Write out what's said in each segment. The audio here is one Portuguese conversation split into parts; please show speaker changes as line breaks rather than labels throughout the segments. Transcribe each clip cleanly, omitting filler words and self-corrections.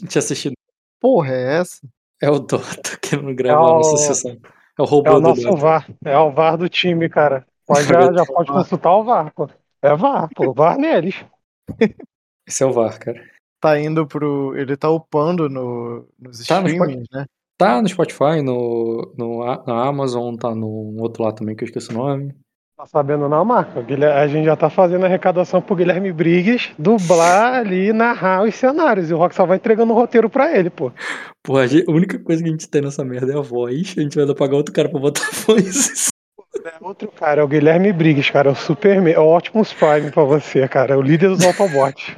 tinha assistido.
Porra, é essa?
É o Dota que não grava a nossa sessão. É o robô
É o
do
nosso
Dota.
VAR. É o VAR do time, cara. Já pode consultar o VAR, pô. É VAR, pô. VAR neles.
Esse é o VAR, cara.
Tá indo ele tá upando nos streamings, né?
Tá no Spotify, na Amazon, tá no outro lá também, que eu esqueci o nome.
Tá sabendo não, Marco? A gente já tá fazendo a arrecadação pro Guilherme Briggs dublar ali e narrar os cenários. E o Rock só vai entregando o roteiro pra ele, pô.
Pô, a única coisa que a gente tem nessa merda é a voz. A gente vai dar pagar outro cara pra botar a voz.
É outro cara, é o Guilherme Briggs, cara. É o Superman. É o Optimus Prime pra você, cara. É o líder dos Autobots.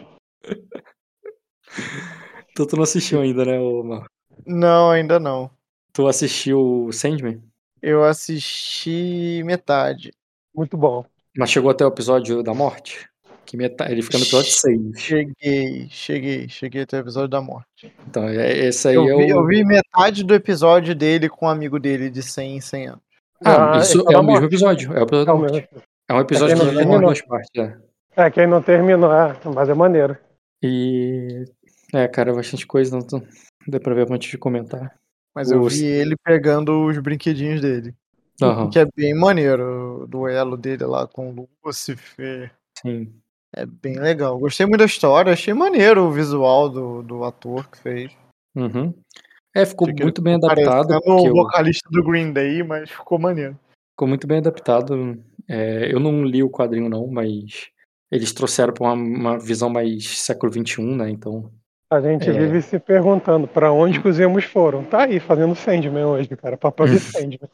Então tu não assistiu ainda, né, Marco?
Não, ainda não.
Tu assistiu Sandman?
Eu assisti metade.
Muito bom.
Mas chegou até o episódio da morte? Que ele fica no episódio 6.
Cheguei até o episódio da morte.
Então, esse aí
eu vi metade do episódio dele com um amigo dele de 100 em 100 anos.
Isso é o mesmo episódio. É o episódio da morte. É um episódio que dividido em duas partes,
É, quem não terminou, mas é maneiro.
E... cara, é bastante coisa, não dá pra ver antes de comentar.
Mas eu vi ele pegando os brinquedinhos dele.
Uhum.
Que é bem maneiro. O duelo dele lá com o Lucifer.
Sim.
É bem legal. Gostei muito da história. Achei maneiro o visual do ator que fez.
Uhum. Ficou muito bem adaptado.
O vocalista do Green Day, mas ficou maneiro.
Ficou muito bem adaptado. Eu não li o quadrinho não, mas eles trouxeram pra uma visão mais século XXI, né? Então...
A gente vive se perguntando pra onde que os emos foram. Tá aí, fazendo Sandman hoje, cara. Papel de Sandman.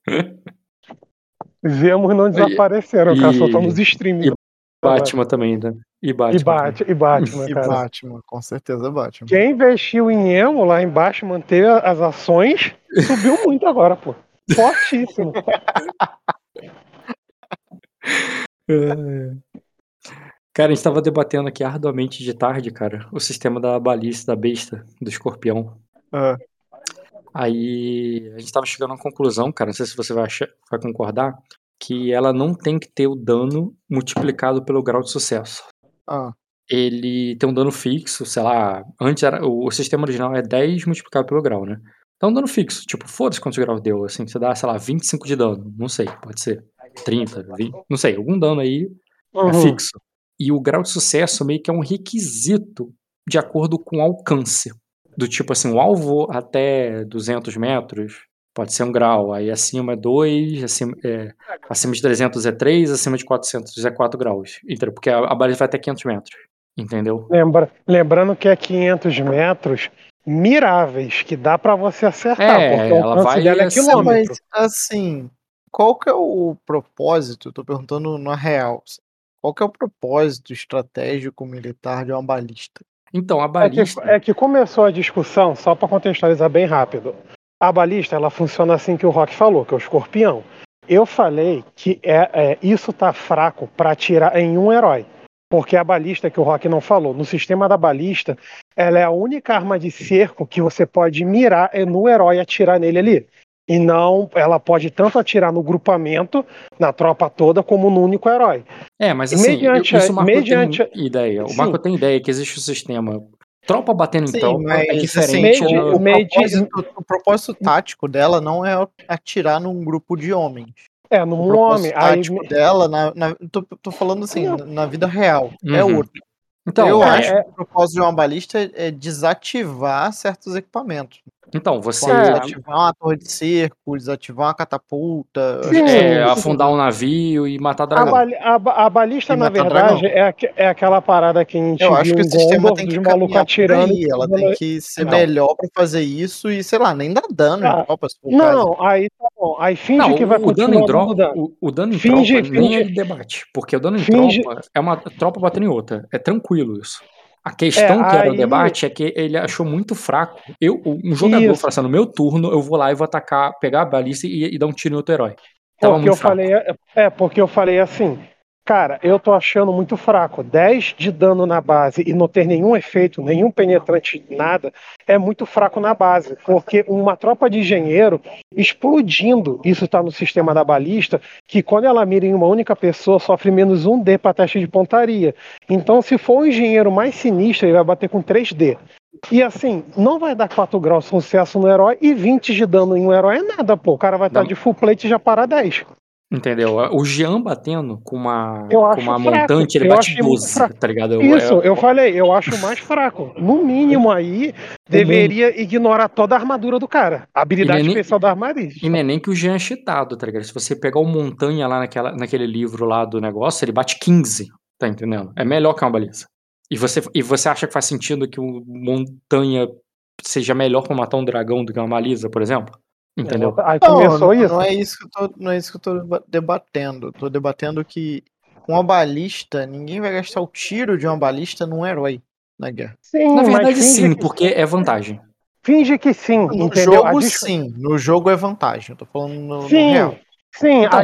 Os emos não desapareceram, cara. Só estão nos streaming.
E Batman também, né? E Batman,
cara.
Batman, com certeza Batman.
Quem investiu em emo lá embaixo, manter as ações, subiu muito agora, pô. Fortíssimo.
Cara, a gente tava debatendo aqui arduamente de tarde, cara, o sistema da balista, da besta, do escorpião. Aí a gente tava chegando a uma conclusão, cara, não sei se você vai concordar, que ela não tem que ter o dano multiplicado pelo grau de sucesso. Ele tem um dano fixo, sei lá, antes o sistema original é 10 multiplicado pelo grau, né? Então um dano fixo, tipo, foda-se quantos graus deu, assim, você dá, sei lá, 25 de dano, não sei, pode ser 30, 20, não sei, algum dano aí é fixo. E o grau de sucesso meio que é um requisito de acordo com o alcance. Do tipo assim, o alvo até 200 metros pode ser 1 grau, aí acima é 2, acima de 300 é 3, acima de 400 é 4 graus. Entendeu? Porque a balista vai até 500 metros, entendeu?
Lembrando que é 500 metros miráveis, que dá pra você acertar, porque o alcance dela é quilômetro.
Mas, assim, qual que é o propósito, tô perguntando na real, qual que é o propósito estratégico militar de uma balista?
Então, a balista...
É que começou a discussão, só para contextualizar bem rápido. A balista, ela funciona assim que o Rock falou, que é o escorpião. Eu falei que isso tá fraco para atirar em um herói. Porque a balista, que o Rock não falou, no sistema da balista, ela é a única arma de cerco que você pode mirar no herói e atirar nele ali. E não, ela pode tanto atirar no grupamento, na tropa toda, como no único herói.
Mas assim, isso o Marco tem ideia. O Marco tem ideia que existe o sistema tropa batendo em tropa, é diferente.
Assim, o propósito tático dela não é atirar num grupo de homens.
Num homem.
O tático dela, tô falando assim, na vida real, é outro. Então, eu acho que o propósito de uma balista é desativar certos equipamentos.
Então, você...
desativar uma torre de cerco, desativar uma catapulta...
afundar um navio e matar dragão.
A balista, na verdade, é aquela parada que a gente viu.
Eu acho que o sistema tem que caminhar atirando. Ela tem que ser melhor pra fazer isso e, sei lá, nem dar dano em tropa.
Não, aí tá bom. Aí finge que vai continuar dando dano.
O dano em tropa nem é debate. Porque o dano em tropa é uma tropa batendo em outra. É tranquilo isso. A questão que era o debate é que ele achou muito fraco. Um jogador falou assim, no meu turno, eu vou lá e vou atacar, pegar a balista e dar um tiro em outro herói.
Porque eu falei assim, cara, eu tô achando muito fraco. 10 de dano na base e não ter nenhum efeito, nenhum penetrante, nada, é muito fraco na base. Porque uma tropa de engenheiro explodindo, isso tá no sistema da balista, que quando ela mira em uma única pessoa, sofre menos 1D para teste de pontaria. Então, se for o engenheiro mais sinistro, ele vai bater com 3D. E assim, não vai dar 4 graus de sucesso no herói e 20 de dano em um herói é nada, pô. O cara vai estar de full plate e já parar 10.
Entendeu? O Jean batendo com uma
fraco.
montante, ele bate 12, tá ligado?
Eu falei, eu acho mais fraco. No mínimo aí, deveria ignorar toda a armadura do cara. A habilidade especial da armadura.
E não é nem que o Jean é cheatado, tá ligado? Se você pegar o Montanha lá naquele livro lá do negócio, ele bate 15, tá entendendo? É melhor que uma baliza. E você acha que faz sentido que o Montanha seja melhor pra matar um dragão do que uma baliza, por exemplo? Entendeu?
Aí começou isso. Não é isso que eu tô debatendo. Tô debatendo que com uma balista, ninguém vai gastar o tiro de uma balista num herói na guerra.
Sim, na verdade, sim, porque é vantagem.
Finge que sim,
no
entendeu?
Jogo, sim, no jogo é vantagem. Eu tô falando no real.
Sim, então,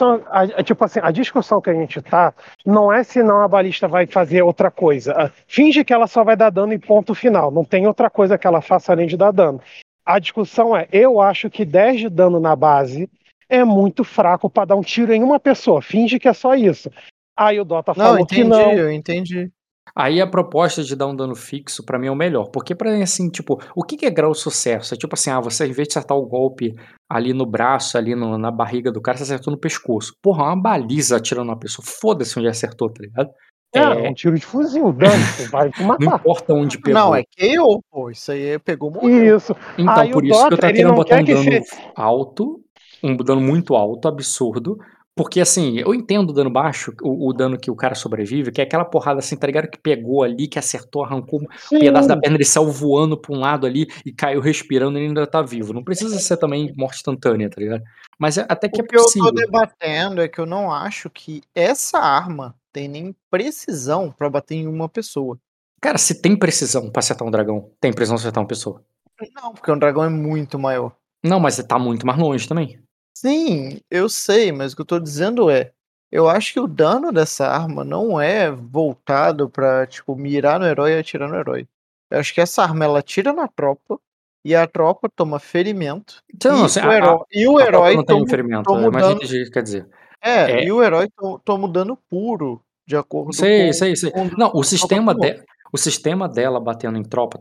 a discussão que a gente tá não é se não a balista vai fazer outra coisa. Finge que ela só vai dar dano em ponto final. Não tem outra coisa que ela faça além de dar dano. A discussão é, eu acho que 10 de dano na base é muito fraco para dar um tiro em uma pessoa. Finge que é só isso. Aí o Dota falou que não.
Eu entendi.
Aí a proposta de dar um dano fixo pra mim é o melhor, porque pra mim assim, tipo, o que é grau de sucesso? É tipo assim, você em vez de acertar o golpe ali no braço, ali na barriga do cara, você acertou no pescoço. Porra, uma baliza atirando na pessoa, foda-se onde acertou, tá ligado?
Um tiro de fuzil, dane-se, vai te matar.
Não importa onde pegou.
Não, é KO, pô, isso aí pegou, morreu.
Isso.
Então,
aí
por isso que eu tô querendo botar um dano alto, um dano muito alto, absurdo, porque assim, eu entendo o dano baixo, o dano que o cara sobrevive, que é aquela porrada assim, tá ligado? Que pegou ali, que acertou, arrancou um pedaço da perna, ele saiu voando pra um lado ali e caiu respirando e ainda tá vivo. Não precisa ser também morte instantânea, tá ligado? Mas até que é possível.
O que eu tô debatendo é que eu não acho que essa arma tem nem precisão pra bater em uma pessoa.
Cara, se tem precisão pra acertar um dragão, tem precisão pra acertar uma pessoa.
Não, porque um dragão é muito maior.
Não, mas tá muito mais longe também.
Sim, eu sei, mas o que eu tô dizendo é, eu acho que o dano dessa arma não é voltado pra, tipo, mirar no herói e atirar no herói. Eu acho que essa arma, ela atira na tropa, e a tropa toma ferimento,
então,
e o herói
não tem ferimento, mas a gente quer dizer.
E o herói toma dano puro, de acordo com...
Sei. Não, o sistema dela batendo em tropa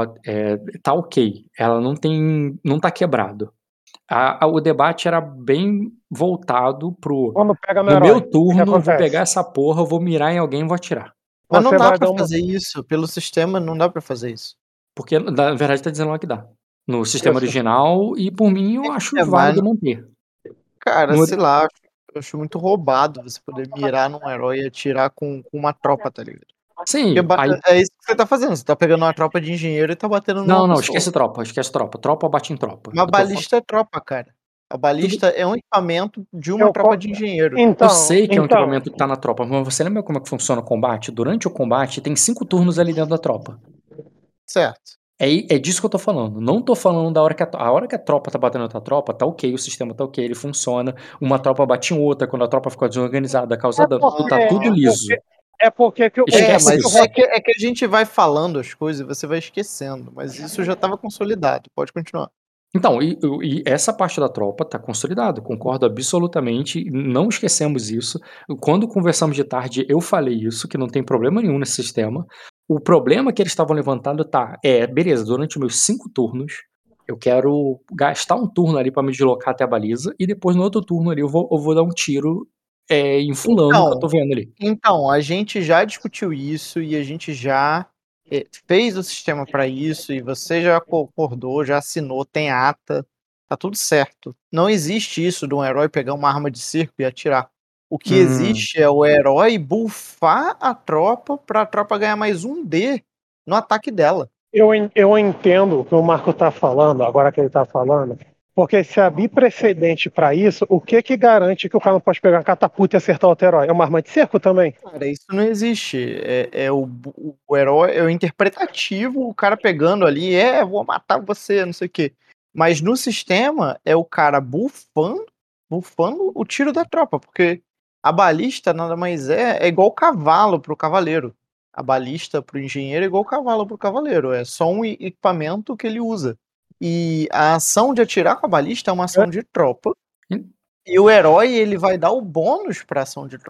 tá ok. Ela não tá quebrado. O debate era bem voltado pro...
Quando pega
no meu turno, eu vou pegar essa porra, eu vou mirar em alguém e vou atirar.
Mas não dá pra fazer isso. Pelo sistema, não dá pra fazer isso.
Porque, na verdade, tá dizendo lá que dá. No sistema original, e por mim, eu acho válido manter.
Cara, sei lá, eu acho muito roubado você poder mirar num herói e atirar com uma tropa, tá ligado?
Sim,
é isso que você tá fazendo, você tá pegando uma tropa de engenheiro e tá batendo numa pessoa.
Não, esquece tropa. Tropa bate em tropa.
Uma balista é tropa, cara. A balista é um equipamento de uma tropa de engenheiro.
Eu sei que é um equipamento que tá na tropa, mas você lembra como é que funciona o combate? Durante o combate, tem 5 turnos ali dentro da tropa.
Certo.
É disso que eu tô falando. Não tô falando da hora que a hora que a tropa tá batendo outra tropa, tá ok, o sistema tá ok, ele funciona. Uma tropa bate em outra, quando a tropa fica desorganizada, causa dano. Tá tudo liso.
É que a gente vai falando as coisas e você vai esquecendo, mas isso já tava consolidado. Pode continuar.
Então, e essa parte da tropa tá consolidado, concordo absolutamente, não esquecemos isso. Quando conversamos de tarde, eu falei isso, que não tem problema nenhum nesse sistema. O problema que eles estavam levantando beleza, durante meus 5 turnos, eu quero gastar um turno ali pra me deslocar até a baliza, e depois no outro turno ali eu vou dar um tiro em fulano que eu tô vendo ali.
Então, a gente já discutiu isso e a gente já fez o sistema pra isso e você já concordou, já assinou, tem ata, tá tudo certo. Não existe isso de um herói pegar uma arma de circo e atirar. O que existe é o herói buffar a tropa pra tropa ganhar mais 1D no ataque dela.
Eu entendo o que o Marco tá falando, agora que ele tá falando, porque se abrir precedente pra isso, o que garante que o cara não pode pegar uma catapulta e acertar outro herói? É uma arma de cerco também?
Cara, isso não existe. O herói é o interpretativo, o cara pegando ali, vou matar você, não sei o quê. Mas no sistema é o cara bufando o tiro da tropa, porque a balista nada mais é igual o cavalo pro cavaleiro. A balista pro engenheiro é igual o cavalo pro cavaleiro, é só um equipamento que ele usa. E a ação de atirar com a balista é uma ação de tropa, e o herói ele vai dar o bônus pra ação de tropa.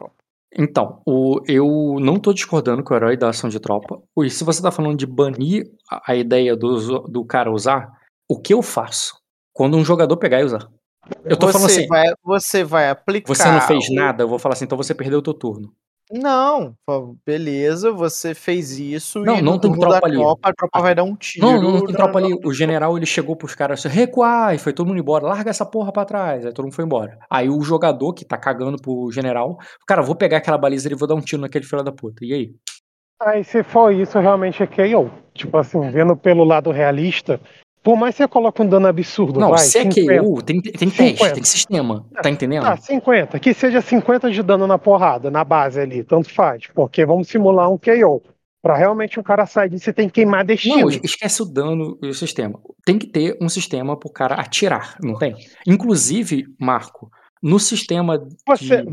Então, eu não tô discordando com o herói da ação de tropa. E se você tá falando de banir a ideia do cara usar, o que eu faço? Quando um jogador pegar e usar. Eu tô falando assim,
Você vai
você não
aplicar
fez nada, eu vou falar assim, então você perdeu o teu turno.
Não, beleza, você fez isso
Não,
e no
não tem
turno da
tropa ali.
tropa, a tropa vai dar um
Não
tiro.
tem tropa ali. O general, ele chegou pros caras assim, recuar, e foi todo mundo embora. Larga essa porra pra trás. Aí todo mundo foi embora. Aí o jogador que tá cagando pro general, cara, vou pegar aquela baliza e vou dar um tiro naquele filho da puta. E aí?
Aí se for isso, realmente é KO. Tipo assim, vendo pelo lado realista, por mais que você coloque um dano absurdo,
Não,
vai,
se é
50,
KO, tem teste,
50.
tem sistema. Tá entendendo?
Tá, 50. Que seja 50 de dano na porrada, na base ali, tanto faz. Porque vamos simular um KO. Pra realmente um cara sair disso, você tem que queimar
Não,
destino.
esquece o dano e o sistema. Tem que ter um sistema pro cara atirar, não tem? Inclusive, Marco, no sistema que...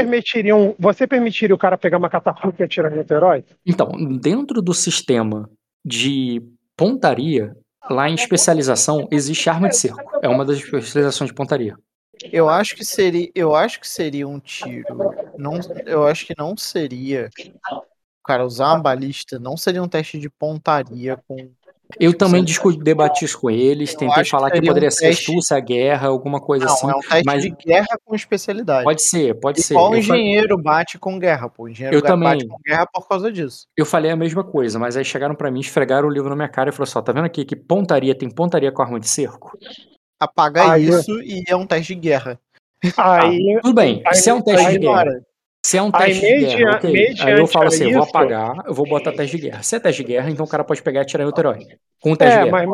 Você permitiria o cara pegar uma catapulta e atirar no outro herói?
Então, dentro do sistema de pontaria, lá em especialização, existe arma de cerco. É uma das especializações de pontaria.
Eu acho que seria um tiro. Não, eu acho que não seria. O cara usar uma balista não seria um teste de pontaria com.
Eu também debati isso com eles,
Eu
tentei
acho que
falar que
seria um
poderia ser
teste.
astúcia, guerra, alguma coisa
Não,
assim,
é um teste
mas
de guerra com especialidade.
pode ser.
Igual o engenheiro bate com guerra, pô. O engenheiro bate
também.
com guerra por causa disso.
Eu falei a mesma coisa, mas aí chegaram pra mim, esfregaram o livro na minha cara e falaram assim, ó, tá vendo aqui que pontaria tem pontaria com arma de cerco?
Apaga isso e é um teste de guerra.
Aí,
tudo bem, se é um teste de guerra, se é um teste de guerra, ok. Aí eu falo assim, eu vou apagar, eu vou botar teste de guerra. Se é teste de guerra, então o cara pode pegar e atirar em outro herói. Com o teste de guerra.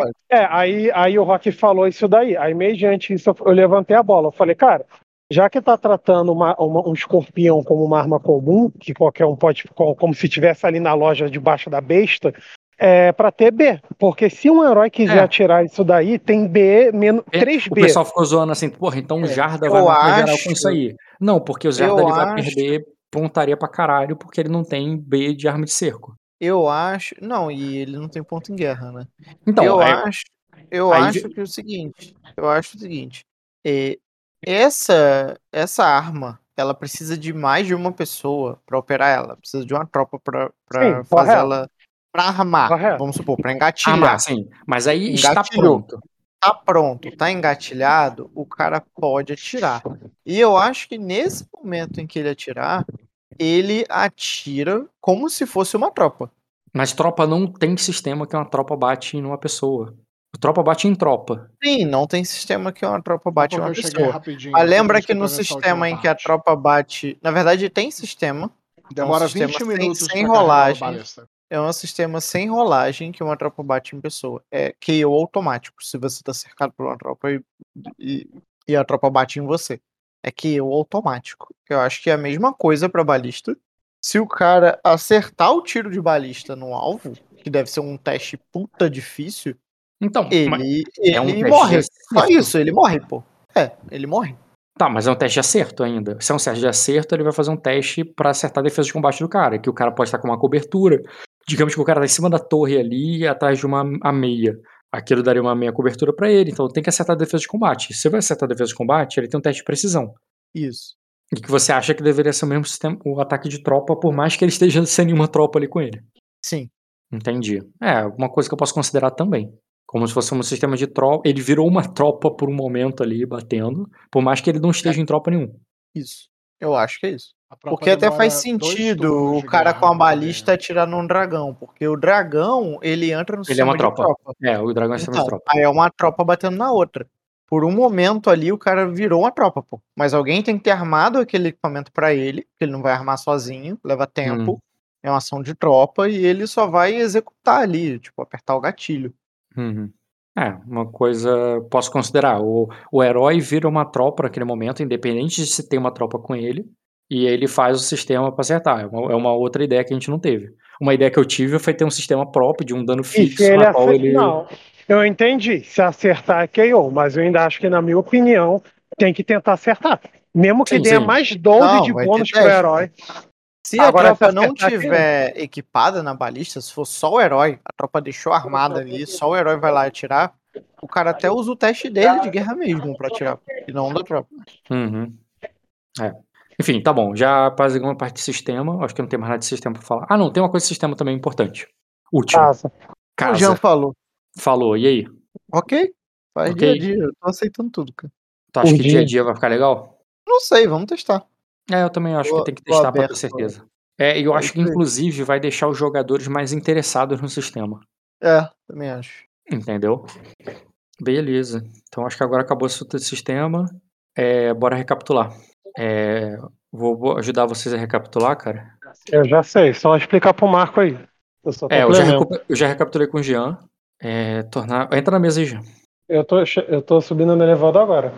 Aí o Rock falou isso daí. Aí, mediante isso, eu levantei a bola. Eu falei, cara, já que tá tratando um escorpião como uma arma comum, que qualquer um pode, como se estivesse ali na loja debaixo da besta, é pra ter B. Porque se um herói quiser atirar isso daí, tem B menos 3B.
O pessoal ficou zoando assim, porra, então o Jarda vai matar geral com isso aí. Não, porque o Jarda ele vai perder pontaria pra caralho, porque ele não tem B de arma de cerco.
Eu acho. Não, e ele não tem ponto em guerra, né?
Então,
eu acho que é o seguinte. Eu acho o seguinte. Essa arma, ela precisa de mais de uma pessoa pra operar ela. Precisa de uma tropa pra fazer ela. Pra armar. Vamos supor, pra engatilhar.
Armar, sim. Mas aí está pronto.
Tá pronto, tá engatilhado, o cara pode atirar. E eu acho que nesse momento em que ele atirar, ele atira como se fosse uma tropa.
Mas tropa não tem sistema que uma tropa bate numa pessoa. A tropa bate em tropa.
Sim, não tem sistema que uma tropa bate em uma pessoa. Mas lembra que no sistema em que a tropa bate... Na verdade, tem sistema.
Demora 20 minutos
sem rolagem. É um sistema sem rolagem que uma tropa bate em pessoa. É KO automático, se você tá cercado por uma tropa e a tropa bate em você. É KO automático. Eu acho que é a mesma coisa pra balista. Se o cara acertar o tiro de balista no alvo, que deve ser um teste puta difícil,
então,
ele
um
morre. Só isso, ele morre, pô. Ele morre.
Tá, mas é um teste de acerto ainda. Se é um teste de acerto, ele vai fazer um teste pra acertar a defesa de combate do cara, que o cara pode estar com uma cobertura. Digamos que o cara tá em cima da torre ali, atrás de uma meia. Aquilo daria uma meia cobertura pra ele, então tem que acertar a defesa de combate. Se você vai acertar a defesa de combate, ele tem um teste de precisão.
Isso.
E que você acha que deveria ser o mesmo sistema, o ataque de tropa, por mais que ele esteja sem nenhuma tropa ali com ele.
Sim.
Entendi. Alguma coisa que eu posso considerar também. Como se fosse um sistema de tropa. Ele virou uma tropa por um momento ali, batendo. Por mais que ele não esteja em tropa nenhum.
Isso. Eu acho que é isso. Porque até faz sentido o cara com a balista atirar num dragão. Porque o dragão, ele entra no sistema de tropa.
O dragão é um sistema de tropa.
Aí é uma tropa batendo na outra. Por um momento ali, o cara virou uma tropa, pô. Mas alguém tem que ter armado aquele equipamento pra ele. Porque ele não vai armar sozinho. Leva tempo. É uma ação de tropa. E ele só vai executar ali. Tipo, apertar o gatilho.
Uma coisa posso considerar. O herói vira uma tropa naquele momento, independente de se tem uma tropa com ele, e ele faz o sistema pra acertar. É uma outra ideia que a gente não teve. Uma ideia que eu tive foi ter um sistema próprio de um dano fixo na qual ele...
Não, eu entendi. Se acertar é KO, mas eu ainda acho que, na minha opinião, tem que tentar acertar. Mesmo que dê mais 12 de bônus pro herói.
Se a tropa não tiver equipada na balista, se for só o herói, a tropa deixou armada ali, só o herói vai lá atirar, o cara até usa o teste dele de guerra mesmo pra atirar, e não da tropa.
Enfim, tá bom. Já apaziguei uma parte de sistema. Acho que não tem mais nada de sistema pra falar. Ah, não. Tem uma coisa de sistema também importante. Útil.
O Jean falou.
Falou. E aí?
Ok. Faz dia a dia. Eu tô aceitando tudo, cara.
Tu acha que dia a dia vai ficar legal?
Não sei. Vamos testar.
Eu também acho que tem que testar pra ter certeza. E eu acho que, inclusive, vai deixar os jogadores mais interessados no sistema.
Também acho.
Entendeu? Beleza. Então acho que agora acabou o sistema. Bora recapitular. Vou ajudar vocês a recapitular, cara.
Eu já sei, só explicar pro Marco aí.
Eu já recapitulei com o Jean. Entra na mesa aí, Jean.
Eu tô subindo no elevador agora.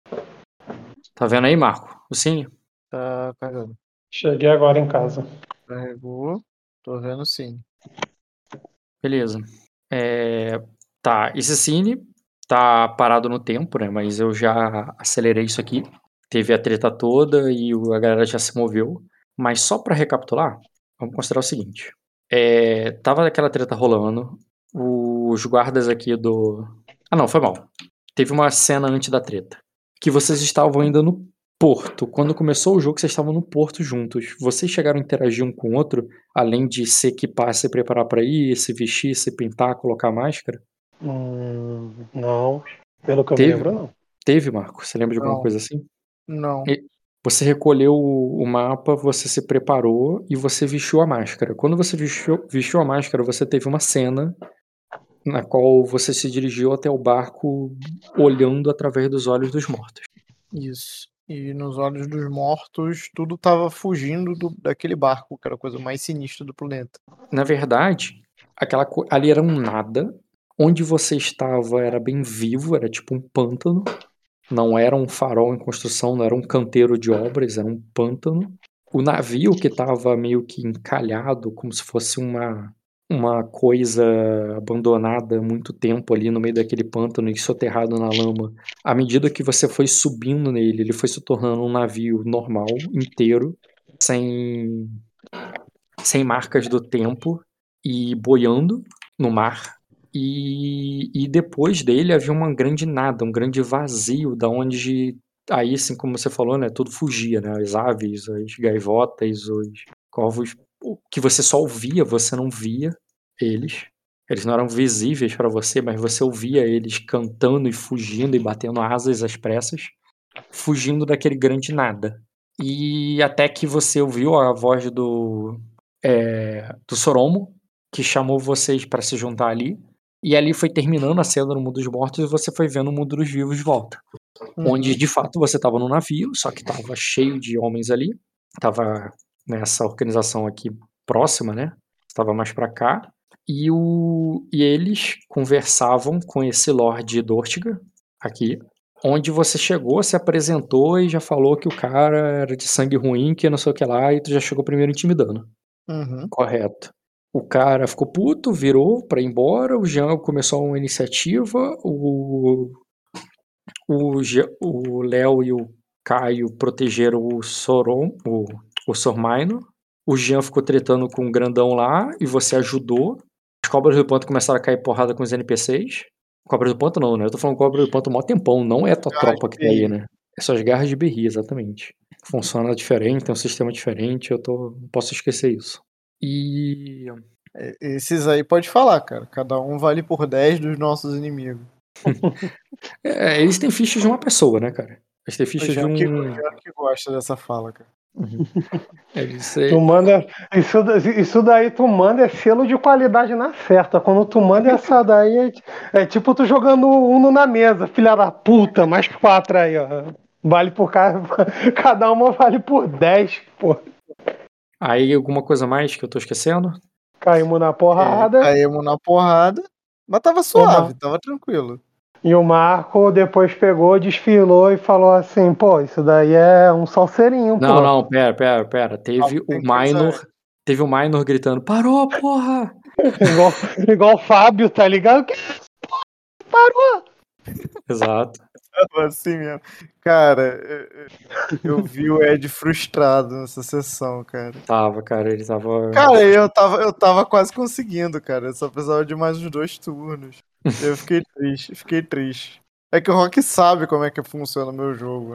Tá vendo aí, Marco? O Cine?
Tá carregando.
Cheguei agora em casa.
Carregou. Tô vendo o Cine.
Beleza. Tá, esse Cine tá parado no tempo, né? Mas eu já acelerei isso aqui. Teve a treta toda e a galera já se moveu. Mas só pra recapitular, vamos considerar o seguinte. Tava aquela treta rolando. Os guardas aqui do... Ah, não, foi mal. Teve uma cena antes da treta. Que vocês estavam ainda no porto. Quando começou o jogo, vocês estavam no porto juntos. Vocês chegaram a interagir um com o outro, além de se equipar, se preparar pra ir, se vestir, se pintar, colocar máscara?
Não. Pelo que eu me lembro, não.
Teve, Marco? Você lembra de alguma coisa assim?
Não.
Você recolheu o mapa, você se preparou e você vestiu a máscara. Quando você vestiu a máscara, você teve uma cena na qual você se dirigiu até o barco olhando através dos olhos dos mortos.
Isso. E nos olhos dos mortos, tudo tava fugindo daquele barco, que era a coisa mais sinistra do planeta.
Na verdade, ali era um nada. Onde você estava era bem vivo, era tipo um pântano. Não era um farol em construção, não era um canteiro de obras, era um pântano. O navio que estava meio que encalhado, como se fosse uma coisa abandonada há muito tempo ali no meio daquele pântano e soterrado na lama. À medida que você foi subindo nele, ele foi se tornando um navio normal, inteiro, sem marcas do tempo e boiando no mar. E depois dele havia uma grande nada, um grande vazio, da onde, aí assim como você falou, né, tudo fugia, né, as aves, as gaivotas, os corvos, que você só ouvia, você não via eles. Eles não eram visíveis para você, mas você ouvia eles cantando e fugindo e batendo asas às pressas, fugindo daquele grande nada. E até que você ouviu a voz do Soromo, que chamou vocês para se juntar ali. E ali foi terminando a cena no mundo dos mortos e você foi vendo o mundo dos vivos de volta. Onde, de fato, você estava no navio, só que estava cheio de homens ali. Tava nessa organização aqui próxima, né? Estava mais para cá. E eles conversavam com esse Lorde Dortiga, aqui. Onde você chegou, se apresentou e já falou que o cara era de sangue ruim, que não sei o que lá, e tu já chegou primeiro intimidando. Correto. O cara ficou puto, virou pra ir embora, o Jean começou uma iniciativa, o Léo e o Caio protegeram o Sormaino, o Jean ficou tretando com o grandão lá e você ajudou. As cobras do panto começaram a cair porrada com os NPCs. Cobras do panto não, né? Eu tô falando cobras do panto há mó tempão, não é a tua tropa que tá aí, né? É só as garras de Berri, exatamente. Funciona diferente, tem um sistema diferente, não posso esquecer isso. E
esses aí pode falar, cara. Cada um vale por 10 dos nossos inimigos.
Eles têm fichas de uma pessoa, né, cara? Eles têm fichas de um...
O que gosta dessa fala, cara.
Tu manda... Isso daí tu manda é selo de qualidade na certa. Quando tu manda essa daí é tipo tu jogando Uno na mesa, filha da puta, mais 4 aí, ó. Vale por cada uma vale por 10, pô.
Aí alguma coisa mais que eu tô esquecendo?
Caímos na porrada.
Mas tava suave, tava tranquilo.
E o Marco depois pegou, desfilou e falou assim, pô, isso daí é um salseirinho, pô.
Não, pera. Teve o Minor gritando, parou, porra!
igual o Fábio, tá ligado? Parou!
Exato.
Tava assim mesmo. Cara, eu vi o Ed frustrado nessa sessão, cara.
Ele tava...
Cara, eu tava quase conseguindo, cara. Eu só precisava de mais uns 2 turnos. Eu fiquei triste. É que o Rock sabe como é que funciona o meu jogo, né?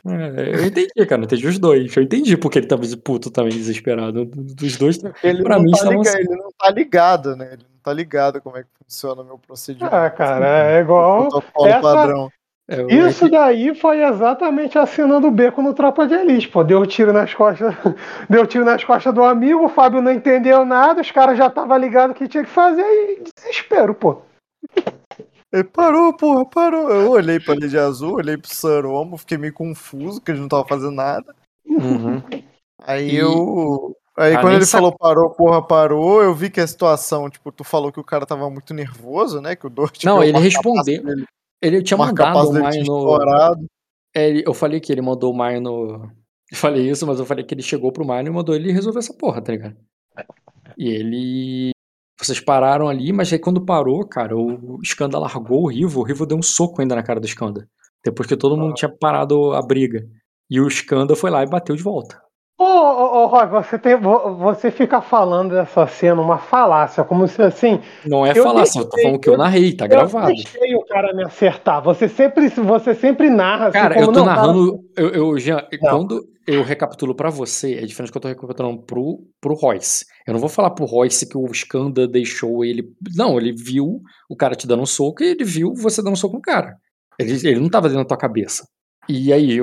Eu entendi, cara. Eu entendi os dois. Eu entendi porque ele tava puto também, desesperado. Dos dois,
Ele
pra
não
mim,
tá
estavam
ligado, ele não tá ligado, né? Ele não tá ligado como é que funciona o meu procedimento.
Cara, é
O
igual.
protocolo padrão.
Isso daí foi exatamente assinando o beco no Tropa de Elite, pô. Deu tiro nas costas, deu tiro nas costas do amigo, o Fábio não entendeu nada, os caras já estavam ligados o que tinha que fazer e desespero, pô.
Ele parou, porra, parou. Eu olhei pra Lady Azul, olhei pro Saromo, fiquei meio confuso, porque ele não tava fazendo nada.
Uhum.
Aí Aí quando ele falou parou, porra, parou, eu vi que a situação, tipo, tu falou que o cara tava muito nervoso, né? Que o Dort.
Não, ele respondeu. Ele tinha mandado o Maio no. Eu falei que ele mandou o Maio no. Eu falei isso, mas eu falei que ele chegou pro Maio e mandou ele resolver essa porra, tá ligado? E ele. Vocês pararam ali, mas aí quando parou, cara, o Skanda largou o Rivo deu um soco ainda na cara do Skanda. Depois que todo mundo tinha parado a briga. E o Skanda foi lá e bateu de volta.
Ô, Roy, você fica falando dessa cena uma falácia, como se assim.
Não é falácia, eu tô falando que eu narrei, tá gravado.
Eu deixei o cara me acertar. Você sempre narra assim.
Cara,
como,
eu tô
não,
narrando.
Cara...
Quando eu recapitulo pra você, é diferente do que eu tô recapitulando pro Royce. Eu não vou falar pro Royce que o Skanda deixou ele. Não, ele viu o cara te dando um soco e ele viu você dando um soco no cara. Ele não tava dentro da tua cabeça. E aí,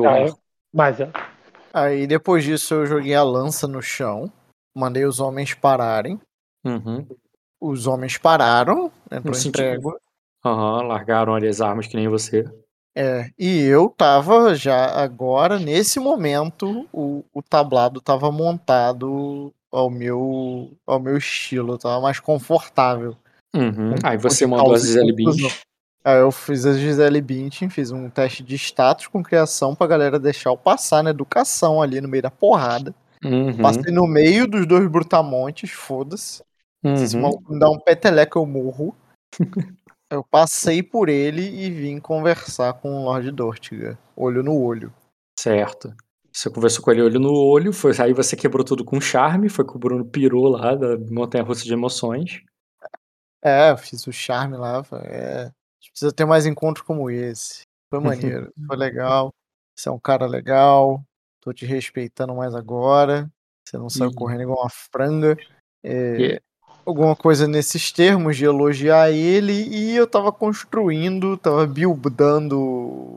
Aí depois disso eu joguei a lança no chão, mandei os homens pararem.
Uhum.
Os homens pararam, entrou em trégua.
Largaram ali as armas que nem você.
E eu tava já agora, nesse momento, o tablado tava montado ao meu estilo, tava mais confortável.
Uhum. Aí você mandou a Gisele Bündchen.
Aí eu fiz a Gisele Bündchen, fiz um teste de status com criação pra galera deixar eu passar na educação ali no meio da porrada.
Uhum.
Passei no meio dos dois brutamontes, foda-se. Se me dá um peteleco eu morro. Eu passei por ele e vim conversar com o Lord Dortiga, olho no olho.
Certo. Você conversou com ele olho no olho, aí você quebrou tudo com charme, foi que o Bruno pirou lá da montanha-russa de emoções.
Eu fiz o charme lá, a gente precisa ter mais encontros como esse. Foi maneiro, foi legal. Você é um cara legal, tô te respeitando mais agora. Você não saiu correndo igual uma franga. Alguma coisa nesses termos de elogiar ele, e eu tava construindo, tava buildando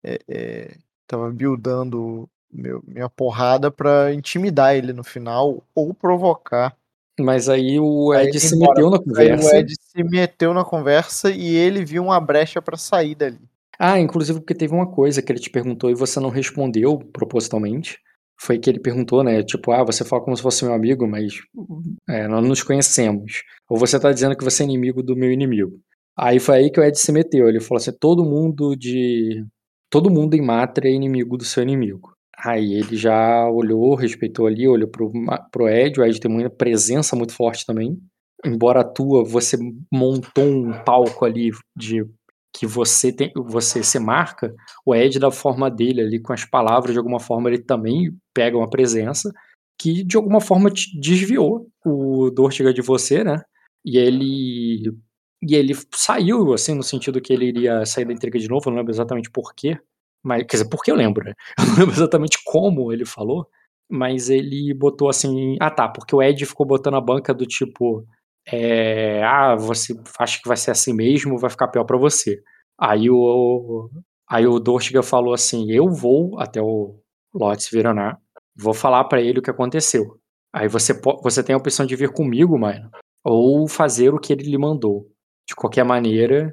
minha porrada pra intimidar ele no final ou provocar.
Mas aí o Ed se meteu na conversa.
Aí o Ed se meteu na conversa e ele viu uma brecha pra sair dali.
Inclusive porque teve uma coisa que ele te perguntou e você não respondeu propositalmente. Foi que ele perguntou, né? Tipo, você fala como se fosse meu amigo, mas nós nos conhecemos. Ou você tá dizendo que você é inimigo do meu inimigo. Aí foi aí que o Ed se meteu. Ele falou assim: todo mundo em Matra é inimigo do seu inimigo. Aí ele já olhou, respeitou ali, olhou pro Ed. O Ed tem uma presença muito forte também. Embora a tua, você montou um palco ali que você se marca, o Ed, da forma dele ali, com as palavras, de alguma forma, ele também pega uma presença que, de alguma forma, te desviou o Dortiga de você, né? E ele saiu, assim, no sentido que ele iria sair da intriga de novo, eu não lembro exatamente por quê, mas, quer dizer, porque eu lembro, né? Eu não lembro exatamente como ele falou, mas ele botou assim, porque o Ed ficou botando a banca do tipo, você acha que vai ser assim mesmo, vai ficar pior pra você. Aí o Dortiga falou assim, eu vou até o Lord Sviranar, vou falar pra ele o que aconteceu. Aí você tem a opção de vir comigo, mano, ou fazer o que ele lhe mandou. De qualquer maneira,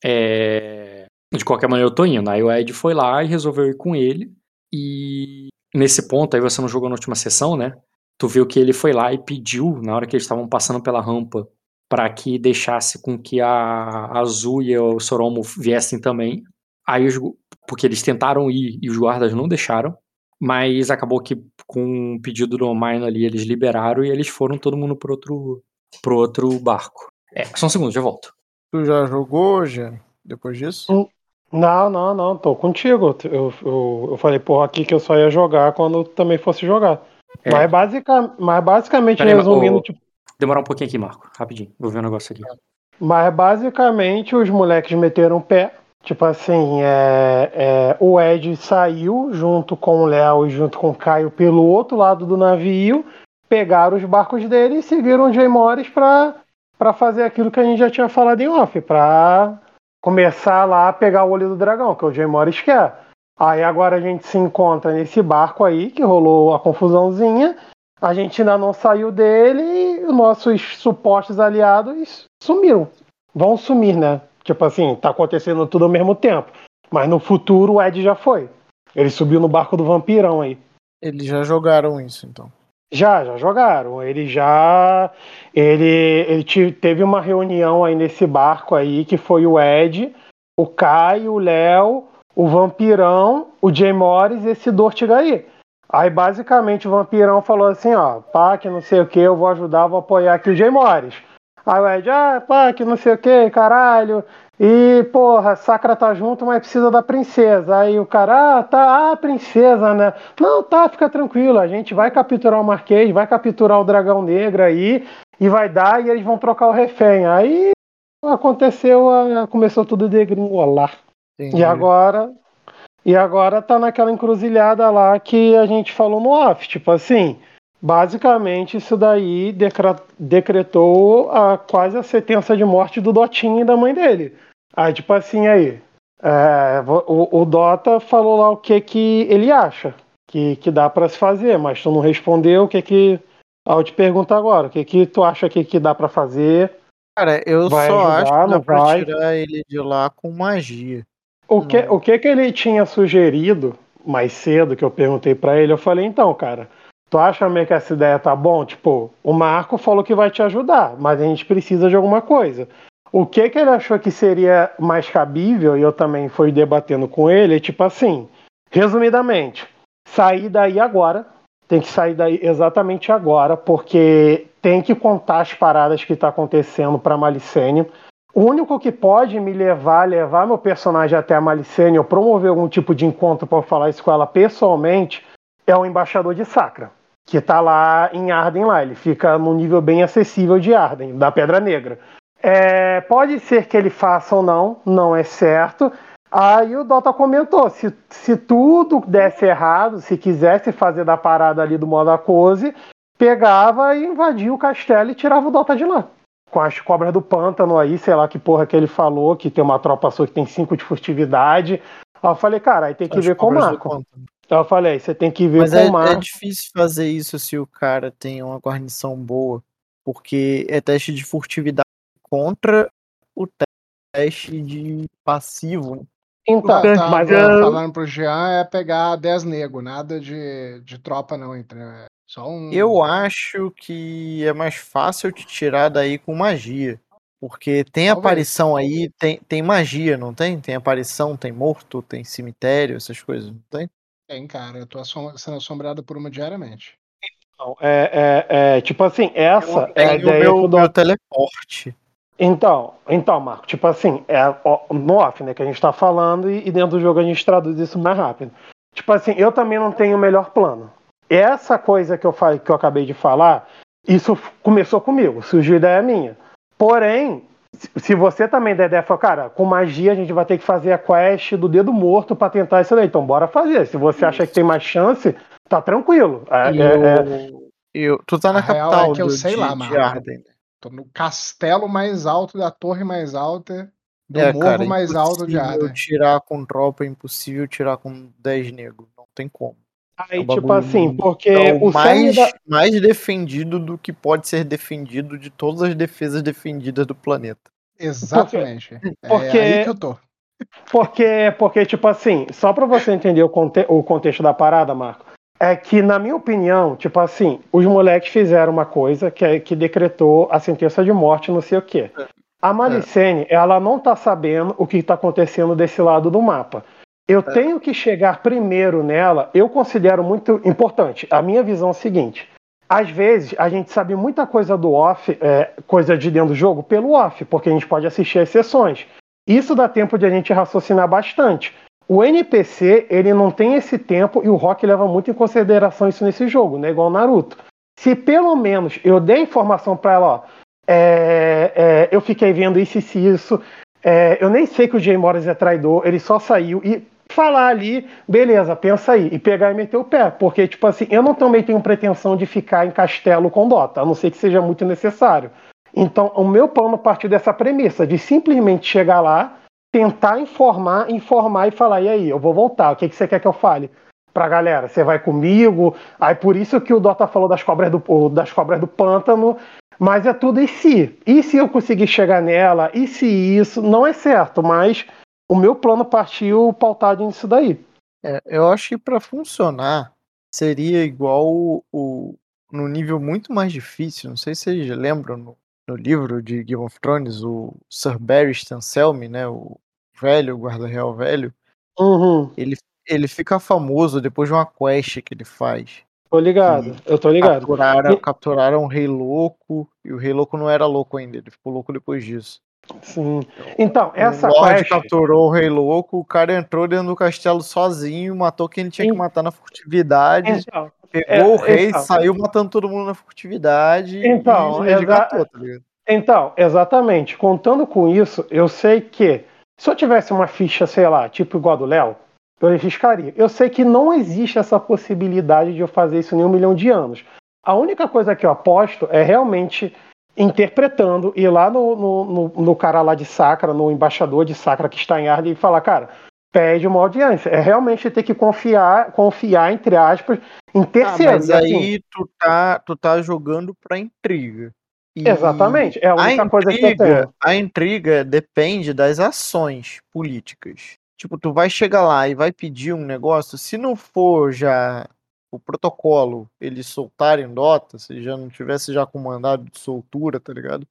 eu tô indo. Aí o Ed foi lá e resolveu ir com ele. E nesse ponto, aí você não jogou na última sessão, né? Tu viu que ele foi lá e pediu, na hora que eles estavam passando pela rampa, para que deixasse com que a Azul e o Soromo viessem também. Aí porque eles tentaram ir e os guardas não deixaram. Mas acabou que com o pedido do Mino ali, eles liberaram e eles foram todo mundo pro outro barco. Só um segundo, já volto.
Tu já jogou, Jean, depois disso?
Não, tô contigo. Eu falei, porra, aqui que eu só ia jogar quando também fosse jogar. Mas basicamente, resumindo...
Demorar um pouquinho aqui, Marco. Rapidinho, vou ver um negócio aqui.
Mas basicamente, os moleques meteram o pé. Tipo assim, o Ed saiu junto com o Léo e junto com o Caio pelo outro lado do navio, pegaram os barcos dele e seguiram o Jay Morris pra fazer aquilo que a gente já tinha falado em off, pra começar lá a pegar o olho do dragão, que o Jay Morris quer. Aí agora a gente se encontra nesse barco aí, que rolou a confusãozinha, a gente ainda não saiu dele e os nossos supostos aliados sumiram. Vão sumir, né? Tipo assim, tá acontecendo tudo ao mesmo tempo. Mas no futuro o Ed já foi. Ele subiu no barco do vampirão aí.
Eles já jogaram isso, então.
Já jogaram. Teve uma reunião aí nesse barco aí, que foi o Ed, o Caio, o Léo, o vampirão, o Jay Morris e esse Dortiga aí. Aí basicamente o vampirão falou assim, ó, pá, que não sei o que, eu vou ajudar, vou apoiar aqui o Jay Morris. Aí o Ed, pá, que não sei o que, caralho. E, porra, Sakra tá junto, mas precisa da princesa. Aí o cara, tá, princesa, né? Não, tá, fica tranquilo, a gente vai capturar o Marquês, vai capturar o Dragão Negro aí, e vai dar, e eles vão trocar o refém. Aí aconteceu, começou tudo a degringolar. E agora tá naquela encruzilhada lá que a gente falou no off, tipo assim, basicamente isso daí decretou quase a sentença de morte do Dotinho e da mãe dele. Aí tipo assim, o Dota falou lá o que ele acha que dá pra se fazer, mas tu não respondeu o que... eu te pergunto agora, o que tu acha que dá pra fazer?
Cara, eu
vai
só
ajudar,
acho que dá
não
pra
vai?
tirar ele de lá com magia.
O que ele tinha sugerido mais cedo, que eu perguntei pra ele, eu falei, então, cara, tu acha meio que essa ideia tá bom? Tipo, o Marco falou que vai te ajudar, mas a gente precisa de alguma coisa. O que ele achou que seria mais cabível, e eu também fui debatendo com ele, é tipo assim, resumidamente, sair daí agora, tem que sair daí exatamente agora, porque tem que contar as paradas que tá acontecendo pra Malicênio. O único que pode me levar meu personagem até a Malicênio ou promover algum tipo de encontro para falar isso com ela pessoalmente é o embaixador de Sakra, que tá lá em Arden lá. Ele fica num nível bem acessível de Arden, da Pedra Negra. Pode ser que ele faça ou não, não é certo. Aí o Dota comentou, se tudo desse errado, se quisesse fazer da parada ali do modo Acose, pegava e invadia o castelo e tirava o Dota de lá. Com as cobras do pântano aí, sei lá que porra que ele falou, que tem uma tropa sua que tem 5 de furtividade. Aí eu falei, cara, aí tem que ver com o Marco. Aí eu falei, você tem que ver com o Marco.
Mas é difícil fazer isso se o cara tem uma guarnição boa, porque é teste de furtividade contra o teste de passivo.
Então, mas falando pro Jean, é pegar 10 nego, nada de tropa não, só um...
Eu acho que é mais fácil te tirar daí com magia. Porque tem aparição aí, tem magia, não tem? Tem aparição, tem morto, tem cemitério, essas coisas, não tem?
Tem, cara. Eu tô sendo assombrado por uma diariamente.
Não, tipo assim, essa é a ideia
do meu teleporte.
Então, Marco, tipo assim, no off, né, que a gente tá falando e dentro do jogo a gente traduz isso mais rápido. Tipo assim, eu também não tenho o melhor plano. Essa coisa que eu acabei de falar, isso começou comigo, surgiu ideia minha. Porém, se você também der ideia, fala, cara, com magia a gente vai ter que fazer a quest do dedo morto pra tentar isso daí. Então bora fazer. Se você acha que tem mais chance, tá tranquilo.
Tu tá na capital
que eu sei lá,
de Arden.
Tô no castelo mais alto da torre mais alta do morro mais alto de Arden.
Tirar com tropa, é impossível tirar com 10 negros. Não tem como.
Aí, tipo assim, porque
o mais defendido do que pode ser defendido de todas as defesas defendidas do planeta.
Exatamente. É aí que eu tô.
Porque, tipo assim, só pra você entender o contexto da parada, Marco, é que, na minha opinião, tipo assim, os moleques fizeram uma coisa que decretou a sentença de morte, não sei o quê. A Malicene, ela não tá sabendo o que tá acontecendo desse lado do mapa. Eu tenho que chegar primeiro nela, eu considero muito importante. A minha visão é a seguinte: às vezes a gente sabe muita coisa do off, coisa de dentro do jogo, pelo off, porque a gente pode assistir as sessões. Isso dá tempo de a gente raciocinar bastante. O NPC, ele não tem esse tempo e o Rock leva muito em consideração isso nesse jogo, né? Igual o Naruto. Se pelo menos eu der informação pra ela, ó, eu fiquei vendo isso e isso, eu nem sei que o Jay Morris é traidor, ele só saiu e falar ali, beleza, pensa aí, e pegar e meter o pé, porque, tipo assim, eu também tenho pretensão de ficar em castelo com Dota, a não ser que seja muito necessário. Então, o meu plano partiu dessa premissa, de simplesmente chegar lá, tentar informar e falar, e aí, eu vou voltar, o que você quer que eu fale pra galera? Você vai comigo? Aí por isso que o Dota falou das cobras do pântano, mas é tudo e se? E se eu conseguir chegar nela? E se isso? Não é certo, mas o meu plano partiu pautado nisso daí.
Eu acho que para funcionar seria igual no nível muito mais difícil. Não sei se vocês lembram no livro de Game of Thrones, o Sir Barristan Selmy, né, o velho, o guarda-real velho,
Uhum.
ele fica famoso depois de uma quest que ele faz.
Tô ligado, eu tô ligado.
Capturaram o Rei Louco, e o Rei Louco não era louco ainda, ele ficou louco depois disso.
Sim. Então, essa
o Lorde
quest...
capturou o Rei Louco, o cara entrou dentro do castelo sozinho, matou quem ele tinha que matar na furtividade,
Então,
pegou o rei, saiu matando todo mundo na furtividade e resgatou, tá ligado?
Então, exatamente. Contando com isso, eu sei que se eu tivesse uma ficha, sei lá, tipo igual a do Léo, eu arriscaria. Eu sei que não existe essa possibilidade de eu fazer isso em 1 milhão de anos. A única coisa que eu aposto é realmente interpretando, ir lá no cara lá de Sacra, no embaixador de Sacra que está em Arden e falar, cara, pede uma audiência. É realmente ter que confiar, entre aspas, em terceiros.
Mas aí tu tá jogando pra intriga. E
exatamente, é a única coisa que eu tenho.
A intriga depende das ações políticas. Tipo, tu vai chegar lá e vai pedir um negócio, se não for já o protocolo, eles soltarem Dota, se já não tivesse já com mandado de soltura, tá ligado?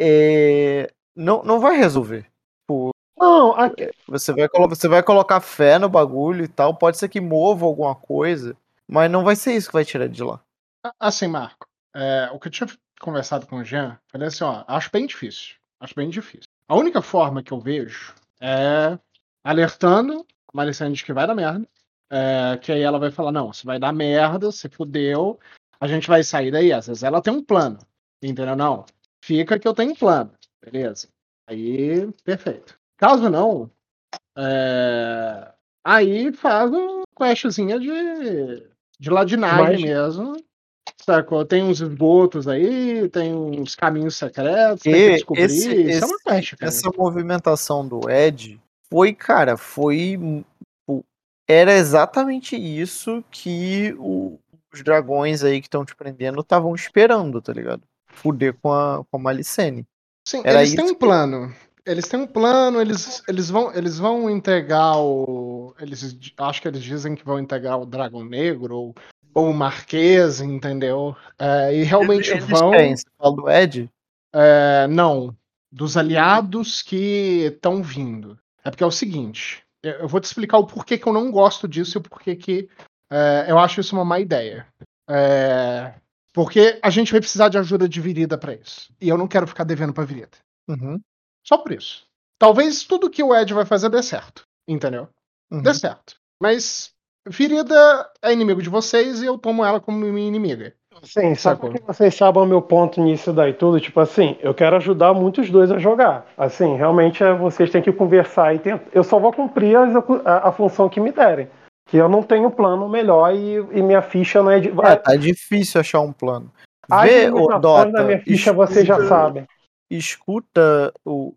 Não vai resolver. Tipo,
não,
você vai colocar fé no bagulho e tal, pode ser que mova alguma coisa, mas não vai ser isso que vai tirar de lá.
Assim, Marco, o que eu tinha conversado com o Jean, falei assim, ó, acho bem difícil. A única forma que eu vejo é alertando a Malicene de que vai dar merda, que aí ela vai falar, não, você vai dar merda, você fudeu, a gente vai sair daí. Às vezes ela tem um plano, entendeu? Não, fica que eu tenho um plano, beleza. Aí, perfeito. Caso não, aí faz uma questzinha de ladinagem mesmo. Sacou? Tem uns esgotos aí, tem uns caminhos secretos, tem que descobrir. Isso é uma quest, cara.
Essa movimentação do Ed foi, cara, era exatamente isso que os dragões aí que estão te prendendo estavam esperando, tá ligado? Fuder com a Malicene.
Sim, eles têm um plano. Eles têm um plano, eles vão entregar acho que eles dizem que vão entregar o Dragão Negro ou o Marquês, entendeu? E realmente
eles
vão.
Você fala do Ed?
Não, dos aliados que estão vindo. É porque é o seguinte, eu vou te explicar o porquê que eu não gosto disso e o porquê que eu acho isso uma má ideia. Porque a gente vai precisar de ajuda de Virida pra isso. E eu não quero ficar devendo pra Virida.
Uhum.
Só por isso. Talvez tudo que o Ed vai fazer dê certo. Entendeu?
Uhum.
Dê certo. Mas Virida é inimigo de vocês e eu tomo ela como minha inimiga.
Sim, só que vocês sabem o meu ponto nisso daí tudo, tipo assim, eu quero ajudar muitos dois a jogar. Assim, realmente vocês têm que conversar e tentar. Eu só vou cumprir a função que me derem. Que eu não tenho plano melhor e minha ficha não é de.
Tá difícil achar um plano.
As limitações da minha ficha vocês já sabem.
Escuta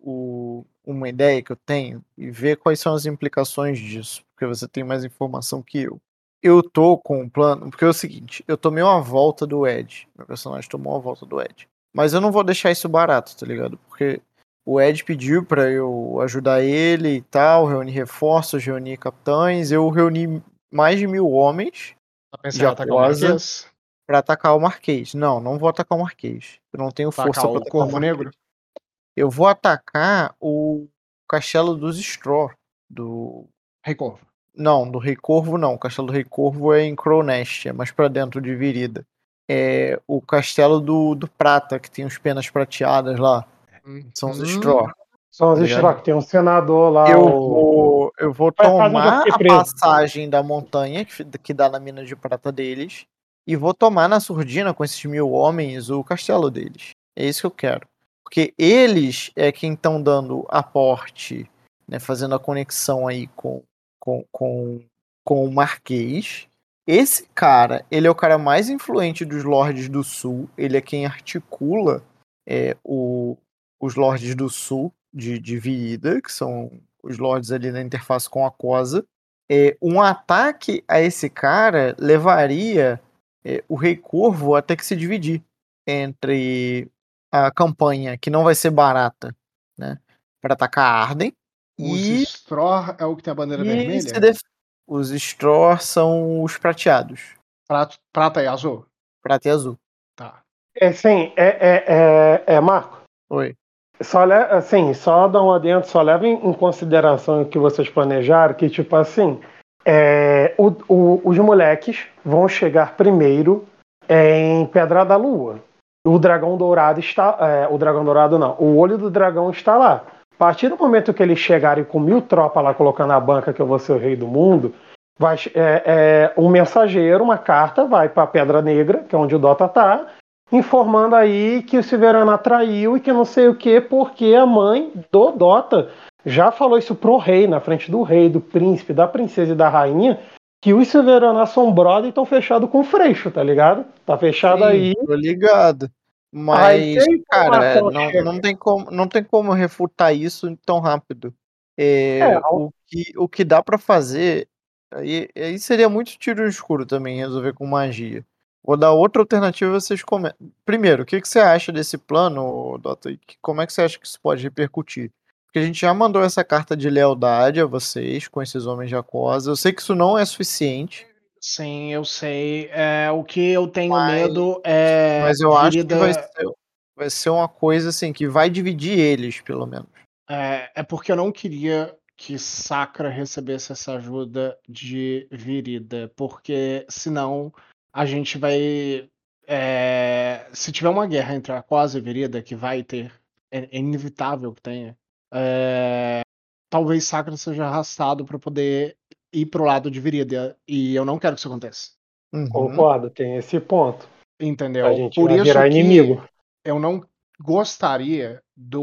uma ideia que eu tenho e vê quais são as implicações disso, porque você tem mais informação que eu. Eu tô com um plano, porque é o seguinte, eu tomei uma volta do Ed, meu personagem tomou uma volta do Ed, mas eu não vou deixar isso barato, tá ligado? Porque o Ed pediu pra eu ajudar ele e tal, reunir reforços, reunir capitães, eu reuni mais de 1000 homens
de Aquosa
pra atacar o Marquês. Não vou atacar o Marquês, eu não tenho força pra atacar o
Corvo Negro.
Eu vou atacar o Castelo dos Straw, do
Rei Corvo.
Não, do Rei Corvo não. O Castelo do Rei Corvo é em Crownest, é mais pra dentro de Virida. É o Castelo do Prata, que tem os penas prateadas lá. São os Straw.
São os Straw, que tem um senador lá.
Eu vou tomar a passagem da montanha, que dá na mina de prata deles, e vou tomar na surdina com esses 1000 homens o castelo deles. É isso que eu quero. Porque eles é quem estão dando aporte, né, fazendo a conexão aí com o Marquês. Esse cara, ele é o cara mais influente dos Lordes do Sul. Ele é quem articula os Lordes do Sul de Virida, que são os Lordes ali na interface com a Cosa. Um ataque a esse cara levaria o Rei Corvo a ter que se dividir entre a campanha, que não vai ser barata, né, para atacar a Arden.
Os Stror é o que tem a bandeira vermelha?
Os Stror são os prateados.
Prata e azul?
Prata e azul.
Tá.
Sim, Marco.
Oi.
Só dar um adendo, só leva em consideração o que vocês planejaram, que tipo assim, os moleques vão chegar primeiro em Pedra da Lua. O dragão dourado está. O dragão dourado não. O olho do dragão está lá. A partir do momento que eles chegarem com 1000 tropas lá colocando a banca que eu vou ser o rei do mundo, um mensageiro, uma carta, vai para Pedra Negra, que é onde o Dota está, informando aí que o Silverano atraiu e que não sei o que, porque a mãe do Dota já falou isso pro rei, na frente do rei, do príncipe, da princesa e da rainha, que os Silveranos são brother e estão fechados com o Freixo, tá ligado? Tá fechado. Sim, aí.
Tô ligado. Mas, cara, não tem como refutar isso tão rápido. O que dá pra fazer, aí seria muito tiro no escuro também, resolver com magia. Vou dar outra alternativa, vocês comentam. Primeiro, o que você acha desse plano, Dota? Como é que você acha que isso pode repercutir? Porque a gente já mandou essa carta de lealdade a vocês, com esses homens de Aquosa. Eu sei que isso não é suficiente.
Sim, eu sei. O que eu tenho medo é...
Mas eu acho que vai ser uma coisa assim, que vai dividir eles, pelo menos.
É porque eu não queria que Sacra recebesse essa ajuda de Virida, porque senão a gente vai... se tiver uma guerra entre Aquosa e Virida, que vai ter, é inevitável que tenha, talvez Sacra seja arrastado para poder ir pro lado de Virida, e eu não quero que isso aconteça.
Concordo, tem esse ponto.
Entendeu?
A gente
Por
vai
isso
virar inimigo.
Eu não gostaria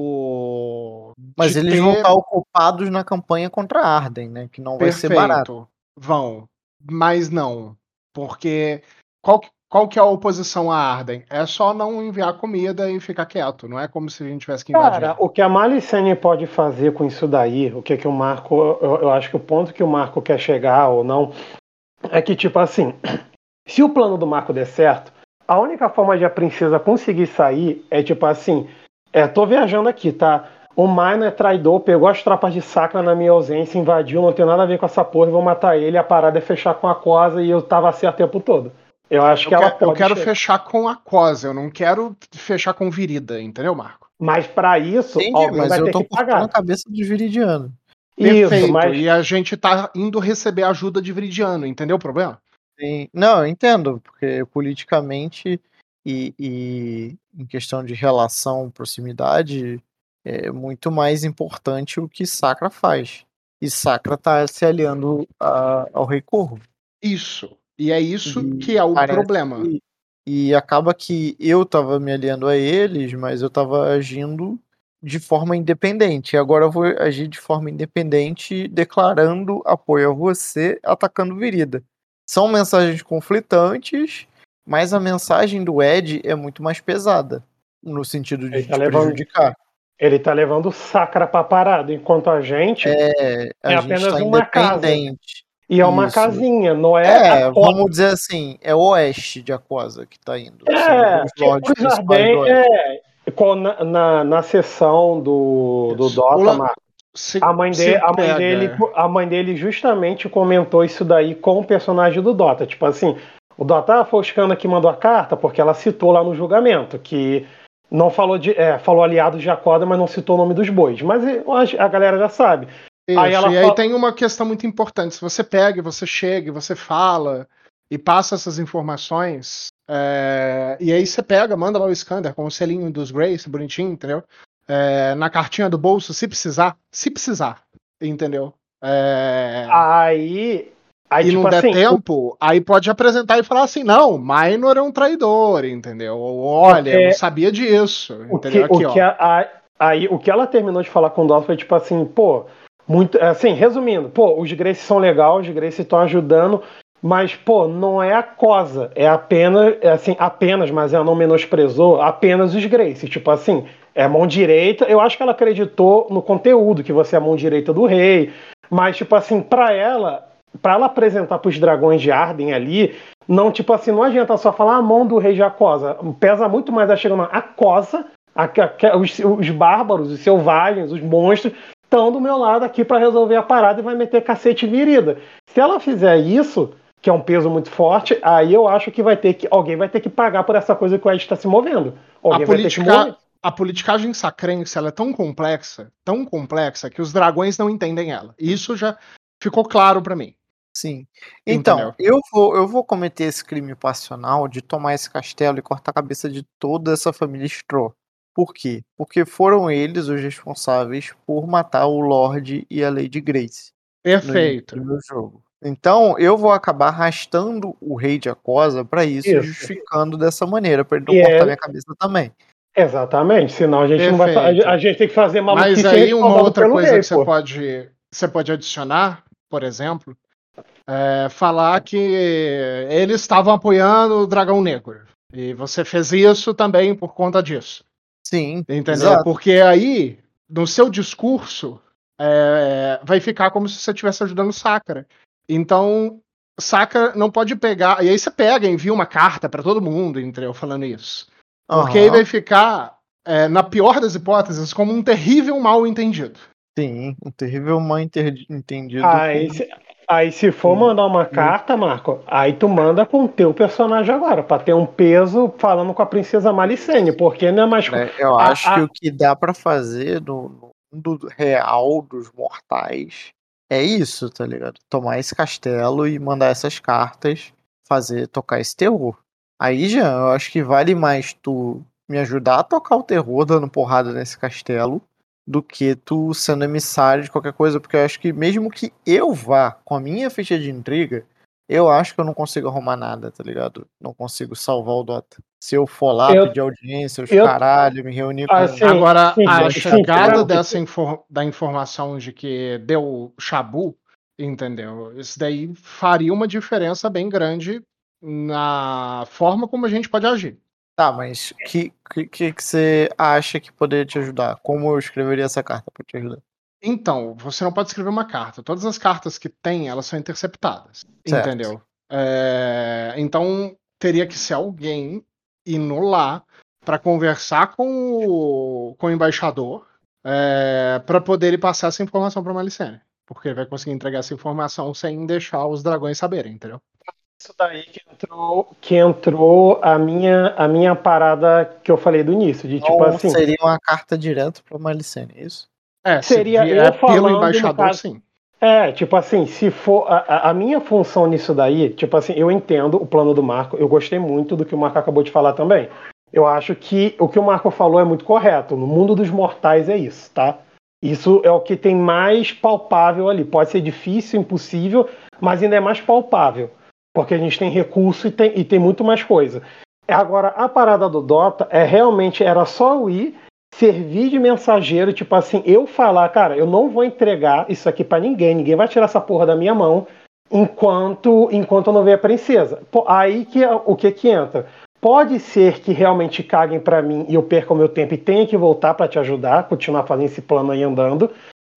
Mas eles vão estar ocupados na campanha contra a Arden, né? Que não vai ser barato.
Vão, mas não. Porque qual que é a oposição à Arden? É só não enviar comida e ficar quieto. Não é como se a gente tivesse que invadir.
Cara, o que a Malicene pode fazer com isso daí, o que o Marco... Eu acho que o ponto que o Marco quer chegar ou não é que, tipo assim, se o plano do Marco der certo, a única forma de a princesa conseguir sair é tipo assim, tô viajando aqui, tá? O Minor é traidor, pegou as tropas de Sacra na minha ausência, invadiu, não tem nada a ver com essa porra, vou matar ele, a parada é fechar com a Cosa e eu tava certo o tempo todo. Eu acho que ela pode...
Eu quero fechar com a Cosa, eu não quero fechar com Virida, entendeu, Marco?
Mas pra isso,
alguém vai ter que pagar. A cabeça de Viridiano.
Perfeito, e a gente tá indo receber ajuda de Viridiano, entendeu o problema?
Sim. Não, eu entendo, porque politicamente e em questão de relação, proximidade, é muito mais importante o que Sacra faz. E Sacra tá se aliando ao Rei Corvo.
Isso. E é isso que é o problema.
E acaba que eu tava me aliando a eles, mas eu tava agindo de forma independente. Agora eu vou agir de forma independente, declarando apoio a você, atacando Virida. São mensagens conflitantes, mas a mensagem do Ed é muito mais pesada, no sentido de te prejudicar.
Ele tá levando Sacra pra parada, enquanto a gente
é
apenas
tá
uma casa. E é uma casinha, não
vamos dizer assim, é o oeste de Aquosa que tá indo.
Na sessão do Dota, Marco, a mãe dele justamente comentou isso daí com o personagem do Dota. Tipo assim, o Dota foi o Scana que mandou a carta, porque ela citou lá no julgamento, que não falou falou aliados de Aquosa, mas não citou o nome dos bois. Mas a galera já sabe.
Isso, aí tem uma questão muito importante. Se você pega, você chega, você fala e passa essas informações, e aí você pega, manda lá o scanner com o selinho dos Grace, bonitinho, entendeu? Na cartinha do bolso, se precisar, entendeu?
Aí Aí,
e
tipo
não der
assim,
tempo, aí pode apresentar e falar assim, não, Minor é um traidor, entendeu? Ou, olha, eu não sabia disso, entendeu? Aqui, ó.
Aí, o que ela terminou de falar com o Dota foi tipo assim, pô, muito, assim, resumindo, pô, os Grace são legais, os Grace estão ajudando, mas, pô, não é a Cosa, é apenas, assim, apenas, mas ela não menosprezou, apenas os Grace, tipo assim, é mão direita, eu acho que ela acreditou no conteúdo, que você é a mão direita do rei, mas, tipo assim, pra ela apresentar pros dragões de Arden ali, não, tipo assim, não adianta só falar a mão do rei Jacosa, pesa muito mais a chegar a Cosa, os bárbaros, os selvagens, os monstros estão do meu lado aqui para resolver a parada e vai meter cacete e virida. Se ela fizer isso, que é um peso muito forte, aí eu acho que alguém vai ter que pagar por essa coisa que o Ed está se movendo. Alguém vai ter que morrer.
A politicagem sacrense ela é tão complexa, que os dragões não entendem ela. Isso já ficou claro para mim.
Sim. Então, eu vou cometer esse crime passional de tomar esse castelo e cortar a cabeça de toda essa família Straw. Por quê? Porque foram eles os responsáveis por matar o Lorde e a Lady Grace.
Perfeito.
No meu jogo. Então, eu vou acabar arrastando o Rei de Acosa para isso, justificando dessa maneira, para ele não cortar minha cabeça também.
Exatamente, senão a gente não vai. A gente tem que fazer maluquice.
Mas aí uma outra coisa que você pode adicionar, por exemplo, é falar que eles estavam apoiando o Dragão Negro. E você fez isso também por conta disso.
Sim.
Entendeu?
Exato.
Porque aí, no seu discurso, vai ficar como se você estivesse ajudando Sakura. Então, Sakura não pode pegar. E aí você pega e envia uma carta para todo mundo, entendeu? Falando isso. Porque aí vai ficar, na pior das hipóteses, como um terrível mal entendido.
Sim, um terrível mal entendido.
Aí se for mandar uma carta, Marco, aí tu manda com o teu personagem agora, pra ter um peso falando com a princesa Malicene, porque não é mais...
Eu acho que o que dá pra fazer no mundo real dos mortais é isso, tá ligado? Tomar esse castelo e mandar essas cartas, tocar esse terror. Aí, Jean, eu acho que vale mais tu me ajudar a tocar o terror dando porrada nesse castelo do que tu sendo emissário de qualquer coisa, porque eu acho que mesmo que eu vá com a minha ficha de intriga, eu acho que eu não consigo arrumar nada, tá ligado? Não consigo salvar o Dota. Se eu for lá pedir audiência, os caralho, me reunir com...
Agora, a chegada da informação de que deu chabu, entendeu? Isso daí faria uma diferença bem grande na forma como a gente pode agir.
Tá, mas o que você acha que poderia te ajudar? Como eu escreveria essa carta para te ajudar?
Então, você não pode escrever uma carta. Todas as cartas que tem, elas são interceptadas.
Certo.
Entendeu? Então, teria que ser alguém indo lá para conversar com o embaixador para poder ele passar essa informação para Malicene. Porque ele vai conseguir entregar essa informação sem deixar os dragões saberem, entendeu?
Isso daí que entrou a minha parada que eu falei do início, de tipo assim...
Seria uma carta direto para Malicene, é isso?
Seria eu falando,
pelo embaixador, sim.
Tipo assim, se for a minha função nisso daí, tipo assim, eu entendo o plano do Marco, eu gostei muito do que o Marco acabou de falar também. Eu acho que o que o Marco falou é muito correto. No mundo dos mortais é isso, tá? Isso é o que tem mais palpável ali. Pode ser difícil, impossível, mas ainda é mais palpável. Porque a gente tem recurso e tem muito mais coisa. Agora, a parada do Dota realmente era só o ir, servir de mensageiro, tipo assim, eu falar, cara, eu não vou entregar isso aqui pra ninguém vai tirar essa porra da minha mão enquanto eu não ver a princesa. Aí o que entra? Pode ser que realmente caguem pra mim e eu perca o meu tempo e tenha que voltar pra te ajudar, continuar fazendo esse plano aí andando,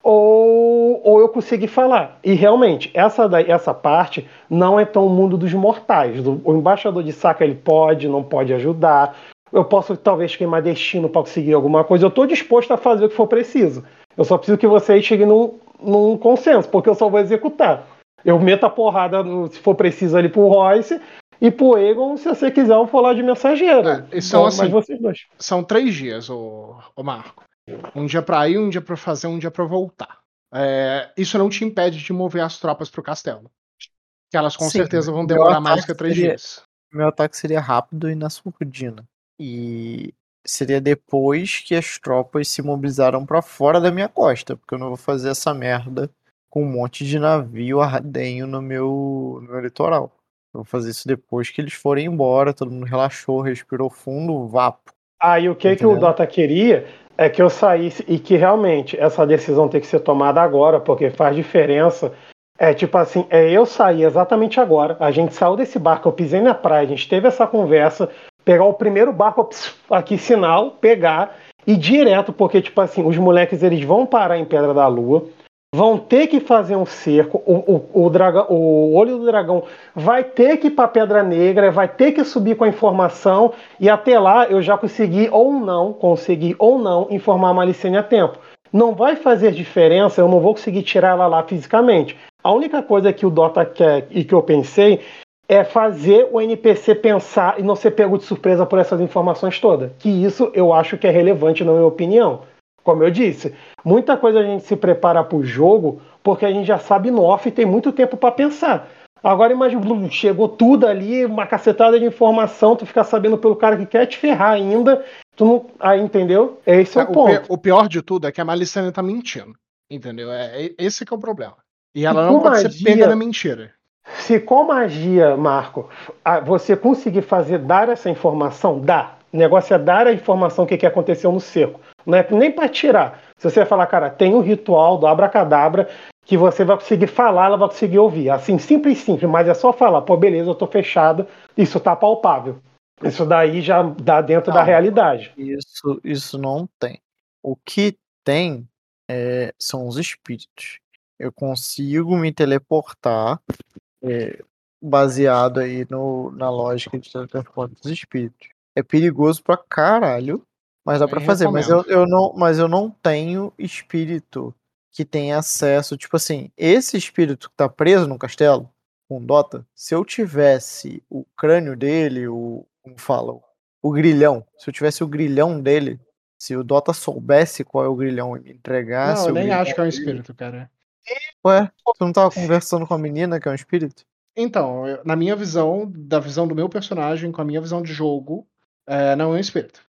ou eu consegui falar. E realmente, essa parte não é tão o mundo dos mortais. O embaixador de Saca, ele não pode ajudar. Eu posso talvez queimar destino para conseguir alguma coisa. Eu estou disposto a fazer o que for preciso. Eu só preciso que vocês cheguem num consenso, porque eu só vou executar. Eu meto a porrada, se for preciso, ali pro Royce e pro Egon, se você quiser, eu vou lá de mensageiro.
Mas vocês dois. São 3 dias, ô Marco. Um dia pra ir, um dia pra fazer, um dia pra voltar. Isso não te impede de mover as tropas pro castelo. Que elas com certeza vão demorar mais que 3 dias.
Meu ataque seria rápido e na surdina. E seria depois que as tropas se mobilizaram pra fora da minha costa, porque eu não vou fazer essa merda com um monte de navio ardenho no meu litoral. Eu vou fazer isso depois que eles forem embora, todo mundo relaxou, respirou fundo, vapo.
Aí o que o Dota queria é que eu saísse e que realmente essa decisão tem que ser tomada agora, porque faz diferença. É tipo assim, eu sair exatamente agora, a gente saiu desse barco, eu pisei na praia, a gente teve essa conversa, pegar o primeiro barco aqui, sinal, pegar e direto, porque tipo assim, os moleques eles vão parar em Pedra da Lua, vão ter que fazer um cerco, o olho do dragão vai ter que ir para Pedra Negra, vai ter que subir com a informação, e até lá eu já consegui ou não informar a Malicene a tempo. Não vai fazer diferença, eu não vou conseguir tirar ela lá fisicamente. A única coisa que o Dota quer e que eu pensei é fazer o NPC pensar e não ser pego de surpresa por essas informações todas. Que isso eu acho que é relevante na minha opinião. Como eu disse, muita coisa a gente se prepara para o jogo porque a gente já sabe no off e tem muito tempo para pensar. Agora imagina, chegou tudo ali, uma cacetada de informação, tu ficar sabendo pelo cara que quer te ferrar ainda, tu não, aí entendeu? Esse é o ponto.
O pior de tudo é que a Malicene tá mentindo, entendeu? Esse que é o problema. E ela não pode ser pega na mentira.
Se com magia, Marco, você conseguir dar essa informação, dá. O negócio é dar a informação que aconteceu no cerco. Não é nem para tirar. Se você falar, cara, tem um ritual do abracadabra que você vai conseguir falar, ela vai conseguir ouvir. Assim, simples, mas é só falar, pô, beleza, eu tô fechado, isso tá palpável. Isso daí já dá dentro da realidade.
Isso não tem. O que tem são os espíritos. Eu consigo me teleportar baseado aí na lógica de teletransporte dos espíritos. É perigoso pra caralho, mas dá pra fazer. Mas eu não tenho espírito que tem acesso. Tipo assim, esse espírito que tá preso no castelo com Dota, se eu tivesse o crânio dele, como falam, o grilhão, se eu tivesse o grilhão dele, se o Dota soubesse qual é o grilhão e me entregasse.
Não, eu nem acho que é um espírito, cara.
Ué, tu não tava conversando com a menina que é um espírito?
Então, na minha visão, da visão do meu personagem, com a minha visão de jogo, não é um espírito.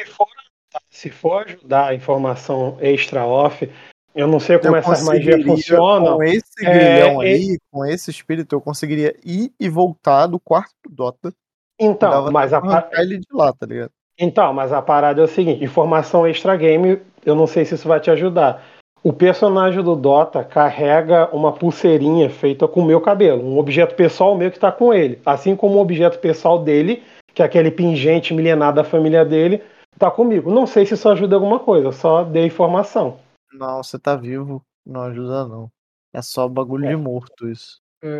Se for ajudar a informação extra-off, eu não sei como essas magias funcionam.
Com esse grilhão aí, com esse espírito, eu conseguiria ir e voltar do quarto do Dota.
Então, mas
ele de lá, tá ligado?
Então, mas a parada é o seguinte, informação extra game, eu não sei se isso vai te ajudar. O personagem do Dota carrega uma pulseirinha feita com o meu cabelo, um objeto pessoal meu que tá com ele. Assim como o objeto pessoal dele, que é aquele pingente milenar da família dele, tá comigo. Não sei se isso ajuda alguma coisa, só dei informação.
Não, você tá vivo, não ajuda não. É só bagulho de morto isso.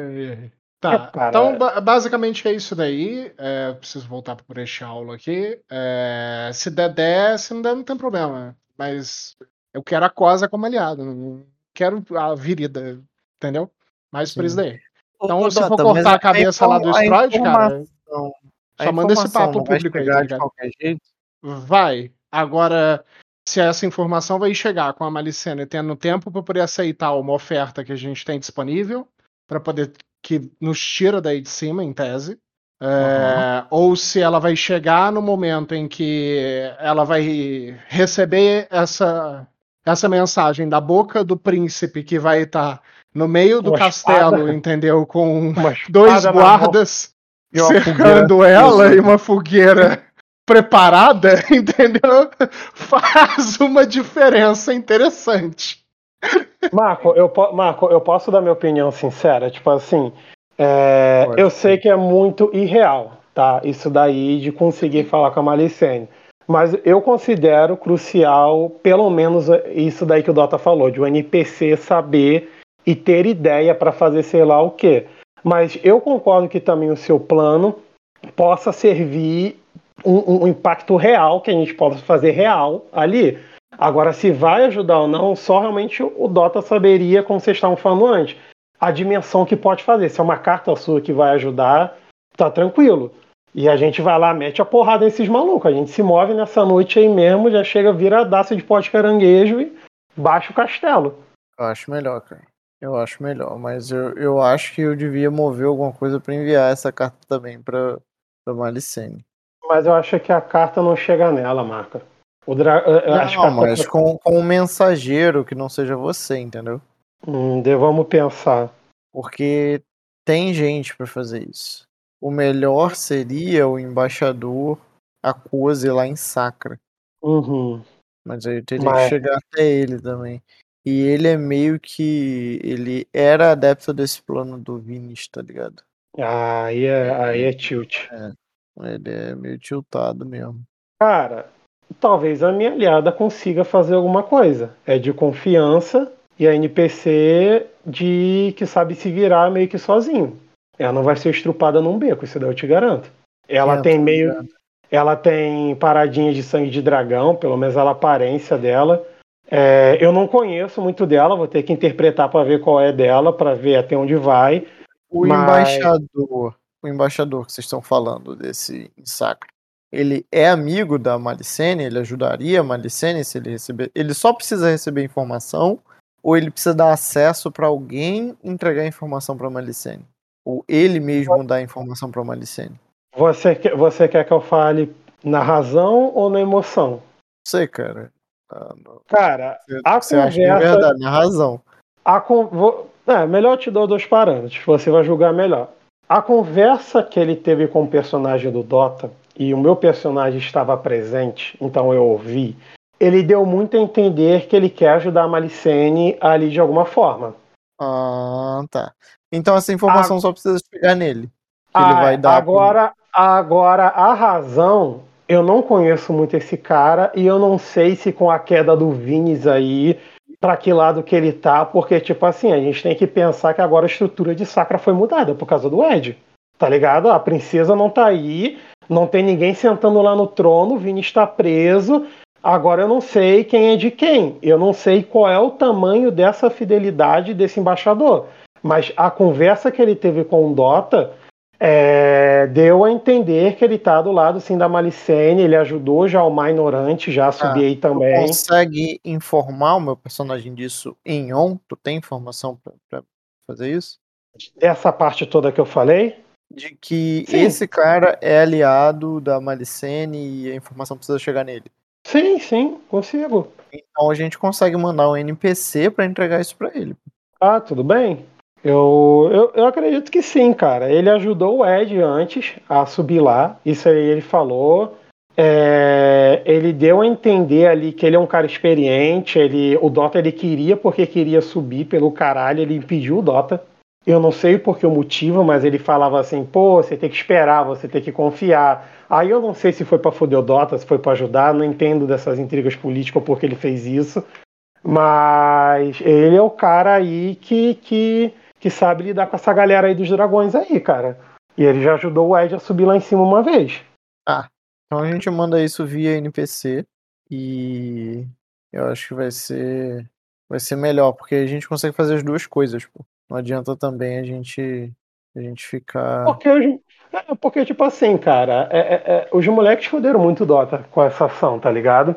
Tá, então basicamente é isso daí. Preciso voltar por este aula aqui. Se der, se não der, não tem problema. Mas eu quero a Cosa como aliado. Não quero a Virida, entendeu? Mais por isso daí. Então, se for cortar a cabeça lá do Stroid, cara, só manda esse papo público aí, tá ligado?
De qualquer jeito?
Vai. Agora, se essa informação vai chegar com a Malicene tendo tempo para poder aceitar uma oferta que a gente tem disponível, para poder que nos tira daí de cima, em tese, ou se ela vai chegar no momento em que ela vai receber essa mensagem da boca do príncipe que vai estar no meio do castelo, entendeu? Com 2 guardas cercando ela e uma fogueira preparada, entendeu? Faz uma diferença interessante.
Marco, eu posso dar minha opinião sincera? Tipo assim, eu sei que é muito irreal, tá? Isso daí de conseguir falar com a Malicene. Mas eu considero crucial, pelo menos isso daí que o Dota falou, de um NPC saber e ter ideia para fazer sei lá o quê. Mas eu concordo que também o seu plano possa servir um impacto real, que a gente possa fazer real ali. Agora, se vai ajudar ou não, só realmente o Dota saberia, como vocês estavam falando antes, a dimensão que pode fazer. Se é uma carta sua que vai ajudar, tá tranquilo. E a gente vai lá, mete a porrada nesses malucos. A gente se move nessa noite aí mesmo, já chega viradaça de pó de caranguejo e baixa o castelo.
Eu acho melhor, cara. Eu acho melhor, mas eu acho que eu devia mover alguma coisa pra enviar essa carta também pra Malicene.
Mas eu acho que a carta não chega nela, Marca.
Não, mas com um mensageiro que não seja você, entendeu?
Vamos pensar.
Porque tem gente pra fazer isso. O melhor seria o embaixador Akose lá em Sacra.
Uhum.
Mas aí eu teria que chegar até ele também. E ele é meio que... Ele era adepto desse plano do Vinis, tá ligado?
Aí é tilt.
Ele é meio tiltado mesmo.
Cara, talvez a minha aliada consiga fazer alguma coisa. É de confiança e a NPC de que sabe se virar meio que sozinho. Ela não vai ser estrupada num beco, isso daí eu te garanto. Ela tem paradinha de sangue de dragão, pelo menos a aparência dela. Eu não conheço muito dela, vou ter que interpretar para ver qual é dela, para ver até onde vai.
O embaixador que vocês estão falando desse Sacra, ele é amigo da Malicene? Ele ajudaria a Malicene se ele receber? Ele só precisa receber informação ou ele precisa dar acesso para alguém entregar informação para Malicene? Ou ele mesmo dá informação para Malicene?
Você quer que eu fale na razão ou na emoção?
Não sei, cara.
Cara,
você acha que é verdade, na razão.
Melhor eu te dou 2 parâmetros, você vai julgar melhor. A conversa que ele teve com o personagem do Dota, e o meu personagem estava presente, então eu ouvi, ele deu muito a entender que ele quer ajudar a Malicene ali de alguma forma.
Ah, tá. Então essa informação só precisa chegar nele. Que ele vai dar
agora, a razão, eu não conheço muito esse cara e eu não sei se com a queda do Vinis aí, pra que lado que ele tá, porque, tipo assim, a gente tem que pensar que agora a estrutura de Sacra foi mudada por causa do Ed, tá ligado? A princesa não tá aí, não tem ninguém sentando lá no trono, o Vinis está preso, agora eu não sei quem é de quem, eu não sei qual é o tamanho dessa fidelidade desse embaixador, mas a conversa que ele teve com o Dota deu a entender que ele tá do lado sim da Malicene, ele ajudou já o Minorante, já subi aí também.
Tu consegue informar o meu personagem disso em on? Tu tem informação pra fazer isso?
Essa parte toda que eu falei?
De que esse cara é aliado da Malicene e a informação precisa chegar nele.
Sim, consigo.
Então a gente consegue mandar um NPC pra entregar isso pra ele.
Ah, tudo bem. Eu acredito que sim, cara. Ele ajudou o Ed antes a subir lá. Isso aí ele falou. Ele deu a entender ali que ele é um cara experiente. O Dota ele queria porque queria subir pelo caralho. Ele impediu o Dota. Eu não sei por que o motivo, mas ele falava assim: pô, você tem que esperar, você tem que confiar. Aí eu não sei se foi pra foder o Dota, se foi pra ajudar. Não entendo dessas intrigas políticas porque ele fez isso. Mas ele é o cara aí que sabe lidar com essa galera aí dos dragões aí, cara. E ele já ajudou o Ed a subir lá em cima uma vez.
Então a gente manda isso via NPC e eu acho que vai ser melhor, porque a gente consegue fazer as duas coisas, pô. Não adianta também a gente ficar...
Porque tipo assim, cara, os moleques foderam muito Dota com essa ação, tá ligado?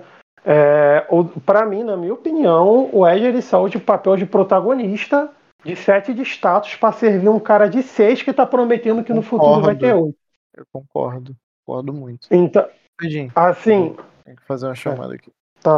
Pra mim, na minha opinião, o Ed ele saiu de papel de protagonista de 7 de status pra servir um cara de 6 que tá prometendo que no futuro vai ter 8.
Eu concordo muito.
Então, assim...
Tem que fazer uma chamada aqui.
Tá.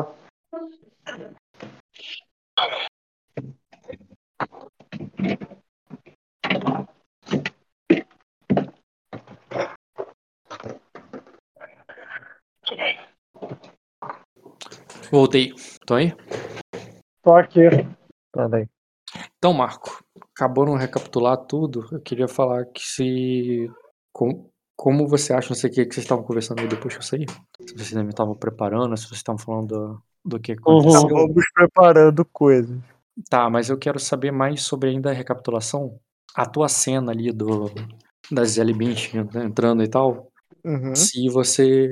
Voltei. Tô aí?
Tô aqui.
Tá daí.
Então, Marco, acabou de recapitular tudo. Eu queria falar que como você acha, não sei o que vocês estavam conversando aí depois que eu saí? Se vocês ainda estavam preparando, se vocês estavam falando do que aconteceu.
Estávamos preparando coisas.
Tá, mas eu quero saber mais sobre ainda a recapitulação. A tua cena ali da Gisele Bündchen entrando e tal. Se você...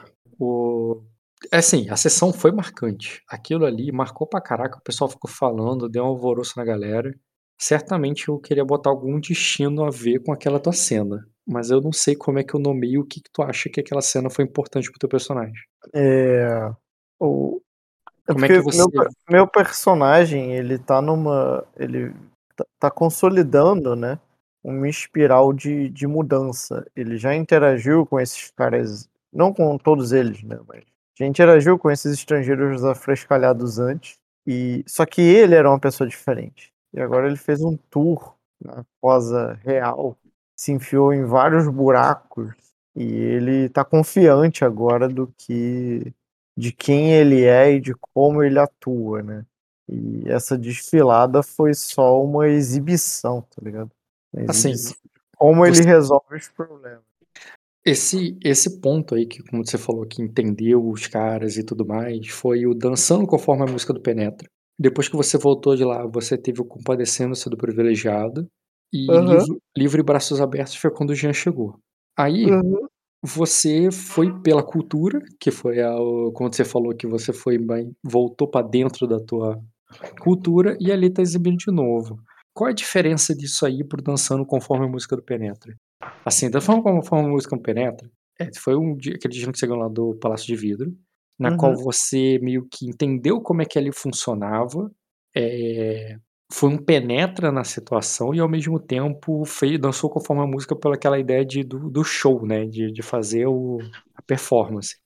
assim, a sessão foi marcante. Aquilo ali marcou pra caraca. O pessoal ficou falando, deu um alvoroço na galera. Certamente eu queria botar algum destino a ver com aquela tua cena. Mas eu não sei como é que eu nomeio o que tu acha que aquela cena foi importante pro teu personagem. Como é que você...
Meu personagem, ele tá ele tá consolidando, né, uma espiral de mudança. Ele já interagiu com esses caras, não com todos eles, né, mas já interagiu com esses estrangeiros afrescalhados antes. Só que ele era uma pessoa diferente. E agora ele fez um tour na Fosa Real, se enfiou em vários buracos e ele tá confiante agora de quem ele é e de como ele atua, né? E essa desfilada foi só uma exibição, tá ligado? Uma exibição de como ele resolve os problemas.
Esse ponto aí que, como você falou, que entendeu os caras e tudo mais, foi o Dançando Conforme a Música do Penetra. Depois que você voltou de lá, você teve o Compadecendo-se do Privilegiado. E Livre e Braços Abertos foi quando o Jean chegou. Aí, você foi pela cultura, que foi como você falou, que você voltou pra dentro da tua cultura, e ali tá exibindo de novo. Qual é a diferença disso aí pro Dançando Conforme a Música do Penetra? Assim, da forma como a música penetra, foi aquele dia que você ganhou lá do Palácio de Vidro, na qual você meio que entendeu como é que ali funcionava, foi um penetra na situação e ao mesmo tempo dançou conforme a música pela aquela ideia do show, né, de fazer a performance.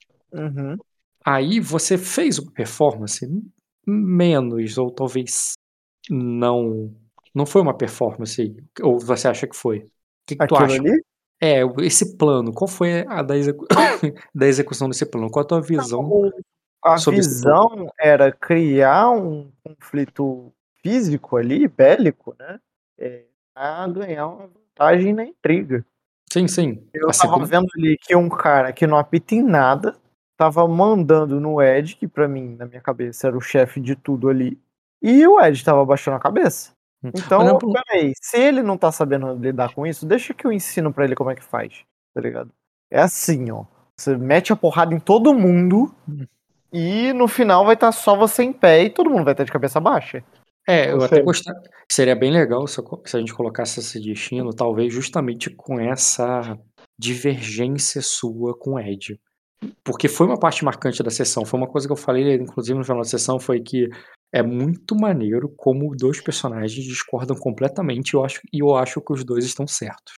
Aí você fez uma performance menos, ou talvez não foi uma performance, ou você acha que foi? O que tu
Aquilo
acha?
ali?
Esse plano, qual foi a da execução desse plano? Qual a tua visão
A
sobre esse plano?
visão era criar um conflito físico ali, bélico, né? A ganhar uma vantagem na intriga.
Sim, sim.
Eu
Assim
tava vendo ali que um cara que não apita em nada tava mandando no Ed, que pra mim, na minha cabeça, era o chefe de tudo ali, e o Ed tava baixando a cabeça. Então, peraí, se ele não tá sabendo lidar com isso, deixa que eu ensino pra ele como é que faz, tá ligado? É assim, ó. Você mete a porrada em todo mundo e no final vai estar só você em pé e todo mundo vai estar de cabeça baixa.
Eu até gostar. Seria bem legal se a gente colocasse esse destino, talvez justamente com essa divergência sua com o Ed. Porque foi uma parte marcante da sessão. Foi uma coisa que eu falei, inclusive, no final da sessão, foi que é muito maneiro como dois personagens discordam completamente, e eu acho que os dois estão certos.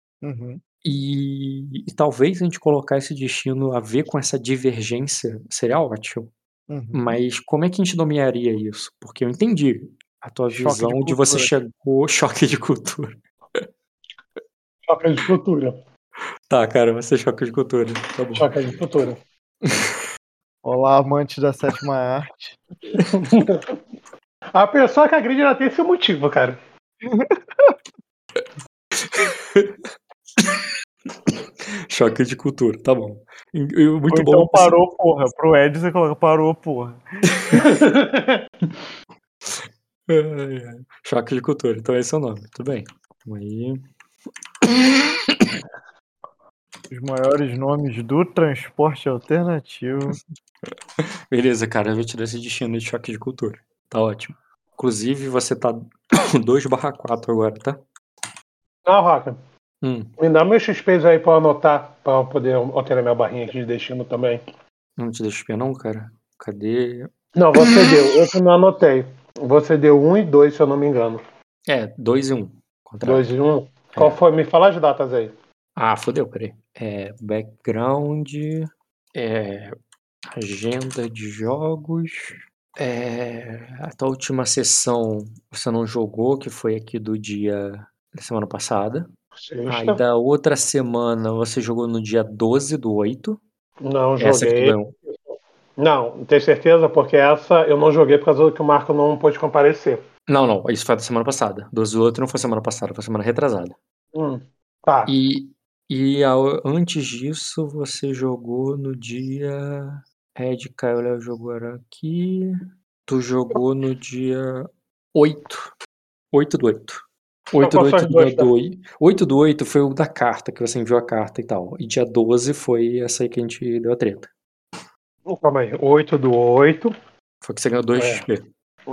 E talvez a gente colocar esse destino a ver com essa divergência seria ótimo. Mas como é que a gente nomearia isso? Porque eu entendi a tua visão de você chegou... Choque de cultura.
Choque de cultura.
Tá, cara, vai ser choque de cultura. Tá bom.
Choque de cultura.
Olá, amante da sétima arte.
A pessoa que agride, ela tem seu motivo, cara.
Choque de cultura, tá bom. Muito
ou
bom.
Então parou, porra. Pro Ed você coloca parou, porra.
Choque de cultura, então esse é o nome. Tudo bem. Aí.
Os maiores nomes do transporte alternativo.
Beleza, cara, eu vou te dar esse destino de choque de cultura. Tá ótimo. Inclusive, você tá 2/4 agora, tá?
Não, Roca. Me dá meus XPs aí pra eu anotar, pra eu poder alterar minha barrinha aqui de destino também.
Não te deu XP não, cara? Cadê?
Não, você deu. Eu que não anotei. Você deu 1 e 2, se eu não me engano.
2 e 1.
2 e 1? Qual foi? Me fala as datas aí.
Ah, fodeu, peraí. Background, agenda de jogos. A tua última sessão você não jogou, que foi aqui da semana passada.
Sexta.
Aí da outra semana você jogou no dia 12/8.
Não,
Essa que tu
joguei.
ganhou.
Não, tem certeza? Porque essa eu não joguei por causa do que o Marco não pôde comparecer.
Não, isso foi da semana passada. 12/8 não foi semana passada, foi semana retrasada.
Tá.
E antes disso você jogou no dia... Red Caio Léo jogou aqui. Tu jogou no dia 8. 8/8. 8/8 do dia 2. 8/8 foi o da carta, que você enviou a carta e tal. E dia 12 foi essa aí que a gente deu a treta.
Calma aí. 8/8.
Foi que você ganhou 2 XP.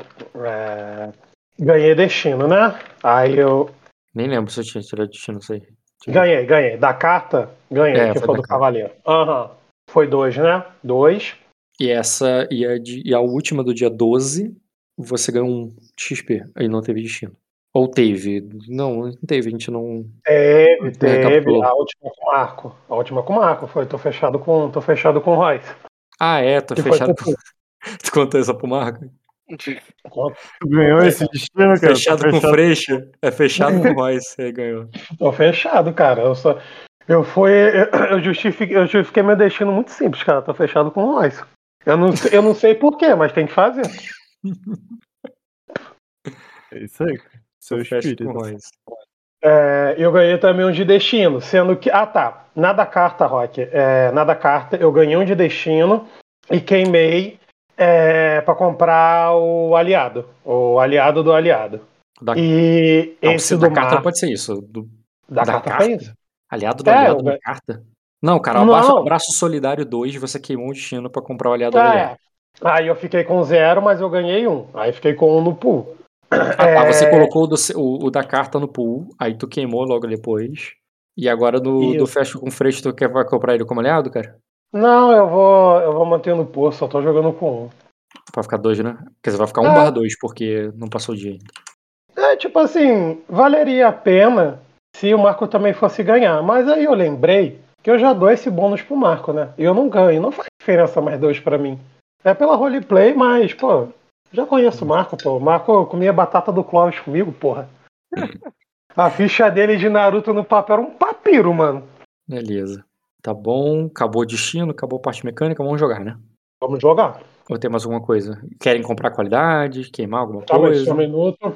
Ganhei destino, né? Aí eu...
Nem lembro se eu tinha tirado destino isso aí.
Ganhei. Da carta, ganhei, que foi do cavaleiro. Foi 2, né? 2.
E a última do dia 12, você ganhou 1 XP. Aí não teve destino. Ou teve? Não teve, a gente não...
Teve. A última com o Marco. A última com o Marco. Tô fechado com o Royce.
Tô fechado com... Tu contou essa pro Marco?
Tu ganhou esse destino, cara?
Fechado com Freixo. É fechado com Royce, aí ganhou.
Tô fechado, cara. Eu justifiquei meu destino muito simples, cara. Tô fechado com o Royce. Eu não sei porquê, mas tem que fazer.
É isso aí, cara. Seu espírito.
Com Royce.
Eu ganhei também um de destino, sendo que. Ah, tá. Nada carta, Rock. Nada carta. Eu ganhei um de destino e queimei pra comprar o aliado. O aliado do aliado. E
não,
esse
da
do
carta
mar...
não pode ser isso.
Da carta foi isso?
Aliado do aliado da carta? Não, cara,
não.
Abraço Solidário 2, você queimou um destino pra comprar o aliado do aliado.
Aí eu fiquei com 0, mas eu ganhei 1. Aí fiquei com 1 no pool.
Tá, você colocou o da carta no pool, aí tu queimou logo depois. E agora do Fecho com Freixo, tu vai comprar ele como aliado, cara?
Não, eu vou manter no pool, só tô jogando com 1.
Vai ficar 2, né? Quer dizer, vai ficar 1/2, porque não passou o dia ainda.
Tipo assim, valeria a pena se o Marco também fosse ganhar. Mas aí eu lembrei que eu já dou esse bônus pro Marco, né? E eu não ganho, não faz diferença mais 2 pra mim. É pela roleplay, mas, pô, já conheço o Marco, pô. O Marco comia batata do Clóvis comigo, porra. A ficha dele de Naruto no papel era um papiro, mano.
Beleza. Tá bom, acabou o destino, acabou a parte mecânica, vamos jogar, né?
Vamos jogar.
Ou tem mais alguma coisa? Querem comprar qualidade, queimar alguma coisa?
Só um minuto.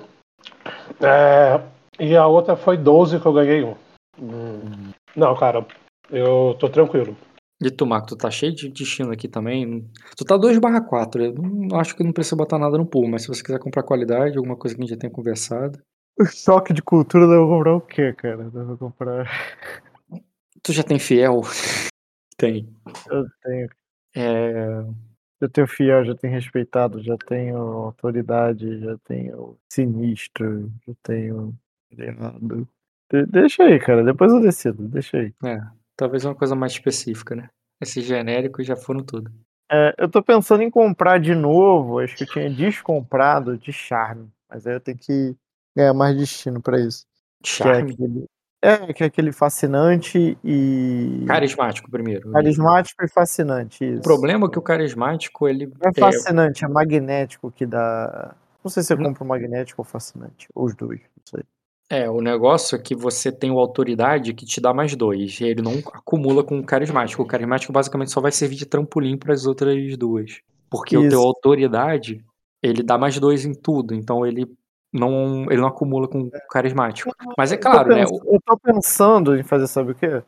E a outra foi 12 que eu ganhei 1. Não, cara, eu tô tranquilo.
E tu, Marco, tu tá cheio de destino aqui também. Tu tá 2/4. Eu não acho que não precisa botar nada no pool, mas se você quiser comprar qualidade, alguma coisa que a gente já tenha conversado.
O choque de cultura deve comprar o quê, cara? Deve comprar.
Tu já tem fiel? Tem.
Eu tenho. Eu tenho fiel, já tenho respeitado, já tenho autoridade, já tenho sinistro, já tenho treinado. Deixa aí, cara, depois eu decido, deixa aí.
Talvez uma coisa mais específica, né? Esses genéricos já foram tudo.
Eu tô pensando em comprar de novo, acho que eu tinha descomprado de charme, mas aí eu tenho que ganhar mais destino pra isso.
Charme?
Que é aquele fascinante e...
Carismático primeiro.
Carismático e fascinante, isso.
O problema é que o carismático, ele...
Não é fascinante, é magnético que dá... Não sei se você compra o magnético ou fascinante, ou os dois, não sei.
O negócio é que você tem o autoridade que te dá mais 2, e ele não acumula com o carismático. O carismático basicamente só vai servir de trampolim para as outras 2. Porque o teu autoridade, ele dá mais 2 em tudo, então ele não acumula com o carismático. Mas é claro, né?
Eu tô pensando em fazer, sabe o quê?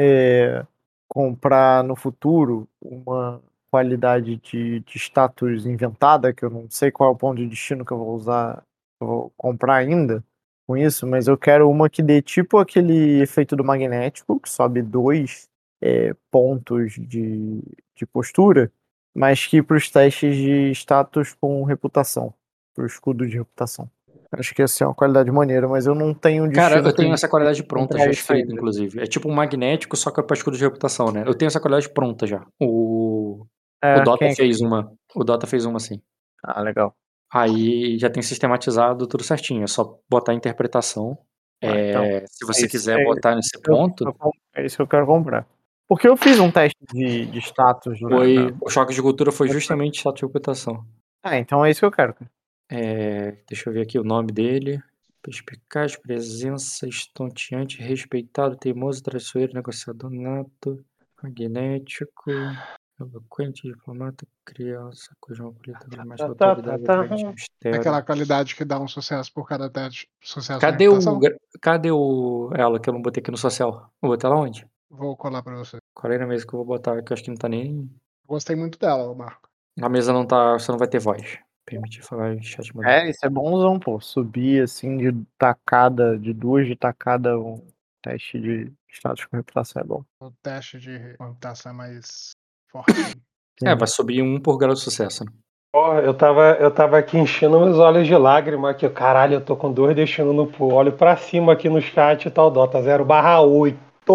Comprar no futuro uma qualidade de status inventada, que eu não sei qual é o ponto de destino que eu vou usar, eu vou comprar ainda com isso, mas eu quero uma que dê tipo aquele efeito do magnético, que sobe 2 pontos de postura, mas que para os testes de status com reputação, para o escudo de reputação. Acho que essa é uma qualidade maneira, mas eu não tenho destino.
Cara, eu tenho essa qualidade pronta, já escrita, inclusive. É tipo um magnético, só que é pra escudo de reputação, né? Eu tenho essa qualidade pronta já. O Dota fez uma. O Dota fez uma, assim.
Ah, legal.
Aí já tem sistematizado tudo certinho. É só botar a interpretação.
Então,
se você quiser botar nesse ponto.
É isso que eu quero comprar. Porque eu fiz um teste de status.
O choque de cultura foi justamente status de reputação.
Então é isso que eu quero.
Deixa eu ver aqui o nome dele. Perspicaz, presença, estonteante, respeitado, teimoso, traiçoeiro, negociador nato, magnético, eloquente, diplomata, criança, cuja política tem mais autoridade, mistério.
Aquela qualidade que dá um sucesso por cada teste. Sucesso.
Cadê ela que eu não botei aqui no social? Vou botar ela onde?
Vou colar pra você.
Qual é a mesa que eu vou botar? Que eu acho que não tá nem...
Gostei muito dela, Marco.
A mesa não tá... Você não vai ter voz. Permitir falar em chat.
Isso é bonzão, pô. Subir assim de tacada, de 2 de tacada, um teste de status com reputação é bom.
O teste de reputação é mais forte.
Vai subir 1 por grau de sucesso, né?
Eu tava aqui enchendo meus olhos de lágrima aqui. Caralho, eu tô com 2 destinos no pool. Olho pra cima aqui no chat e tal, Dota 0/8.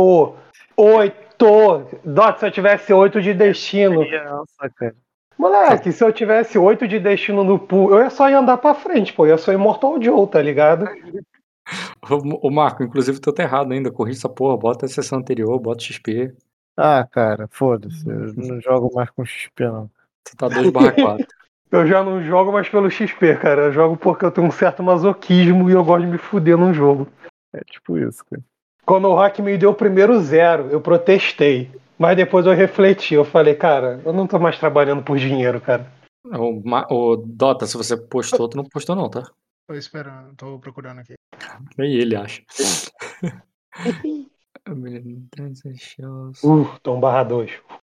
8! Dota, se eu tivesse 8 de destino.
Nossa, cara.
Moleque, se eu tivesse 8 de destino no pool, eu só ia andar pra frente, pô. Eu sou Immortal Joe, tá ligado?
Ô Marco, inclusive tu tá errado ainda. Corri essa porra, bota a sessão anterior, bota XP.
Ah, cara, foda-se. Eu não jogo mais com XP, não.
Tu tá 2/4.
Eu já não jogo mais pelo XP, cara. Eu jogo porque eu tenho um certo masoquismo e eu gosto de me fuder num jogo.
É tipo isso, cara.
Quando o Rock me deu o primeiro 0, eu protestei. Mas depois eu refleti. Eu falei, cara, eu não tô mais trabalhando por dinheiro, cara.
O Dota, se você postou, tu não postou não, tá?
Tô esperando, tô procurando aqui.
Nem ele acha.
Tom /2.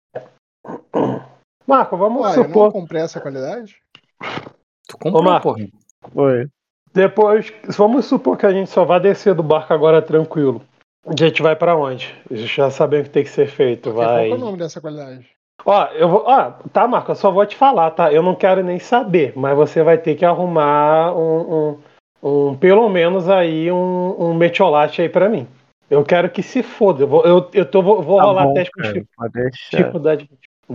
Marco, vamos
Olha, eu não
supor.
comprei essa qualidade.
Tu comprou,
Marco.
porra.
Foi.
Depois, vamos supor que a gente só vai descer do barco agora tranquilo. A gente vai pra onde? Já sabemos o que tem que ser feito.
Porque qual que é o
Vai.
nome dessa qualidade?
Ó, eu vou. Tá, Marco, eu só vou te falar, tá? Eu não quero nem saber, mas você vai ter que arrumar pelo menos aí um metiolate aí pra mim. Eu quero que se foda. Vou
Tá
rolar
bom,
teste com
cara, pode deixar.
dificuldade.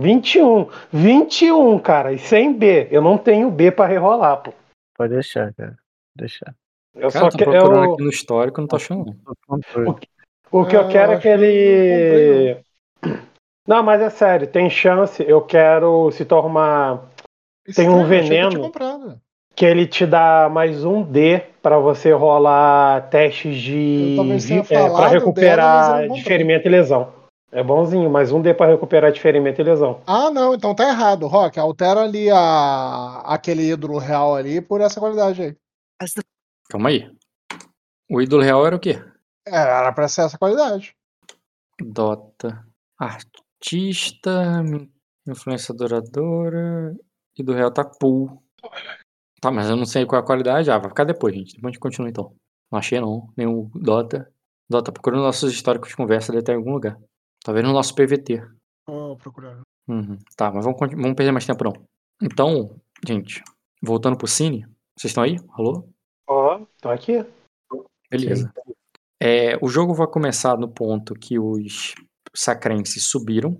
21, cara, e sem B. Eu não tenho B pra rerolar, pô.
Pode deixar, cara. Deixar.
Eu
Cara,
só
tô
quero.
procurando aqui no histórico, não tô achando não.
O que eu quero é
acho
que
que eu não comprei,
ele. Não, mas é sério, tem chance. Eu quero, se tu arrumar. Tem um
Estranho, achei que eu tinha
veneno
comprado.
que ele te dá mais um D pra você rolar testes
Eu talvez tenha
para
falado dela, mas eu
recuperar
não
de
comprei.
ferimento e lesão. É bonzinho, mais um D pra recuperar de ferimento e lesão.
Ah, não, então tá errado, Rock. Altera ali aquele ídolo real ali por essa qualidade aí.
Calma aí. O ídolo real era o quê?
Era pra ser essa qualidade.
Dota. Artista. Influência duradoura. E do real tá pool. Tá, mas eu não sei qual é a qualidade. Vai ficar depois, gente. Depois a gente continua então. Não achei não. Nenhum Dota. Dota, procurando nossos históricos de conversa, deve estar em algum lugar. Talvez no nosso PVT.
Procurando.
Tá, mas vamos perder mais tempo não. Então, gente, voltando pro Cine. Vocês estão aí? Alô?
Ó, tô aqui.
Beleza. O jogo vai começar no ponto que os sacrenses subiram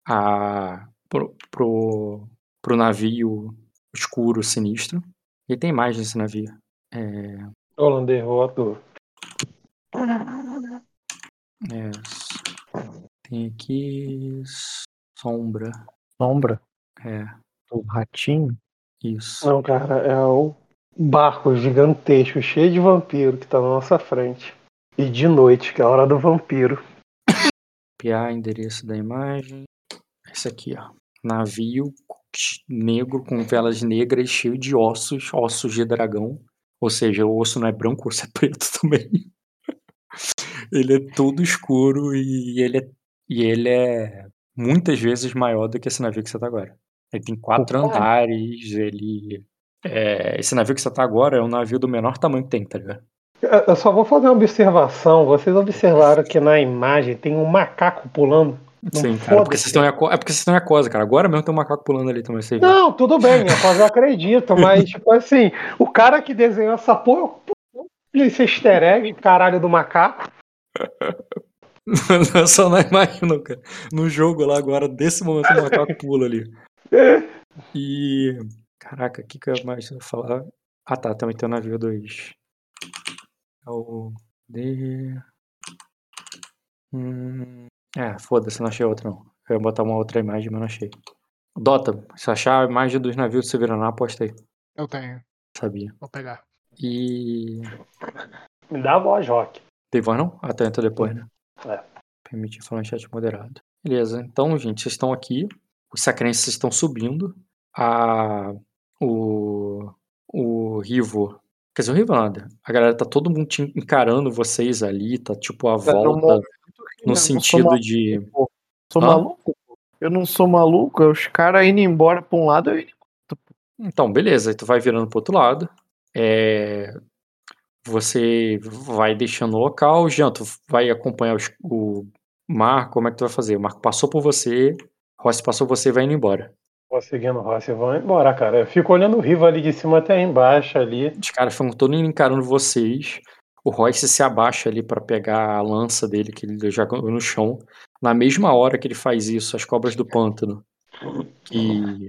pro navio escuro sinistro. E tem mais nesse navio.
Holandês voador.
Tem aqui sombra.
Sombra?
É,
O ratinho?
isso.
Não, cara, é o barco gigantesco, cheio de vampiro que tá na nossa frente. E de noite, que é a hora do vampiro.
Copiar endereço da imagem. Esse aqui, ó. Navio negro com velas negras, cheio de ossos de dragão. Ou seja, o osso não é branco, o osso é preto também. Ele é todo escuro e ele é muitas vezes maior do que esse navio que você tá agora. Ele tem 4 andares, esse navio que você tá agora é um navio do menor tamanho que tem, tá ligado?
Eu só vou fazer uma observação. Vocês observaram que na imagem tem um macaco pulando? Não,
sim, cara, porque vocês estão em Aquosa, cara. Agora mesmo tem um macaco pulando ali também, você viu?
Não, tudo bem, eu quase acredito, mas tipo assim, o cara que desenhou essa porra, esse easter egg, caralho do macaco.
Eu só não imagino, cara. No jogo lá agora, desse momento, o macaco pula ali. E. Caraca, o que eu mais ia falar? Ah tá, também tem o navio 2. É o. Foda-se, não achei outra não. Eu ia botar uma outra imagem, mas não achei. Dota, se achar a imagem dos navios do Severaná, aposta aí.
Eu tenho.
Sabia.
Vou pegar.
E.
Me dá a voz, Rock.
Tem voz não? Até entra depois, né?
É.
Permitir falar em chat moderado. Beleza, então, gente, vocês estão aqui. Os sacrenses estão subindo. O Rivo. Quer dizer, o Rivo nada. A galera tá todo mundo encarando vocês ali, tá tipo a volta. No sentido de.
Sou maluco? Eu não sou maluco, é os caras indo embora pra um lado, eu indo embora.
Então, beleza, aí tu vai virando pro outro lado. Você vai deixando o local. Jean, tu vai acompanhar o Marco. Como é que tu vai fazer? O Marco passou por você, Rossi passou por você e vai indo embora.
Vou seguindo o Rossi e vão embora, cara. Eu fico olhando o Rivo ali de cima até embaixo ali.
Os caras ficam todos encarando vocês. O Royce se abaixa ali pra pegar a lança dele, que ele jogou no chão. Na mesma hora que ele faz isso, as cobras do pântano, que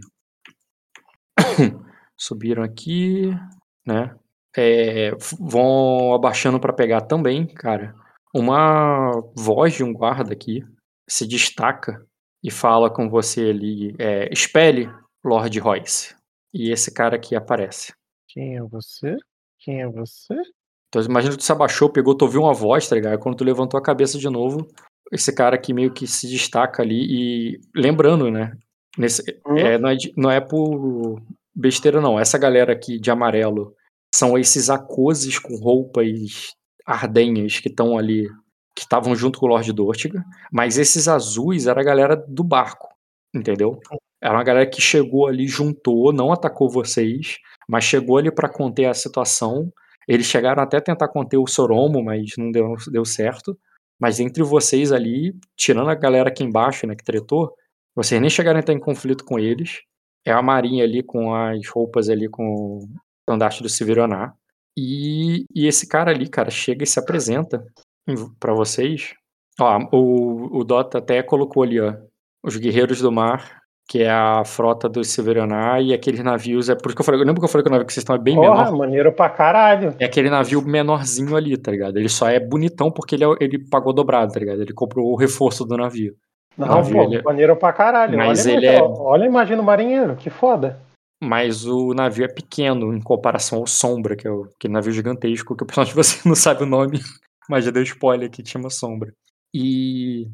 subiram aqui, né? Vão abaixando pra pegar também, cara. Uma voz de um guarda aqui se destaca e fala com você ali. Espelhe, Lord Royce. e esse cara aqui aparece.
Quem é você? Quem é você?
Então imagina que tu se abaixou, pegou, tu ouviu uma voz, tá ligado? Quando tu levantou a cabeça de novo, esse cara aqui meio que se destaca ali e lembrando, né? Não é por besteira não, essa galera aqui de amarelo são esses acoses com roupas ardenhas que estão ali, que estavam junto com o Lord Dortiga, mas esses azuis era a galera do barco, entendeu? Era uma galera que chegou ali, juntou, não atacou vocês, mas chegou ali pra conter a situação. Eles chegaram até a tentar conter o Soromo, mas não deu certo. Mas entre vocês ali, tirando a galera aqui embaixo, né, que tretou, vocês nem chegaram a entrar em conflito com eles. É a marinha ali com as roupas ali com o estandarte do Severonar. E esse cara ali, cara, chega e se apresenta pra vocês. Ó, o Dota até colocou ali, ó, os Guerreiros do Mar, que é a frota do Severonar, e aqueles navios, é por isso que eu falei, lembra que eu falei que o navio que vocês estão é bem menor?
Maneiro pra caralho.
É aquele navio menorzinho ali, tá ligado? Ele só é bonitão porque ele pagou dobrado, tá ligado? Ele comprou o reforço do navio.
Não,
navio,
pô, maneiro pra caralho.
Mas
olha a imagem do marinheiro, que foda.
Mas o navio é pequeno em comparação ao Sombra, que é aquele navio gigantesco que o personagem de você não sabe o nome, mas já deu spoiler que chama Sombra. E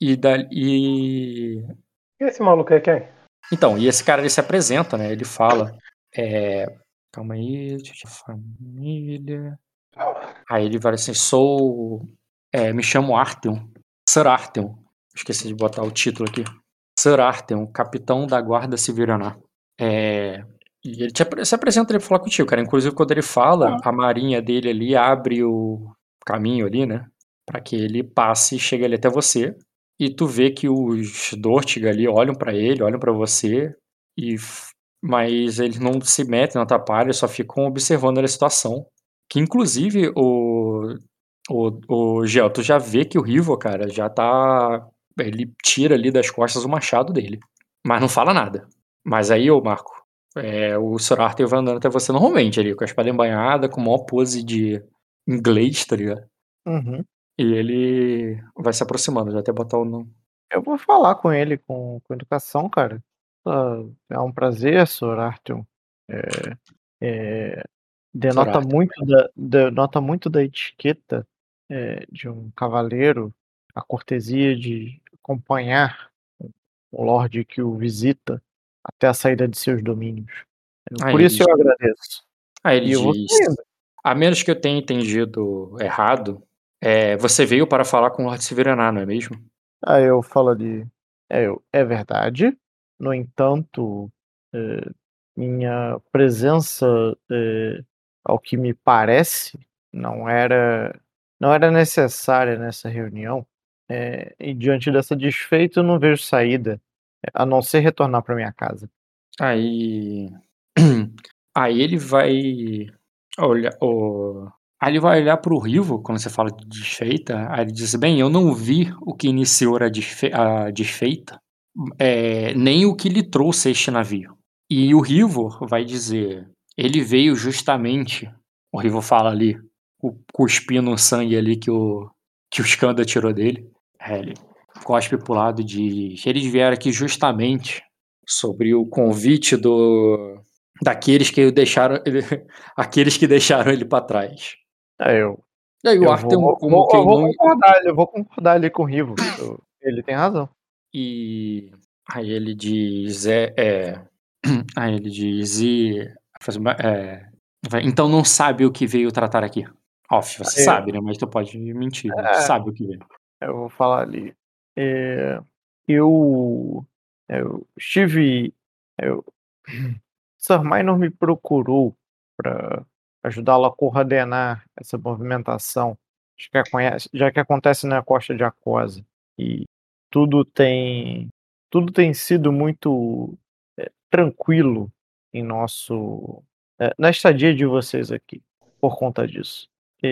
esse maluco é quem?
Então, e esse cara ele se apresenta, né? Ele fala, calma aí, família. Aí ele vai assim, me chamo Artheon, Sir Artheon. Esqueci de botar o título aqui. Sir Artheon, capitão da guarda Severonar. E ele se apresenta, ele vai falar contigo, cara. Inclusive, quando ele fala, a marinha dele ali abre o caminho ali, né? Pra que ele passe e chegue ali até você. E tu vê que os Dortiga ali olham pra ele, olham pra você, mas eles não se metem, não atrapalham, só ficam observando a situação. Que inclusive o Gel, tu já vê que o Rivo, cara, já tá. Ele tira ali das costas o machado dele. Mas não fala nada. Mas aí, ô Marco, o Sir Arthur vai andando até você normalmente ali, com a espada embainhada, com uma pose de inglês, tá ligado?
Uhum.
E ele vai se aproximando, já até botar o nome.
Eu vou falar com ele com educação, cara. É um prazer, Sr. Artyom. Denota muito da etiqueta de um cavaleiro, a cortesia de acompanhar o Lorde que o visita até a saída de seus domínios. Por isso eu agradeço.
Aí ele
E eu vou
diz,
saindo.
a menos que eu tenha entendido errado, você veio para falar com o Lord Severonar, não é mesmo?
Aí eu falo ali, é verdade. No entanto, minha presença, ao que me parece, não era necessária nessa reunião. E diante dessa desfeita, eu não vejo saída, a não ser retornar para minha casa.
Aí ele vai olhar aí ele vai olhar para o Rivo, quando você fala de desfeita, aí ele diz: "Bem, eu não vi o que iniciou a desfeita, nem o que lhe trouxe este navio". E o Rivo vai dizer: "Ele veio justamente", o Rivo fala ali, cuspindo o sangue ali que o Skanda tirou dele. Ele cospe pro lado e diz: "Eles vieram aqui justamente sobre o convite daqueles que deixaram aqueles que deixaram ele para trás". E aí o Arthur, como quem não...
Eu vou concordar ali com o Rivo. Ele tem razão.
E aí ele diz, aí ele diz, então não sabe o que veio tratar aqui. Você sabe, né? Mas tu pode mentir, né? Tu sabe o que veio.
Eu vou falar ali. Eu estive. Sir Minor me procurou para ajudá-lo a coordenar essa movimentação, já que acontece na costa de Aquosa. E tudo tem sido muito tranquilo em na estadia de vocês aqui, por conta disso.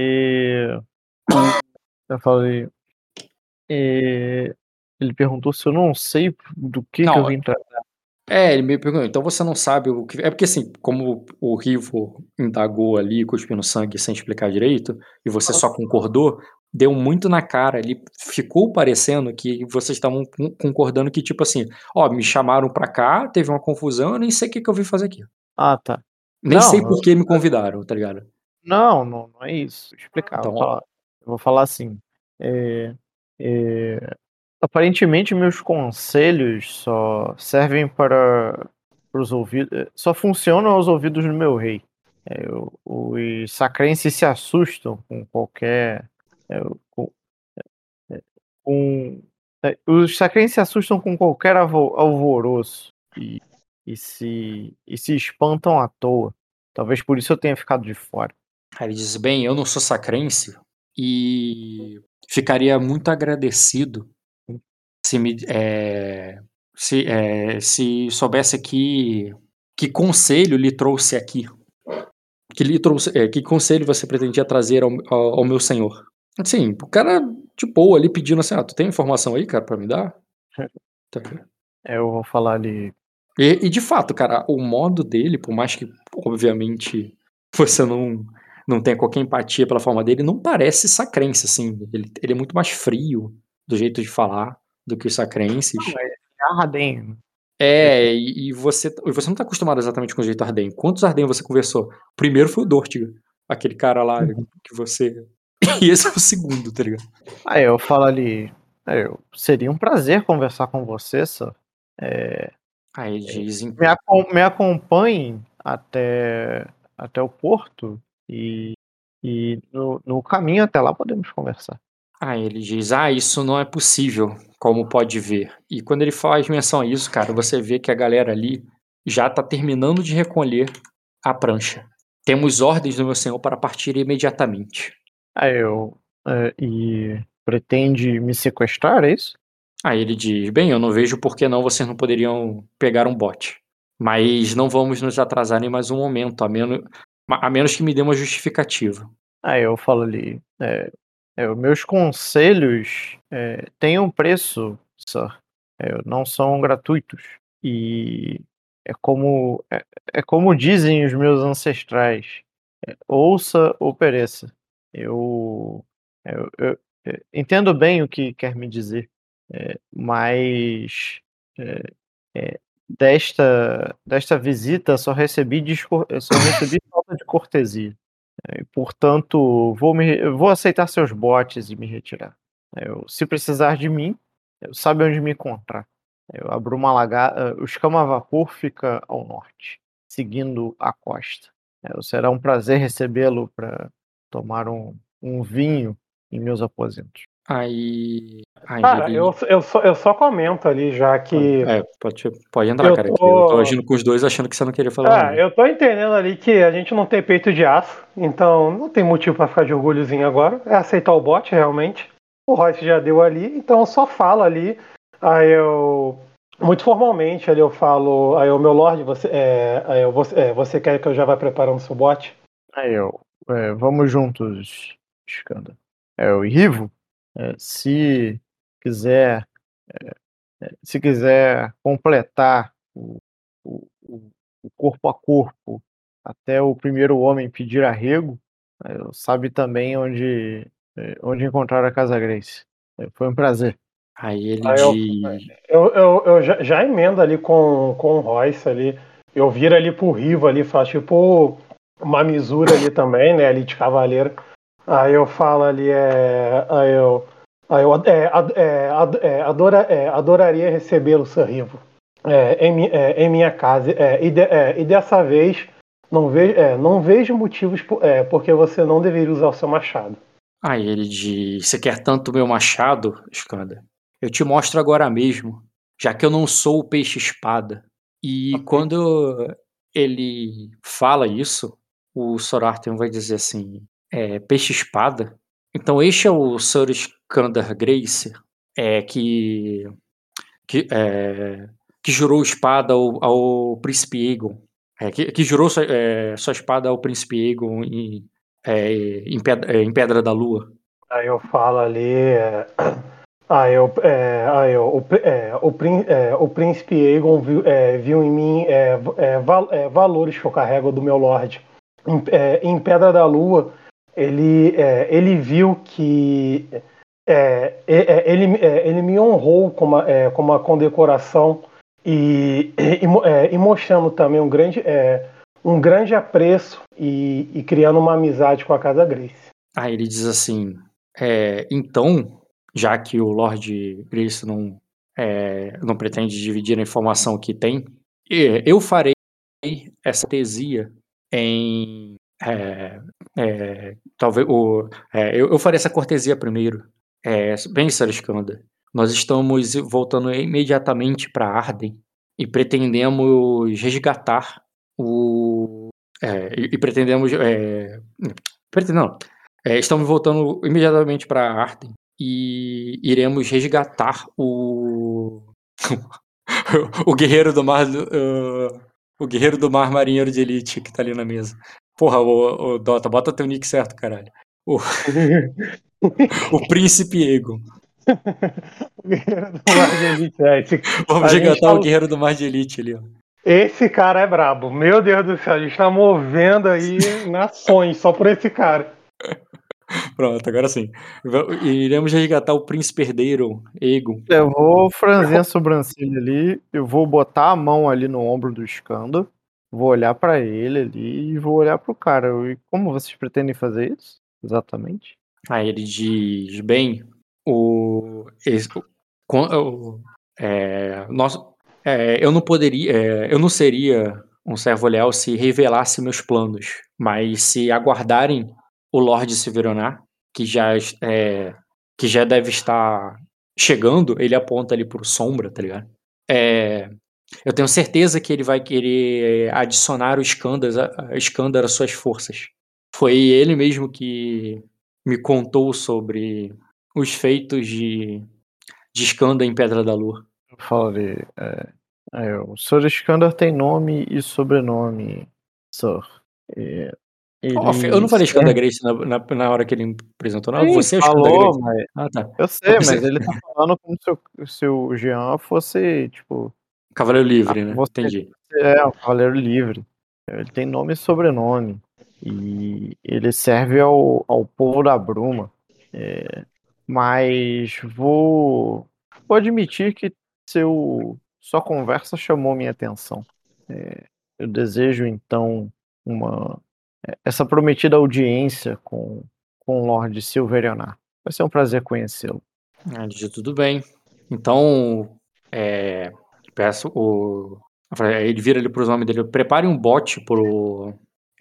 Eu falei. Ele perguntou se eu não sei do que eu vim tratar.
Ele me perguntou, então você não sabe o que... É porque assim, como o Rivo indagou ali, cuspindo sangue sem explicar direito, e você só concordou, deu muito na cara ali, ficou parecendo que vocês estavam concordando que tipo assim, me chamaram pra cá, teve uma confusão, eu nem sei o que eu vim fazer aqui.
Ah, tá.
Nem
Não,
sei por que me convidaram, tá ligado?
Não é isso. Vou explicar.
Então,
Eu vou falar assim. Aparentemente, meus conselhos só servem para os ouvidos. Só funcionam aos ouvidos do meu rei. Os sacrenses se assustam com qualquer. é, com, os sacrenses se assustam com qualquer alvoroço e se espantam à toa. Talvez por isso eu tenha ficado de fora.
aí ele diz: bem, eu não sou sacrense e ficaria muito agradecido se me se soubesse que conselho lhe trouxe aqui. Que conselho você pretendia trazer ao meu senhor? Assim, o cara de boa ali pedindo assim: tu tem informação aí, cara, pra me dar? Tá.
Eu vou falar ali.
E de fato, cara, o modo dele, por mais que, obviamente, você não tenha qualquer empatia pela forma dele, não parece sacrense, assim. Ele é muito mais frio do jeito de falar do que os sacrenses.
Não, é Arden.
E você não tá acostumado exatamente com o jeito Arden. Quantos Arden você conversou? O primeiro foi o Dortiga, aquele cara lá que você... E esse foi o segundo, tá ligado?
Aí eu falo ali. Seria um prazer conversar com você, sir.
Aí dizem...
Me acompanhe até o porto e no caminho até lá podemos conversar.
Aí ele diz: isso não é possível, como pode ver. E quando ele faz menção a isso, cara, você vê que a galera ali já tá terminando de recolher a prancha. Temos ordens do meu senhor para partir imediatamente.
E pretende me sequestrar, é isso?
Aí ele diz: bem, eu não vejo por que não vocês não poderiam pegar um bote. Mas não vamos nos atrasar nem mais um momento, a menos que me dê uma justificativa.
Aí eu falo ali. Meus conselhos têm um preço, sir. Não são gratuitos. E é como dizem os meus ancestrais: ouça ou pereça. Eu entendo bem o que quer me dizer, mas desta visita só recebi falta de cortesia. Portanto, vou aceitar seus botes e me retirar. Se precisar de mim, sabe onde me encontrar. Eu abro uma lagar. O escama a vapor fica ao norte, seguindo a costa. Será um prazer recebê-lo para tomar um vinho em meus aposentos.
Aí
Cara,
ele...
eu só comento ali, já que
pode entrar,
eu
cara, que eu tô
tô.
agindo com os dois achando que você não queria falar nada.
Eu tô entendendo ali que a gente não tem peito de aço, então não tem motivo pra ficar de orgulhozinho agora. É aceitar o bote, realmente. O Royce já deu ali, então eu só falo ali. Aí eu. Muito formalmente ali eu falo. Aí o meu Lorde, você quer que eu já vá preparando o seu bote?
Vamos juntos, Skanda. O Rivo, se quiser. Se quiser completar o corpo a corpo até o primeiro homem pedir arrego, sabe também onde encontrar a Casa Grace. Foi um prazer.
Aí ele
Aí
diz...
eu já emendo ali com o Royce ali. Eu viro ali pro Rivo ali, faço tipo uma misura ali também, né? Ali de cavaleiro. Aí eu falo ali, adoraria recebê-lo, Sir Rivo, em minha casa. E dessa vez não vejo motivos porque você não deveria usar o seu machado.
Aí ele diz: você quer tanto meu machado, Skanda? Eu te mostro agora mesmo, já que eu não sou o peixe-espada. E quando ele fala isso, o Sor Arthur vai dizer assim: peixe-espada? Então este é o Sir Skandar Grace, que, que jurou espada ao príncipe Aegon. Que jurou sua espada ao príncipe Aegon em Pedra da Lua.
Aí eu falo ali. O príncipe Aegon viu em mim valores que eu carrego do meu Lorde. Em Pedra da Lua, ele viu que ele me honrou com uma condecoração e mostrando também um grande apreço e criando uma amizade com a Casa Grace.
Aí ele diz assim, então, já que o Lord Grace não pretende dividir a informação que tem, eu farei essa cortesia em... talvez eu farei essa cortesia primeiro. Bem, Sr. Skanda, nós estamos voltando imediatamente para Arden e pretendemos resgatar estamos voltando imediatamente para Arden e iremos resgatar o guerreiro do mar, o guerreiro do mar marinheiro de elite que tá ali na mesa. Porra, o Dota, bota teu nick certo, caralho. O Príncipe Egon.
O guerreiro do mar de elite.
Vamos resgatar o guerreiro do mar de elite ali, ó.
Esse cara é brabo. Meu Deus do céu, a gente tá movendo aí nações só por esse cara.
Pronto, agora sim. Iremos resgatar o príncipe herdeiro, Egon.
Eu vou franzir a sobrancelha ali, eu vou botar a mão ali no ombro do Skanda, vou olhar pra ele ali e vou olhar pro cara. E como vocês pretendem fazer isso? Exatamente.
Aí ele diz, bem, eu não seria um servo leal se revelasse meus planos, mas se aguardarem o Lorde Silveronar, que já deve estar chegando, ele aponta ali pro Sombra, tá ligado? Eu tenho certeza que ele vai querer adicionar o Skandar às suas forças. Foi ele mesmo que me contou sobre os feitos de Skandar em Pedra da Lua.
Eu falei, o Sr. Skandar tem nome e sobrenome, Sir.
Eu não falei Skandar Grace na hora que ele apresentou, não.
Sim,
você é o Skandar Grace.
Mas...
tá.
Eu sei, mas ele tá falando como se o Jean fosse, tipo...
Cavaleiro Livre, né? Entendi.
Um Cavaleiro Livre. Ele tem nome e sobrenome. E ele serve ao povo da Bruma. Mas vou admitir que sua conversa chamou minha atenção. Eu desejo, então, essa prometida audiência com o Lord Silverionar. Vai ser um prazer conhecê-lo.
Tudo bem. Então, peço ele vira ali para os homens dele. Prepare um bote pro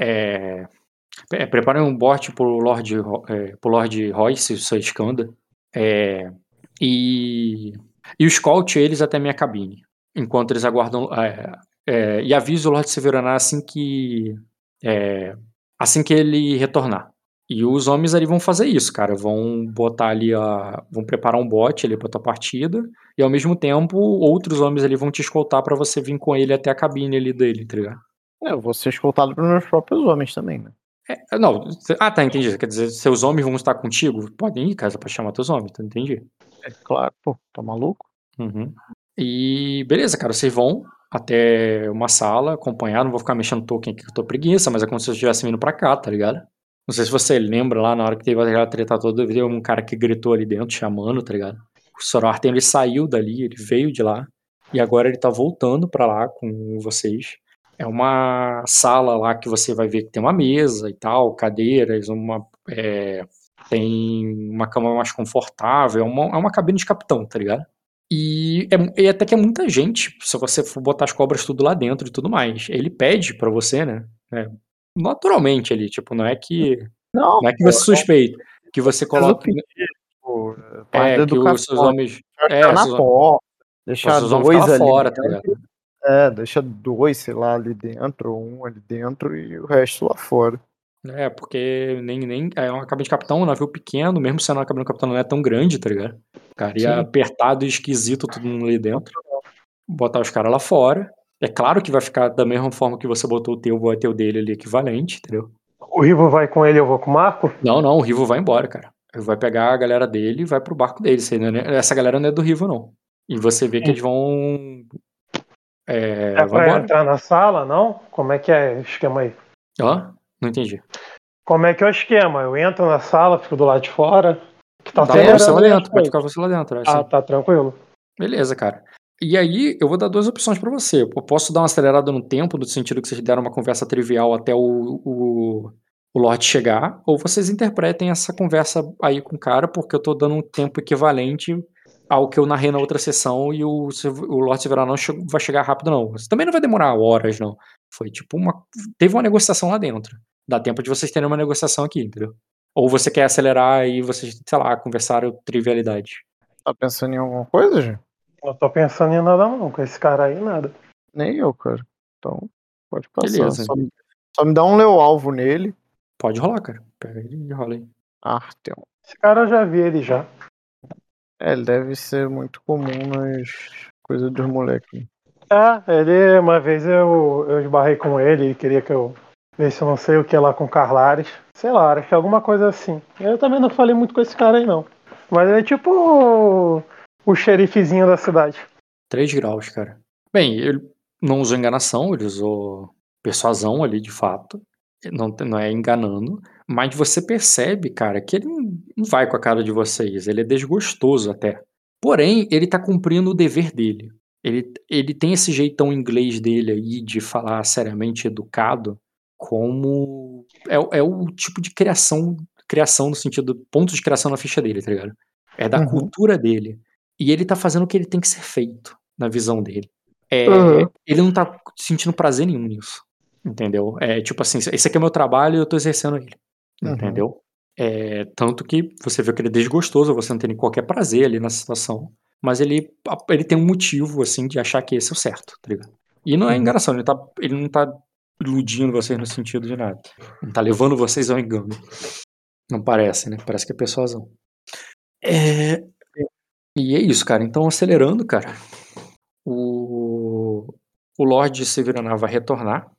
Lord Royce, seu Skanda, e escolte eles até minha cabine, enquanto eles aguardam, e avise o Lord Silveronar assim que ele retornar. E os homens ali vão fazer isso, cara. Vão botar ali vão preparar um bote ali pra tua partida. E ao mesmo tempo, outros homens ali vão te escoltar pra você vir com ele até a cabine ali dele, tá ligado?
Eu vou ser escoltado pelos meus próprios homens também, né?
Tá, entendi. Quer dizer, seus homens vão estar contigo? Podem ir, casa, pra chamar teus homens, tá? Entendi.
Claro, pô, tá maluco?
Uhum. E beleza, cara, vocês vão até uma sala, acompanhar, não vou ficar mexendo token aqui que eu tô preguiça, mas é como se eu estivesse vindo pra cá, tá ligado? Não sei se você lembra lá na hora que teve aquela treta toda, veio um cara que gritou ali dentro, chamando, tá ligado? O Sr. Artem, ele saiu dali, ele veio de lá, e agora ele tá voltando pra lá com vocês. É uma sala lá que você vai ver que tem uma mesa e tal, cadeiras, tem uma cama mais confortável, é uma cabine de capitão, tá ligado? E até que é muita gente, se você for botar as cobras tudo lá dentro e tudo mais. Ele pede pra você, né? Naturalmente ali, tipo, não é que você suspeita, que você coloca... que os seus homens...
na porta, deixar dois ali
fora, tá ligado?
Deixa dois, sei lá, ali dentro, um ali dentro e o resto lá fora.
Porque nem é uma cabine de capitão, um navio pequeno, mesmo sendo uma cabine de capitão não é tão grande, tá ligado? Ficaria apertado e esquisito todo mundo ali dentro. Botar os caras lá fora. É claro que vai ficar da mesma forma que você botou o teu, vai ter o dele ali equivalente, entendeu?
O Rivo vai com ele, eu vou com o Marco?
Não, o Rivo vai embora, cara. Ele vai pegar a galera dele e vai pro barco dele. Essa galera não é do Rivo, não. E você vê que eles vão...
É pra entrar na sala, não? Como é que é o esquema aí?
Não entendi.
Como é que é o esquema? Eu entro na sala, fico do lado de fora. Que tá
você lá dentro, pode ficar você lá dentro.
Tá tranquilo.
Beleza, cara. E aí, eu vou dar 2 opções pra você. Eu posso dar uma acelerada no tempo, no sentido que vocês deram uma conversa trivial até o Lorde chegar, ou vocês interpretem essa conversa aí com o cara, porque eu tô dando um tempo equivalente ao que eu narrei na outra sessão e o Lorde Severaná não vai chegar rápido, não. Você também não vai demorar horas, não. Foi tipo teve uma negociação lá dentro. Dá tempo de vocês terem uma negociação aqui, entendeu? Ou você quer acelerar e vocês, sei lá, conversaram trivialidade.
Tá pensando em alguma coisa, gente?
Não tô pensando em nada não, com esse cara aí nada.
Nem eu, cara. Então, pode passar.
Beleza.
Só me dá um leu-alvo nele.
Pode rolar, cara. Pega ele e rola aí.
Arteon.
Esse cara eu já vi ele já.
Ele deve ser muito comum nas coisas dos moleques.
Ele, uma vez eu esbarrei com ele queria que eu visse não sei o que lá com Carlares. Sei lá, acho que alguma coisa assim. Eu também não falei muito com esse cara aí não. Mas ele é tipo o xerifezinho da cidade.
3 graus, cara. Bem, ele não usou enganação, ele usou persuasão ali, de fato. Não é enganando. Mas você percebe, cara, que ele não vai com a cara de vocês. Ele é desgostoso até. Porém, ele tá cumprindo o dever dele. Ele tem esse jeitão inglês dele aí de falar seriamente educado, como é o tipo de criação no sentido ponto de criação na ficha dele, tá ligado? É da cultura dele. E ele tá fazendo o que ele tem que ser feito, na visão dele. Ele não tá sentindo prazer nenhum nisso, entendeu? É tipo assim, esse aqui é meu trabalho e eu tô exercendo ele, entendeu? Tanto que você vê que ele é desgostoso, você não tem qualquer prazer ali na situação, mas ele tem um motivo, assim, de achar que esse é o certo, tá ligado? E não é enganação, ele não tá iludindo vocês no sentido de nada. Não tá levando vocês ao engano. Não parece, né? Parece que é persuasão. E é isso, cara. Então, acelerando, cara, o Lorde Severaná vai retornar.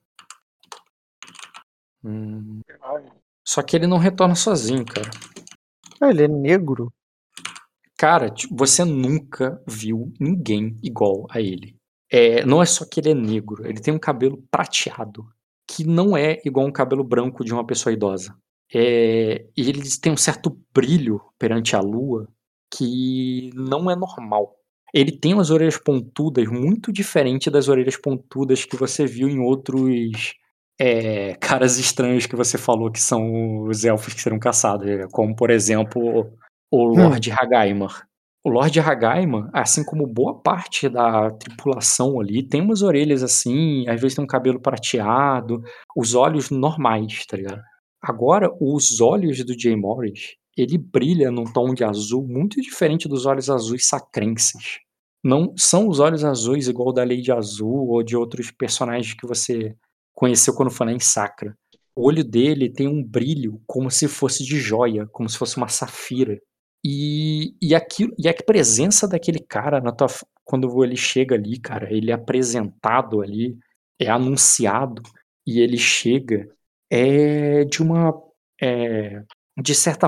Só que ele não retorna sozinho, cara.
Ele é negro?
Cara, você nunca viu ninguém igual a ele. Não é só que ele é negro, ele tem um cabelo prateado, que não é igual um cabelo branco de uma pessoa idosa. E ele tem um certo brilho perante a lua que não é normal. Ele tem umas orelhas pontudas muito diferente das orelhas pontudas que você viu em outros caras estranhos que você falou que são os elfos que serão caçados, como por exemplo o Lord Hagaimar. O Lord Hagaimar, assim como boa parte da tripulação ali, tem umas orelhas assim, às vezes tem um cabelo prateado, os olhos normais, tá ligado? Agora, os olhos do Jay Morris, ele brilha num tom de azul muito diferente dos olhos azuis sacrenses. Não são os olhos azuis igual o da Lady Azul ou de outros personagens que você conheceu quando foi lá em Sacra. O olho dele tem um brilho como se fosse de joia, como se fosse uma safira. E a presença daquele cara quando ele chega ali, cara, ele é apresentado ali, é anunciado, e ele chega, de certa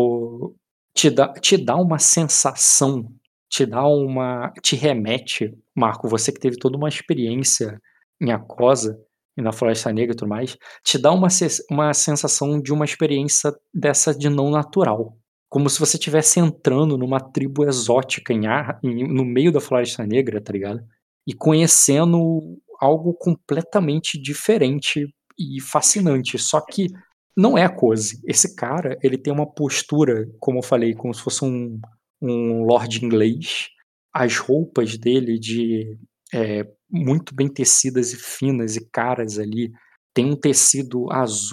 te dá uma sensação, te remete, Marco, você que teve toda uma experiência em Acosa e na Floresta Negra e tudo mais, te dá uma sensação de uma experiência dessa de não natural. Como se você estivesse entrando numa tribo exótica no meio da Floresta Negra, tá ligado? E conhecendo algo completamente diferente e fascinante. Só que não é a Cozy. Esse cara, ele tem uma postura, como eu falei, como se fosse um lord inglês. As roupas dele muito bem tecidas e finas e caras ali. Tem um tecido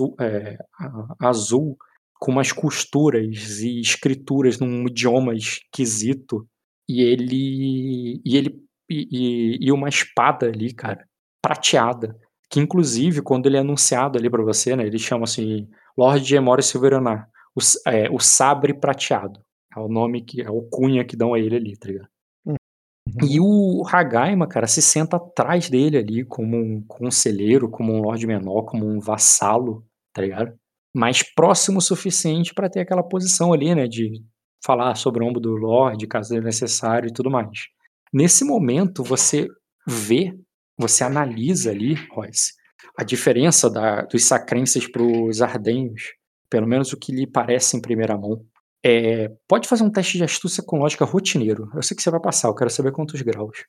azul com umas costuras e escrituras num idioma esquisito. E uma espada ali, cara, prateada. Que inclusive, quando ele é anunciado ali pra você, né, ele chama assim, Lord Emoris Silveraná, o sabre prateado. É o nome é o cunha que dão a ele ali, tá ligado? E o Hagaima, cara, se senta atrás dele ali como um conselheiro, como um lorde menor, como um vassalo, tá ligado? Mas próximo o suficiente pra ter aquela posição ali, né, de falar sobre o ombro do lorde, caso seja necessário e tudo mais. Nesse momento, você analisa ali, Royce, a diferença dos sacrenses pros ardenhos, pelo menos o que lhe parece em primeira mão. Pode fazer um teste de astúcia com lógica rotineiro. Eu sei que você vai passar, eu quero saber quantos graus.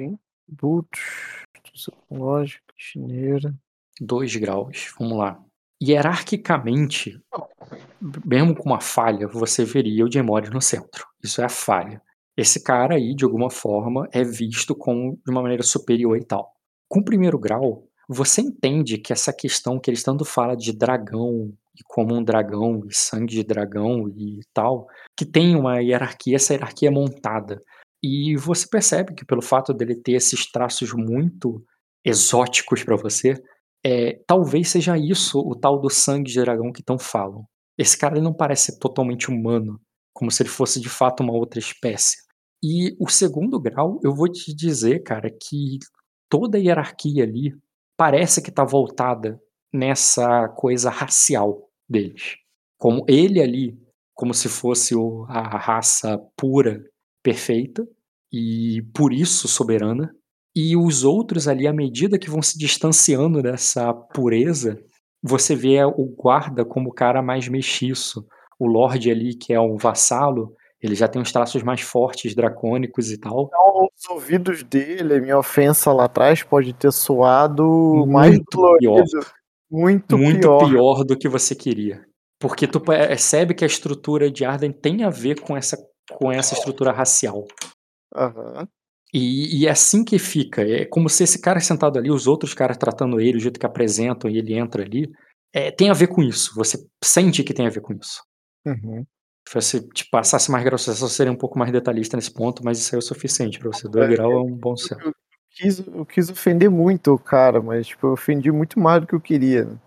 Astúcia com lógica, rotineira.
2 graus, vamos lá. Hierarquicamente, mesmo com uma falha, você veria o Jemori no centro. Isso é a falha. Esse cara aí, de alguma forma, é visto como de uma maneira superior e tal. Com o 1º grau, você entende que essa questão que eles tanto falam de dragão, e como um dragão, e sangue de dragão e tal, que tem uma hierarquia, essa hierarquia é montada. E você percebe que pelo fato dele ter esses traços muito exóticos pra você, talvez seja isso o tal do sangue de dragão que tão falam. Esse cara ele não parece totalmente humano, como se ele fosse de fato uma outra espécie. E o 2º grau, eu vou te dizer, cara, que toda a hierarquia ali parece que tá voltada nessa coisa racial deles. Como ele ali, como se fosse a raça pura, perfeita, e por isso soberana. E os outros ali, à medida que vão se distanciando dessa pureza, você vê o guarda como o cara mais mestiço. O Lorde ali, que é um vassalo, ele já tem uns traços mais fortes, dracônicos e tal.
Então, os ouvidos dele, a minha ofensa lá atrás pode ter soado mais
pior.
dolorido. Muito
pior do que você queria. Porque tu percebe que a estrutura de Arden tem a ver com essa estrutura racial.
Aham.
E é assim que fica. É como se esse cara sentado ali, os outros caras tratando ele, o jeito que apresentam e ele entra ali, tem a ver com isso. Você sente que tem a ver com isso.
Uhum.
Se você te passasse mais grau, você seria um pouco mais detalhista nesse ponto, mas isso aí é o suficiente pra você. 2 graus é um bom céu.
Eu quis ofender muito o cara, mas tipo, eu ofendi muito mais do que eu queria. Né?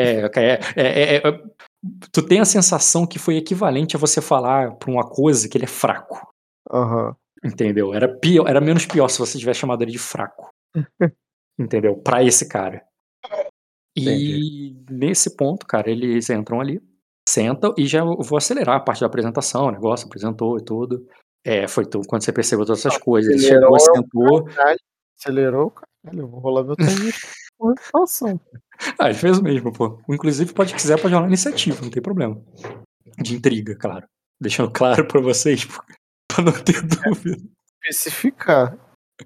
Tu tem a sensação que foi equivalente a você falar pra uma coisa que ele é fraco.
Aham.
Entendeu? Era menos pior se você tivesse chamado ele de fraco. Entendeu? Pra esse cara. E nesse ponto, cara, eles entram ali, sentam e já vou acelerar a parte da apresentação, o negócio, apresentou e tudo. Foi tudo quando você percebeu todas essas coisas. Ele chegou, sentou.
Acelerou, caralho, eu vou rolar meu time de situação.
Ele fez o mesmo, pô. Inclusive, pode rolar iniciativa, não tem problema. De intriga, claro. Deixando claro pra vocês, pra não ter dúvida.
Especifica.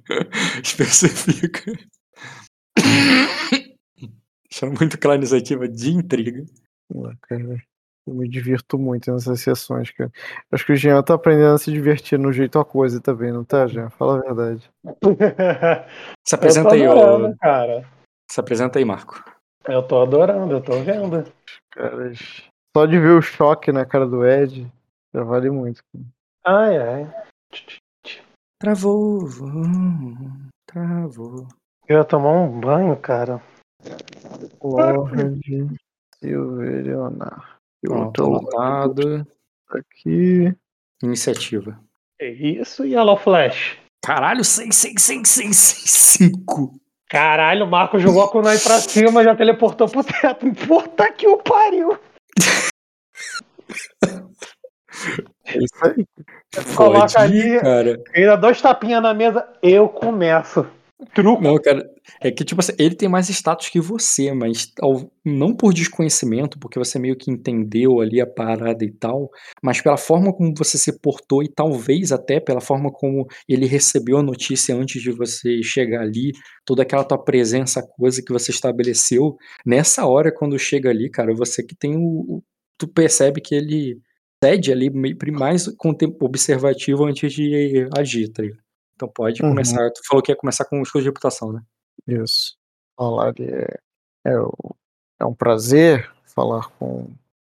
Deixando muito claro a iniciativa de intriga.
Cara, eu me divirto muito nessas sessões, cara. Acho que o Jean tá aprendendo a se divertir no jeito a coisa também, não tá, Jean? Fala a verdade.
Se apresenta aí,
cara.
Se apresenta aí, Marco.
Eu tô adorando, eu tô vendo.
Cara, só de ver o choque na cara do Ed, já vale muito.
Ai.
Travou.
Eu ia tomar um banho, cara.
Lorde Silverionar.
Pronto, anotado.
Aqui.
Iniciativa.
É isso e Yellow Flash.
Caralho, 5.
Caralho, o Marco jogou a kunai pra cima, já teleportou pro teto. Puta que o pariu.
É isso aí.
Coloca ali,
cara.
ainda 2 tapinhas na mesa, eu começo. Truco.
Não, cara, é que tipo assim, ele tem mais status que você, mas não por desconhecimento, porque você meio que entendeu ali a parada e tal, mas pela forma como você se portou e talvez até pela forma como ele recebeu a notícia antes de você chegar ali, toda aquela tua presença, coisa que você estabeleceu, nessa hora quando chega ali, cara, você que tem tu percebe que ele cede ali mais observativo antes de agir, tá ligado? Então pode começar. Tu falou que ia começar com o escudo de reputação, né?
Isso. Olá, é um prazer falar com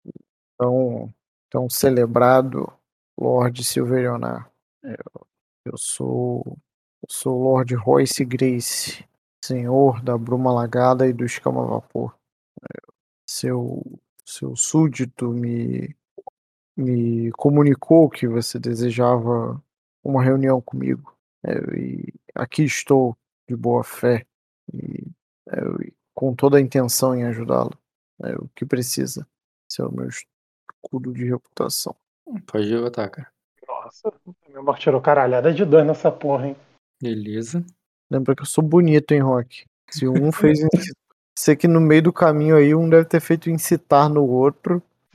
tão celebrado Lorde Silverionar. Eu sou o Lorde Royce Grace, senhor da Bruma Lagada e do Escama Vapor. Seu súdito me comunicou que você desejava uma reunião comigo. E aqui estou de boa fé e com toda a intenção em ajudá-lo. O que precisa. Esse é o meu escudo de reputação.
Pode botar, cara.
Nossa, meu morte tirou caralhada de dano nessa porra, hein?
Beleza.
Lembra que eu sou bonito, hein, Rock? Se um fez sei que no meio do caminho aí um deve ter feito incitar no outro.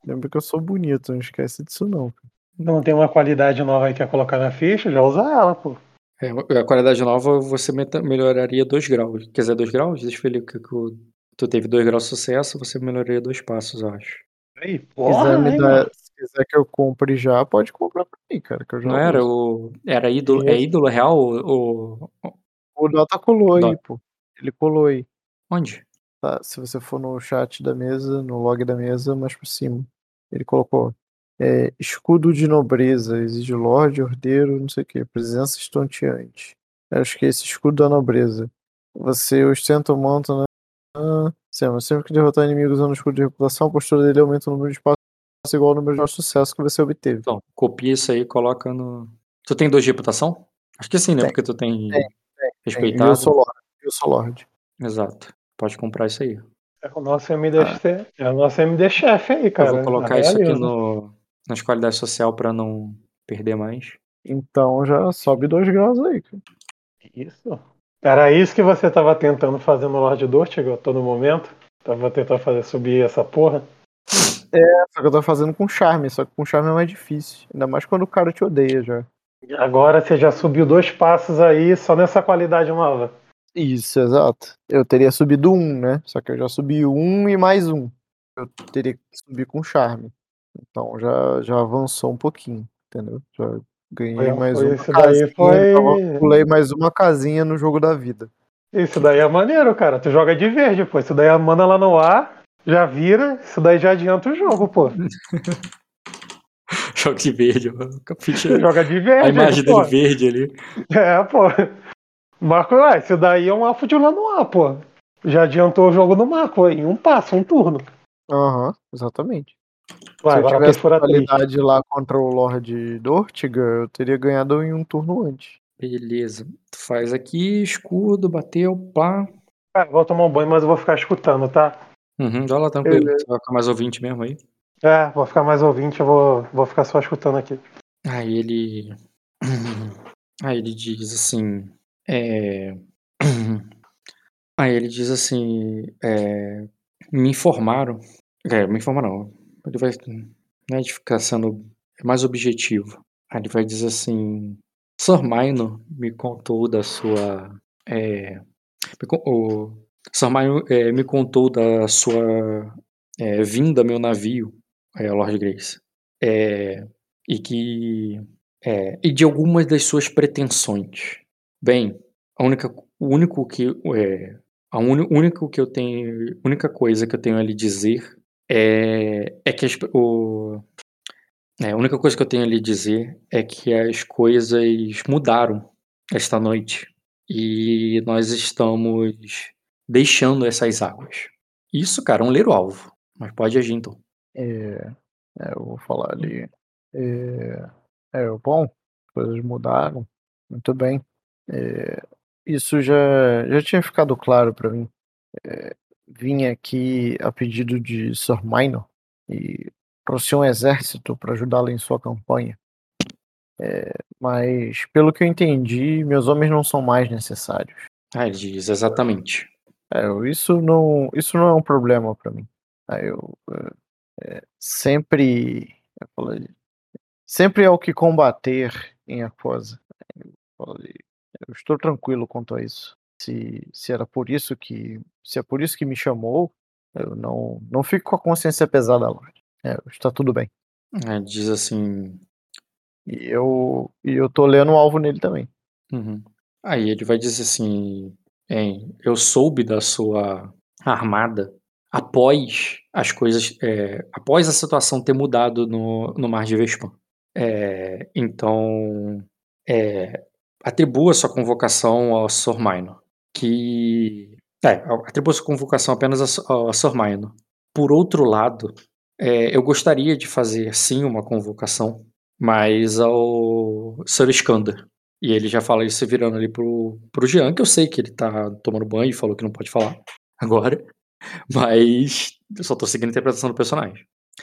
Lembra que eu sou bonito, não esquece disso não.
Não tem uma qualidade nova aí que quer colocar na ficha, já usa ela, pô.
A qualidade nova você melhoraria 2 graus. Quer dizer, 2 graus? Deixa eu ver ali o que tu teve 2 graus de sucesso, você melhoraria 2 passos, eu acho.
Aí,
Se
porra,
quiser
hein, mano.
se quiser que eu compre já, pode comprar pra mim, cara, que eu já
Não era
uso.
Era ídolo, é ídolo real ou
O Dota colou aí,
Dota?
pô. Ele colou aí.
Onde?
Tá? Se você for no chat da mesa, no log da mesa, mais por cima. Ele colocou escudo de nobreza, exige lorde, ordeiro, não sei o que, presença estonteante. Eu acho que é esse escudo da nobreza. Você ostenta o manto, né? Sempre que derrotar inimigos usando o escudo de reputação, a postura dele aumenta o número de passos igual ao número de sucesso que você obteve.
Então, copia isso aí e coloca no. Tu tem 2 de reputação? Acho que sim, né?
Tem,
Porque tu tem
tem. E eu
respeitado.
sou lorde. Eu sou lorde.
Exato. Pode comprar isso aí.
É o nosso MD, é o nosso MD chefe aí,
Eu
cara.
vou colocar isso aqui
Beleza.
nas qualidades social pra não perder mais.
Então já sobe 2 graus aí, cara.
Isso. Era isso que você tava tentando fazer no Lord Dortigo a todo momento? Tava tentando fazer subir essa porra?
Só que eu tô fazendo com charme, só que com charme é mais difícil. Ainda mais quando o cara te odeia já.
Agora você já subiu 2 passos aí só nessa qualidade nova.
Isso, exato. Eu teria subido 1, né? Só que eu já subi 1 e mais 1. Eu teria que subir com charme. Então já avançou um pouquinho, entendeu? Já ganhei mais uma
Isso daí
casinha.
foi.
Pulei mais uma casinha no jogo da vida.
Isso daí é maneiro, cara. Tu joga de verde, pô. Isso daí manda lá no ar, já vira, isso daí já adianta o jogo, pô.
Jogo de verde.
Joga de
A
verde,
imagem
pô.
dele verde ali.
É, pô. Marco, isso daí é um alvo de lá no ar, pô. Já adiantou o jogo no Marco, em um passo, um turno.
Aham, exatamente.
Vai,
Se eu
agora
tivesse
perfura 3.
qualidade lá contra o Lord Dortiga, eu teria ganhado em um turno antes.
Beleza. Tu faz aqui, escudo, bateu, pá.
Cara, vou tomar um banho, mas eu vou ficar escutando, tá?
Uhum, vai lá, tranquilo. Você vai ficar mais ouvinte mesmo aí.
É, vou ficar mais ouvinte, eu vou ficar só escutando aqui.
Aí ele. Aí ele diz assim. Aí ele diz assim. Me informaram. Me informaram não. Ele vai. Né, de ficar sendo mais objetivo. Aí ele vai dizer assim. Sir Minor me contou da sua. O Sir Minor me contou da sua vinda ao meu navio, Lord Grace. E que. E de algumas das suas pretensões. Bem, o único que. Único que eu tenho. A única coisa que eu tenho a lhe dizer é que a única coisa que eu tenho a lhe dizer é que as coisas mudaram esta noite e nós estamos deixando essas águas. Isso, cara, é um leiro-alvo. Mas pode agir, então.
Eu vou falar ali. Bom, as coisas mudaram. Muito bem. Isso já tinha ficado claro para mim. Vim aqui a pedido de Sir Minor e trouxe um exército para ajudá-lo em sua campanha. Mas, pelo que eu entendi, meus homens não são mais necessários.
Ele diz exatamente.
Isso não é um problema para mim. Sempre, eu falei, sempre é o que combater em Aquosa. Eu estou tranquilo quanto a isso. Se é por isso que me chamou, eu não fico com a consciência pesada lá. Está tudo bem.
Ele diz assim.
E eu tô lendo o alvo nele também.
Uhum. Aí ele vai dizer assim: eu soube da sua armada após as coisas. Após a situação ter mudado no Mar de Vespan. Então. Atribua sua convocação ao Sir Minor. Atribua sua convocação apenas ao Sir Minor. Por outro lado, eu gostaria de fazer sim uma convocação, mas ao Sir Iskander. E ele já fala isso virando ali pro Jean, que eu sei que ele tá tomando banho e falou que não pode falar agora. Mas eu só tô seguindo a interpretação do personagem.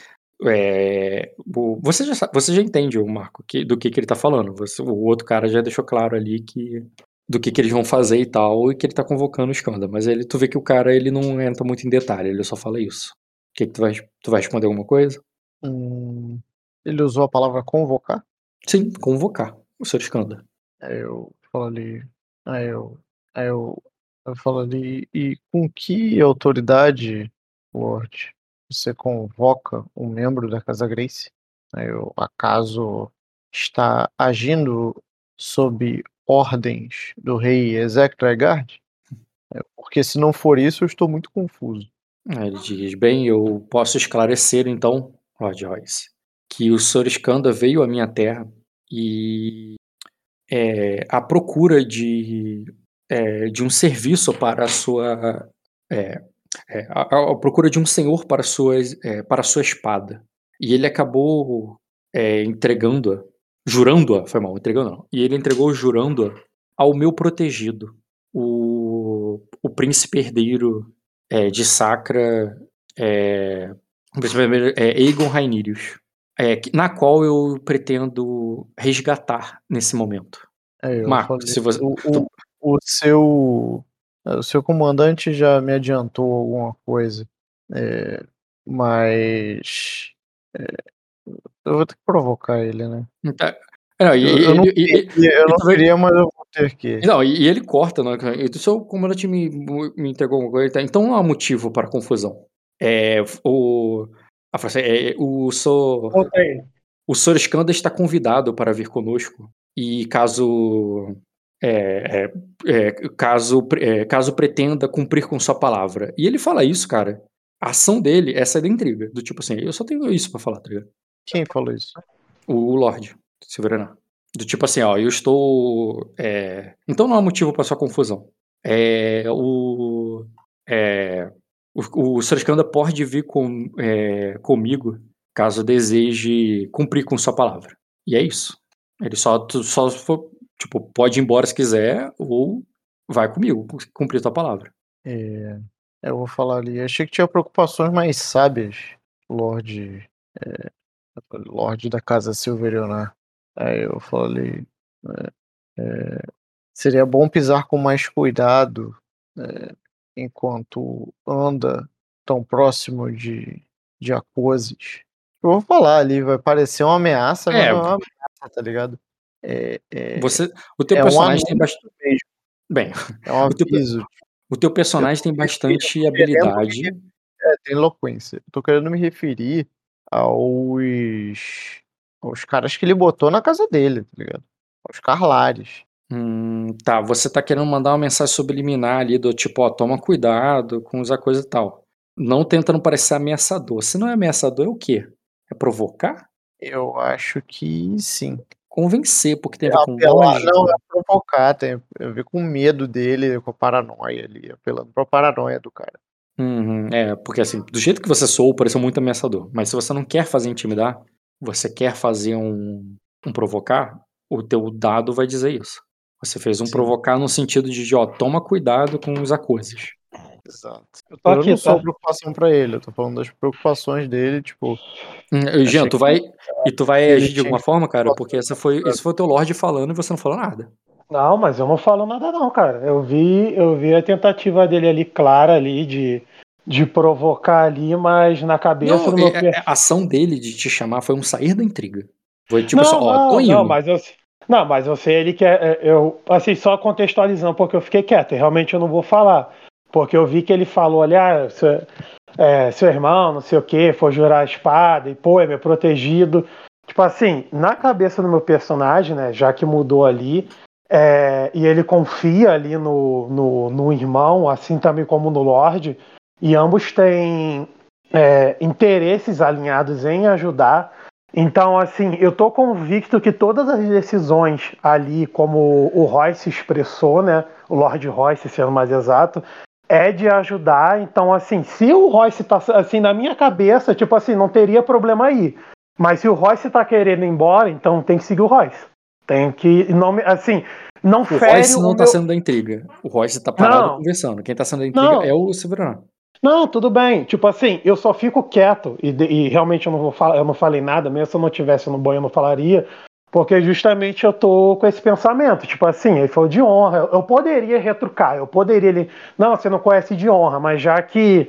Você já entende, Marco, do que ele tá falando. O outro cara já deixou claro ali do que eles vão fazer e tal, e que ele tá convocando o Skanda. Mas tu vê que o cara ele não entra muito em detalhe, ele só fala isso. O que tu vai responder alguma coisa?
Ele usou a palavra convocar?
Sim, convocar o Sr. Skanda.
Aí eu falo ali. Aí eu falo ali. E com que autoridade, Lorde, você convoca um membro da Casa Grace? Aí eu, acaso está agindo sob ordens do rei Ezek Dregard? Porque se não for isso, eu estou muito confuso.
Aí ele diz: bem, eu posso esclarecer então, Lord Royce, que o Sr. Skanda veio à minha terra e à procura de um serviço para a sua. À procura de um senhor para a sua espada. E ele acabou entregando-a, jurando-a, foi mal, entregando não. E ele entregou jurando-a ao meu protegido, o príncipe herdeiro de Sacra, Aegon Rhaenyrius, na qual eu pretendo resgatar nesse momento. Marco, se você...
O seu comandante já me adiantou alguma coisa, mas eu vou ter que provocar ele, né? Eu não queria, mas eu vou ter que.
Não, e ele corta, né? O seu comandante me entregou uma coisa, então não há motivo para confusão. O Sr. Skanda está convidado para vir conosco e caso pretenda cumprir com sua palavra. E ele fala isso, cara. A ação dele é sair da intriga. Do tipo assim, eu só tenho isso pra falar, tá ligado?
Quem falou isso?
O Lorde Silverana. Do tipo assim, ó, eu estou... Então não há motivo pra sua confusão. O Sr. Skanda pode vir comigo caso deseje cumprir com sua palavra. E é isso. Ele só tipo, pode ir embora se quiser ou vai comigo cumprir tua palavra.
Eu vou falar ali. Achei que tinha preocupações mais sábias, Lorde da Casa Silverionar. Aí eu falo ali. Seria bom pisar com mais cuidado enquanto anda tão próximo de Aquoses. Eu vou falar ali, vai parecer uma ameaça, mas não é uma ameaça, tá ligado?
O teu personagem tem bastante. Bem,
é um aviso.
O teu personagem tem bastante habilidade.
Tem eloquência. Eu tô querendo me referir aos caras que ele botou na casa dele, tá ligado? Aos Carlares.
Tá, você tá querendo mandar uma mensagem subliminar ali do tipo, ó, toma cuidado com usar coisa e tal. Não tentando parecer ameaçador. Se não é ameaçador, é o quê? É provocar?
Eu acho que sim.
Convencer, porque tem a ver com lógica.
Não, é provocar, tem a ver com o medo dele, com a paranoia ali, apelando pra paranoia do cara.
Porque assim, do jeito que você soou, pareceu muito ameaçador. Mas se você não quer fazer intimidar, você quer fazer um provocar, o teu dado vai dizer isso. Você fez um provocar no sentido de, ó, toma cuidado com os coisas.
Exato. Eu não sou preocupação pra ele, eu tô falando das preocupações dele, tipo...
Jean, tu vai agir de alguma forma, cara? Porque esse foi o teu Lorde falando e você não falou nada.
Não, mas eu não falo nada não, cara. Eu vi a tentativa dele ali, clara ali, de provocar ali, mas na cabeça do meu...
A ação dele de te chamar foi um sair da intriga. Foi tipo assim, ó, tô indo.
Mas eu sei ele que assim, só contextualizando, porque eu fiquei quieto, realmente eu não vou falar. Porque eu vi que ele falou ali, seu irmão, não sei o que, foi jurar a espada, e pô, é meu protegido. Tipo assim, na cabeça do meu personagem, né, já que mudou ali, e ele confia ali no irmão, assim também como no Lorde, e ambos têm interesses alinhados em ajudar. Então, assim, eu tô convicto que todas as decisões ali, como o Royce expressou, né, o Lord Royce, sendo mais exato, é de ajudar. Então, assim, se o Royce tá, assim, na minha cabeça, tipo assim, não teria problema aí. Mas se o Royce tá querendo ir embora, então tem que seguir o Royce. Tem que, não, assim, não fere
o Royce não tá sendo da intriga. O Royce tá parado conversando. Quem tá sendo da intriga é o Silverano.
Não, tudo bem. Tipo assim, eu só fico quieto e realmente eu não falei nada, mesmo se eu não tivesse no banho eu não falaria, porque justamente eu tô com esse pensamento. Tipo assim, ele falou de honra. Eu poderia retrucar, não, você não conhece de honra, mas já que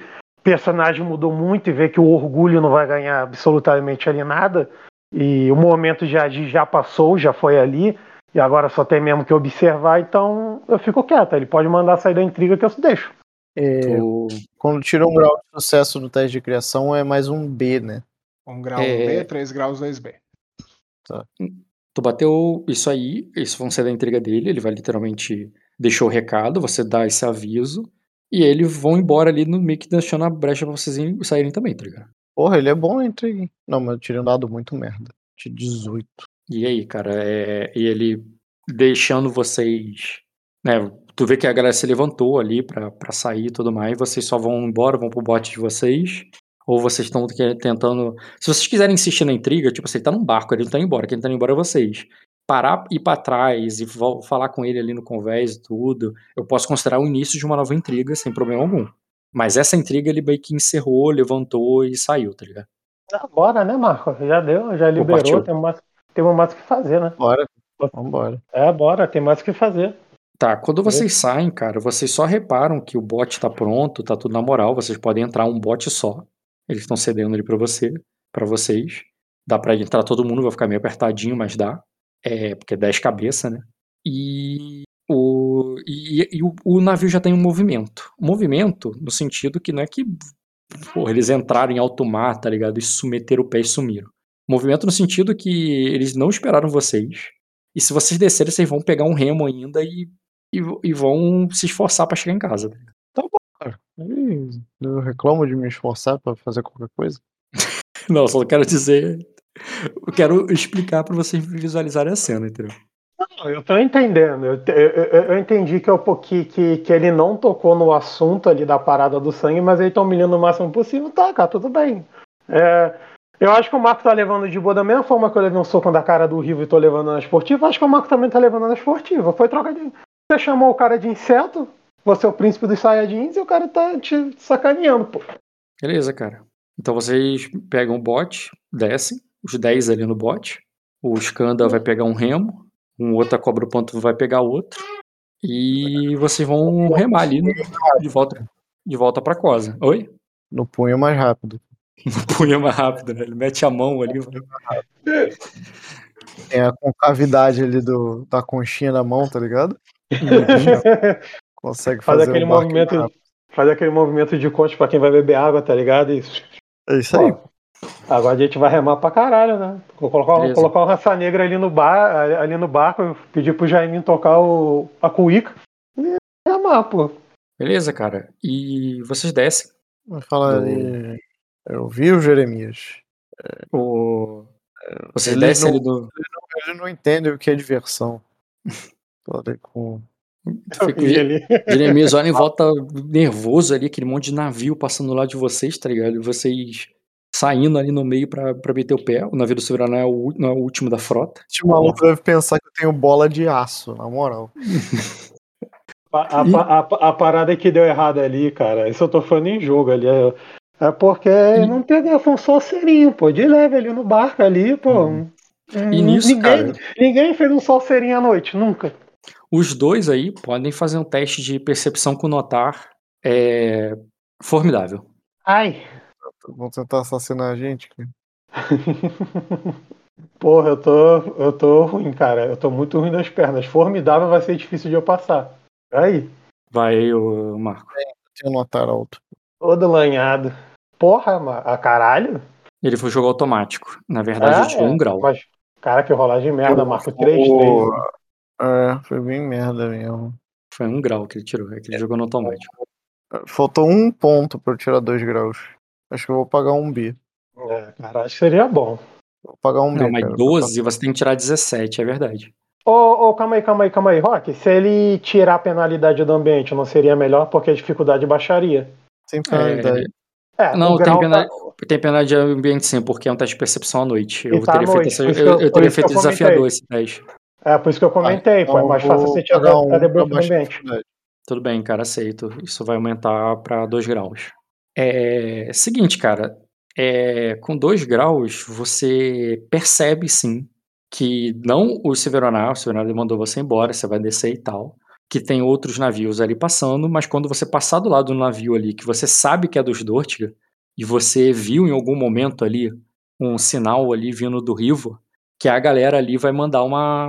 personagem mudou muito e vê que o orgulho não vai ganhar absolutamente ali nada, e o momento de agir já passou, já foi ali, e agora só tem mesmo que observar, então eu fico quieto. Ele pode mandar sair da intriga que eu deixo.
Quando tira um grau de sucesso no teste de criação, é mais um B, né?
1 grau 1B, 3 graus 2B.
Tá.
Tu bateu isso aí, isso vão ser da intriga dele, ele vai literalmente deixou o recado, você dá esse aviso, e eles vão embora ali no meio que deixando a brecha pra vocês saírem também, tá ligado?
Porra, ele é bom na intriga. Não, mas eu tirei um dado muito merda. De 18.
E aí, cara, e ele deixando vocês, né, tu vê que a galera se levantou ali pra sair e tudo mais, vocês só vão embora, vão pro bote de vocês, ou vocês estão tentando, se vocês quiserem insistir na intriga, tipo, você tá num barco, ele não tá indo embora, quem tá indo embora é vocês. Parar, ir pra trás e falar com ele ali no convés e tudo, eu posso considerar o início de uma nova intriga sem problema algum. Mas essa intriga ele meio que encerrou, levantou e saiu, tá ligado?
Bora, né, Marco? Já deu, já liberou, tem mais o que fazer, né?
Bora, vambora.
Bora, tem mais o que fazer.
Tá, quando vocês saem, cara, vocês só reparam que o bot tá pronto, tá tudo na moral, vocês podem entrar um bot só. Eles estão cedendo ali pra vocês. Dá pra entrar todo mundo, vai ficar meio apertadinho, mas dá. Porque é 10 cabeças, né? E o navio já tem um movimento. Movimento no sentido que não é que eles entraram em alto mar, tá ligado? E meteram o pé e sumiram. Movimento no sentido que eles não esperaram vocês. E se vocês descerem, vocês vão pegar um remo ainda e vão se esforçar pra chegar em casa.
Tá bom, cara. Eu reclamo de me esforçar pra fazer qualquer coisa.
Não, só quero dizer. Eu quero explicar pra vocês visualizarem a cena, entendeu?
Não, eu tô entendendo. Eu entendi que ele não tocou no assunto ali da parada do sangue, mas ele tá humilhando o máximo possível. Tá, cara, tudo bem. Eu acho que o Marco tá levando de boa da mesma forma que eu levei um soco da cara do Rivo e tô levando na esportiva. Acho que o Marco também tá levando na esportiva. Foi troca de. Você chamou o cara de inseto, você é o príncipe dos Saiyajins e o cara tá te sacaneando, pô.
Beleza, cara. Então vocês pegam o bote, descem, os 10 ali no bote. O Skanda vai pegar um remo, um outro cobra o ponto vai pegar outro. E vocês vão remar ali de volta pra Cosa. Oi?
No punho mais rápido.
No punho mais rápido, né? Ele mete a mão ali.
Tem a concavidade ali da conchinha na mão, tá ligado? Consegue fazer
aquele movimento. Faz aquele movimento de conte pra quem vai beber água, tá ligado? Isso.
É isso aí.
Agora a gente vai remar pra caralho, né? Colocar uma raça negra ali no barco, pedir pro Jaiminho tocar a cuíca e remar, pô.
Beleza, cara. E vocês descem.
Vai falar ali. Eu vi o Jeremias.
Vocês descem ali do.
Ele não entende o que é diversão. Com...
Jeremias olha em volta nervoso ali, aquele monte de navio passando lá de vocês, tá ligado? E vocês saindo ali no meio pra meter o pé. O navio do Silveira não é o último da frota.
Esse maluco deve pensar que eu tenho bola de aço, na moral.
A parada que deu errado ali, cara, isso eu tô falando em jogo ali. É porque não teve um salseirinho, pô, de leve ali no barco ali, pô.
E nisso,
ninguém fez um salseirinho à noite, nunca.
Os dois aí podem fazer um teste de percepção com notar formidável.
Ai.
Vão tentar assassinar a gente, cara.
Porra, eu tô ruim, cara. Eu tô muito ruim das pernas. Formidável vai ser difícil de eu passar. Aí.
Vai, Marco.
Tinha notar alto.
Todo lanhado. Porra, caralho.
Ele foi jogo automático. Na verdade, ele tirou 1 grau.
Mas, cara, que rolagem de merda, Marco. 3-3.
Foi bem merda mesmo.
Foi 1 grau que ele tirou. É que ele jogou no automático.
Faltou 1 ponto pra eu tirar 2 graus. Acho que eu vou pagar 1 B.
Cara, acho que seria bom.
Vou pagar 1 B.
Não, mas
cara,
12 você tem que tirar 17, é verdade.
Calma aí, Rock. Se ele tirar a penalidade do ambiente, não seria melhor porque a dificuldade baixaria?
Sem penalidade.
Não, tem penalidade de ambiente sim, porque é um teste de percepção à noite. Eu teria feito desafiador esse teste.
Por isso que eu comentei, pô. É mais fácil você tirar a debuff do ambiente.
Tudo bem, cara, aceito. Isso vai aumentar pra 2 graus. Seguinte, cara. Com 2 graus, você percebe sim que não o Silveronar mandou você embora, você vai descer e tal. que tem outros navios ali passando, mas quando você passar do lado do navio ali, que você sabe que é dos Dortiga, e você viu em algum momento ali um sinal ali vindo do Rivo, que a galera ali vai mandar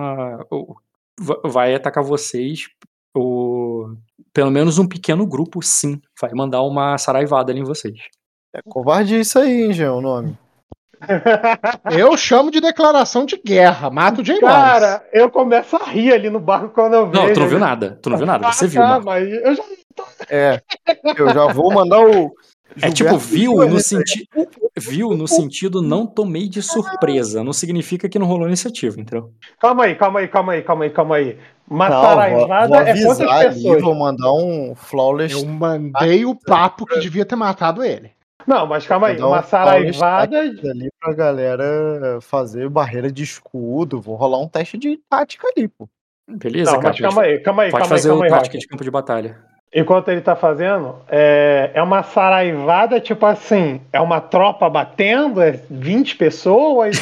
vai atacar vocês, pelo menos um pequeno grupo, sim, vai mandar uma saraivada ali em vocês.
É covarde isso aí, hein, Jean, o nome.
Eu chamo de declaração de guerra, mato o Jay
Cara, eu começo a rir ali no barco quando eu vejo.
Não, tu não viu nada, você viu, Marco.
Mas eu já...
Eu já vou mandar o...
É tipo, viu no sentido não tomei de surpresa, não significa que não rolou iniciativa, entendeu?
Calma aí. Uma saraivada é quantas pessoas?
Vou mandar um flawless.
Eu mandei o papo que devia ter matado ele.
Não, mas calma aí, uma saraivada
ali pra galera fazer barreira de escudo. Vou rolar um teste de tática ali, pô.
Beleza,
não,
cara.
Mas calma aí.
Pode fazer o tática de campo de batalha.
Enquanto ele tá fazendo, é uma saraivada, tipo assim, é uma tropa batendo, é 20 pessoas.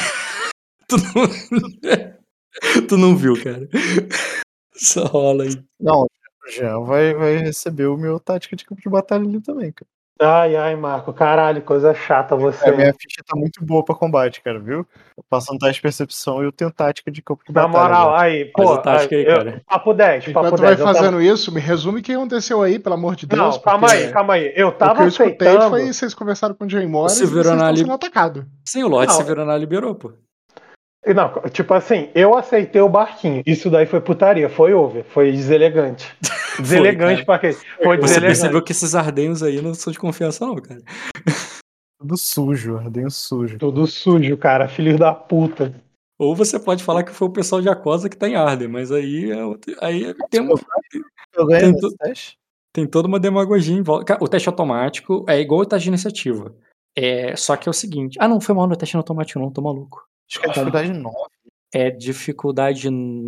Tu não viu, cara. Só rola aí.
Não, o Jean vai receber o meu tática de campo de batalha ali também, cara.
Ai, Marco, caralho, coisa chata você.
A minha ficha tá muito boa pra combate, cara, viu? Eu passo um teste de percepção e eu tenho tática de campo de batalha.
Na moral, aí, pô,
tática aí, cara.
Papo 10,
Enquanto vai fazendo isso, me resume o que aconteceu aí, pelo amor de Deus.
Não, calma aí. Eu tava
o que eu escutei
aceitando...
foi vocês conversaram com o Jay Morris e vocês
estão
sendo atacados.
Sim, o Lorde Severaná liberou, pô.
Não, tipo assim, eu aceitei o barquinho. Isso daí foi putaria, foi over, foi deselegante. Deselegante pra quê? Foi deselegante.
Você percebeu que esses ardenhos aí não são de confiança, não, cara.
Tudo sujo, ardenho sujo.
Tudo sujo, cara, filho da puta.
Ou você pode falar que foi o pessoal de Acosa que tá em Arden, mas aí tem toda uma demagogia em volta. O teste automático é igual o teste de iniciativa. Só que é o seguinte... Ah, não, foi mal no teste automático, não, tô maluco.
Acho que é dificuldade 9.
É dificuldade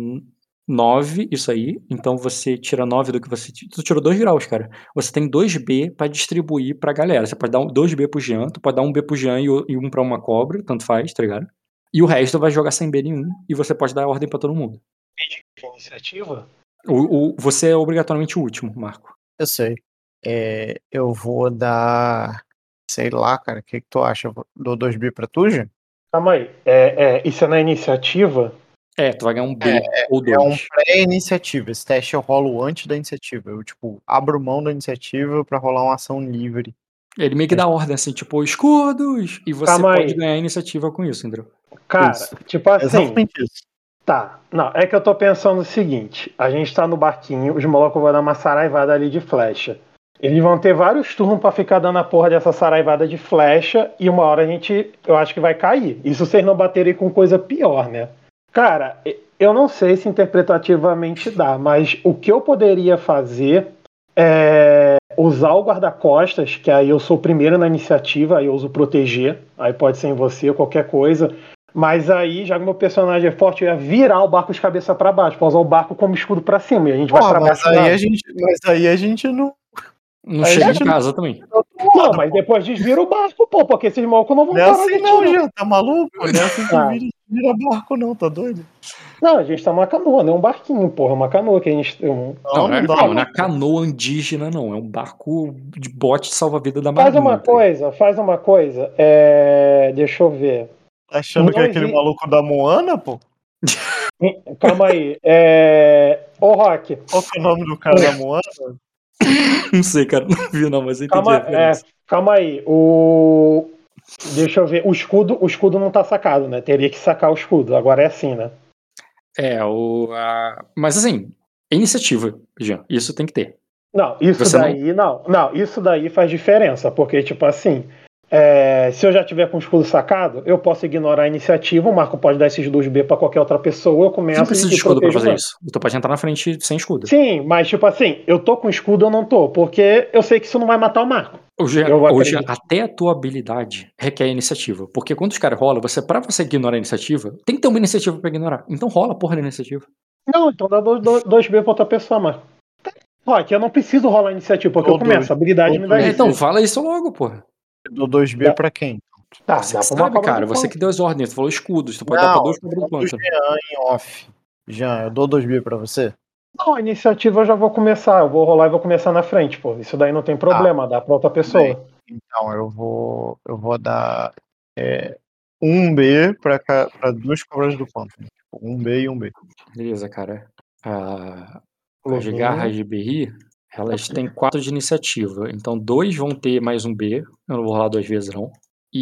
9, isso aí. Então você tira 9 do que você... Tu tirou 2 graus, cara. Você tem 2B pra distribuir pra galera. Você pode dar 2B pro Jean, tu pode dar 1B pro Jean e 1 pra uma cobra, tanto faz, tá ligado? E o resto vai jogar sem B nenhum e você pode dar ordem pra todo mundo.
De iniciativa?
Você é obrigatoriamente o último, Marco.
Eu sei. Eu vou dar... Sei lá, cara, o que tu acha? Eu dou 2B pra tu, Jean?
Calma aí, isso é na iniciativa?
Tu vai ganhar um B ou 2.
É um pré-iniciativa. Esse teste eu rolo antes da iniciativa. Eu, abro mão da iniciativa pra rolar uma ação livre.
Ele meio que dá ordem, assim, tipo, escudos! E você pode ganhar iniciativa com isso, entendeu?
Cara,
isso.
tipo assim...
Exatamente isso.
Tá, não, é que eu tô pensando o seguinte. A gente tá no barquinho, os malucos vão dar uma saraivada ali de flecha. Eles vão ter vários turnos pra ficar dando a porra dessa saraivada de flecha e uma hora eu acho que vai cair. Isso vocês não baterem com coisa pior, né? Cara, eu não sei se interpretativamente dá, mas o que eu poderia fazer é usar o guarda-costas, que aí eu sou o primeiro na iniciativa, aí eu uso proteger, aí pode ser em você, qualquer coisa. Mas aí, já que meu personagem é forte, eu ia virar o barco de cabeça pra baixo, pra usar o barco como escudo pra cima, e a gente vai pra baixo.
Mas aí a gente não...
Não chega em casa também.
Não, mas depois desvira o barco, pô, porque esses malucos não vão parar
assim, não, já tá maluco? Não é assim que vira barco, não, tá doido?
Não, a gente tá numa canoa, não é um barquinho, porra, é uma canoa que a gente...
Não é canoa indígena, não, é um barco de bote salva-vida da marinha.
Faz uma coisa, deixa eu ver.
Tá achando que é aquele maluco da Moana, pô?
Calma aí, Ô, Rock.
Qual que é o nome do cara da Moana?
Não sei, cara, não vi não, mas eu entendi.
Calma aí, deixa eu ver, o escudo não tá sacado, né? Teria que sacar o escudo, agora é assim, né?
Mas assim, iniciativa, Jean, isso tem que ter.
Não, isso daí faz diferença, porque tipo assim, se eu já tiver com o escudo sacado, eu posso ignorar a iniciativa, o Marco pode dar esses 2B pra qualquer outra pessoa, eu começo...
Não precisa de escudo pra fazer isso. Tu pode entrar na frente sem escudo.
Sim, mas tipo assim, eu tô com escudo ou não tô, porque eu sei que isso não vai matar o Marco.
Jean, até a tua habilidade requer iniciativa, porque quando os caras rolam, pra você ignorar a iniciativa, tem que ter uma iniciativa pra ignorar. Então rola a porra da iniciativa.
Não, então dá 2B pra outra pessoa, Marco. Rock, eu não preciso rolar a iniciativa, porque eu começo, a habilidade me dá isso.
Então fala isso logo, porra.
Eu dou 2B pra quem?
Tá,
você sabe, cara, você que deu as ordens, tu falou escudos, tu pode dar pra 2 cobras do quanto.
Jean em off. Jean, eu dou 2B pra você?
Não, a iniciativa eu já vou começar. Eu vou rolar e vou começar na frente, pô. Isso daí não tem problema, dá pra outra pessoa.
Então, eu vou dar 1B pra 2 cobras do pântano. Tipo, 1B e 1B.
Beleza, cara. As garras de Berry, elas têm 4 de iniciativa. Então 2 vão ter mais um B. Eu não vou rolar 2 vezes, não.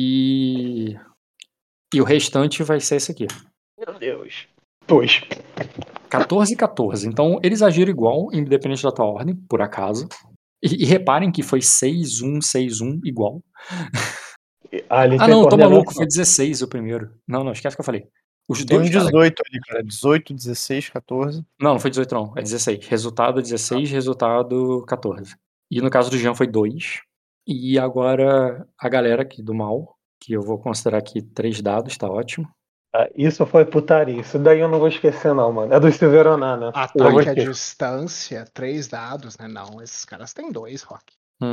E o restante vai ser esse aqui.
Meu Deus. 2.
14 e 14. Então eles agiram igual, independente da tua ordem, por acaso. E reparem que foi 6-1, 6-1 igual. Não, tô maluco, foi 16 o primeiro. Não, esquece que eu falei. Os
Tem
dois,
um 18 ali, cara. 18, 16, 14.
Não foi 18 não, é 16. Resultado 16, resultado 14. E no caso do Jean foi 2. E agora a galera aqui do mal, que eu vou considerar aqui 3 dados, tá ótimo.
Isso foi putaria. Isso daí eu não vou esquecer não, mano. É do Silveroná, né?
Ataque à distância, 3 dados, né? Não, esses caras têm 2, Rock.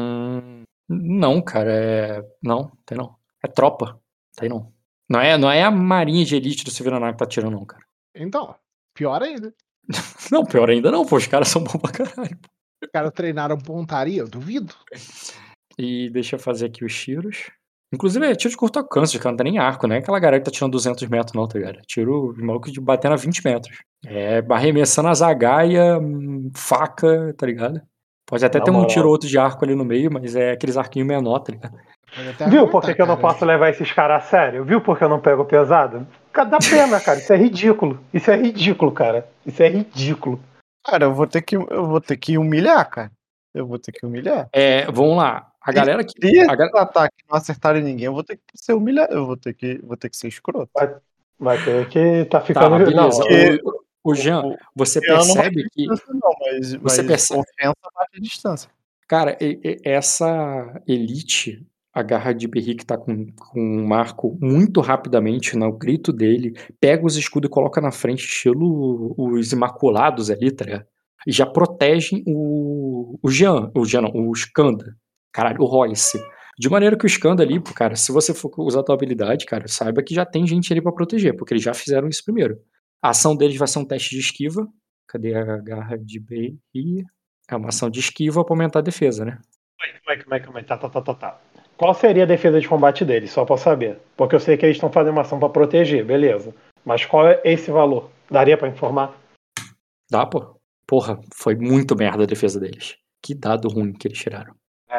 Não, cara, Não, tem não. É tropa, tem não. Não é a marinha de elite do Silveroná que tá tirando não, cara.
Então, pior ainda.
Não, pior ainda não, pô, os caras são bons pra caralho.
Os caras treinaram pontaria, eu duvido.
E deixa eu fazer aqui os tiros. Inclusive é tiro de curto alcance, cara, não tem nem arco, né? Aquela galera que tá tirando 200 metros não, tá ligado? Tiro de maluco de batendo a 20 metros. É arremessando a zagaia, faca, tá ligado? Pode até ter um tiro ou outro de arco ali no meio, mas é aqueles arquinhos menor, tá ligado?
Viu por que eu não posso levar esses caras a sério? Viu por que eu não pego pesado? Dá pena, cara. Isso é ridículo. Isso é ridículo, cara. Isso é ridículo.
Cara, eu vou ter que humilhar, cara. Eu vou ter que humilhar.
Vamos lá. A galera que.
Se ataque não acertarem ninguém, eu vou ter que ser humilhado. Eu vou ter que ser escroto.
Vai ter que tá ficando.
Tá, beleza. O Jean, você percebe que.
Não, mas confiança bate a distância.
Cara, essa elite, a garra de Berry que tá com um marco muito rapidamente no grito dele, pega os escudos e coloca na frente, estilo os Imaculados ali, tá ligado? E já protegem o Jean não, o Skanda. Caralho, o Royce. De maneira que o Skanda ali, cara, se você for usar a tua habilidade, cara, saiba que já tem gente ali pra proteger, porque eles já fizeram isso primeiro. A ação deles vai ser um teste de esquiva. Cadê a garra de Berry? É uma ação de esquiva pra aumentar a defesa, né?
Como é? Tá. Qual seria a defesa de combate deles? Só pra saber. Porque eu sei que eles estão fazendo uma ação pra proteger, beleza. Mas qual é esse valor? Daria pra informar?
Dá, pô. Porra, foi muito merda a defesa deles. Que dado ruim que eles tiraram.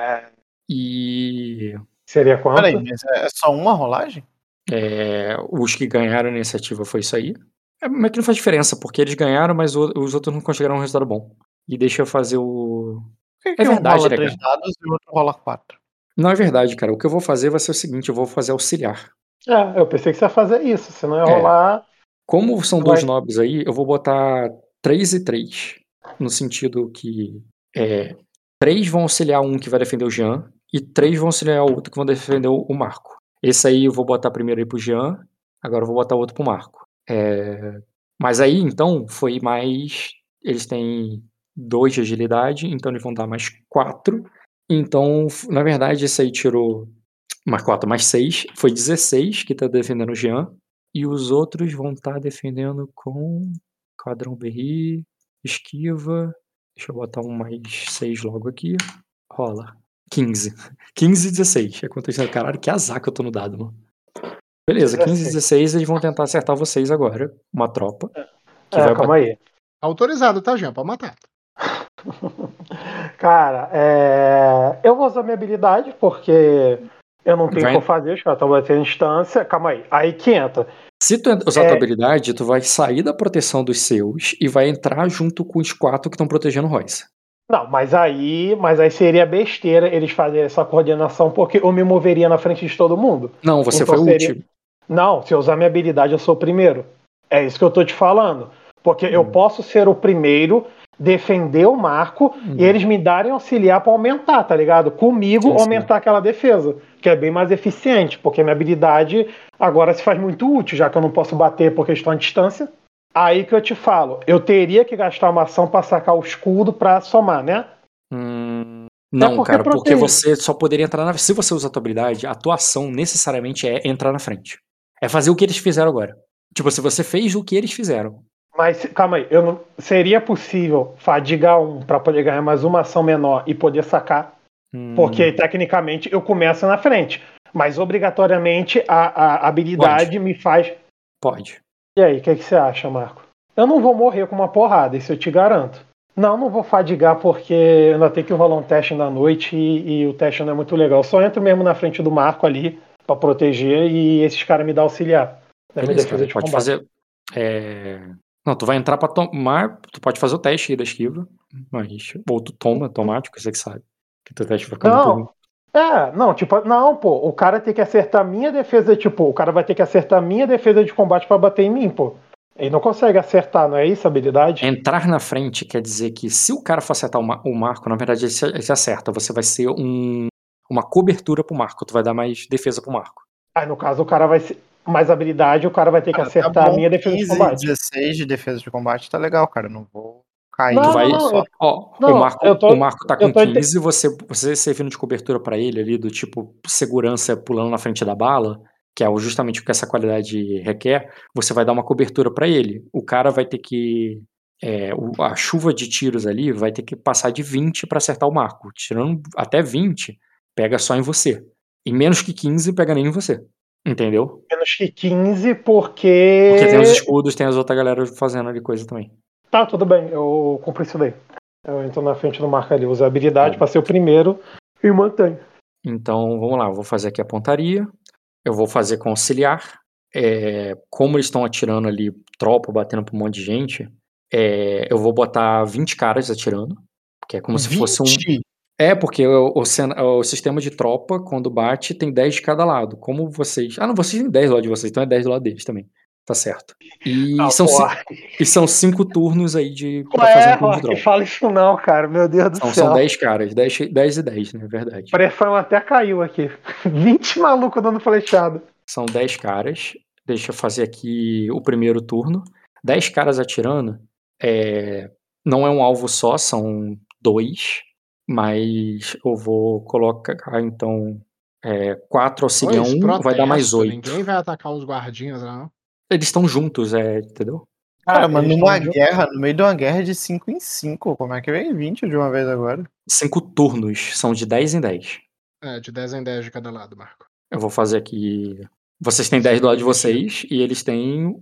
E...
Seria quanto?
Peraí, mas é só uma rolagem?
Os que ganharam a iniciativa foi isso aí. Mas que não faz diferença, porque eles ganharam, mas os outros não conseguiram um resultado bom. E deixa eu fazer o...
Por que
verdade,
um rola
né,
3 dados e o outro rola 4?
Não é verdade, cara. O que eu vou fazer vai ser o seguinte, eu vou fazer auxiliar.
Eu pensei que você ia fazer isso, senão ia rolar...
Como são 2 nobres aí, eu vou botar 3 e 3. No sentido que 3 vão auxiliar um que vai defender o Jean e 3 vão auxiliar o outro que vão defender o Marco. Esse aí eu vou botar primeiro aí pro Jean, agora eu vou botar o outro pro Marco. Mas aí, então, foi mais... Eles têm 2 de agilidade, então eles vão dar mais 4. Então, na verdade, esse aí tirou mais 4, mais 6. Foi 16 que tá defendendo o Jean. E os outros vão estar defendendo com Quadrão Berry, esquiva. Deixa eu botar um mais 6 logo aqui. Rola. 15. 15 e 16. É acontecendo. Caralho, que azar que eu tô no dado, mano. Beleza, 15 e 16 eles vão tentar acertar vocês agora. Uma tropa. Que vai
calma aí.
Autorizado, tá, Jean? Pode matar.
Cara, eu vou usar minha habilidade, porque eu não tenho o que fazer, os caras estão batendo distância. Calma aí. Aí que entra.
Se tu usar a tua habilidade, tu vai sair da proteção dos seus e vai entrar junto com os 4 que estão protegendo o Royce.
Não, mas aí seria besteira eles fazerem essa coordenação, porque eu me moveria na frente de todo mundo.
Não, você então foi o último.
Não, se eu usar minha habilidade, eu sou o primeiro. É isso que eu tô te falando. Porque eu posso ser o primeiro, defender o Marco e eles me darem auxiliar pra aumentar, tá ligado? Comigo, aumentar aquela defesa, que é bem mais eficiente, porque minha habilidade agora se faz muito útil, já que eu não posso bater porque estou à distância. Aí que eu te falo, eu teria que gastar uma ação pra sacar o escudo pra somar, né?
Não, cara, porque você só poderia entrar na... Se você usa a tua habilidade, a tua ação necessariamente é entrar na frente. É fazer o que eles fizeram agora. Tipo, se você fez o que eles fizeram,
Mas, calma aí, seria possível fadigar um pra poder ganhar mais uma ação menor e poder sacar? Porque, tecnicamente, eu começo na frente. Mas, obrigatoriamente, a habilidade me faz...
Pode.
E aí, o que você acha, Marco? Eu não vou morrer com uma porrada, isso eu te garanto. Não vou fadigar porque eu ainda tenho que rolar um teste na noite e o teste não é muito legal. Eu só entro mesmo na frente do Marco ali pra proteger e esses caras me dão auxiliar. Na minha defesa de
pode
combate.
fazer... Não, tu vai entrar pra tomar, tu pode fazer o teste aí da esquiva, mas... Ou tu toma automático, você que sabe. Que teu teste vai ficar muito ruim.
Pô, o cara tem que acertar minha defesa, o cara vai ter que acertar minha defesa de combate pra bater em mim, pô. Ele não consegue acertar, não é isso a habilidade?
Entrar na frente quer dizer que se o cara for acertar o Marco, na verdade ele se acerta, você vai ser uma cobertura pro Marco, tu vai dar mais defesa pro Marco.
Aí no caso o cara vai ser mais habilidade, o cara vai ter que acertar a minha defesa
15,
de combate.
16 de defesa de combate tá legal, cara, não vou cair.
O Marco tá com 15, você servindo de cobertura pra ele ali, do tipo segurança pulando na frente da bala, que é justamente o que essa qualidade requer, você vai dar uma cobertura pra ele. O cara vai ter que... a chuva de tiros ali vai ter que passar de 20 pra acertar o Marco. Tirando até 20, pega só em você. E menos que 15, pega nem em você. Entendeu?
Menos que 15, porque...
Porque tem os escudos, tem as outras galera fazendo ali coisa também.
Tá, tudo bem, eu cumpro isso daí. Eu entro na frente do Marco ali, uso a habilidade pra ser o primeiro e mantenho.
Então, vamos lá, eu vou fazer aqui a pontaria. Eu vou fazer com auxiliar. Como eles estão atirando ali, tropa, batendo pra um monte de gente, eu vou botar 20 caras atirando. Que é como se fosse um... porque o sistema de tropa, quando bate, tem 10 de cada lado. Como vocês... não, vocês têm 10 do lado de vocês, então é 10 do lado deles também. Tá certo. E são 5 turnos aí pra fazer um turno de tropa.
Fala isso não, cara, meu Deus do céu.
São 10 caras, 10 e 10, né, verdade.
A pressão até caiu aqui. 20 malucos dando flechada.
São 10 caras. Deixa eu fazer aqui o primeiro turno. 10 caras atirando. Não é um alvo só, são 2. Mas eu vou colocar, então, 4 auxiliar 1, vai dar mais 8.
Ninguém vai atacar os guardinhas, não.
Eles estão juntos, entendeu?
Cara, mas numa guerra, no meio de uma guerra de 5 em 5, como é que vem 20 de uma vez agora?
5 turnos, são de 10 em 10.
De 10 em 10 de cada lado, Marco.
Eu vou fazer aqui... Vocês têm 10 do lado de vocês, e eles têm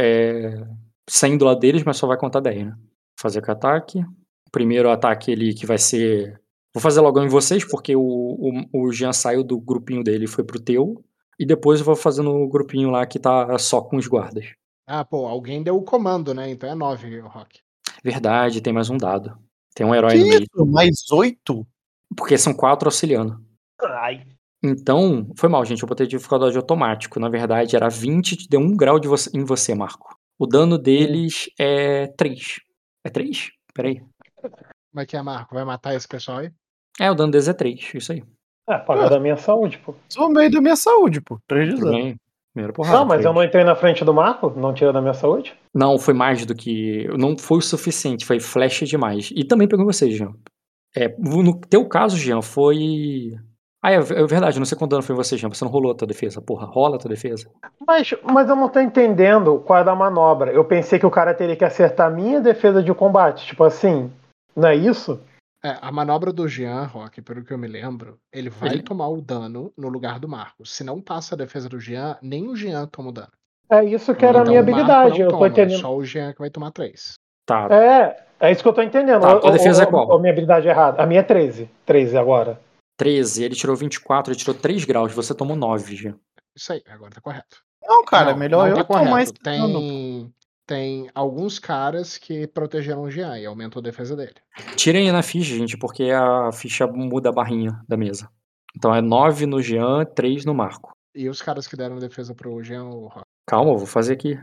100 do lado deles, mas só vai contar 10, né? Vou fazer com ataque. O primeiro ataque, ele que vai ser... Vou fazer logo em vocês, porque o Jean saiu do grupinho dele e foi pro teu. E depois eu vou fazer no grupinho lá que tá só com os guardas.
Alguém deu o comando, né? Então é 9, Rock.
Verdade, tem mais um dado. Tem um herói no meio.
Isso? Mais 8?
Porque são 4 auxiliando.
Ai.
Então, foi mal, gente. Eu botei dificuldade automático. Na verdade, era 20, deu 1 grau em você, Marco. O dano deles é 3. É 3? Peraí.
Como é que é, Marco? Vai matar esse pessoal aí?
O dano deles é 3, isso aí.
Pagar da minha saúde, pô.
Sou meio da minha saúde, pô. 3 de dano.
Primeira porrada.
Não, mas 3. Eu não entrei na frente do Marco? Não tira da minha saúde?
Não, foi mais do que... Não foi o suficiente, foi flecha demais. E também pegou você, Jean. No teu caso, Jean, foi... é verdade, não sei quanto dano foi em você, Jean. Você não rolou a tua defesa, porra. Rola a tua defesa.
Mas eu não tô entendendo qual é da manobra. Eu pensei que o cara teria que acertar a minha defesa de combate. Tipo assim, não é isso?
A manobra do Jean, Rock, pelo que eu me lembro, ele vai tomar o dano no lugar do Marco. Se não passa a defesa do Jean, nem o Jean toma o dano.
É isso que era a minha habilidade. Eu tô entendendo.
Só o Jean que vai tomar 3.
Tá.
É isso que eu tô entendendo.
Tá, a defesa é qual?
A minha habilidade é errada. A minha é 13. 13 agora.
13, ele tirou 24, ele tirou 3 graus, você tomou 9, Jean.
Isso aí, agora tá correto.
Não, cara, é melhor eu tomar esse
dano. Tem alguns caras que protegeram o Jean e aumentou a defesa dele.
Tirem na ficha, gente, porque a ficha muda a barrinha da mesa. Então é 9 no Jean, 3 no Marco.
E os caras que deram defesa pro Jean, o Rock?
Calma, eu vou fazer aqui.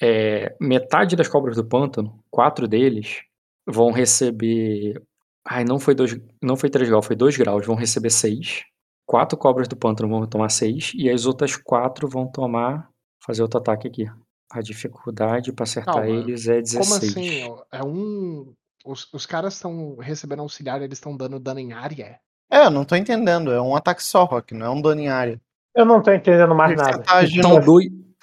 Metade das cobras do pântano, 4 deles, vão receber... não foi 3 graus, foi 2 graus, vão receber 6. 4 cobras do pântano vão tomar 6, e as outras 4 vão tomar... Fazer outro ataque aqui. A dificuldade pra acertar eles é 16.
Como assim? Os caras estão recebendo auxiliar, eles estão dando dano em área?
Eu não tô entendendo. É um ataque só, Rock, não é um dano em área.
Eu não tô entendendo mais nada.
Então,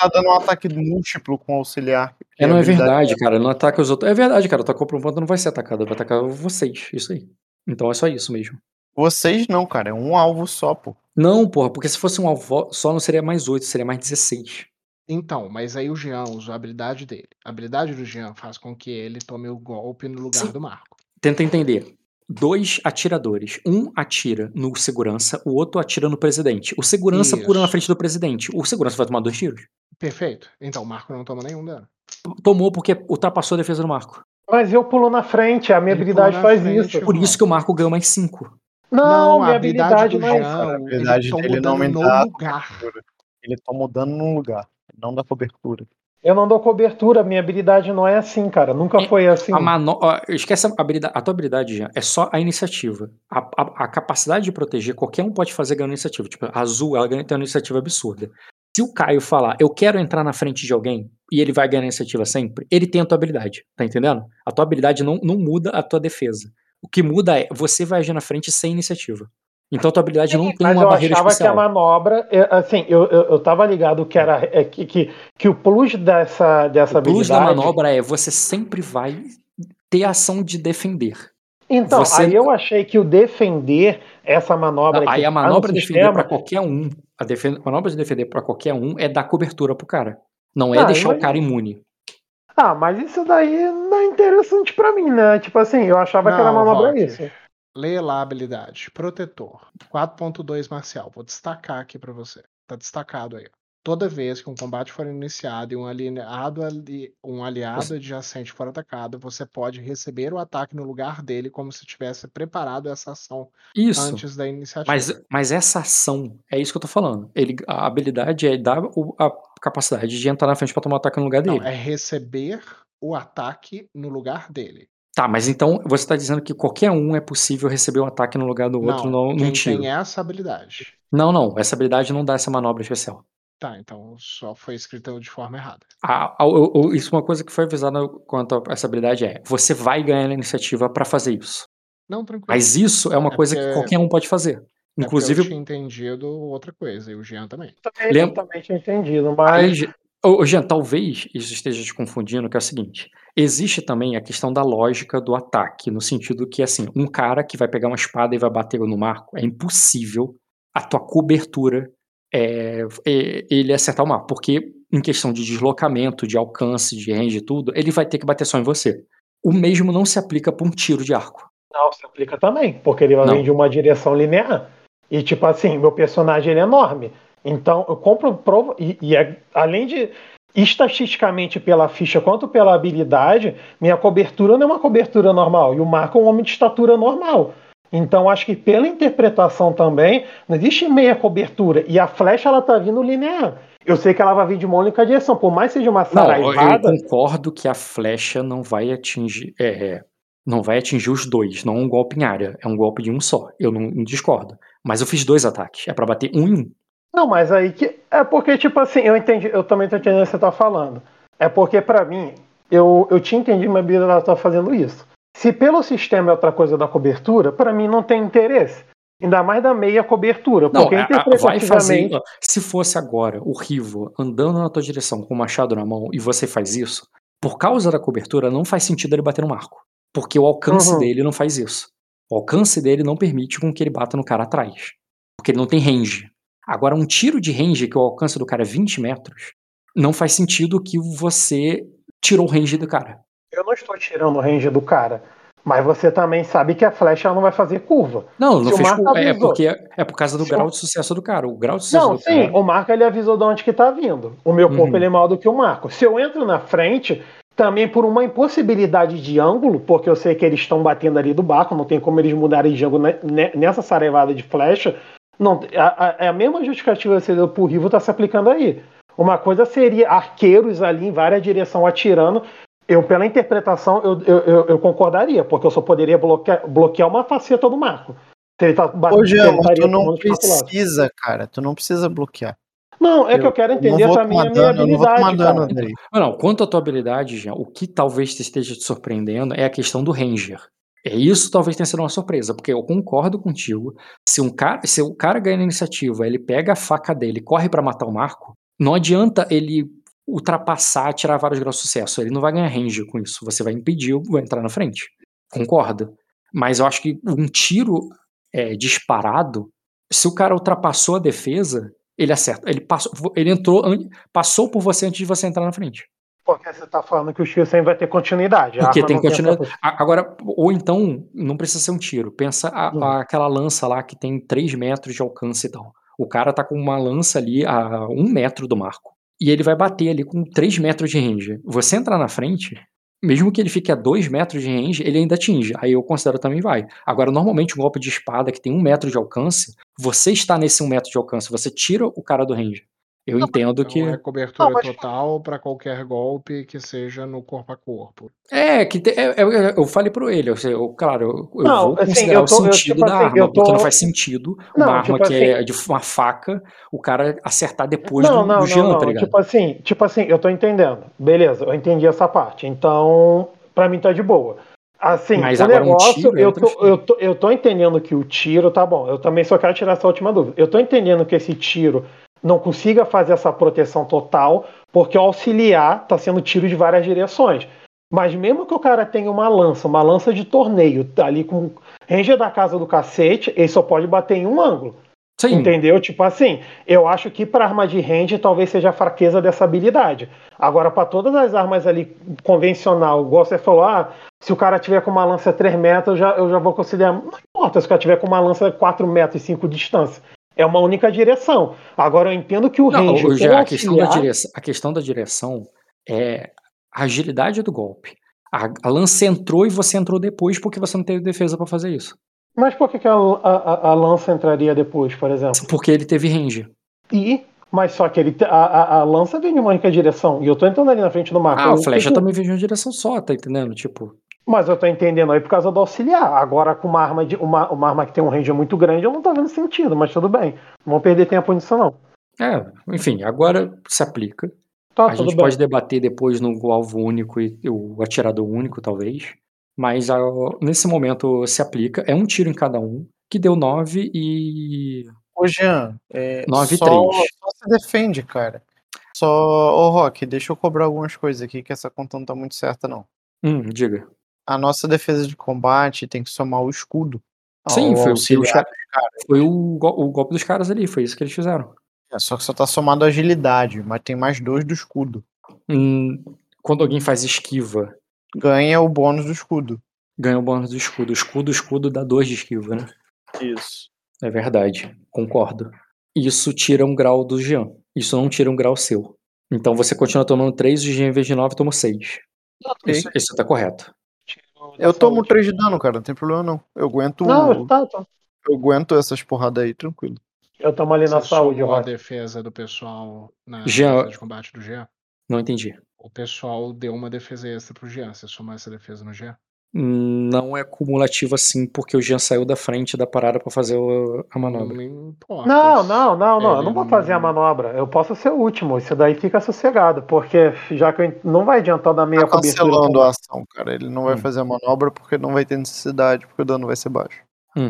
tá dando um ataque múltiplo com auxiliar.
Não é verdade, cara. Não ataca os outros. É verdade, cara. Tocou pra um ponto, não vai ser atacado. Vai atacar vocês. Isso aí. Então é só isso mesmo.
Vocês não, cara. É um alvo só, pô.
Não, porra. Porque se fosse um alvo só, não seria mais 8, seria mais 16.
Então, mas aí o Jean usa a habilidade dele. A habilidade do Jean faz com que ele tome o golpe no lugar do Marco.
Tenta entender. 2 atiradores. Um atira no segurança, o outro atira no presidente. O segurança pula na frente do presidente. O segurança vai tomar 2 tiros.
Perfeito. Então o Marco não toma nenhum dano.
Tomou porque ultrapassou a defesa do Marco.
Mas eu pulo na frente, a minha habilidade faz isso.
Por isso que o Marco ganhou mais 5.
Não, minha habilidade não é isso.
A habilidade dele não me dá cobertura. Ele toma dano num lugar, não dá cobertura. Eu não dou cobertura, minha habilidade não é assim, cara. Nunca foi assim.
Esquece a habilidade. A tua habilidade já é só a iniciativa. A capacidade de proteger, qualquer um pode fazer ganhando iniciativa. Tipo, a Azul, ela ganha uma iniciativa absurda. Se o Caio falar, eu quero entrar na frente de alguém, e ele vai ganhar a iniciativa sempre, ele tem a tua habilidade, tá entendendo? A tua habilidade não muda a tua defesa. O que muda é, você vai agir na frente sem iniciativa. Então a tua habilidade não tem uma barreira especial.
Mas eu achava que a manobra, assim, eu tava ligado que era que o plus dessa habilidade... O plus
da manobra é, você sempre vai ter ação de defender.
Então, aí eu achei que o defender essa manobra...
Aí a manobra de defender pra qualquer um, a manobra de defender pra qualquer um é dar cobertura pro cara. Não é deixar o cara imune.
Mas isso daí não é interessante pra mim, né? Tipo assim, eu achava que era manobra isso.
Leia lá a habilidade. Protetor. 4.2 marcial. Vou destacar aqui pra você. Tá destacado aí. Toda vez que um combate for iniciado e um aliado adjacente for atacado, você pode receber o ataque no lugar dele como se tivesse preparado essa ação antes da iniciativa.
Mas essa ação, é isso que eu tô falando. A habilidade é dar a capacidade de entrar na frente pra tomar o ataque no lugar dele.
Não, é receber o ataque no lugar dele.
Tá, mas então você tá dizendo que qualquer um é possível receber um ataque no lugar do outro num tiro.
Tem essa habilidade.
Não, essa habilidade não dá essa manobra especial.
Tá, então só foi escrito de forma errada.
Isso é uma coisa que foi avisada quanto a essa habilidade você vai ganhar a iniciativa pra fazer isso.
Não, tranquilo.
Mas isso é uma coisa que qualquer um pode fazer. Inclusive...
eu tinha entendido outra coisa, e o Jean também.
Eu também tinha entendido, mas...
Jean, talvez isso esteja te confundindo, que é o seguinte. Existe também a questão da lógica do ataque, no sentido que, assim, um cara que vai pegar uma espada e vai bater no Marco, é impossível a tua cobertura ele acertar o Marco, porque em questão de deslocamento, de alcance, de range e tudo, ele vai ter que bater só em você. O mesmo não se aplica pra um tiro de arco.
Não, se aplica também, porque ele vai vir de uma direção linear. E tipo assim, meu personagem ele é enorme. Então eu compro além de estatisticamente pela ficha quanto pela habilidade, minha cobertura não é uma cobertura normal. E o Marco é um homem de estatura normal. Então acho que pela interpretação também, não existe meia cobertura. E a flecha ela tá vindo linear. Eu sei que ela vai vir de uma única direção, por mais que seja uma saraivada...
Eu concordo que a flecha não vai atingir... não vai atingir os dois, não é um golpe em área, é um golpe de um só. Eu não discordo. Mas eu fiz 2 ataques, é pra bater um em um.
Não, mas aí que... É porque, tipo assim, eu entendi, eu também tô entendendo o que você tá falando. É porque, pra mim, eu tinha entendido, mas a habilidade tá fazendo isso. Se pelo sistema é outra coisa da cobertura, pra mim não tem interesse. Ainda mais da meia cobertura. Porque
vai fazer. Se fosse agora o Rivo andando na tua direção com o machado na mão e você faz isso, por causa da cobertura, não faz sentido ele bater no Marco. Porque o alcance dele não faz isso. O alcance dele não permite com que ele bata no cara atrás. Porque ele não tem range. Agora, um tiro de range que o alcance do cara é 20 metros, não faz sentido que você tirou o range do cara.
Eu não estou tirando o range do cara. Mas você também sabe que a flecha não vai fazer curva.
Não fez curva. É por causa do grau de sucesso do cara. O grau de sucesso do cara...
o Marco ele avisou de onde que tá vindo. O meu corpo ele é maior do que o Marco. Se eu entro na frente, também por uma impossibilidade de ângulo, porque eu sei que eles estão batendo ali do barco, não tem como eles mudarem de ângulo nessa saraivada de flecha. Não, a mesma justificativa que você deu pro Rivo tá se aplicando aí. Uma coisa seria arqueiros ali em várias direções atirando. Eu, pela interpretação, eu concordaria, porque eu só poderia bloquear uma faceta do Marco. Se ele tá batendo,
tu não precisa, cara. Tu não precisa bloquear.
Não, que eu quero entender também a minha habilidade, cara.
Não, quanto à tua habilidade, Jean, o que talvez te esteja te surpreendendo é a questão do Ranger. Isso talvez tenha sido uma surpresa, porque eu concordo contigo. Se o cara ganha a iniciativa, ele pega a faca dele e corre pra matar o Marco, Não adianta ele ultrapassar, tirar vários graus de sucesso. Ele não vai ganhar range com isso. Você vai impedir, vai entrar na frente. Concorda? Mas eu acho que um tiro disparado, se o cara ultrapassou a defesa, ele acerta. Ele entrou, passou por você antes de você entrar na frente.
Porque você tá falando que o tiro sempre vai ter continuidade.
Porque tem continuidade. Agora, ou então, não precisa ser um tiro. Pensa aquela lança lá que tem 3 metros de alcance e tal. O cara tá com uma lança ali a 1 metro do marco. E ele vai bater ali com 3 metros de range. Você entrar na frente, mesmo que ele fique a 2 metros de range, ele ainda atinge. Aí eu considero também vai. Agora, normalmente, um golpe de espada que tem 1 metro de alcance, você está nesse 1 metro de alcance, você tira o cara do range. Eu entendo que...
É cobertura total para qualquer golpe que seja no corpo a corpo.
Eu falei pro ele, claro, eu
Não,
vou
assim,
considerar o sentido
tipo
da
assim,
arma, porque não faz sentido uma arma
tipo
que
assim,
é de uma faca, o cara acertar depois do Jean,
não,
tá ligado?
Tipo assim, eu tô entendendo. Beleza, eu entendi essa parte. Então, pra mim tá de boa. Assim,
Mas
o
agora
negócio,
um tiro
eu tô entendendo que o tiro, tá bom, eu também só quero tirar essa última dúvida. Eu tô entendendo que esse tiro não consiga fazer essa proteção total, porque o auxiliar tá sendo tiro de várias direções. Mas mesmo que o cara tenha uma lança de torneio, tá ali com range da casa do cacete, ele só pode bater em um ângulo.
Sim.
Entendeu? Tipo assim, eu acho que para arma de range talvez seja a fraqueza dessa habilidade. Agora, para todas as armas ali convencional, igual você falou, se o cara tiver com uma lança 3 metros, eu já vou considerar. Não importa se o cara tiver com uma lança 4 metros e 5 de distância. É uma única direção. Agora, eu entendo que o range.
A questão da direção é a agilidade do golpe. A lança entrou e você entrou depois porque você não teve defesa pra fazer isso.
Mas por que a lança entraria depois, por exemplo?
Porque ele teve range.
Mas só que a lança vem em uma única direção. E eu tô entrando ali na frente do marco.
A flecha também vem em uma direção só, tá entendendo? Tipo.
Mas eu tô entendendo aí por causa do auxiliar. Agora, com uma arma que tem um range muito grande, eu não tô vendo sentido, mas tudo bem. Não vamos perder tempo nisso, não.
Enfim, agora se aplica. A gente pode debater depois no alvo único e o atirador único, talvez. Mas nesse momento se aplica. É um tiro em cada um, que deu 9 e...
Ô, Jean,
9 e 3.
Só se defende, cara. Ô, Rock, deixa eu cobrar algumas coisas aqui, que essa conta não tá muito certa, não.
Diga.
A nossa defesa de combate tem que somar o escudo.
Sim, foi o golpe dos caras ali, foi isso que eles fizeram.
Só que só tá somado a agilidade, mas tem mais 2 do escudo.
Quando alguém faz esquiva...
Ganha o bônus do escudo.
Ganha o bônus do escudo. O escudo dá 2 de esquiva, né?
Isso.
É verdade, concordo. Isso tira um grau do Jean. Isso não tira um grau seu. Então você continua tomando 3, o Jean em vez de 9 toma 6. Okay. Isso tá correto.
Eu tomo 3 de dano, cara, não tem problema não. Eu aguento.
Não, tá.
Eu aguento essas porradas aí, tranquilo.
Eu tomo ali na saúde,
a defesa do pessoal na
Jean...
defesa de combate do Jean?
Não entendi.
O pessoal deu uma defesa extra pro Jean. Você somar essa defesa no Jean?
Não é cumulativo assim, porque o Jean saiu da frente da parada pra fazer a manobra.
Não importa. Eu não vou fazer a manobra. Eu posso ser o último. Isso daí fica sossegado, porque já que não vai adiantar da meia cobertura.
Cancelando a ação, cara. Ele não vai fazer a manobra porque não vai ter necessidade, porque o dano vai ser baixo.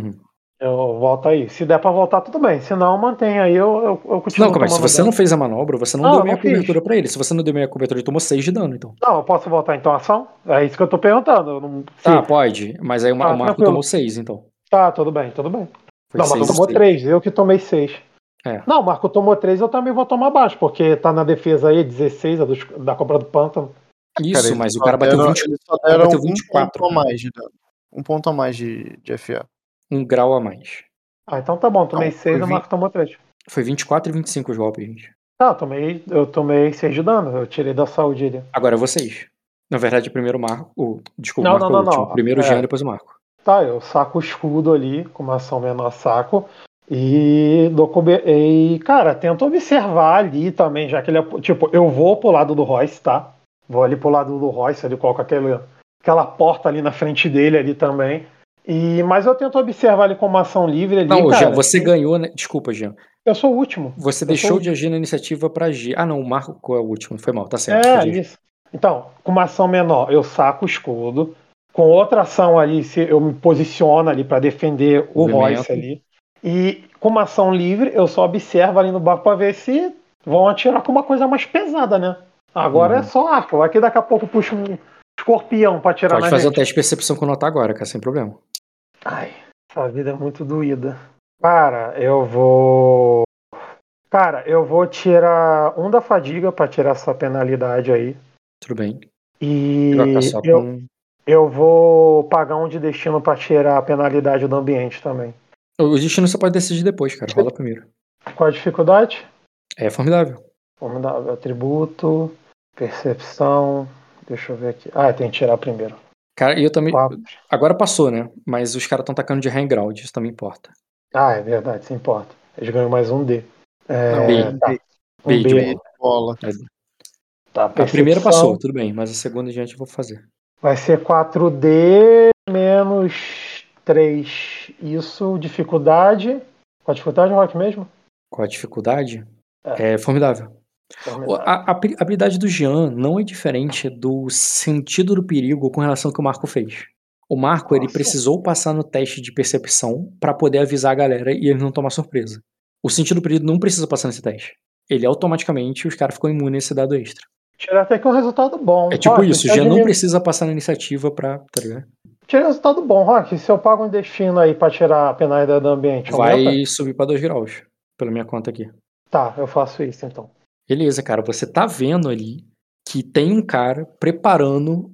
Eu volto aí. Se der pra voltar, tudo bem. Se não, mantém aí, eu continuo.
Não, mas se você não fez a manobra, você não deu meia cobertura pra ele. Se você não deu meia cobertura, ele tomou 6 de dano, então.
Não, eu posso voltar então a ação? É isso que eu tô perguntando.
Pode. Mas aí o Marco tomou 6, então.
Tá, tudo bem.
Foi
não, o Marco tomou 3, eu que tomei 6. Não, o Marco tomou 3, eu também vou tomar baixo, porque tá na defesa aí, 16, da Cobra do Pântano.
Isso, cara, mas o cara bateu 20.
Ele só deram 24. 1 ponto a mais de dano. 1 ponto a mais de FA.
1 grau a mais.
Então tá bom, tomei 6 e o Marco tomou 3.
Foi 24 e 25 os golpes, gente.
Tá, eu tomei 6 de dano, eu tirei da saúde ali.
Agora vocês. Na verdade, primeiro o Marco. Desculpa, o Marco é o último. Primeiro o Jean, depois o Marco.
Tá, eu saco o escudo ali, com uma ação menor saco. E cara, tento observar ali também, já que ele é. Tipo, eu vou pro lado do Royce, tá? Vou ali pro lado do Royce, ali coloco aquela porta ali na frente dele ali também. Mas eu tento observar ele como ação livre ali.
Não, cara, Jean, você ganhou, né? Desculpa, Jean.
Eu sou o último.
Você deixou de agir na iniciativa pra agir. Não, o Marco é o último. Foi mal, tá certo.
Isso. Então, com uma ação menor, eu saco o escudo. Com outra ação ali, eu me posiciono ali pra defender o Royce ali. E com uma ação livre, eu só observo ali no barco pra ver se vão atirar com uma coisa mais pesada, né? Agora é só arco. Vai que daqui a pouco puxa um escorpião pra atirar
Pode
na
fazer o
gente.
teste de percepção quando eu tá agora, cara, sem problema.
Ai, essa vida é muito doída. Cara, eu vou tirar um da fadiga pra tirar essa penalidade aí.
Tudo bem.
E
Vai ficar só com...
eu vou pagar um de destino pra tirar a penalidade do ambiente também.
O destino você pode decidir depois, cara. Rola primeiro.
Qual a dificuldade?
É formidável.
Formidável. Atributo, percepção. Deixa eu ver aqui. Tem que tirar primeiro.
Cara, e eu também...
4.
Agora passou, né? Mas os caras estão tacando de high ground, isso também importa.
É verdade, isso importa. Eles ganham mais um D.
B.
Tá.
B
Um
de
B.
bola.
Tá,
A primeira passou, tudo bem, mas a segunda adiante eu vou fazer.
Vai ser 4D menos 3. Isso, dificuldade. Qual a dificuldade, Rock, mesmo?
Qual a dificuldade? É formidável. A habilidade do Jean não é diferente do sentido do perigo com relação ao que o Marco fez. O Marco, ele precisou passar no teste de percepção pra poder avisar a galera e ele não tomar surpresa. O sentido do perigo não precisa passar nesse teste. Ele automaticamente, os caras ficam imunes a esse dado extra.
Tira até que um resultado bom.
É tipo
Rock,
isso, o Jean não precisa passar na iniciativa pra... Tá ligado?
Tira resultado bom, Rock. Se eu pago um destino aí pra tirar a penalidade do ambiente,
vai
aumenta?
subir pra 2 graus, pela minha conta aqui.
Tá, eu faço isso então.
Beleza, cara, você tá vendo ali que tem um cara preparando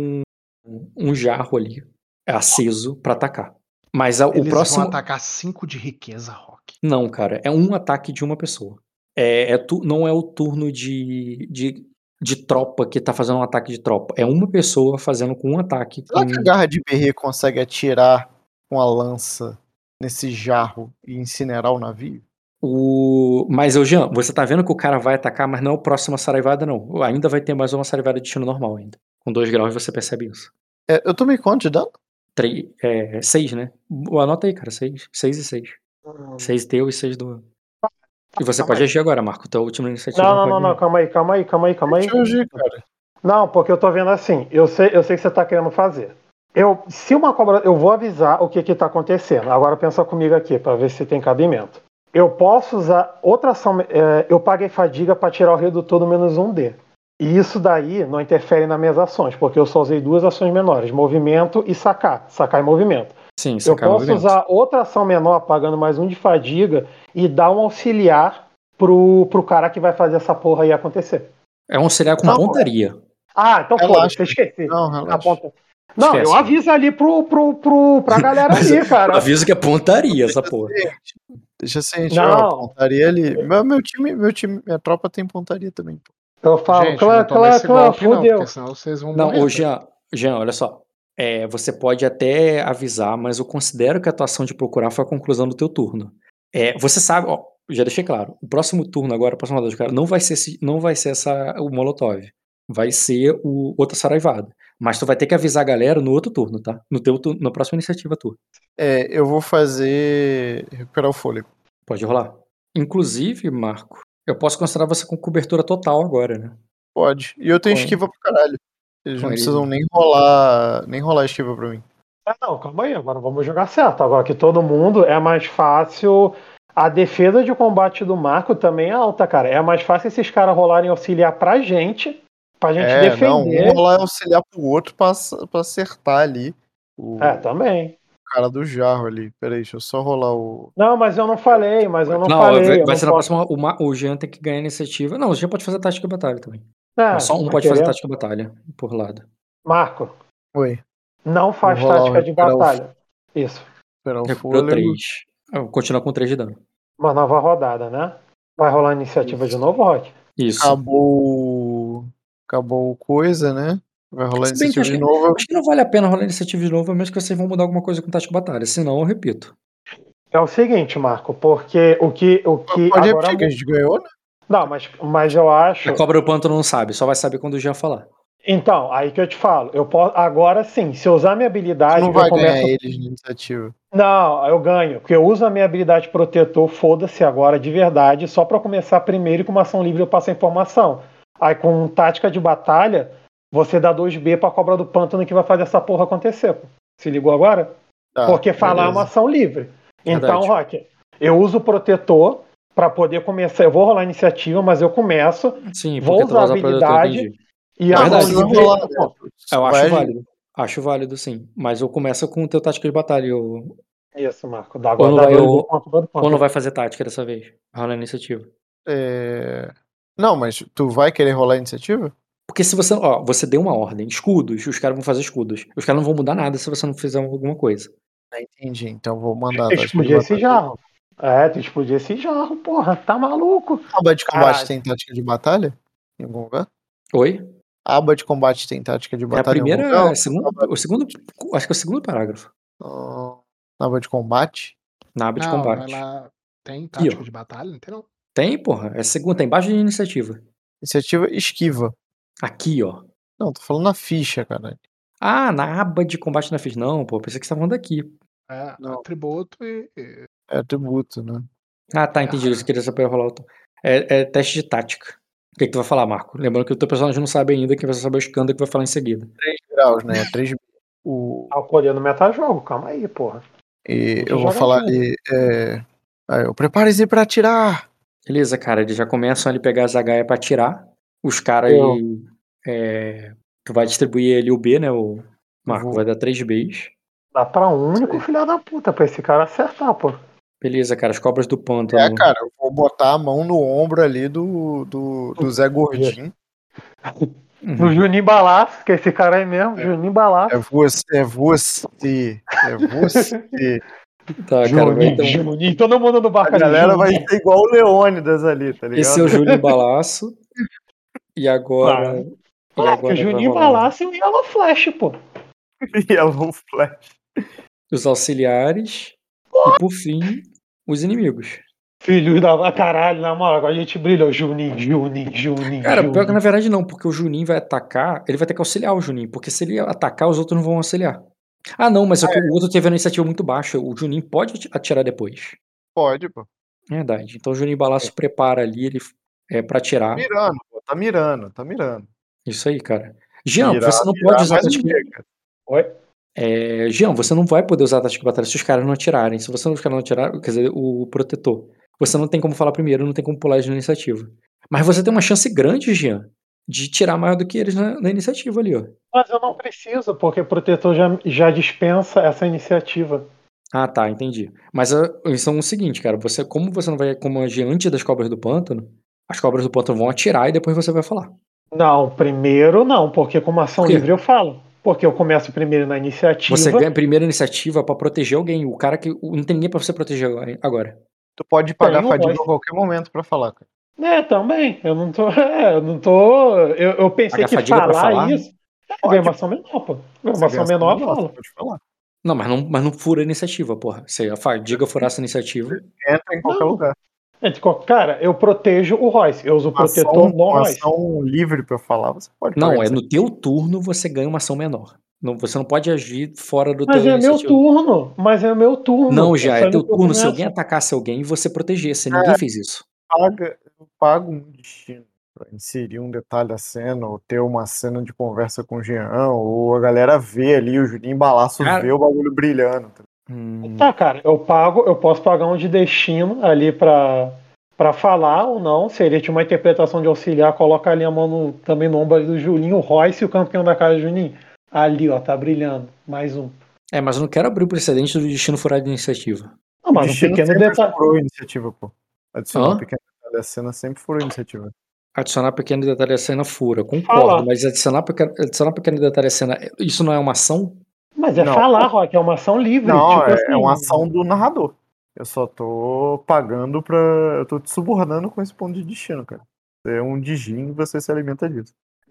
um jarro ali, aceso, pra atacar. Mas o próximo...
vão atacar 5 de riqueza, Rock.
Não, cara, é um ataque de uma pessoa. Não é o turno de tropa que tá fazendo um ataque de tropa. É uma pessoa fazendo com um ataque.
Será que a garra de Berrê consegue atirar com a lança nesse jarro e incinerar o navio?
Mas, Jean, você tá vendo que o cara vai atacar, mas não é o próximo saraivada, não. Ainda vai ter mais uma saraivada de destino normal ainda. Com 2 graus você percebe isso.
Eu tomei quanto de dano?
6, né? Anota aí, cara. 6 e 6. 6 teu e 6 do... E você pode agir agora, Marco. Tua última iniciativa.
Não. Calma aí.
Deixa eu agir, cara.
Não, porque eu tô vendo assim. Eu sei que você tá querendo fazer. Se uma cobra... Eu vou avisar o que tá acontecendo. Agora pensa comigo aqui, pra ver se tem cabimento. Eu posso usar outra ação... eu paguei fadiga pra tirar o redutor do menos 1D. E isso daí não interfere nas minhas ações, porque eu só usei 2 ações menores. Movimento e sacar. Sacar e movimento.
Sim,
eu posso usar outra ação menor, pagando mais 1 de fadiga, e dar um auxiliar pro cara que vai fazer essa porra aí acontecer.
É um auxiliar com pontaria.
Então foda-se, esqueci.
Não, relaxa.
Não, esquece. Eu aviso ali pra galera ali, cara.
Eu aviso que é pontaria essa porra.
Deixa assim, não. Pontaria ali. Meu time, minha tropa tem pontaria também.
Eu falo,
gente, claro, fudeu. Porque senão vocês vão morrer.
Não, Jean, olha só. Você pode até avisar, mas eu considero que a tua ação de procurar foi a conclusão do teu turno. Você sabe, ó, já deixei claro, o próximo turno agora, a próxima rodada do cara, não vai ser o Molotov. Vai ser outra saraivada. Mas tu vai ter que avisar a galera no outro turno, tá? Na próxima iniciativa tua.
Eu vou fazer... recuperar o fôlego.
Pode rolar. Inclusive, Marco, eu posso considerar você com cobertura total agora, né?
Pode. E eu tenho esquiva pro caralho. Eles não precisam nem rolar esquiva pra mim.
Não, calma aí, agora vamos jogar certo. Agora que todo mundo é mais fácil. A defesa de combate do Marco também é alta, cara. É mais fácil esses caras rolarem auxiliar pra gente defender.
Não, um rolar auxiliar pro outro pra acertar ali.
Também.
O cara do jarro ali. Peraí, deixa eu só rolar o...
Não, mas eu não falei, Vai
ser na próxima, o Jean tem que ganhar a iniciativa. Não, o Jean pode fazer tática de batalha também. Mas só um pode fazer tática de batalha, por lado.
Marco.
Oi.
Não faz tática de batalha. Isso.
Recuperou 3. Continua com 3 de dano.
Uma nova rodada, né? Vai rolar a iniciativa de novo, Rock?
Isso.
Acabou coisa, né? Vai rolar a iniciativa de novo.
Acho que não vale a pena rolar a iniciativa de novo, a menos que vocês vão mudar alguma coisa com tática de batalha. Senão, eu repito.
É o seguinte, Marco, porque o que
pode agora... repetir que a gente ganhou, né?
Não, mas eu acho...
A cobra do pântano não sabe, só vai saber quando o Jean falar.
Então, aí que eu te falo. Eu posso, agora sim, se eu usar minha habilidade...
Tu não vai ganhar eles na iniciativa.
Não, eu ganho, porque eu uso a minha habilidade protetor, foda-se agora, de verdade, só pra começar primeiro e com uma ação livre eu passo a informação. Aí com tática de batalha, você dá 2B pra cobra do pântano que vai fazer essa porra acontecer. Pô. Se ligou agora? Porque falar é uma ação livre. Então, Rock, eu uso o protetor pra poder começar. Eu vou rolar a iniciativa, mas eu começo,
Sim,
vou
porque tu
usar
vai
a
usar pra eu
habilidade
entendi.
e
É
a mão
verdade.
livre.
Eu acho válido. Acho válido, sim. Mas eu começo com o teu tática de batalha.
Isso, Marco.
Ou não
Dá
vai,
2 pontos todo
ou não vai fazer tática dessa vez? Rola a iniciativa.
Não, mas tu vai querer rolar a iniciativa?
Porque se você. Ó, você deu uma ordem. Escudos. Os caras vão fazer escudos. Os caras não vão mudar nada se você não fizer alguma coisa.
Entendi. Então vou mandar a
Tem que
tática de
explodir esse
batalha.
jarro. Tem que explodir esse jarro, porra. Tá maluco?
A aba de combate
Caralho.
tem tática de batalha? Em algum lugar?
Oi?
A aba de combate tem tática de
É a
batalha em algum
primeira.
lugar?
O segundo. Acho que é o segundo parágrafo.
Na aba de combate?
Na aba de
Não,
combate.
ela tem
Aqui,
tática
ó.
de batalha, não tem não.
Tem, porra. É a segunda. Tá embaixo de iniciativa.
Iniciativa esquiva.
Aqui, ó.
Não, tô falando na ficha, cara.
Ah, na aba de combate na ficha. Não, pô. Pensei que você tava falando aqui.
Não.
Atributo e.
É atributo, né?
Ah, tá. Entendi. Você queria saber rolar o. É teste de tática. O que tu vai falar, Marco? Lembrando que o teu personagem não sabe ainda, quem vai saber o escândalo que vai falar em seguida.
3 graus, né? 3
Ah, eu poder no metajogo, calma aí, porra.
E
Deixa
eu vou
jogar
falar
junto.
ali. Prepare-se pra atirar!
Beleza, cara. Eles já começam a pegar as HE pra atirar. Os caras
Eu.
aí. Tu vai distribuir ali o B, né? O Marco
Vou.
vai dar 3 Bs.
Dá pra um único filho da puta, pra esse cara acertar, pô.
Beleza, cara. As cobras do pântano.
Cara, eu vou botar a mão no ombro ali do Zé Gordinho.
No Juninho Balaço, que é esse cara aí mesmo, Juninho Balaço.
É você.
Tá, cara. Vai, então...
Juninho, todo mundo no
A
barco ali.
galera vai
Juninho.
ser igual o Leônidas ali, tá ligado?
Esse é o Juninho Balaço. E agora.
Claro.
E agora
o Juninho
vai rolar
Balaço e o Yellow Flash, pô.
Yellow Flash.
os auxiliares. E por fim, os inimigos.
Filho da caralho, na moral, agora a gente brilhou. Juninho.
Cara, pior que na verdade não, porque o Juninho vai atacar, ele vai ter que auxiliar o Juninho, porque se ele atacar, os outros não vão auxiliar. Ah, não, mas o outro teve a iniciativa muito baixa, o Juninho pode atirar depois.
Pode, pô.
Verdade. Então o Juninho Balaço prepara ali, ele pra atirar.
Mirando, pô. Tá mirando.
Isso aí, cara. Jean, você não pode usar a tática.
Oi?
Jean, você não vai poder usar a tática de batalha se os caras não atirarem. Se você não ficar não atirar, quer dizer, o protetor. Você não tem como falar primeiro, não tem como pular de iniciativa. Mas você tem uma chance grande, Jean, de tirar mais do que eles na iniciativa ali, ó.
Mas eu não preciso, porque o protetor já dispensa essa iniciativa.
Ah, tá, entendi. Mas então é o seguinte, cara, como você não vai como agir antes das cobras do pântano, as cobras do pântano vão atirar e depois você vai falar.
Não, primeiro não, porque como ação
Por quê?
livre eu falo. Porque eu começo primeiro na iniciativa.
Você ganha a primeira iniciativa pra proteger alguém. O cara que. Não tem ninguém pra você proteger agora.
Tu pode pagar
Tem,
fadiga
mas-
a qualquer momento pra falar, cara.
Também. Eu não tô. Eu pensei
Pagar
que
fadiga pra falar?
isso.
Pode.
Ganha uma ação menor, pô. Ganha uma ação menor, eu falo.
Pode falar.
Não, mas não fura a iniciativa, porra. Se a fadiga furasse a iniciativa.
Entra em qualquer
Não.
lugar.
Cara, eu protejo o Royce. Eu uso o protetor no
Uma
Royce.
ação livre pra falar, você pode
Não,
pagar
no teu turno você ganha uma ação menor. Você não pode agir fora do
Mas
teu
é meu
iniciativa.
turno. Mas é meu turno.
Não, já
só
é teu
no que eu
turno se
começo.
alguém atacasse alguém e você protegesse. Ninguém fez isso.
Eu pago um destino pra inserir um detalhe da cena, ou ter uma cena de conversa com o Jean, ou a galera vê ali, o Juninho Balaço vê o bagulho brilhando.
Tá, cara, eu posso pagar um de destino ali pra falar ou não. Se ele tinha uma interpretação de auxiliar, coloca ali a mão também no ombro ali do Julinho, o Royce e o campeão da casa Juninho. Ali, ó, tá brilhando. Mais um.
Mas eu não quero abrir o precedente do destino furado de iniciativa.
Não, mas um
Destino
pequeno
sempre
detalhe.
furou a iniciativa, pô. Adicionar
Hã?
um pequeno detalhe da cena sempre furou a iniciativa.
Adicionar pequeno detalhe à cena fura. Concordo,
Fala.
mas adicionar pequeno detalhe à cena, isso não é uma ação?
Mas é
Não.
falar, Rock, é uma ação livre.
Não,
tipo assim,
é uma ação do narrador. Eu só tô pagando pra. Eu tô te subornando com esse ponto de destino, cara. Você é um digim e você se alimenta disso.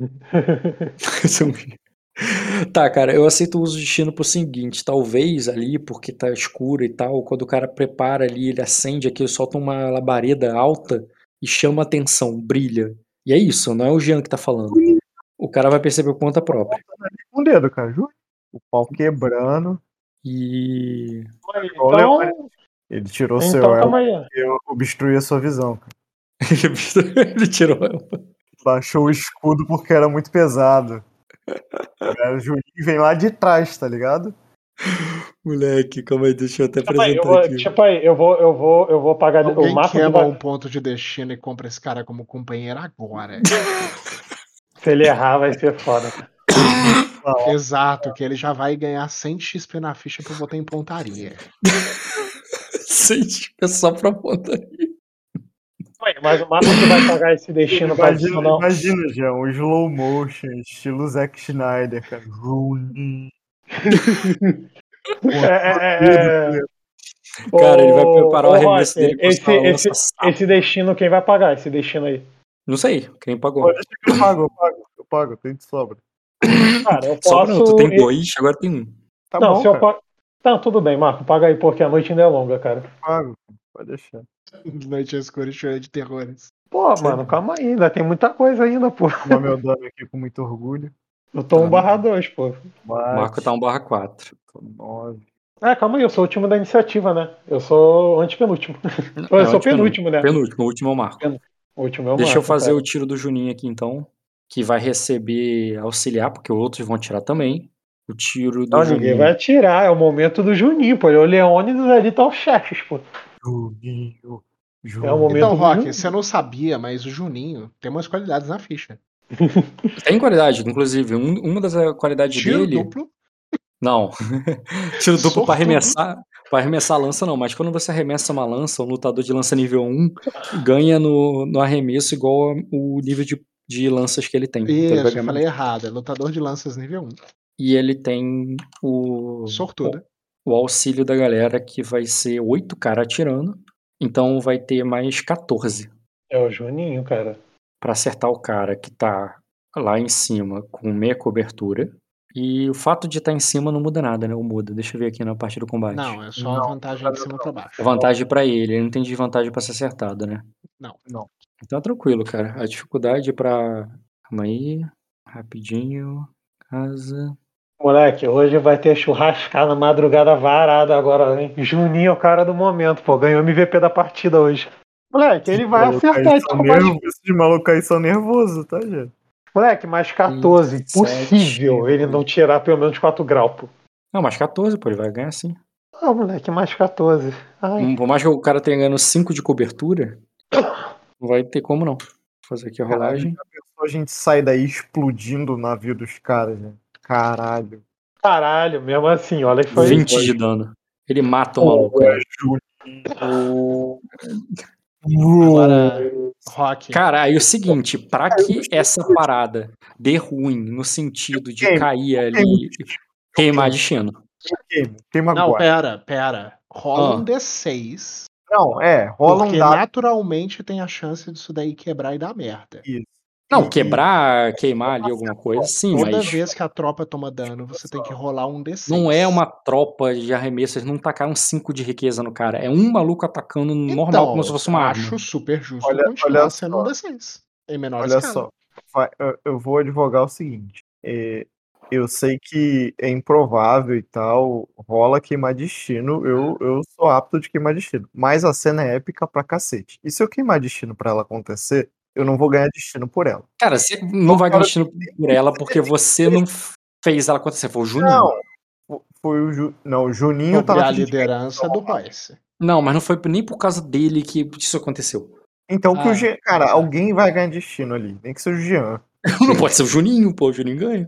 Tá, cara, eu aceito o uso de destino pro seguinte, talvez ali, porque tá escuro e tal, quando o cara prepara ali, ele acende aqui, solta uma labareda alta e chama atenção, brilha. E é isso, não é o Jean que tá falando. O cara vai perceber por conta própria.
Com o dedo, cara, juro. O pau quebrando.
E...
Então,
Ele tirou
então
seu elmo
calma aí.
e obstruiu a sua visão, cara.
ele tirou...
Baixou o escudo porque era muito pesado. O Juninho vem lá de trás, tá ligado?
Moleque, calma aí, deixa eu até
Tipo aí,
apresentar aqui.
eu vou pagar o
Alguém
Marco
queima
vai...
um ponto de destino e compra esse cara como companheiro agora.
Se ele errar, vai ser foda.
Exato, que ele já vai ganhar 100 XP na ficha pra botar em pontaria.
100 XP só pra pontaria.
Mas o Marco que vai pagar esse destino pra adicionar.
Imagina, já, um slow motion, estilo Zack Snyder, cara. Rooney.
Cara, ele vai preparar o arremesso
Rock,
dele com essa lança
esse destino, quem vai pagar esse destino aí?
Não sei, quem pagou.
Pode deixar que eu pago, tem de sobra.
Cara, eu
Sobra não, tu
posso.
tem 2, agora tem 1.
Tá
Não,
bom,
se eu
cara.
pago. Tá, tudo bem, Marco, paga aí porque a noite ainda é longa, cara.
Pago, pode deixar.
Noite escura e cheia de terrores.
Pô, mano, calma aí, ainda tem muita coisa ainda, pô.
Tomar meu dano aqui com muito orgulho.
Eu tô 1/2, pô.
O Marco tá 1/4.
9.
Calma aí, eu sou o time da iniciativa, né? Eu sou antepenúltimo. Eu sou penúltimo, né?
Penúltimo, o último é o Marco.
O último é o
Deixa
Marco,
eu fazer
cara.
o tiro do Juninho aqui então, que vai receber auxiliar, porque outros vão tirar também. O tiro do
Não,
Juninho.
ninguém vai atirar, é o momento do Juninho, pô. O Leônidas ali tá os chefes, pô.
Juninho.
É o momento
Então,
do
Rock,
Juninho.
você não sabia, mas o Juninho tem umas qualidades na ficha.
Tem qualidade, inclusive. Uma das qualidades
Tiro
dele.
duplo.
Não. Tiro duplo pra
Sortudo.
arremessar. Pra arremessar a lança, não. Mas quando você arremessa uma lança, um lutador de lança nível 1 ganha no arremesso igual o nível de lanças que ele tem. Então ele vai
Isso,
ganhar
eu falei errado. É lutador de lanças nível 1.
E ele tem
Sortudo.
o auxílio da galera, que vai ser 8 caras atirando. Então vai ter mais 14.
É o Juninho, cara.
Pra acertar o cara que tá lá em cima com meia cobertura. E o fato de estar em cima não muda nada, né? Ou muda. Deixa eu ver aqui na parte do combate.
Não, é só a vantagem de cima pra baixo.
Vantagem pra ele não tem desvantagem pra ser acertado, né?
Não.
Então é tranquilo, cara. A dificuldade pra... Calma aí. Rapidinho. Casa...
Moleque, hoje vai ter churrascada madrugada varada agora, hein? Juninho é o cara do momento, pô. Ganhou MVP da partida hoje. Moleque, ele vai acertar esse combate.
Esses malucos aí são nervosos, tá, gente?
Moleque, mais 14.
7,
Possível ele não tirar pelo menos 4 graus, pô.
Não, mais 14, pô. Ele vai ganhar sim.
Ah, moleque, mais 14. Ai.
Por mais que o cara tenha ganhando 5 de cobertura, não vai ter como não. Vou fazer aqui a rolagem.
A gente sai daí explodindo o navio dos caras, né? Caralho.
Caralho, mesmo assim, olha que foi
20 de dano. Ele mata o maluco. Né?
Agora, Rock.
Cara, aí é o seguinte, pra que essa parada dê ruim no sentido de cair ali, queimar destino.
Queima
Não,
agora.
pera. Rola um D6.
Não, rola
porque
um dado.
naturalmente tem a chance disso daí quebrar e dar merda.
Isso.
Não, queimar ali alguma coisa, sim,
Toda
mas
vez que a tropa toma dano, você tem que rolar um D6.
não é uma tropa de arremesso, eles não tacaram 5 de riqueza no cara. É um maluco atacando normal, como se fosse uma arma.
Acho super justo
Olha
sendo um D6. Em menor
Olha
escala.
só, eu vou advogar o seguinte. Eu sei que é improvável e tal, rola queimar destino, eu sou apto de queimar destino. Mas a cena é épica pra cacete. E se eu queimar destino pra ela acontecer, eu não vou ganhar destino por ela.
Cara, você não vai ganhar destino por ela porque você não fez ela acontecer, foi o Juninho.
Não, foi o Juninho
Sobre
tava
a liderança do Royce.
Não, mas não foi nem por causa dele que isso aconteceu.
Então que o Jean, cara, alguém vai ganhar destino ali, nem que seja o Jean.
Não pode ser o Juninho, pô, o Juninho ganha.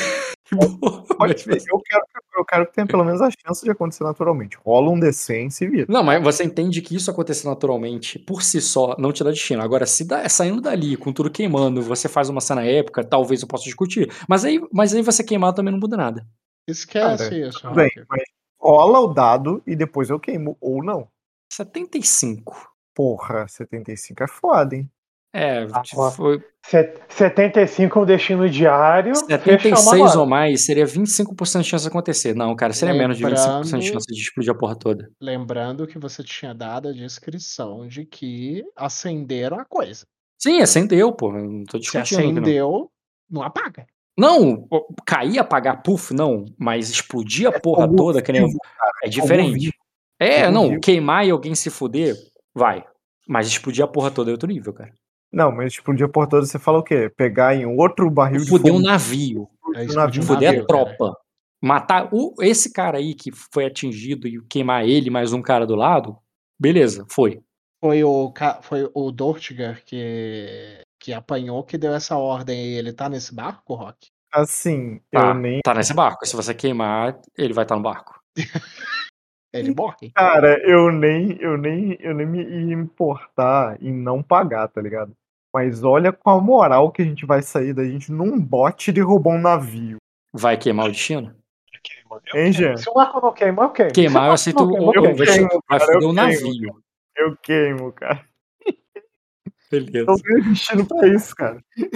Eu quero que tenha pelo menos a chance de acontecer naturalmente. Rola um D100 e se vira.
Não, mas você entende que isso acontecer naturalmente, por si só, não te dá destino. Agora, se saindo dali, com tudo queimando, você faz uma cena épica, talvez eu possa discutir. Mas aí você queimar também não muda nada.
Esquece isso,
Tudo bem, mas rola o dado e depois eu queimo, ou não.
75.
Porra, 75 é foda, hein?
Foi...
75 é um destino diário.
76 ou mais seria 25% de chance de acontecer. Não, cara, seria menos de 25% de chance de explodir a porra toda.
Lembrando que você tinha dado a descrição de que acenderam a coisa.
Sim, acendeu, pô. Não tô discutindo.
Se acendeu, não apaga.
Não, cair, apagar, puf, não. Mas explodir a porra toda, que nem é diferente. Não, queimar e alguém se fuder, vai. Mas explodir a porra toda é outro nível, cara.
Não, mas explodir a porra toda, você fala o quê? Pegar em outro barril de
fogo.
Fuder
um navio.
Fuder
a tropa. Matar esse cara aí que foi atingido e queimar ele mais um cara do lado, beleza, foi.
Foi o Dortiger que apanhou que deu essa ordem aí. Ele tá nesse barco, Rock?
Assim, eu nem.
Tá nesse barco. Se você queimar, ele vai estar no barco.
Ele morre.
Cara, eu nem me ia importar em não pagar, tá ligado? Mas olha com a moral que a gente vai sair da gente num bote de roubar um navio.
Vai queimar o destino?
Hein, Jean?
Se o Marco não queima, eu queimo.
Queimar, eu aceito vai foder o navio.
Eu queimo, cara.
Beleza.
Eu tenho destino pra isso, cara.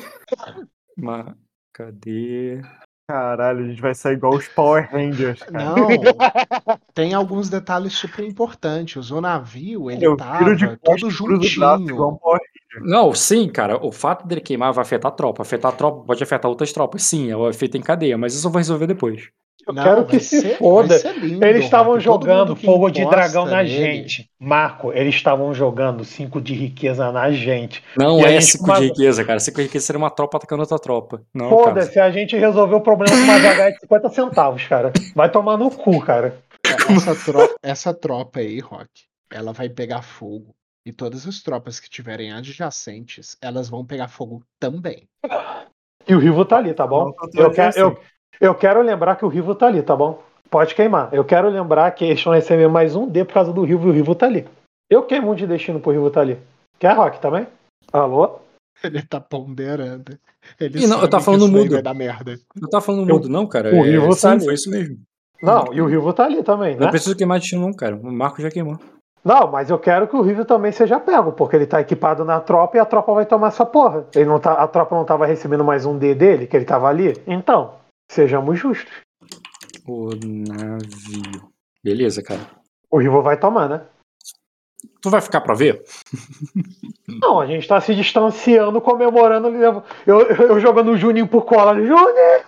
Cadê?
Caralho, a gente vai sair igual os Power Rangers, cara.
Não, tem alguns detalhes super importantes. O navio, ele tava todo juntinho.
Não, sim, cara, o fato dele queimar vai afetar a tropa. Afetar a tropa pode afetar outras tropas, sim, é o efeito em cadeia, mas isso eu vou resolver depois.
Eu quero que se foda. Eles estavam jogando fogo de dragão na gente. Marco, eles estavam jogando 5 de riqueza na gente.
Não é 5 de riqueza, cara. 5 de riqueza seria uma tropa atacando outra tropa.
Foda-se, a gente resolveu o problema com uma zaga de 50 centavos, cara. Vai tomar no cu, cara.
Essa tropa aí, Rock, ela vai pegar fogo. E todas as tropas que tiverem adjacentes, elas vão pegar fogo também.
E o Rivo tá ali, tá bom? Eu quero lembrar que o Rivo tá ali, tá bom? Pode queimar. Eu quero lembrar que eles vão receber mais um D por causa do Rivo e o Rivo tá ali. Eu queimo um de destino pro Rivo tá ali. Quer, Rock, também? Alô?
Ele tá ponderando.
Eu tava falando mudo.
Vai dar merda.
Eu tava falando mudo, não, cara.
O Rivo tá ali.
Foi isso mesmo.
Não, e o Rivo tá ali também, né?
Não preciso queimar destino, não, cara. O Marco já queimou.
Não, mas eu quero que o Rivo também seja pego, porque ele tá equipado na tropa e a tropa vai tomar essa porra. A tropa não tava recebendo mais um D dele, que ele tava ali? Então, sejamos justos.
O navio. Beleza, cara.
O Rivo vai tomar, né?
Tu vai ficar pra ver?
Não, a gente tá se distanciando, comemorando. Eu jogando o Juninho por cola. Juninho!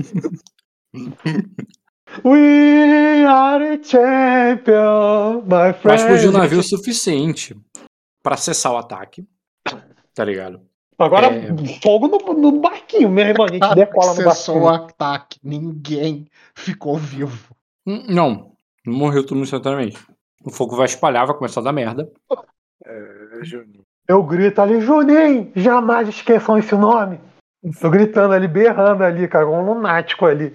We are the champion, my friend.
Mas explodiu o navio o suficiente pra cessar o ataque. Tá ligado?
Agora, fogo no barquinho, meu irmão. A gente decola no barquinho.
Cessou o ataque. Ninguém ficou vivo.
Não morreu tudo instantaneamente. O fogo vai espalhar, vai começar a dar merda.
Juninho.
Eu grito ali, Juninho, jamais esqueçam esse nome. Tô gritando ali, berrando ali, cara, um lunático ali.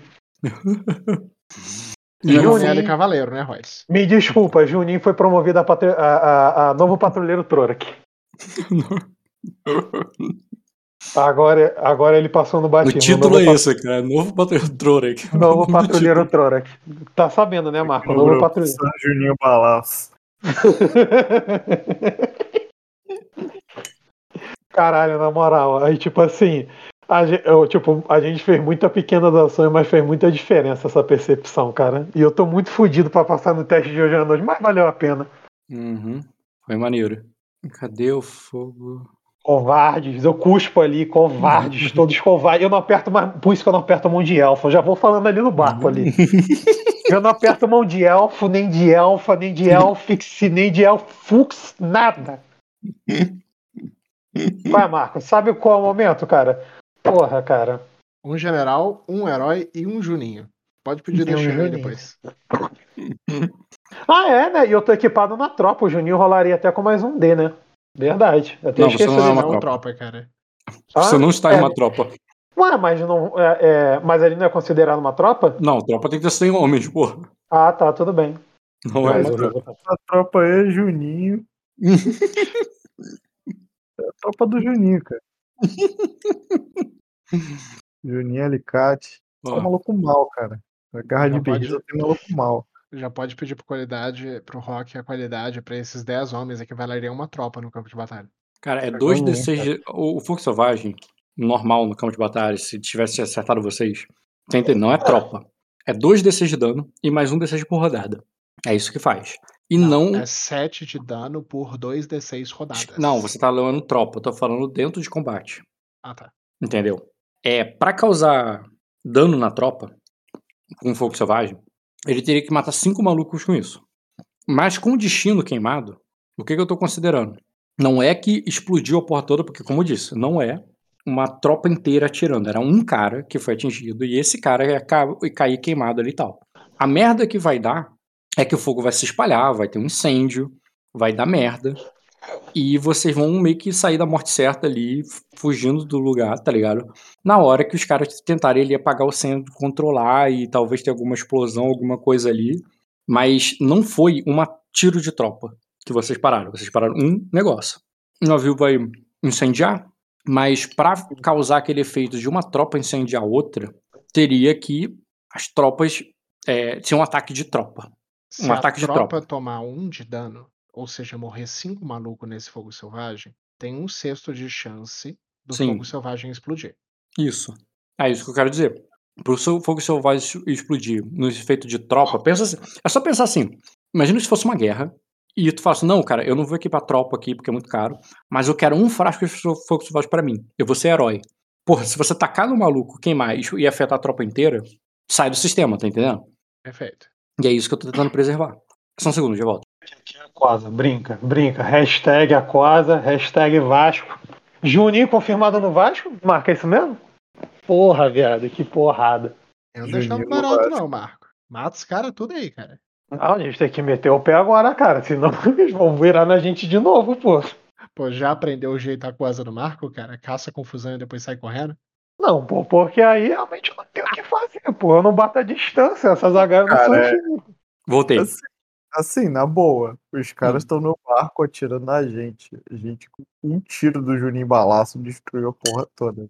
Juninho é cavaleiro, né, Royce?
Me desculpa, Juninho foi promovido a novo patrulheiro Trorak. Agora ele passou no batismo.
O título é esse, cara. Novo patrulheiro Trorak.
Novo patrulheiro Trorak. Tá sabendo, né, Marco? Novo patrulheiro.
Juninho Balaço.
Caralho, na moral. Aí, tipo assim, a gente fez muita pequena ações, mas fez muita diferença essa percepção, cara. E eu tô muito fodido pra passar no teste de hoje à noite, mas valeu a pena.
Foi maneiro. Cadê o fogo?
Covardes, eu cuspo ali, covardes, todos covardes. Eu não aperto mais, por isso que eu não aperto a mão de elfo. Eu já vou falando ali no barco ali. Eu não aperto mão de elfo, nem de elfa, nem de elfix, nem de elfux, nada. Vai, Marco, sabe qual é o momento, cara? Porra, cara.
Um general, um herói e um Juninho. Pode pedir destino aí depois.
Né? E eu tô equipado na tropa. O Juninho rolaria até com mais um D, né? Verdade. Eu
não, você não é uma
tropa, cara.
Você não está em uma tropa.
Ué, mas não, mas ele não é considerado uma tropa?
Não, tropa tem que ter 100 homens, porra.
Ah, tá, tudo bem.
Não é uma tropa.
A tropa é Juninho. É a tropa do Juninho, cara. Juninho Alicate. Só maluco mal, cara. A garra de berrisa tem maluco mal.
Já pode pedir pro Rock a qualidade pra esses 10 homens equivaleria a uma tropa no campo de batalha.
Cara, é 2d6. O fogo selvagem normal no campo de batalha, se tivesse acertado vocês, não é tropa. É 2d6 de dano e mais 1d6 por rodada. É isso que faz. E não.
É 7 de dano por 2d6 rodadas.
Não, você tá levando tropa. Eu tô falando dentro de combate.
Ah, tá.
Entendeu? Pra causar dano na tropa, com fogo selvagem, ele teria que matar 5 malucos com isso. Mas com o destino queimado, o que eu tô considerando? Não é que explodiu a porra toda, porque, como eu disse, não é. uma tropa inteira atirando. Era um cara que foi atingido e esse cara ia cair queimado ali e tal. A merda que vai dar é que o fogo vai se espalhar, vai ter um incêndio, vai dar merda. E vocês vão meio que sair da morte certa ali, fugindo do lugar, tá ligado? Na hora que os caras tentarem ali apagar o incêndio, controlar e talvez ter alguma explosão, alguma coisa ali. Mas não foi um tiro de tropa que vocês pararam. Vocês pararam um negócio. O navio vai incendiar, mas para causar aquele efeito de uma tropa incendiar outra, teria que as tropas ser um ataque de tropa.
Se a tropa tomar 1 de dano, ou seja, morrer 5 malucos nesse fogo selvagem, tem 1/6 de chance do fogo selvagem explodir.
Isso. É isso que eu quero dizer. Pro seu fogo selvagem explodir no efeito de tropa, pensa assim, é só pensar assim, imagina se fosse uma guerra, e tu fala assim, não, cara, eu não vou equipar tropa aqui porque é muito caro, mas eu quero um frasco de fogo selvagem pra mim, eu vou ser herói. Porra, se você tacar no maluco, queimar e afetar a tropa inteira, sai do sistema, tá entendendo?
Perfeito.
E é isso que eu tô tentando preservar. Só um segundo, já volto.
Aquosa, brinca. Hashtag Aquosa, hashtag Vasco. Juninho confirmado no Vasco? Marca isso mesmo? Porra, viado, que porrada.
Eu não deixava barato não, Marco. Mata os caras tudo aí, cara.
Não, a gente tem que meter o pé agora, cara, senão eles vão virar na gente de novo, pô.
Pô, já aprendeu o jeito Aquosa do Marco, cara? Caça confusão e depois sai correndo?
Não, pô, porque aí realmente eu não tenho o que fazer, pô. Eu não bato a distância, essas agarras não são infinitas.
Voltei.
Assim, na boa, os caras estão no barco atirando na gente. A gente, com um tiro do Juninho Balaço, destruiu a porra toda.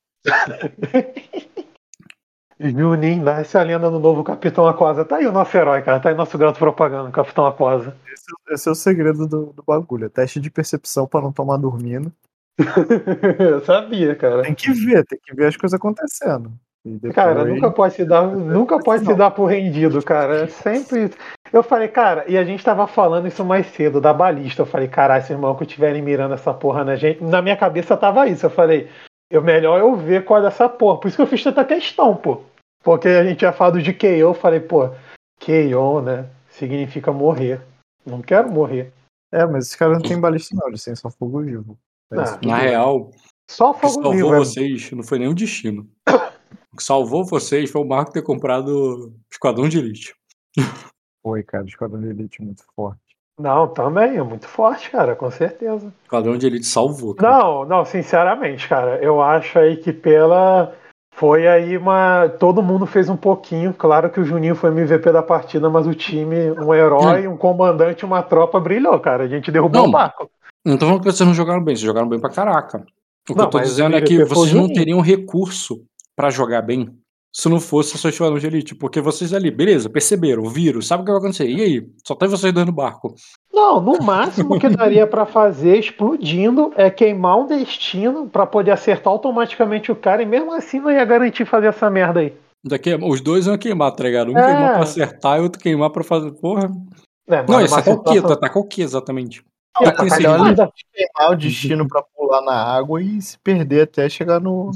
Juninho, dá essa lenda no novo Capitão Aquosa. Tá aí o nosso herói, cara. Tá aí nosso garoto propaganda, Capitão Aquosa.
Esse é o segredo do bagulho. É teste de percepção pra não tomar dormindo.
Eu sabia, cara.
Tem que ver as coisas acontecendo. Depois...
Cara, nunca pode se dar por rendido, cara. Sempre. Eu falei, cara, e a gente tava falando isso mais cedo, da balista. Eu falei, caralho, se os malucos estiverem mirando essa porra na gente. Na minha cabeça tava isso. Eu falei, melhor eu ver qual é dessa porra. Por isso que eu fiz tanta questão, pô. Porque a gente tinha falado de KO, eu falei, pô, KO, né? Significa morrer. Não quero morrer.
Mas esses caras não tem balista, não, eles têm só fogo vivo.
Na real,
só
o que
fogo
salvou
vivo.
vocês não foi nem o destino. O que salvou vocês foi o Marco ter comprado Esquadrão de Elite.
Foi, cara, o Esquadrão de Elite é muito forte.
Não, também, é muito forte, cara, com certeza.
Esquadrão de Elite salvou, cara.
Não, sinceramente, cara, eu acho aí que foi aí todo mundo fez um pouquinho, claro que o Juninho foi MVP da partida, mas o time, um herói, um comandante, uma tropa brilhou, cara, a gente derrubou o barco.
Não tô falando que vocês não jogaram bem, vocês jogaram bem pra caraca. O que eu tô dizendo é que vocês não teriam recurso pra jogar bem se não fosse só Esquadrão de Elite, porque vocês ali, beleza, perceberam, viram, sabe o que vai acontecer, e aí? Só tem vocês dois no barco.
Não, no máximo que daria pra fazer explodindo é queimar um destino pra poder acertar automaticamente o cara, e mesmo assim não ia garantir fazer essa merda aí.
Os dois iam queimar, tá ligado? Um queimar pra acertar e outro queimar pra fazer, porra. Não, isso atacar o quê exatamente?
Queimar o destino pra pular na água e se perder até chegar no...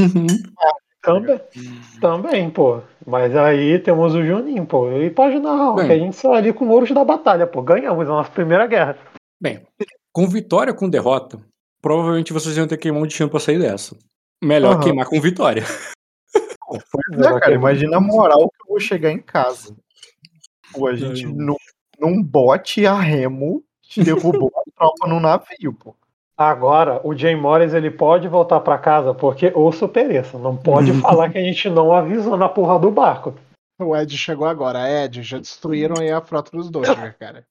Também, pô. Mas aí temos o Juninho, pô. E pode narrar, que a gente saiu ali com ouros da batalha, pô. Ganhamos a nossa primeira guerra.
Bem, com vitória ou com derrota, provavelmente vocês iam ter que queimar um destino pra sair dessa. Melhor queimar com vitória.
Pois é, cara. Imagina a moral que eu vou chegar em casa. Pô, a gente num bote a remo derrubou a tropa no navio, pô.
Agora, o Jay Morris, ele pode voltar pra casa porque ouço pereça. Não pode falar que a gente não avisou na porra do barco.
O Ed chegou agora. Ed, já destruíram aí a frota dos dois, né, cara?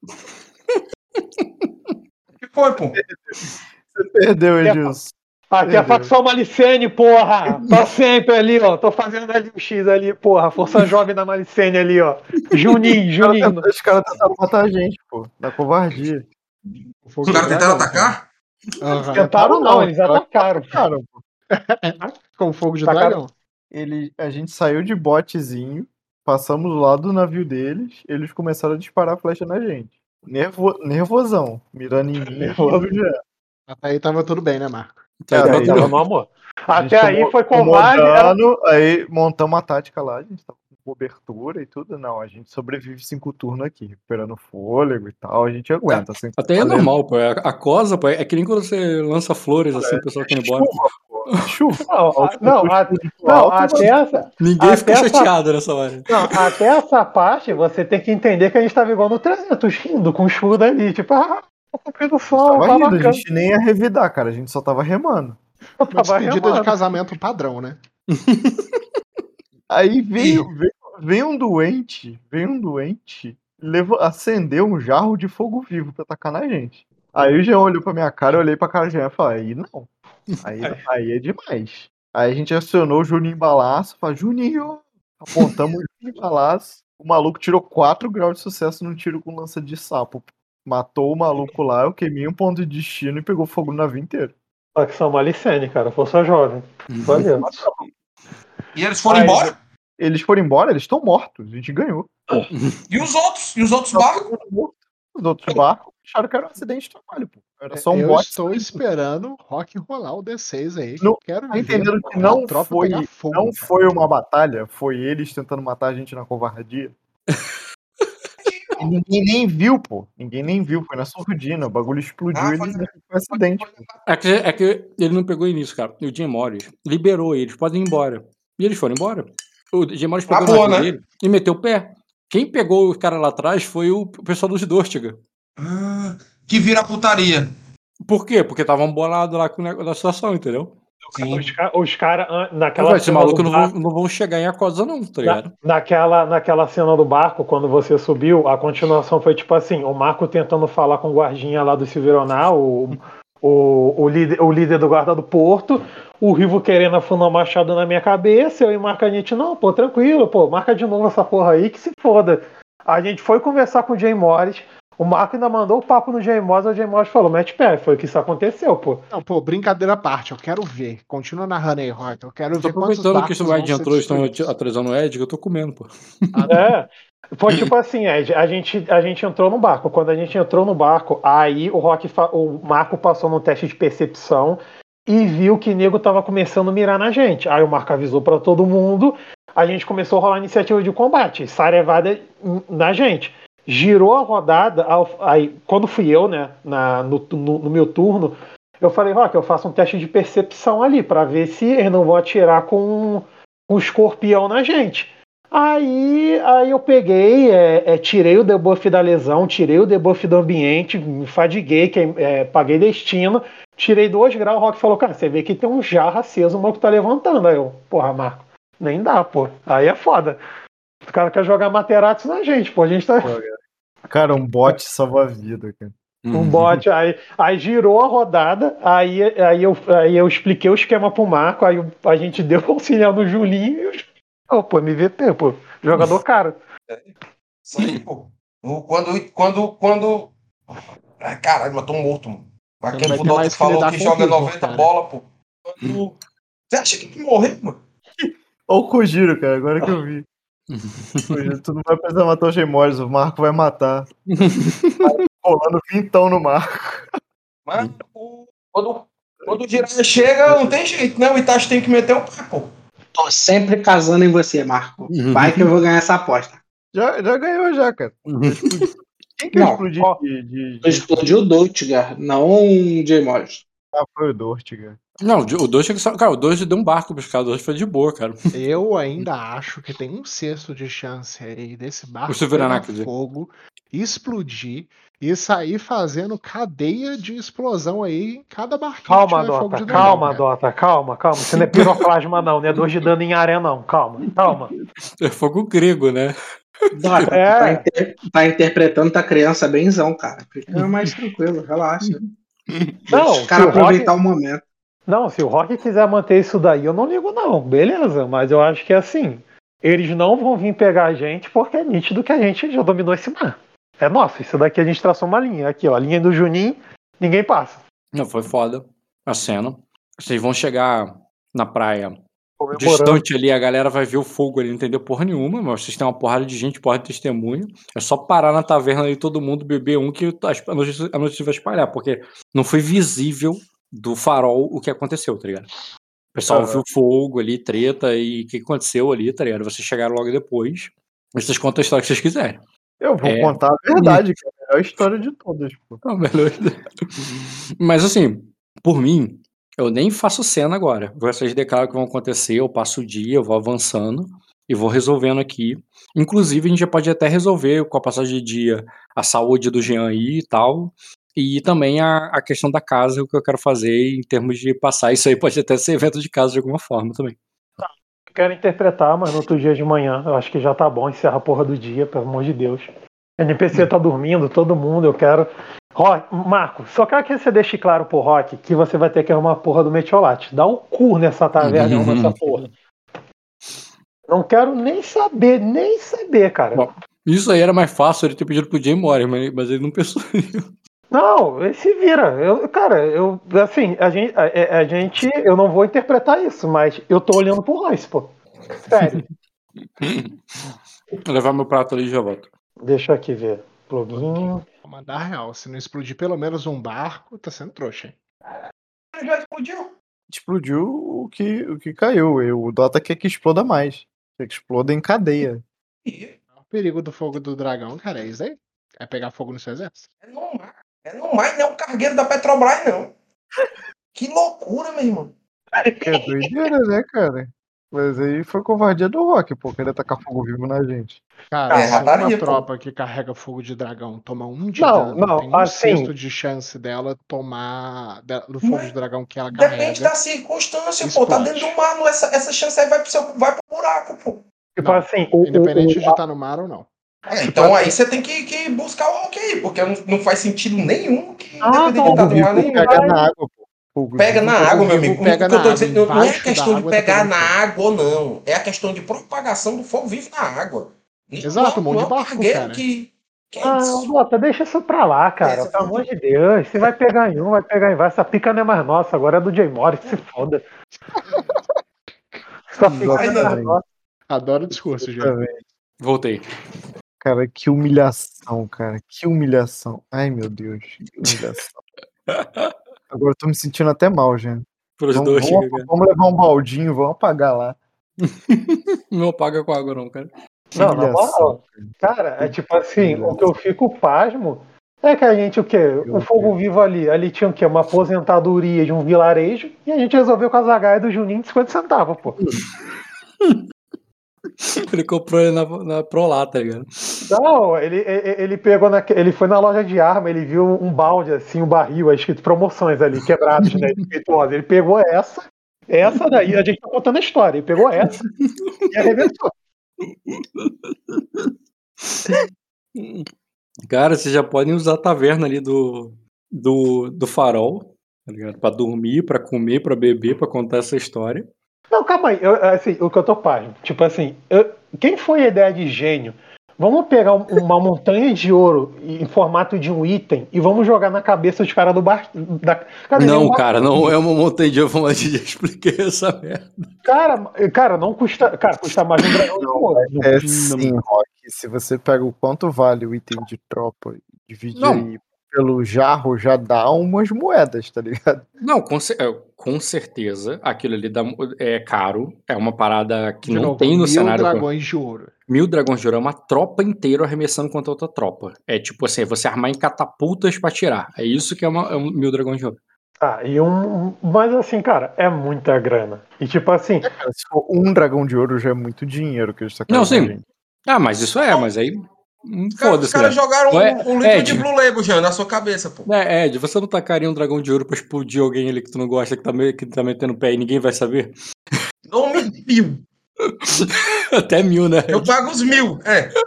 O que foi, pô?
Você perdeu, Edilson.
Aqui é a facção Malicene, porra! Tô sempre ali, ó. Tô fazendo ali o X ali, porra. Força jovem da Malicene ali, ó. Juninho.
Os caras tentaram matar a gente, pô. Da covardia.
Os caras tentaram atacar?
Tentaram não, eles atacaram.
Com fogo de dragão.
A gente saiu de botezinho, passamos do lado do navio deles, eles começaram a disparar flecha na gente. Nervosão, mirando em mim.
Até aí tava tudo bem, né, Marco?
Tava no amor. Até aí foi covarde.
Aí montamos a tática lá, a gente tava com cobertura e tudo. Não, a gente sobrevive 5 turnos aqui, recuperando fôlego e tal, a gente aguenta. Assim,
até é normal, pô. A cosa, pô, é que nem quando você lança flores assim, o pessoal quer ir embora.
Até essa.
Ninguém ficou chateado nessa hora.
Não, até essa parte você tem que entender que a gente tava igual no 300, rindo com o escudo ali, tipo, tô cumprindo o sol.
Tava rindo, a gente nem ia revidar, cara, a gente só tava remando.
Uma despedida de casamento padrão, né?
Aí veio um doente, acendeu um jarro de fogo vivo pra tacar na gente. Aí o Jean olhou pra minha cara, eu olhei pra cara do Jean e falei, aí não. Aí é demais. Aí a gente acionou o Juninho Balaço, falou, Juninho, apontamos o Juninho Balaço. O maluco tirou 4 graus de sucesso num tiro com lança de sapo. Matou o maluco lá, eu queimei um ponto de destino e pegou fogo no navio inteiro.
Só que são malicene, cara, força jovem. Valeu.
E eles foram embora?
Eles foram embora, eles estão mortos, a gente ganhou.
E os outros? E os outros barcos?
Os outros barcos acharam que era um acidente de trabalho, pô. Era só um bote.
Estou esperando o Rock rolar o D6 aí.
Não,
quero
ver entendendo que não foi uma batalha, foi eles tentando matar a gente na covardia. E ninguém nem viu, pô. Ninguém nem viu, foi na surdina. O bagulho explodiu e eles foi um acidente. Pô.
É que ele não pegou nisso, cara. E o Jim Morris liberou eles, podem ir embora. E eles foram embora. O Jim Morris pegou na dele e meteu o pé. Quem pegou o cara lá atrás foi o pessoal dos Dortiga.
Que vira putaria.
Por quê? Porque estavam bolados lá com a situação, entendeu?
Os caras, naquela
esse maluco não vão chegar em Acosa, não, tá ligado?
Naquela cena do barco, quando você subiu, a continuação foi tipo assim: o Marco tentando falar com o guardinha lá do Silveronal, o líder do guarda do porto, o Rivo querendo afunar o machado na minha cabeça, eu e o Marco, a gente, não, pô, tranquilo, pô, marca de novo essa porra aí que se foda. A gente foi conversar com o Jay Morris. O Marco ainda mandou o papo no Jay Morris, o Jay Morris falou, mete pé, foi que isso aconteceu, pô.
Não, pô, brincadeira à parte, eu quero ver. Continua narrando aí, Rock, eu quero ver quantos barcos
aproveitando que o Ed entrou e estão atrasando o Ed, que eu tô comendo, pô.
Foi tipo assim, Ed, a gente entrou no barco. Quando a gente entrou no barco, aí o Marco passou no teste de percepção e viu que o nego tava começando a mirar na gente. Aí o Marco avisou pra todo mundo, a gente começou a rolar iniciativa de combate, sarevada na gente. Girou a rodada, aí quando fui eu, né, no meu turno, eu falei, Rock, eu faço um teste de percepção ali pra ver se eles não vão atirar com um escorpião na gente. Aí eu peguei, tirei o debuff da lesão, tirei o debuff do ambiente, me fadiguei, paguei destino, tirei 2 graus, o Rock falou, cara, você vê que tem um jarro aceso, o maluco tá levantando. Aí eu, porra, Marco, nem dá, pô, aí é foda. O cara quer jogar Materatus na gente, pô, a gente tá...
Cara, um bot salva a vida, cara.
Um bot, aí girou a rodada, aí eu expliquei o esquema pro Marco, aí a gente deu auxiliar no Julinho e pô, MVP, pô, jogador caro.
Isso aí, pô. Quando... Ai, caralho, mas tô morto, mano. Aquele Budok falou que joga 90 bola, pô. Você acha que morreu, mano?
Olha o Kojiro, cara, agora que eu vi. Kojiro, tu não vai precisar matar o Gemoris, o Marco vai matar. Rolando vintão no Marco.
Mas quando o Jiraiya chega, não tem jeito, né? O Itachi tem que meter o pé, pô.
Tô sempre casando em você, Marco. Vai que eu vou ganhar essa aposta.
Já ganhou, já, cara. Quem que explodiu
Tu explodiu o Dortigar, não o Jay Morris.
Foi o Dortigar.
Não, o Dortigar, cara, o Dortigar deu um barco pros caras, o Dortigar foi de boa, cara.
Eu ainda acho que tem 1/6 de chance aí desse barco
pegar
fogo, explodir e sair fazendo cadeia de explosão aí em cada barquinho.
Calma, Dota, calma. Você não é piroplasma, não é 2 de dano em área, não. Calma.
É fogo grego, né?
Dota, tá interpretando tua criança benzão, cara. Fica mais tranquilo, relaxa.
Não,
os caras aproveitar o momento.
Não, se o Rock quiser manter isso daí, eu não ligo, não. Beleza, mas eu acho que é assim. Eles não vão vir pegar a gente porque é nítido que a gente já dominou esse mar. É nosso, isso daqui a gente traçou uma linha. Aqui, ó, a linha do Juninho, ninguém passa.
Não, foi foda a cena. Vocês vão chegar na praia distante ali, a galera vai ver o fogo ali, não entendeu porra nenhuma, mas vocês têm uma porrada de gente, porra de testemunha. É só parar na taverna ali, todo mundo beber que a notícia vai espalhar, porque não foi visível do farol o que aconteceu, tá ligado? O pessoal viu fogo ali, treta, e o que aconteceu ali, tá ligado? Vocês chegaram logo depois. Vocês contam a história que vocês quiserem.
Eu vou contar a verdade, que é a melhor história de todas, pô.
Mas assim, por mim, Eu nem faço cena agora. Vocês declaram que vão acontecer, eu passo o dia, eu vou avançando e vou resolvendo aqui. Inclusive, a gente já pode até resolver com a passagem de dia a saúde do Jean aí e tal. E também a questão da casa, o que eu quero fazer em termos de passar. Isso aí pode até ser evento de casa de alguma forma também.
Eu quero interpretar, mas no outro dia de manhã. Eu acho que já tá bom, encerra a porra do dia, pelo amor de Deus. NPC tá dormindo, todo mundo, eu quero. Marco, só quero que você deixe claro pro Rock que você vai ter que arrumar a porra do Metiolate. Dá um cu nessa taverna e arruma essa porra. Não quero nem saber, cara.
Bom, isso aí era mais fácil ele ter pedido pro Jay Moore, mas ele não pensou nisso.
Não, ele se vira. Assim, a gente, eu não vou interpretar isso, mas eu tô olhando pro Royce, pô. Sério.
Vou levar meu prato ali e já volto.
Deixa eu aqui ver. Plugin.
Vou mandar real. Se não explodir pelo menos um barco, tá sendo trouxa, hein?
Já explodiu.
Explodiu o que caiu. O Dota quer que exploda mais. Quer que exploda em cadeia.
O perigo do fogo do dragão, cara, é isso aí? É pegar fogo no seu exército?
É normal, não é um cargueiro da Petrobras, não. Que loucura, meu irmão.
É doideira, né, cara? Mas aí foi covardia do Rock, pô, querer tacar fogo vivo na gente.
Cara, se uma tropa que carrega fogo de dragão toma um de dano, tem um sexto de chance dela tomar do fogo de dragão que ela carrega.
Depende da circunstância, pô. Tá dentro do mar, essa chance aí vai pro buraco, pô.
Tipo assim,
independente de estar no mar ou não.
Então aí você tem que buscar o Rock aí, porque não faz sentido nenhum que independente de estar no mar nenhum.
Pega na água, pô.
Pega na água, meu amigo.
Pega
não é a questão de
água,
pegar na água, não. É a questão de propagação do fogo vivo na água.
Exato, um monte de barco, cara.
Bota, deixa isso pra lá, cara. Pelo amor de Deus. Você vai pegar em um, vai pegar em vários. Essa pica não é mais nossa, agora é do Jay Morris, se foda. Essa pica não é mais nossa.
Adoro o discurso, gente.
Voltei.
Cara, que humilhação, cara. Que humilhação. Ai, meu Deus. Que humilhação. Agora eu tô me sentindo até mal, gente. Vamos levar um baldinho, vamos apagar lá.
Não apaga com água, não, cara.
Não, na moral. Cara, é tipo assim, o que eu fico pasmo é que a gente, o quê? O fogo vivo ali tinha o quê? Uma aposentadoria de um vilarejo e a gente resolveu com a zagaia do Juninho de 50 centavos, pô.
Ele comprou ele na Prolá, tá ligado?
Não, ele pegou ele foi na loja de arma, ele viu um balde assim, um barril, escrito promoções ali, quebrados, né? Ele pegou essa daí, a gente tá contando a história, ele pegou essa e arrebentou.
Cara, vocês já podem usar a taverna ali do farol, tá ligado? Pra dormir, pra comer, pra beber, pra contar essa história.
Não, calma aí, assim, o que eu tô pasmo, tipo assim, quem foi a ideia de gênio? Vamos pegar uma montanha de ouro em formato de um item e vamos jogar na cabeça dos caras do bar.
Não, cara, não é uma montanha de ouro, mas já expliquei essa merda.
Cara, não custa. Cara, custa mais um dragão de ouro.
Sim, Rock. Se você pega o quanto vale o item de tropa e divide aí pelo jarro, já dá umas moedas, tá ligado?
Não, com certeza, aquilo ali é caro, é uma parada que não tem no cenário.
1000 dragões de ouro.
1000 dragões de ouro é uma tropa inteira arremessando contra outra tropa. É tipo assim, você armar em catapultas pra tirar. É isso que é 1000 dragões de ouro.
Mas assim, cara, é muita grana. E tipo assim.
Se for um dragão de ouro já é muito dinheiro que eles estão
Não, sim. Mas isso mas aí.
Os caras jogaram um litro de Blue Label já na sua cabeça, pô.
Ed, você não tacaria um dragão de ouro pra explodir alguém ali que tu não gosta, que tá metendo pé e ninguém vai saber?
Não me 1000.
Até 1000, né?
Eu pago os 1000,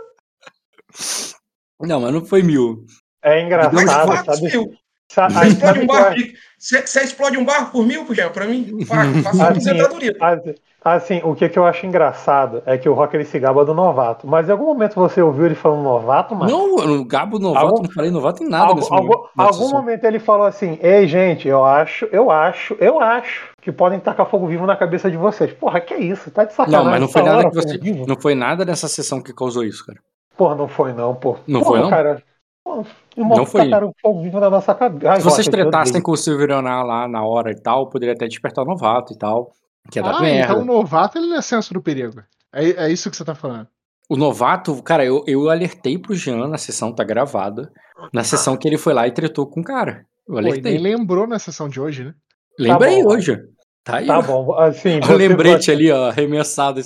Não, mas não foi 1000.
É engraçado, sabe?
Você explode um barco por 1000, Jean, pra mim? Faça uma aposentadoria.
Assim, o que eu acho engraçado é que o Rock ele se gaba do novato. Mas em algum momento você ouviu ele falando novato, mano?
Não, eu não gabo novato, não falei novato em nada nesse
momento. Algum momento ele falou assim: ei, gente, eu acho que podem tacar fogo vivo na cabeça de vocês. Porra, que isso? Tá de sacanagem.
Não, mas não foi nada que você. Não foi nada nessa sessão que causou isso, cara.
Porra, não foi não, pô.
Não foi não?
Cara.
Não foi.
Tacaram fogo vivo na nossa cabeça.
Se vocês tretassem com o Silverionar lá na hora e tal, poderia até despertar o novato e tal. Que é da merda.
Então o novato ele não é senso do perigo. É isso que você tá falando.
O novato, cara, eu alertei pro Jean na sessão, tá gravada. Na sessão que ele foi lá e tretou com o cara. Eu alertei.
Nem lembrou na sessão de hoje, né?
Lembrei hoje. Tá aí.
Tá bom, assim.
O lembrete ali, ó, arremessado.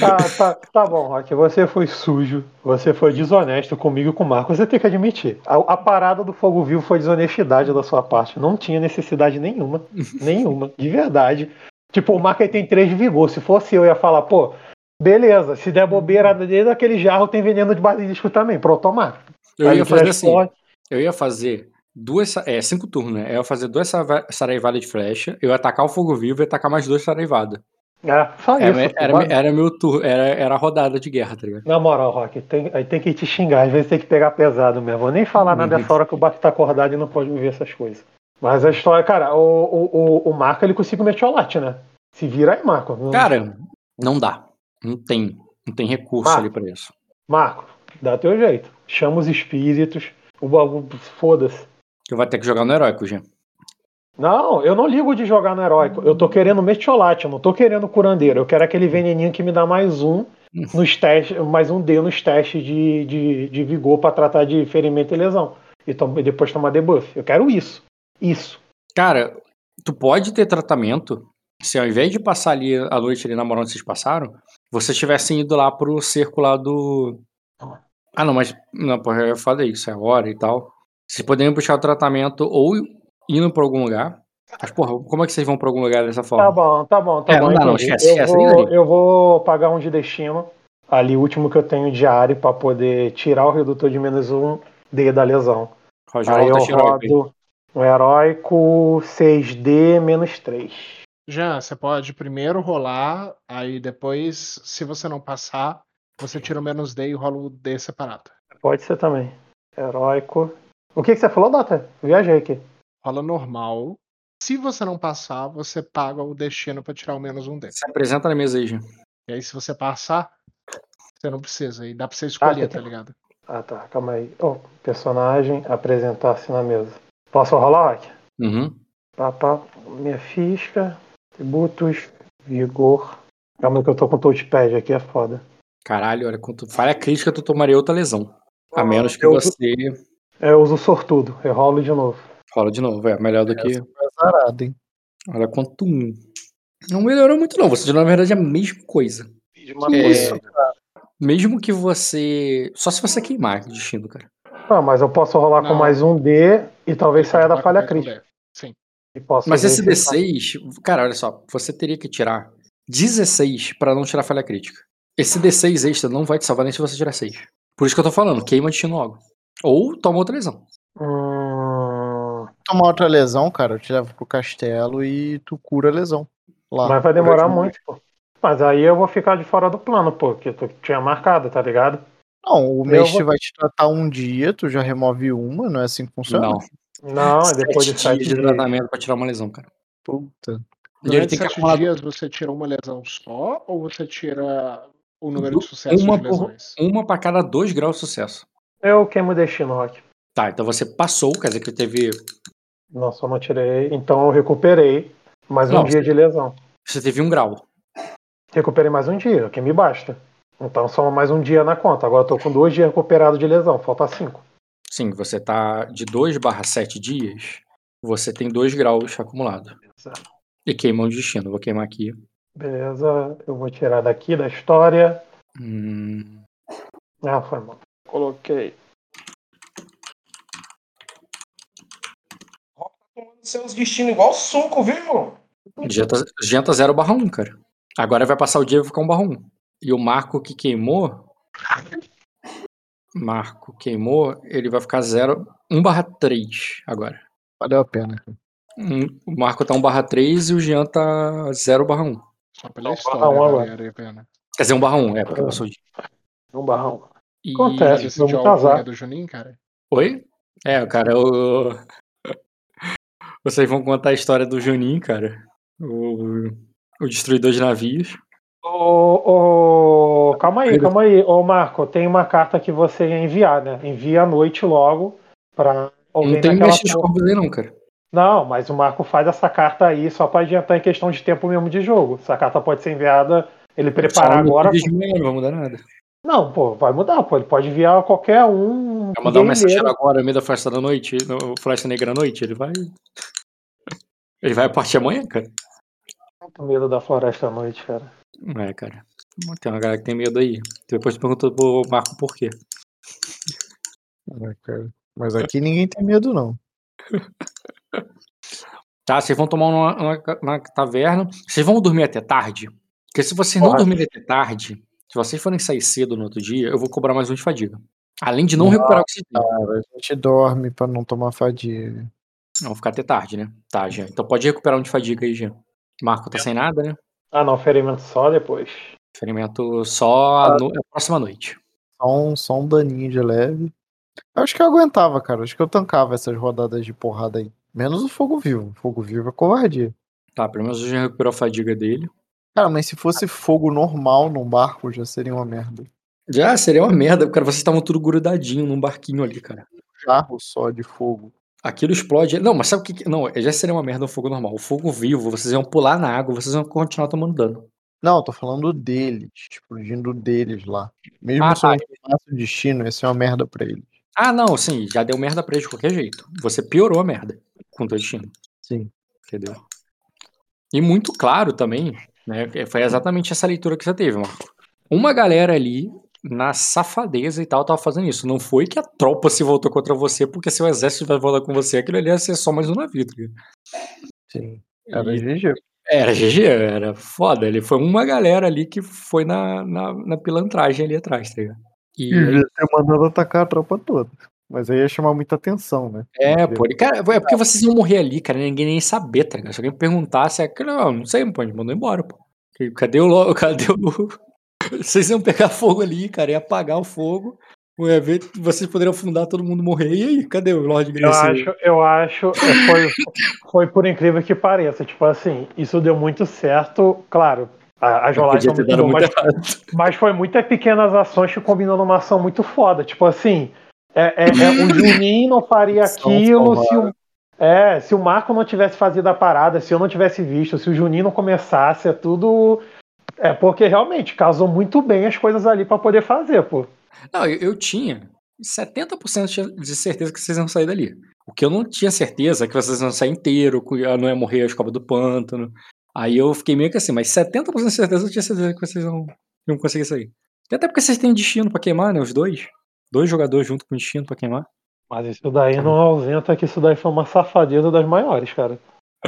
Tá bom, Rock. Você foi sujo, você foi desonesto comigo e com o Marco. Você tem que admitir. A parada do fogo vivo foi desonestidade da sua parte. Não tinha necessidade nenhuma. Nenhuma, de verdade. Tipo, o Marco aí tem 3 de vigor. Se fosse eu ia falar, pô, beleza, se der bobeira desde aquele jarro tem veneno de basilisco também, pra eu tomar.
Eu ia fazer assim. Eu ia fazer 5 turnos, né? Eu ia fazer 2 saraivadas de flecha, eu ia atacar o fogo vivo e ia atacar mais 2 saraivadas.
Só isso.
Era meu turno, era a rodada de guerra, tá ligado?
Na moral, Rock, aí tem que te xingar, às vezes tem que pegar pesado mesmo. Vou nem falar nada dessa hora que o Baco tá acordado e não pode me ver essas coisas. Mas a história, cara, o Marco ele conseguiu metiolate, né? Se vira aí, Marco.
Cara, não dá. Não tem recurso ali pra isso.
Marco, dá teu jeito. Chama os espíritos, o bagulho, foda-se.
Tu vai ter que jogar no heróico, Jean.
Não, eu não ligo de jogar no heróico. Eu tô querendo metiolate, eu não tô querendo curandeiro. Eu quero aquele veneninho que me dá mais um nos testes, mais um D nos testes de vigor pra tratar de ferimento e lesão. E depois tomar debuff. Eu quero isso. Isso.
Cara, tu pode ter tratamento se ao invés de passar ali a noite ali namorando que vocês passaram, vocês tivessem ido lá pro cerco lá do... Ah, não, mas... Não, porra, eu falei isso, é hora e tal. Vocês poderiam puxar o tratamento ou indo pra algum lugar. Mas, porra, como é que vocês vão pra algum lugar dessa forma?
Tá bom.
Não dá, não, esquece.
Eu vou pagar um de destino. Ali, o último que eu tenho diário pra poder tirar o redutor de menos 1 D da lesão. Aí eu rodo um heróico 6D menos 3.
Já, você pode primeiro rolar, aí depois, se você não passar, você tira o menos D e rola o D separado.
Pode ser também. Heróico. O que você falou, Dota? Viajei aqui.
Rola normal. Se você não passar, você paga o destino pra tirar o menos 1 D.
Se apresenta na mesa aí, Jean.
E aí, se você passar, você não precisa. E dá pra você escolher, tá ligado?
Tá. Calma aí. Personagem, apresentar-se na mesa. Posso rolar, Rock?
Uhum.
Tá. Minha ficha. Atributos. Vigor. Calma que eu tô com o touchpad aqui, é foda.
Caralho, olha, quando tu falha crítica, tu tomaria outra lesão. A menos que você...
Eu uso sortudo. Eu rolo de novo.
Rola de novo, é melhor do que...
Azarado, hein?
Olha quanto um. Não melhorou muito não, você na verdade é a mesma coisa.
Isso, cara.
Mesmo que você... Só se você queimar o destino, cara.
Não, mas eu posso rolar com mais um D e talvez saia da falha crítica.
Sim.
Mas
esse D6, cara, olha só, você teria que tirar 16 pra não tirar falha crítica. Esse D6 extra não vai te salvar nem se você tirar 6. Por isso que eu tô falando, queima destino logo. Ou toma outra lesão.
Tomar outra lesão, cara, eu te levo pro castelo e tu cura a lesão. Lá.
Mas vai demorar muito, pô. Mas aí eu vou ficar de fora do plano, pô, que tu tinha marcado, tá ligado?
Não, o mestre vai te tratar um dia, tu já remove uma, não é assim que funciona?
Não, é depois de 7
dias de tratamento pra tirar uma lesão, cara.
Puta.
Durante 7 dias você tira uma lesão só ou você tira o número de sucessos de lesões?
Uma pra cada 2 graus de sucesso.
Eu queimo o destino, Rock.
Tá, então você passou, quer dizer que teve...
Não, só não tirei. Então eu recuperei mais um dia de lesão.
Você teve 1 grau.
Recuperei mais um dia, que me basta. Então só mais um dia na conta. Agora eu tô com 2 dias recuperados de lesão, falta 5.
Sim, você tá de 2/7 dias, você tem 2 graus acumulados.
Exato.
E queima o destino, vou queimar aqui.
Beleza, eu vou tirar daqui da história. Foi mal. Coloquei.
Tá tomando seus destinos igual suco, viu, irmão?
Genta 0/1, cara. Agora vai passar o dia e vai ficar 1/1. E o Marco que queimou... ele vai ficar 1/3 agora.
Valeu a pena.
O Marco tá 1/3 e o Jean tá 0/1.
Só pela história, galera, pena.
Quer dizer, 1/1, porque passou o dia.
1/1.
E...
Acontece,
esse de alcunha do Juninho, cara?
Oi? Cara, vocês vão contar a história do Juninho, cara. O destruidor de navios.
Calma aí. Ô, Marco, tem uma carta que você ia enviar, né? Envia à noite logo pra alguém
não tem mestre de corvos aí não, cara.
Não, mas o Marco faz essa carta aí só pra adiantar em questão de tempo mesmo de jogo. Essa carta pode ser enviada, ele preparar agora.
Não vai mudar nada.
Não, pô, vai mudar, pô. Ele pode enviar a qualquer um.
Vai mandar um mensageiro agora, no meio da Floresta da Noite, Floresta Negra à noite, ele vai... Ele vai partir amanhã, cara.
Muito medo da floresta à noite, cara.
É, cara. Tem uma galera que tem medo aí. Depois perguntou pro Marco por quê.
Cara. Mas aqui ninguém tem medo, não.
Tá, vocês vão tomar uma taverna. Vocês vão dormir até tarde? Porque se vocês não dormirem até tarde, se vocês forem sair cedo no outro dia, eu vou cobrar mais um de fadiga. Além de não recuperar o que vocês têm.
Cara, a gente dorme pra não tomar fadiga.
Não, ficar até tarde, né? Tá, Jean. Então pode recuperar um de fadiga aí, Jean. Marco tá sem nada, né?
Ah, não, ferimento só depois.
Ferimento só a próxima noite.
Só um daninho de leve. Eu acho que eu aguentava, cara. Acho que eu tancava essas rodadas de porrada aí. Menos o fogo vivo. Fogo vivo é covardia.
Tá, pelo menos o Jean recuperou a fadiga dele.
Cara, mas se fosse fogo normal num barco, já seria uma merda.
Já seria uma merda, cara. Vocês estavam tudo grudadinho num barquinho ali, cara.
Jarro só de fogo.
Aquilo explode. Não, mas sabe o que? Não, já seria uma merda o fogo normal. O fogo vivo, vocês iam pular na água, vocês iam continuar tomando dano.
Não, eu tô falando deles. Explodindo deles lá. Mesmo se eu não tomasse o destino, ia ser uma merda pra eles.
Ah, não, sim. Já deu merda pra eles de qualquer jeito. Você piorou a merda com o teu destino.
Sim.
Entendeu? E muito claro também, né? Foi exatamente essa leitura que você teve, Marco. Uma galera ali, na safadeza e tal, tava fazendo isso. Não foi que a tropa se voltou contra você porque seu exército vai voltar com você. Aquilo ali ia ser só mais um navio, tá ligado?
Sim. Era GG.
Era GG, era foda. Ele foi uma galera ali que foi na pilantragem ali atrás, tá ligado?
E devia ter mandado atacar a tropa toda. Mas aí ia chamar muita atenção, né?
Pô, cara, é porque vocês iam morrer ali, cara, ninguém nem saber, tá ligado? Se alguém perguntasse, não sei, pô, a gente mandou embora, pô. Cadê o... Vocês iam pegar fogo ali, cara, ia apagar o fogo, ia ver, vocês poderiam afundar, todo mundo morrer, e aí, cadê o Lorde Grecia?
Eu acho, foi por incrível que pareça, tipo assim, isso deu muito certo, claro, as rolagens são muito boas, mas foi muitas pequenas ações que combinam numa ação muito foda, tipo assim, o Juninho não faria aquilo se o Marco não tivesse fazido a parada, se eu não tivesse visto, se o Juninho não começasse, tudo... porque realmente casou muito bem as coisas ali pra poder fazer, pô.
Não, eu tinha 70% de certeza que vocês iam sair dali. O que eu não tinha certeza é que vocês iam sair inteiro, que não ia morrer a escova do pântano. Aí eu fiquei meio que assim, mas 70% de certeza eu tinha certeza que vocês iam conseguir sair. E até porque vocês têm destino pra queimar, né? Os dois. 2 jogadores junto com destino pra queimar.
Mas isso daí não ausenta que isso daí foi uma safadeza das maiores, cara.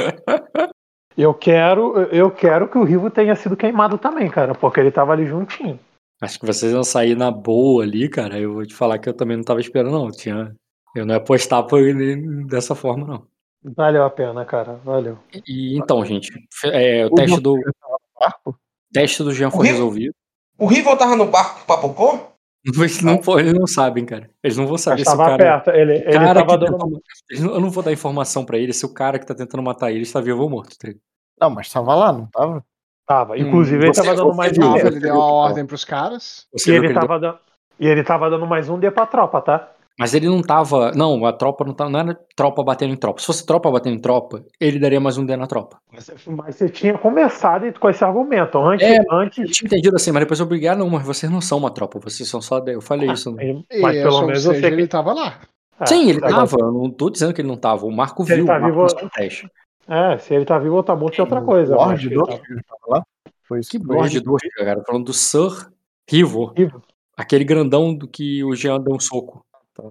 Eu quero que o Rivo tenha sido queimado também, cara, porque ele tava ali juntinho.
Acho que vocês iam sair na boa ali, cara. Eu vou te falar que eu também não tava esperando, não. Eu não ia apostar dessa forma, não.
Valeu a pena, cara. Valeu.
E então, gente, o teste do Jean foi resolvido.
O Rival tava no barco com o Papocô?
Eles não sabem, cara. Eles não vão saber se o
cara... perto. Ele tava dando...
Eu não vou dar informação pra ele se o cara que tá tentando matar ele está vivo ou morto. Tá?
Não, mas tava lá, não tava?
Tava. Inclusive ele tava dando mais um.
Ele deu uma ordem pros caras.
E ele tava dando mais um D pra tropa, tá?
Mas ele não tava... Não, a tropa não era tropa batendo em tropa. Se fosse tropa batendo em tropa, ele daria mais um D na tropa.
Mas você tinha começado com esse argumento. Antes...
Eu tinha entendido assim, mas depois eu briguei, não, mas vocês não são uma tropa, vocês são só... Eu falei isso.
Mas pelo menos eu sei que
ele tava lá.
Sim, ele tava. Eu não tô dizendo que ele não tava. O Marco viu,
tá
o Marco vivo... no teste.
Se ele tá vivo ou tá morto é outra coisa.
Lorde do tava lá?
Que Lorde do cara? Falando do Sir Rivo. Aquele grandão do que o Jean deu um soco.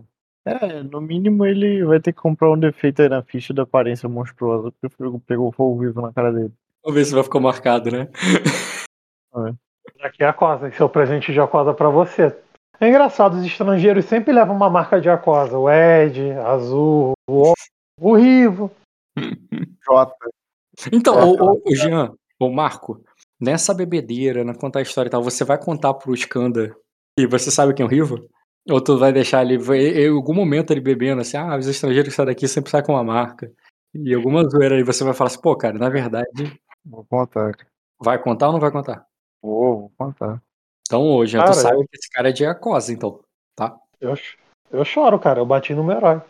No mínimo ele vai ter que comprar um defeito aí na ficha da aparência monstruosa, porque pegou fogo vivo na cara dele.
Vamos ver se vai ficar marcado, né?
Aqui é a Cosa, esse é o presente de Acosa pra você. É engraçado, os estrangeiros sempre levam uma marca de Acosa. O Ed, Azul, o Rivo.
Jota.
Então, o Jean, o Marco, nessa bebedeira, na contar a história e tal, você vai contar pro Skanda e você sabe quem é o Rivo? Ou tu vai deixar ele, em algum momento ele bebendo assim, os estrangeiros que saem daqui sempre saem com uma marca. E alguma zoeira aí você vai falar assim, pô, cara, na verdade...
Vou contar.
Vai contar ou não vai contar?
Vou contar.
Então hoje, tu sabe que esse cara é de Acosa, então, tá?
Eu choro, cara, eu bati no meu herói.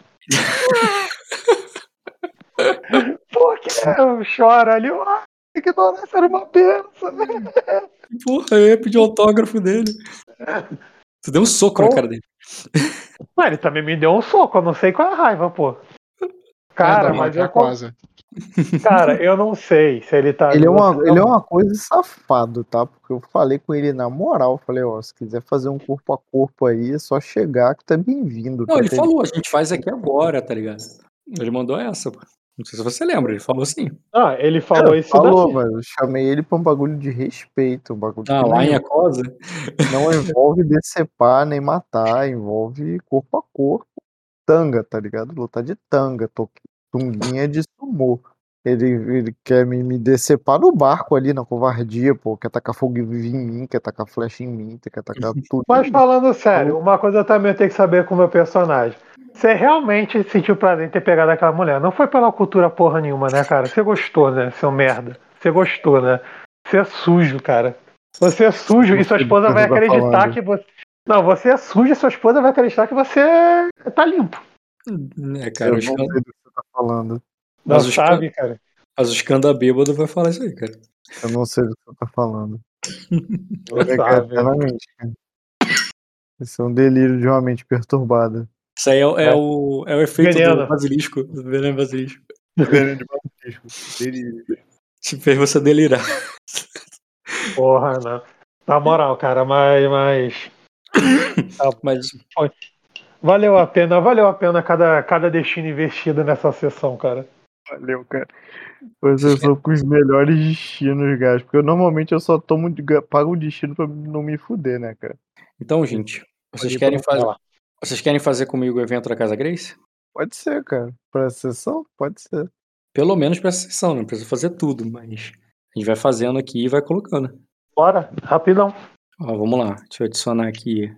Por que eu choro ali? Ignorância era uma benção.
Porra, eu ia pedir o autógrafo dele. Tu deu um soco na cara dele.
Ele também me deu um soco, eu não sei qual é a raiva, pô. Cara, mas Cara, eu não sei se ele tá.
Ele é uma coisa safado, tá? Porque eu falei com ele na moral. Falei, ó, se quiser fazer um corpo a corpo aí, é só chegar que tá bem-vindo.
Não, ele falou, a gente faz aqui agora, tá ligado? Ele mandou essa, pô. Não sei se você lembra, ele falou assim.
Ah, ele falou isso
daí. Mas eu chamei ele pra um bagulho de respeito. Um bagulho que
lá em Acosa?
Não envolve decepar nem matar, envolve corpo a corpo. Tanga, tá ligado? Lutar de tanga, tunguinha de sumô. Ele quer me decepar no barco ali, na covardia, pô. Quer tacar fogo em mim, quer tacar flecha em mim, quer tacar tudo.
Mas falando sério, uma coisa eu também tenho que saber com o meu personagem. Você realmente sentiu prazer em ter pegado aquela mulher? Não foi pela cultura porra nenhuma, né, cara? Você gostou, né, seu merda? Você gostou, né? Você é sujo, cara. Você é sujo e sua esposa vai acreditar que você... Não, você é sujo e sua esposa vai acreditar que você tá limpo.
Cara,
eu não sei do que você tá falando.
Não sabe, cara.
Mas o escanda bêbado vai falar isso aí, cara.
Eu não sei do que você tá falando. Isso é um delírio de uma mente perturbada.
Isso aí é o efeito do basilisco. Do veneno basilisco.
Veneno de basilisco. Delírio.
Te fez você delirar.
Porra, não. Na moral, cara, mas... Valeu a pena cada destino investido nessa sessão, cara.
Valeu, cara. Vocês são com os melhores destinos, guys. Porque normalmente eu só pago o destino pra não me fuder, né, cara?
Então, gente, vocês querem fazer comigo o evento da Casa Grace?
Pode ser, cara. Pra essa sessão? Pode ser.
Pelo menos pra essa sessão, não precisa fazer tudo, mas a gente vai fazendo aqui e vai colocando.
Bora, rapidão.
Ó, vamos lá, deixa eu adicionar aqui.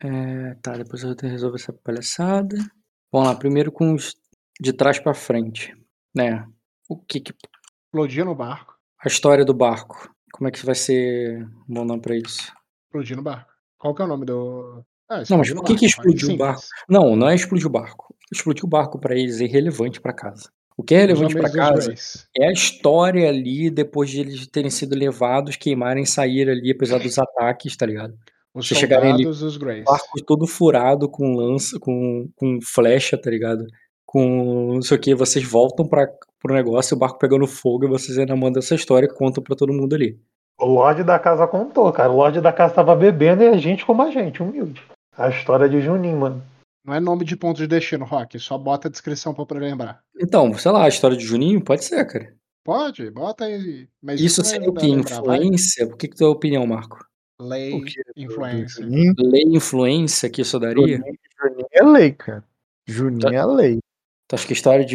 Tá, depois eu tenho que resolver essa palhaçada. Vamos lá, primeiro com os de trás pra frente, né? O que
Explodir no barco.
A história do barco. Como é que vai ser um bom nome pra isso?
Explodir no barco. Qual que é o nome do...
não, mas por que explodiu o barco? Não é explodir o barco. Explodir o barco pra eles é irrelevante pra casa. O que é relevante pra casa é a história ali, depois de eles terem sido levados, queimarem, sair ali, apesar dos ataques, tá ligado?
Os
Você chegarem ali,
os Grace.
barco todo furado, com lança, com flecha, tá ligado? Com não sei o que, vocês voltam pro negócio, o barco pegando fogo, e vocês ainda mandam essa história e contam pra todo mundo ali.
O Lorde da casa contou, cara. O Lorde da casa tava bebendo e a gente como a gente, humilde. A história de Juninho, mano.
Não é nome de ponto de destino, Rock. Só bota a descrição pra eu poder lembrar.
Então, sei lá, a história de Juninho pode ser, cara.
Pode, bota aí. Mas
isso seria o que? Influência? O que é a tua opinião, Marco?
Lei, influência.
Lei, influência que isso daria?
Juninho é lei, cara. Juninho é lei.
Tu acha que a história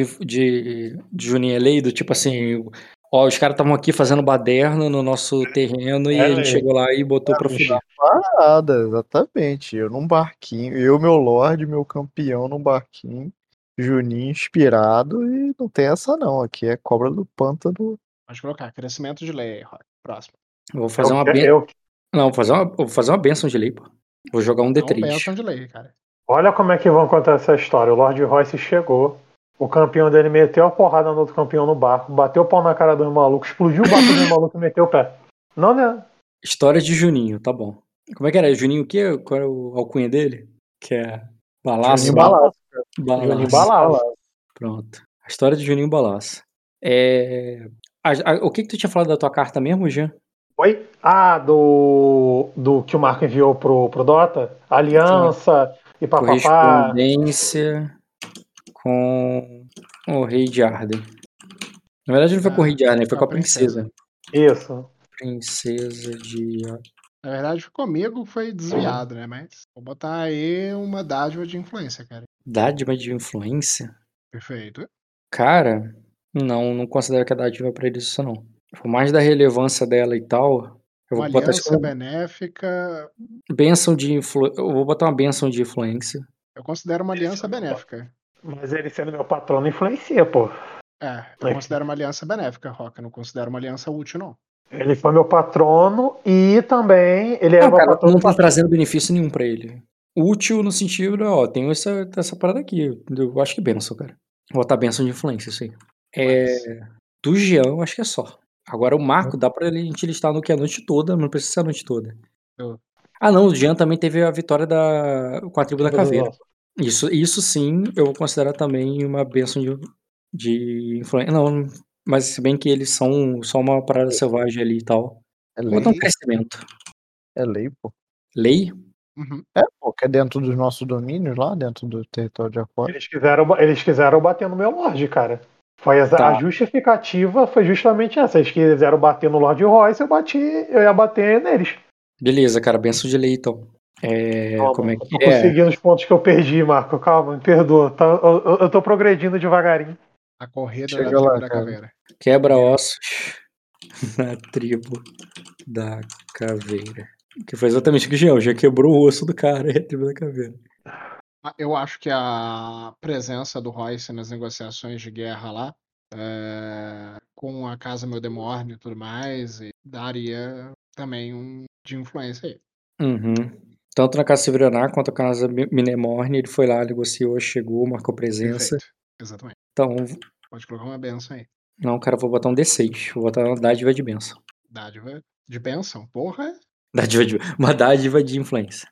de Juninho é lei? Do tipo assim, ó, os caras estavam aqui fazendo baderna no nosso terreno e a gente chegou lá e botou pra fuder.
Parada, exatamente. Eu num barquinho, meu Lorde, meu campeão num barquinho, Juninho inspirado, e não tem essa não. Aqui é cobra do pântano.
Pode colocar, crescimento de lei, Rock. Próximo.
Eu vou fazer uma benção. Não, vou fazer uma benção de lei, pô. Vou jogar um D3.
Uma benção de lei, cara.
Olha como é que vão contar essa história. O Lord Royce chegou, o campeão dele meteu a porrada no outro campeão no barco, bateu o pau na cara do maluco, explodiu o barco do maluco e meteu o pé. Não, né?
História de Juninho, tá bom. Como é que era? Juninho o quê? Qual era a alcunha dele? Que é Balaço.
Juninho Balaço. Juninho Balaço.
Pronto. A história de Juninho Balaço. O que tu tinha falado da tua carta mesmo, Jean?
Oi? Ah, do que o Marco enviou pro Dota? Aliança e papapá.
Correspondência com o Rei de Arden. Na verdade não foi com o Rei de Arden, foi com a princesa.
Isso.
Princesa de...
Na verdade comigo foi desviado, né? Mas vou botar aí uma dádiva de influência, cara.
Dádiva de influência?
Perfeito.
Cara, não considero que é dádiva pra eles isso não. Por mais da relevância dela e tal, eu vou botar isso como
benéfica.
Benção de influência. Eu vou botar uma benção de influência.
Eu considero uma aliança benéfica.
Mas ele sendo meu patrono influencia, pô.
Eu considero uma aliança benéfica, Roca. Eu não considero uma aliança útil, não.
Ele foi meu patrono e também ele era
meu
patrono.
Não tá trazendo benefício nenhum pra ele. Útil no sentido, ó, tenho essa parada aqui. Eu acho que benção, cara. Vou botar benção de influência, isso aí. Do Jean, eu acho que é só. Agora o Marco dá pra gente listar no que é a noite toda, não precisa ser a noite toda. Não, o Jean também teve a vitória com a tribo da caveira. Isso sim, eu vou considerar também uma benção de influência. Não, mas se bem que eles são só uma parada selvagem ali e tal.
É
Vou botar um
lei?
crescimento.
É lei, pô.
Lei?
Uhum.
É, pô, que é dentro dos nossos domínios lá, dentro do território de Aquário.
Eles quiseram bater no meu Lorde, cara. A
Tá.
justificativa foi justamente essa. Eles quiseram bater no Lord Royce, eu ia bater neles.
Beleza, cara, benção de lei, então. Como é
Eu
que
tô
é?
conseguindo os pontos que eu perdi, Marco. Calma, me perdoa. Eu tô progredindo devagarinho.
A corrida
Chega
da tribo
lá,
da
cara.
caveira.
Quebra
Primeiro.
ossos na tribo da caveira. Que foi exatamente o que o já quebrou o osso do cara, é a tribo da caveira.
Eu acho que a presença do Royce nas negociações de guerra lá, com a Casa Meldemorne e tudo mais, daria também um de influência aí.
Uhum. Tanto na Casa Severaná quanto na Casa Minemorne, ele foi lá, negociou, chegou, marcou presença.
Perfeito, exatamente.
Então,
Pode colocar uma benção aí.
não, cara, vou botar um D6. Vou botar uma dádiva de benção.
Dádiva de benção, porra.
Uma dádiva de influência.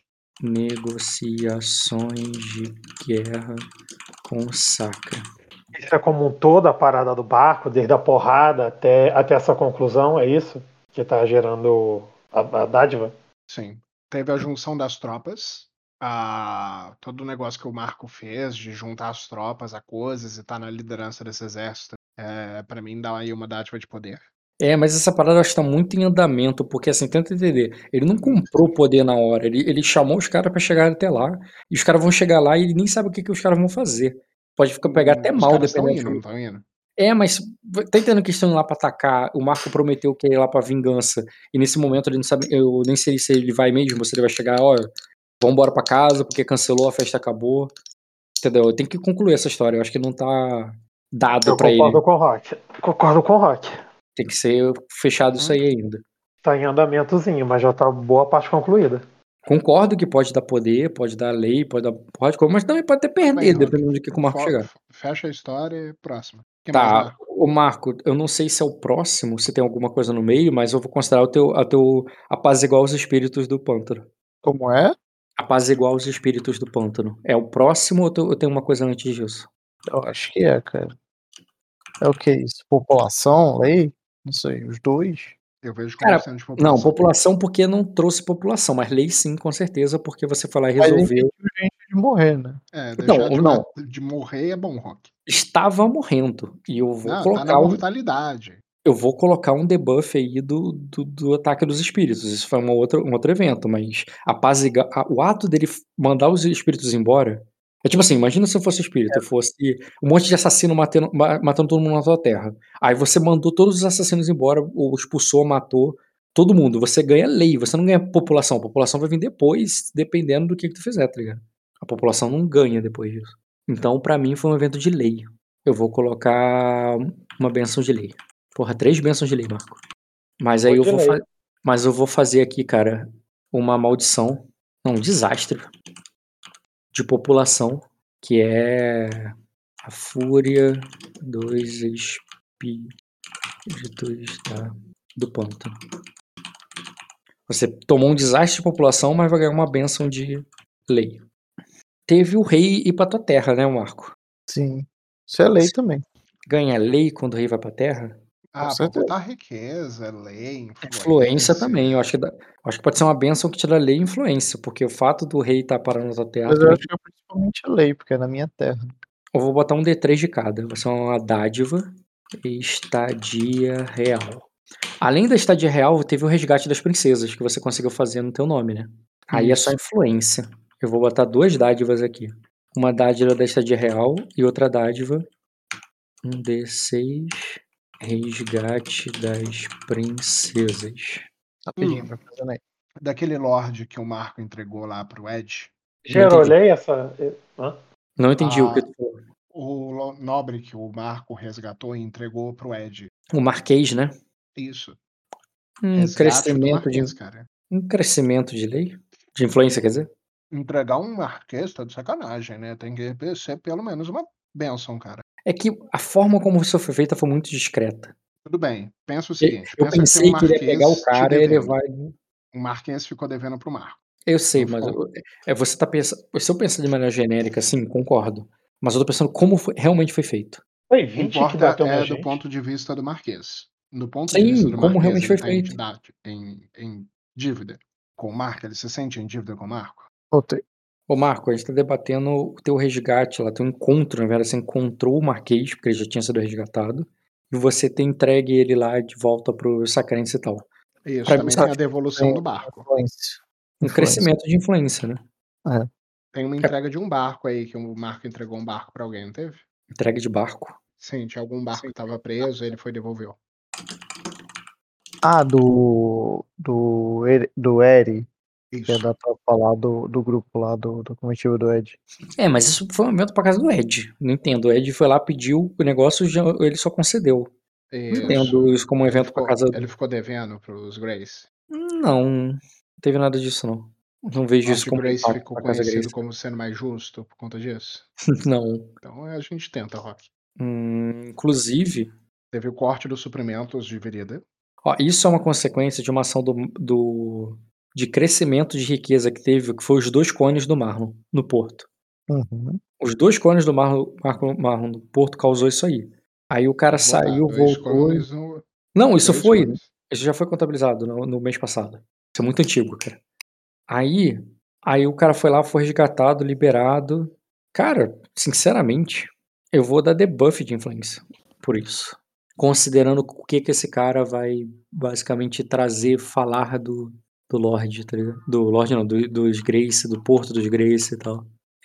Negociações de guerra com Sacra.
Isso é como um todo a parada do barco, desde a porrada até essa conclusão, é isso? Que tá gerando a dádiva?
Sim. Teve a junção das tropas. Todo o negócio que o Marco fez de juntar as tropas a coisas e estar na liderança desse exército, pra mim dá aí uma dádiva de poder.
Mas essa parada eu acho que tá muito em andamento, porque assim, tenta entender, ele não comprou o poder na hora, ele chamou os caras pra chegar até lá, e os caras vão chegar lá e ele nem sabe o que os caras vão fazer. Pode pegar até
Os
mal,
caras estão
dependendo.
indo, não estão indo?
Mas tá entendendo que estão indo lá pra atacar, o Marco prometeu que ia ir lá pra vingança, e nesse momento ele não sabe, eu nem sei se ele vai mesmo, se ele vai chegar, vamos embora pra casa, porque cancelou, a festa acabou, entendeu? Eu tenho que concluir essa história, eu acho que não tá dado pra ele.
Concordo com o Rock.
Tem que ser fechado isso aí ainda.
Tá em andamentozinho, mas já tá boa parte concluída.
Concordo que pode dar poder, pode dar lei, pode dar coisa, mas também pode até perder, dependendo do que o Marco chegar.
Fecha a história e próximo.
Tá, o Marco, eu não sei se é o próximo, se tem alguma coisa no meio, mas eu vou considerar o teu apaziguar os espíritos do pântano.
Como é?
Apaziguar os espíritos do pântano. É o próximo ou eu tenho uma coisa antes disso?
Eu acho que é, cara. É o que isso? População, lei? Não sei, os dois?
Eu vejo como sendo de população.
Não, população porque não trouxe população, mas lei sim, com certeza, porque você foi lá e
Mas
resolveu.
gente de morrer, né?
Deixar de morrer é bom, Rock.
Estava morrendo. E eu vou colocar
tá na mortalidade.
Eu vou colocar um debuff aí do ataque dos espíritos. Isso foi um outro evento, mas o ato dele mandar os espíritos embora. É tipo assim, imagina se eu fosse espírito, fosse um monte de assassino matando todo mundo na tua terra. Aí você mandou todos os assassinos embora, ou expulsou, matou todo mundo. Você ganha lei, você não ganha população. A população vai vir depois, dependendo do que tu fizer, tá ligado? A população não ganha depois disso. Então, pra mim, foi um evento de lei. Eu vou colocar uma benção de lei. Porra, 3 bênçãos de lei, Marco. Mas aí eu vou fazer aqui, cara, uma maldição. Não, um desastre de população, que é a fúria dos espíritos do pântano. Você tomou um desastre de população, mas vai ganhar uma bênção de lei. Teve o rei ir pra tua terra, né, Marco?
Sim. Isso é lei também.
Ganha lei quando o rei vai pra terra?
Pra botar riqueza, lei,
influência também. Eu acho que pode ser uma bênção que te dá lei e influência, porque o fato do rei estar parando na tua terra.
Mas eu acho que é principalmente lei, porque é na minha terra.
Eu vou botar um D3 de cada. Vai ser uma dádiva e estadia real. Além da estadia real, teve o resgate das princesas, que você conseguiu fazer no teu nome, né? Aí é só influência. Eu vou botar 2 dádivas aqui. Uma dádiva da estadia real e outra dádiva. Um D6. Resgate das princesas.
Rapidinho, vai fazendo aí.
Daquele Lorde que o Marco entregou lá pro Ed.
Gerou lei essa. Hã?
Não entendi o que tu falou.
O nobre que o Marco resgatou e entregou pro Ed.
O Marquês, né?
Isso.
Crescimento cara. Um crescimento de lei? De influência, quer dizer?
Entregar um Marquês tá de sacanagem, né? Tem que ser pelo menos uma bênção, cara.
É que a forma como isso foi feita foi muito discreta.
Tudo bem. Pensa o seguinte.
Eu pensei que ele ia pegar o cara e ele vai...
O Marquês ficou devendo pro Marco.
Eu sei, mas você tá pensando... Se eu pensar de maneira genérica, sim, concordo. Mas eu tô pensando como realmente foi feito.
Foi
O que
20 que
importa
bateu na
é do
gente.
ponto de vista do Marquês. Do ponto de vista
Sim,
do
como
Marquês,
realmente
ele
foi
tá
feito.
em dívida com o Marco, ele se sente em dívida com o Marco?
Voltei.
Ô Marco, a gente tá debatendo o teu resgate lá, teu encontro, na verdade, você encontrou o Marquês, porque ele já tinha sido resgatado, e você tem entregue ele lá de volta pro Sacrense e tal.
Isso,
Pra mim,
também
isso
tem a devolução do barco.
um crescimento de influência, né?
Tem uma entrega de um barco aí, que o Marco entregou um barco pra alguém, não teve?
Entrega de barco.
Sim, tinha algum barco que tava preso, ele foi devolveu.
Do Eri, que é
Isso.
da tropa lá do grupo lá do comitiva do Ed.
Mas isso foi um momento pra casa do Ed. Não entendo. O Ed foi lá, pediu o negócio, ele só concedeu. Não entendo isso como um evento pra casa
Ele
do...
ficou devendo pros Grace.
Não teve nada disso, não. Não vejo isso
Lord
como
Grace
impacto
ficou
pra casa
conhecido
Grace.
como sendo mais justo por conta disso?
Não.
Então a gente tenta, Rock.
Inclusive...
Teve o corte dos suprimentos de Virida.
Isso é uma consequência de uma ação de crescimento de riqueza que teve, que foi os 2 cones do Marlon, no porto. Os 2 cones do Marlon no porto causou isso aí. Aí o cara saiu, voltou... Não, isso já foi contabilizado no mês passado. Isso é muito antigo, cara. Aí o cara foi lá, foi resgatado, liberado. Cara, sinceramente, eu vou dar debuff de influência por isso. Considerando o que esse cara vai basicamente trazer, falar do Lorde, tá ligado? Do Lorde não, dos Grace, do Porto dos Grace e tal.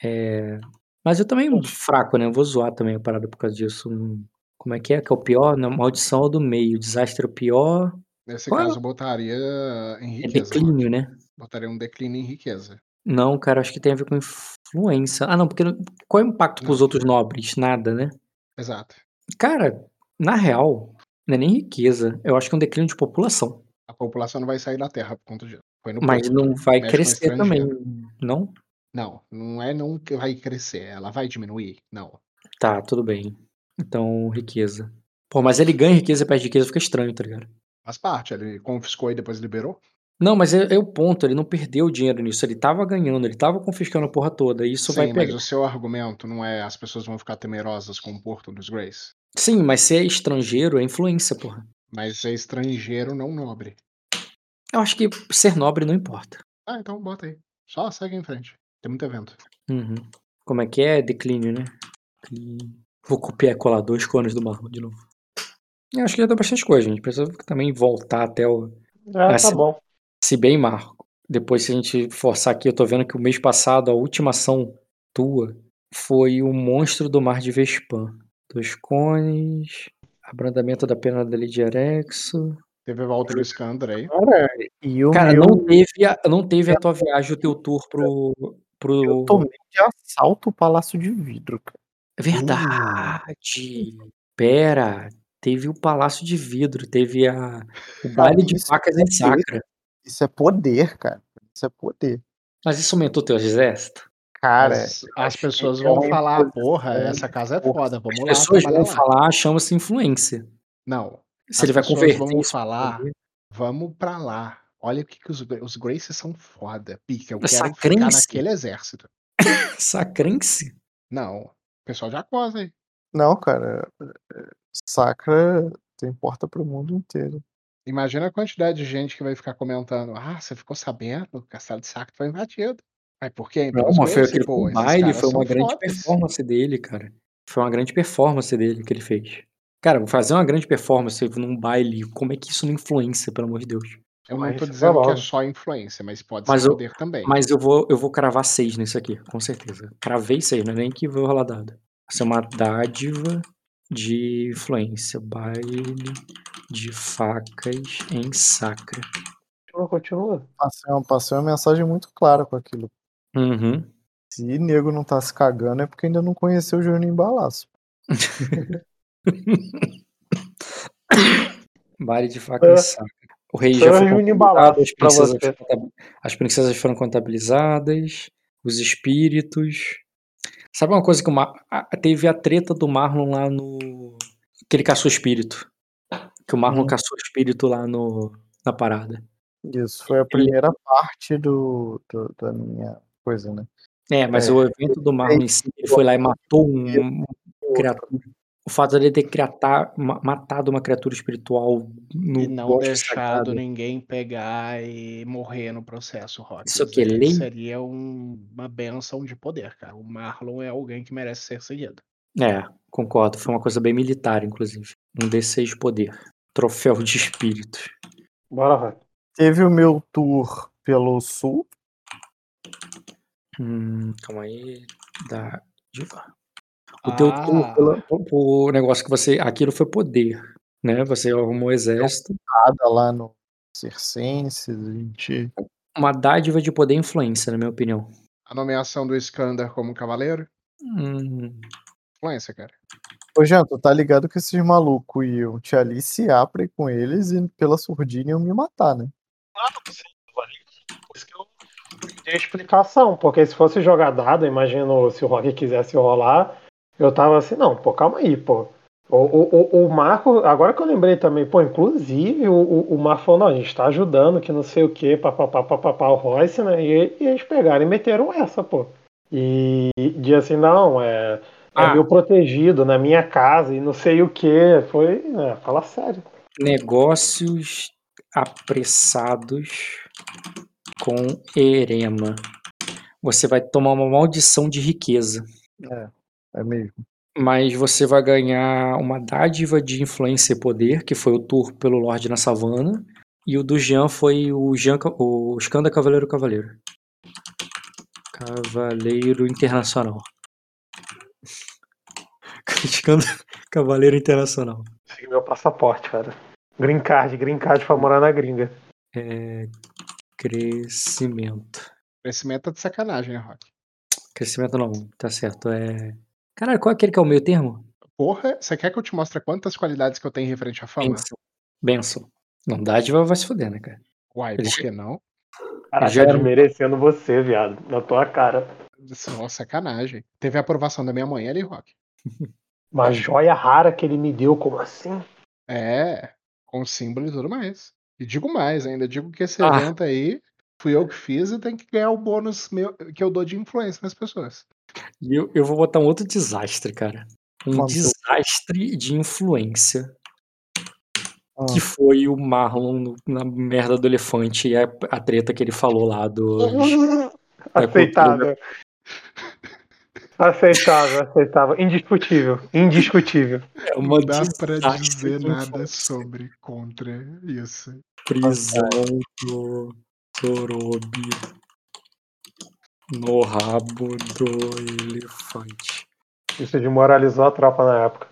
Mas eu também fraco, né? Eu vou zoar também a parada por causa disso. Como é que é? Que é o pior? Não, maldição é o do meio. Desastre é o pior.
Nesse
Qual
caso, eu botaria em
é
riqueza,
declínio,
Rock.
né?
Botaria um declínio em riqueza.
Não, cara, acho que tem a ver com influência. Não, porque qual é o impacto pros outros nobres? Nada, né?
Exato.
Cara, na real, não é nem riqueza. Eu acho que é um declínio de população.
A população não vai sair da Terra por conta disso. Foi no
Mas
porto.
não vai
Mexe com
crescer também,
estrangeiro.
não?
Não é não que vai crescer, ela vai diminuir, não.
Tá, tudo bem. Então, riqueza. Pô, mas ele ganha riqueza e perde riqueza, fica estranho, tá ligado?
Faz parte, ele confiscou e depois liberou.
Não, mas é o ponto, ele não perdeu dinheiro nisso, ele tava ganhando, ele tava confiscando a porra toda, e isso vai
Sim,
pegar.
mas o seu argumento não é as pessoas vão ficar temerosas com o Porto dos Grace.
Sim, mas se é estrangeiro, é influência, porra.
Mas é estrangeiro, não nobre.
Eu acho que ser nobre não importa.
Então bota aí. Só segue em frente. Tem muito evento.
Uhum. Como é que é? Declínio, né? Vou copiar e colar 2 cones do Marlon de novo. Eu acho que já deu bastante coisa, gente. Precisa também voltar até o...
Tá bom.
Se bem, Marco, depois se a gente forçar aqui, eu tô vendo que o mês passado, a última ação tua foi o Monstro do Mar de Vespan. 2 cones, abrandamento da pena da Lidia Erexo.
Teve a volta do Iskander aí.
Cara, não teve a tua viagem, o teu tour pro...
Eu tomei de assalto o Palácio de Vidro, cara.
Verdade! Pera, teve o Palácio de Vidro, teve o baile de facas em Sacra.
Isso é poder, cara. Isso é poder.
Mas isso aumentou teu exército?
Cara,
as pessoas vão falar, porra, essa casa é foda, vamos lá.
As pessoas vão falar, chama-se influência.
Não.
Se ele vai converter
vão
isso
falar, vamos pra lá. Olha o que os Graces são foda. Pica, eu quero
Sacrense?
ficar naquele exército.
Sacrense?
Não. O pessoal de Aquosa aí.
Não, cara. Sacra tem porta pro mundo inteiro.
Imagina a quantidade de gente que vai ficar comentando. Você ficou sabendo que o Castelo de Sacra foi invadido. Mas por quê?
Não, mas foi aquele baile, foi uma grande performance dele, cara. Foi uma grande performance dele que ele fez. Cara, fazer uma grande performance num baile, como é que isso não influencia, pelo amor de Deus?
Eu não tô dizendo que é só influência, mas pode ser poder também.
Mas eu vou cravar 6 nisso aqui, com certeza. Cravei 6, não é nem que vou rolar dado. Vai ser uma dádiva de influência. Baile de facas em Sacra.
Continua.
Passei uma mensagem muito clara com aquilo.
Uhum.
Se nego não tá se cagando é porque ainda não conheceu o Juninho Balaço.
Baile de faca em Sacra. O rei já foi contabilizado, as princesas foram contabilizadas, os espíritos. Sabe uma coisa que teve a treta do Marlon lá no... que ele caçou espírito. Que o Marlon caçou espírito lá na parada.
Isso, foi a primeira parte da minha coisa, né?
Mas o evento do Marlon em si, ele foi lá e matou uma criatura. O fato de ele ter matado uma criatura espiritual no
E não
bosque
deixado
sagrado.
ninguém pegar e morrer no processo, Rock.
Isso aqui é lei?
Seria uma benção de poder, cara. O Marlon é alguém que merece ser seguido.
Concordo. Foi uma coisa bem militar, inclusive. Um D6 de poder. Troféu de espíritos.
Bora, Rock.
Teve o meu tour pelo sul.
Calma aí. O teu tour o negócio que você... Aquilo foi poder, né? Você arrumou o exército.
Lá no Circense, gente...
Uma dádiva de poder e influência, na minha opinião.
A nomeação do Iskander como cavaleiro? Influência, cara.
Ô, Jean, tu tá ligado que esses malucos iam te aliciar pra ir com eles e pela surdina iam me matar, né?
Claro que sim. Por isso que eu dei explicação, porque se fosse jogar dado, imagino se o Rock quisesse rolar, eu tava assim, não, pô, calma aí, pô. O Marco, agora que eu lembrei também, pô, inclusive o Marco falou, não, a gente tá ajudando, que não sei o que, papapá, o Royce, né? E eles pegaram e meteram essa, pô. E de assim, não, é meu protegido, na minha casa, e não sei o que. Foi, fala sério.
Negócios apressados com Erema. Você vai tomar uma maldição de riqueza.
É mesmo.
Mas você vai ganhar uma dádiva de influência e poder, que foi o tour pelo Lorde na Savana. E o do Jean foi o Skanda Cavaleiro. Cavaleiro Internacional. Skanda Cavaleiro Internacional.
Esse é meu passaporte, cara. Green card pra morar na gringa.
Crescimento.
Crescimento é de sacanagem, né, Rock?
Crescimento não, tá certo. Caralho, qual é aquele que é o meio termo?
Porra, você quer que eu te mostre quantas qualidades que eu tenho referente à fama?
Benção. Não, dádiva vai se fuder, né, cara?
Uai, por que não?
Cara, já desmerecendo você, viado. Na tua cara.
Nossa, sacanagem. Teve a aprovação da minha mãe ali, Rock.
Uma joia rara que ele me deu, como assim?
Com símbolo e tudo mais. E digo mais ainda, digo que esse evento aí fui eu que fiz e tem que ganhar o bônus que eu dou de influência nas pessoas.
E eu vou botar um outro desastre, cara. Desastre de influência. Que foi o Marlon na merda do elefante e a treta que ele falou lá do...
Aceitável. Aceitável. Indiscutível.
Não dá pra dizer nada sobre contra isso.
Prisão do Torobi no rabo do elefante.
Isso desmoralizou a tropa na época.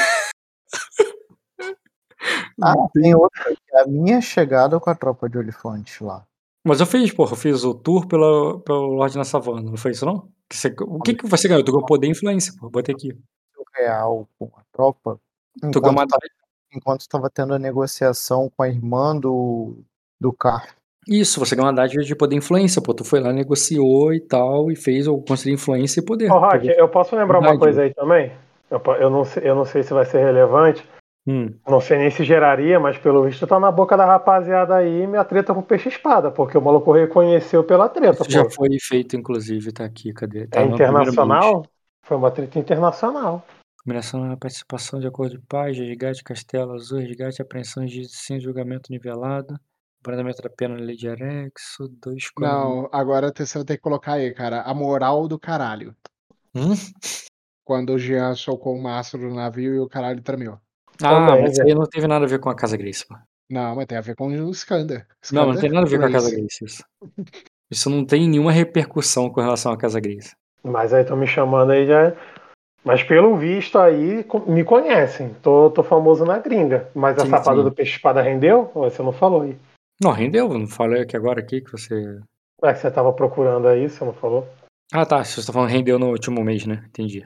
Tem outra. A minha chegada com a tropa de elefantes lá.
Mas eu fiz o tour pelo Lorde na Savana, não foi isso não? O que você ganhou? Tu ganhou poder e influência, pô. Botei aqui.
Real com a tropa. Enquanto estava tendo a negociação com a irmã do Carf.
Isso, você ganhou uma dádiva de poder e influência, pô. Tu foi lá, negociou e tal, e fez ou conseguiu influência e poder.
Rock, eu posso lembrar uma coisa aí também? Eu não sei se vai ser relevante. Não sei nem se geraria, mas pelo visto tá na boca da rapaziada aí minha treta com peixe-espada, porque o maluco reconheceu pela treta.
Isso já foi feito, inclusive, tá aqui, cadê? Tá
internacional? Foi uma treta internacional.
Combinação na participação de acordo de paz, resgate, castelo azul, resgate, apreensão de sem julgamento nivelado, brandamento da pena na lei de Arexo, 2...
Não, agora você vai ter que colocar aí, cara, a moral do caralho. Quando o Jean socou o mastro do navio e o caralho tremeu.
Mas isso aí não teve nada a ver com a Casa Grace, pô.
Não, mas tem a ver com o Skander.
Não tem nada a ver com a Casa Grace, isso. Isso não tem nenhuma repercussão com relação à Casa Grace.
Mas aí estão me chamando aí já... Mas pelo visto aí, me conhecem. Tô famoso na gringa. Mas a safada do peixe-espada rendeu? Ou você não falou aí?
Não, rendeu. Não falei aqui agora que você...
que você tava procurando aí, você não falou?
Tá. Você tá falando rendeu no último mês, né? Entendi.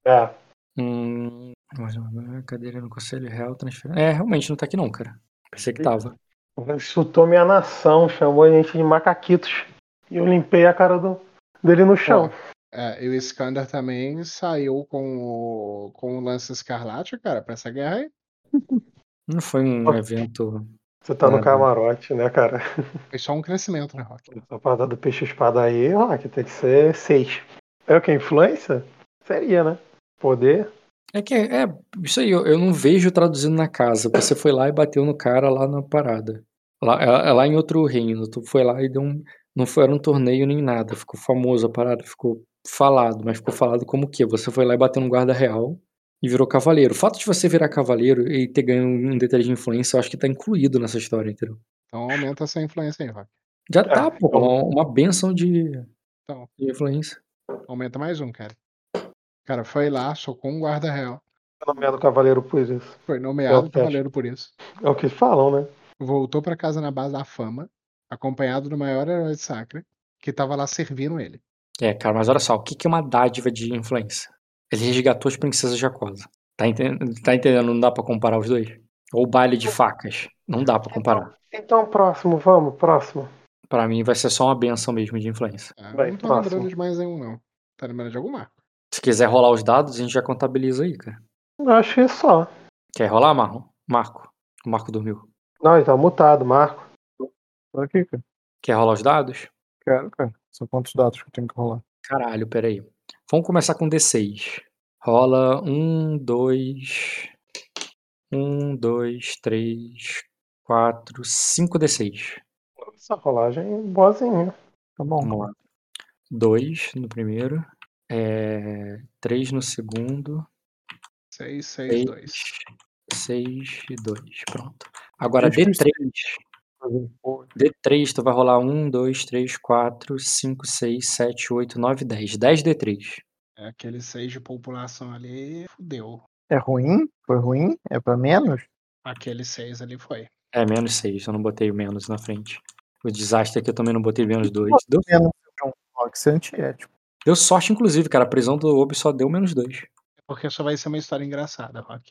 Cadeira no Conselho Real, transferência... realmente não tá aqui não, cara. Pensei que tava.
Insultou minha nação, chamou a gente de macaquitos. E eu limpei a cara dele no chão.
E o Skander também saiu com o Lance Escarlate, cara, pra essa guerra aí.
Não foi um evento...
Você tá no camarote, né, cara?
Foi só um crescimento, né, Rock?
Essa parada do peixe-espada aí, Rock, tem que ser 6. É o que? Influência? Seria, né? Poder?
Isso aí, eu não vejo traduzindo na casa. Você foi lá e bateu no cara lá na parada. Lá em outro reino. Tu foi lá e deu um. Não foi, era um torneio nem nada. Ficou famoso a parada, ficou falado. Mas ficou falado como o quê? Você foi lá e bateu no guarda real e virou cavaleiro. O fato de você virar cavaleiro e ter ganho um detalhe de influência, eu acho que tá incluído nessa história, entendeu?
Então aumenta essa influência aí, Rock.
Já tá, pô. Uma benção de
Então,
influência.
aumenta mais um, cara. O cara foi lá, socou um guarda real.
Foi nomeado cavaleiro por isso.
Foi nomeado cavaleiro por isso.
É o que falam, né?
Voltou pra casa na base da fama, acompanhado do maior herói de Sacra, que tava lá servindo ele.
Cara, mas olha só, o que é uma dádiva de influência? Ele resgatou as princesas Jacosa. Tá entendendo? Não dá pra comparar os dois? Ou baile de facas. Não dá pra comparar.
Então, próximo, vamos, próximo.
Pra mim vai ser só uma benção mesmo de influência.
Não tô lembrando de mais nenhum, não. Tá lembrando de alguma?
Se quiser rolar os dados, a gente já contabiliza aí, cara.
Eu acho que só.
Quer rolar, Marco? O Marco dormiu.
Não, ele tá mutado, Marco.
Tô aqui, cara.
Quer rolar os dados?
Quero, cara. São quantos dados que eu tenho que rolar?
Caralho, peraí. Vamos começar com D6. Rola 1, 2... 1, 2, 3, 4, 5 D6.
Essa rolagem boazinha.
Tá bom.
Vamos lá. 2 no primeiro. 3 no segundo.
6, 6, 2.
6 e 2. Pronto. Agora D3. D3, tu vai rolar 1, 2, 3, 4, 5, 6, 7, 8, 9, 10. 10 D3.
Aquele 6 de população ali, fudeu.
É ruim? Foi ruim? É pra menos?
Aquele 6 ali foi.
Menos 6. Eu não botei menos na frente. O desastre aqui eu também não botei menos 2.
Deu menos um rock, isso é antiético.
Deu sorte, inclusive, cara. A prisão do Obi só deu menos 2.
Porque só vai ser uma história engraçada, Rock.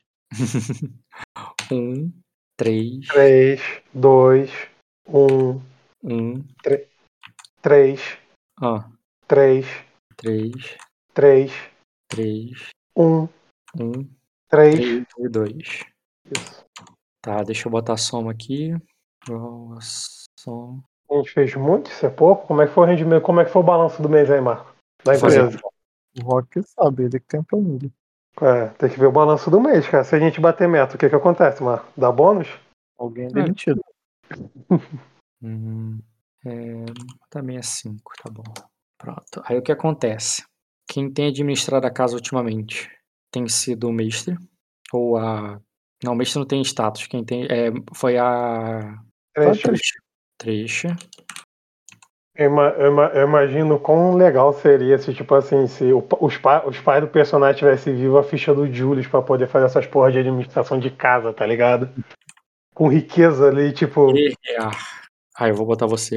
1, 3.
3, 2, 1.
1.
3.
3.
3.
3.
3.
3.
1.
1.
3
e 2.
Isso.
Tá, deixa eu botar a soma aqui. Soma.
A gente fez muito, isso é pouco? Como é que foi o rendimento? Como é que foi o balanço do mês aí, Marco? Da empresa?
O Rock sabe, ele que tem a planilha.
Tem que ver o balanço do mês, cara. Se a gente bater meta, o que acontece, Marco? Dá bônus?
Alguém é demitido.
Também é 5, tá bom. Pronto. Aí o que acontece? Quem tem administrado a casa ultimamente tem sido o mestre. Ou a. Não, o mestre não tem status. Quem tem. Foi a. Trecha.
Eu imagino quão legal seria se, tipo assim, se os pais do personagem tivessem vivo a ficha do Julius pra poder fazer essas porras de administração de casa, tá ligado? Com riqueza ali, tipo.
Aí eu vou botar você.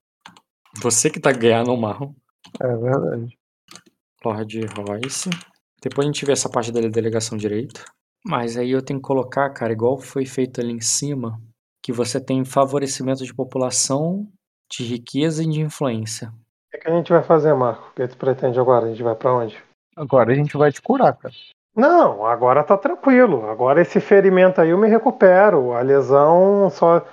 Você que tá ganhando o Marlon.
É verdade.
Lord Royce. Depois a gente vê essa parte da delegação direito. Mas aí eu tenho que colocar, cara, igual foi feito ali em cima, que você tem favorecimento de população, de riqueza e de influência.
O que a gente vai fazer, Marco? O que tu pretende agora? A gente vai pra onde?
Agora a gente vai te curar, cara.
Não, agora tá tranquilo. Agora esse ferimento aí eu me recupero. A lesão só.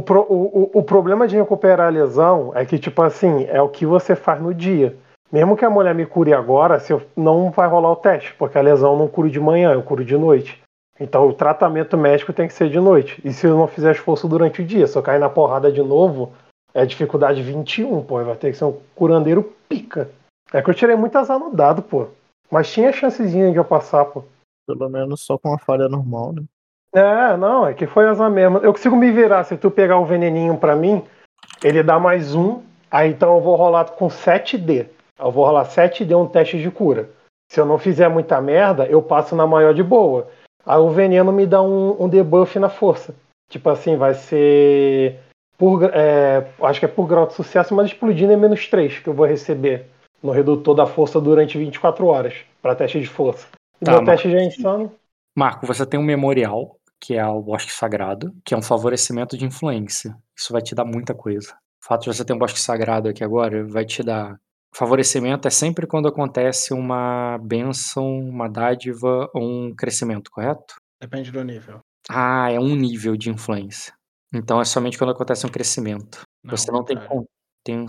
O problema de recuperar a lesão é que, tipo assim, é o que você faz no dia. Mesmo que a mulher me cure agora, não vai rolar o teste, porque a lesão não curo de manhã, eu curo de noite. Então o tratamento médico tem que ser de noite. E se eu não fizer esforço durante o dia, se eu cair na porrada de novo, é dificuldade 21, pô. Vai ter que ser um curandeiro pica. É que eu tirei muito azar no dado, pô. Mas tinha chancezinha de eu passar, pô.
Pelo menos só com uma falha normal, né?
Não, é que foi azar mesmo. Eu consigo me virar. Se tu pegar o veneninho pra mim, ele dá mais 1. Aí então eu vou rolar com 7D. Eu vou rolar 7D um teste de cura. Se eu não fizer muita merda, eu passo na maior de boa. Aí o veneno me dá um debuff na força. Tipo assim, vai ser. Acho que é por grau de sucesso, mas explodindo é menos 3 que eu vou receber no redutor da força durante 24 horas para teste de força. E meu teste já é insano.
Marco, você tem um memorial, que é o Bosque Sagrado, que é um favorecimento de influência. Isso vai te dar muita coisa. O fato de você ter um Bosque Sagrado aqui agora vai te dar. Favorecimento é sempre quando acontece uma bênção, uma dádiva ou um crescimento, correto?
Depende do nível.
É um nível de influência. Então é somente quando acontece um crescimento. Você não tem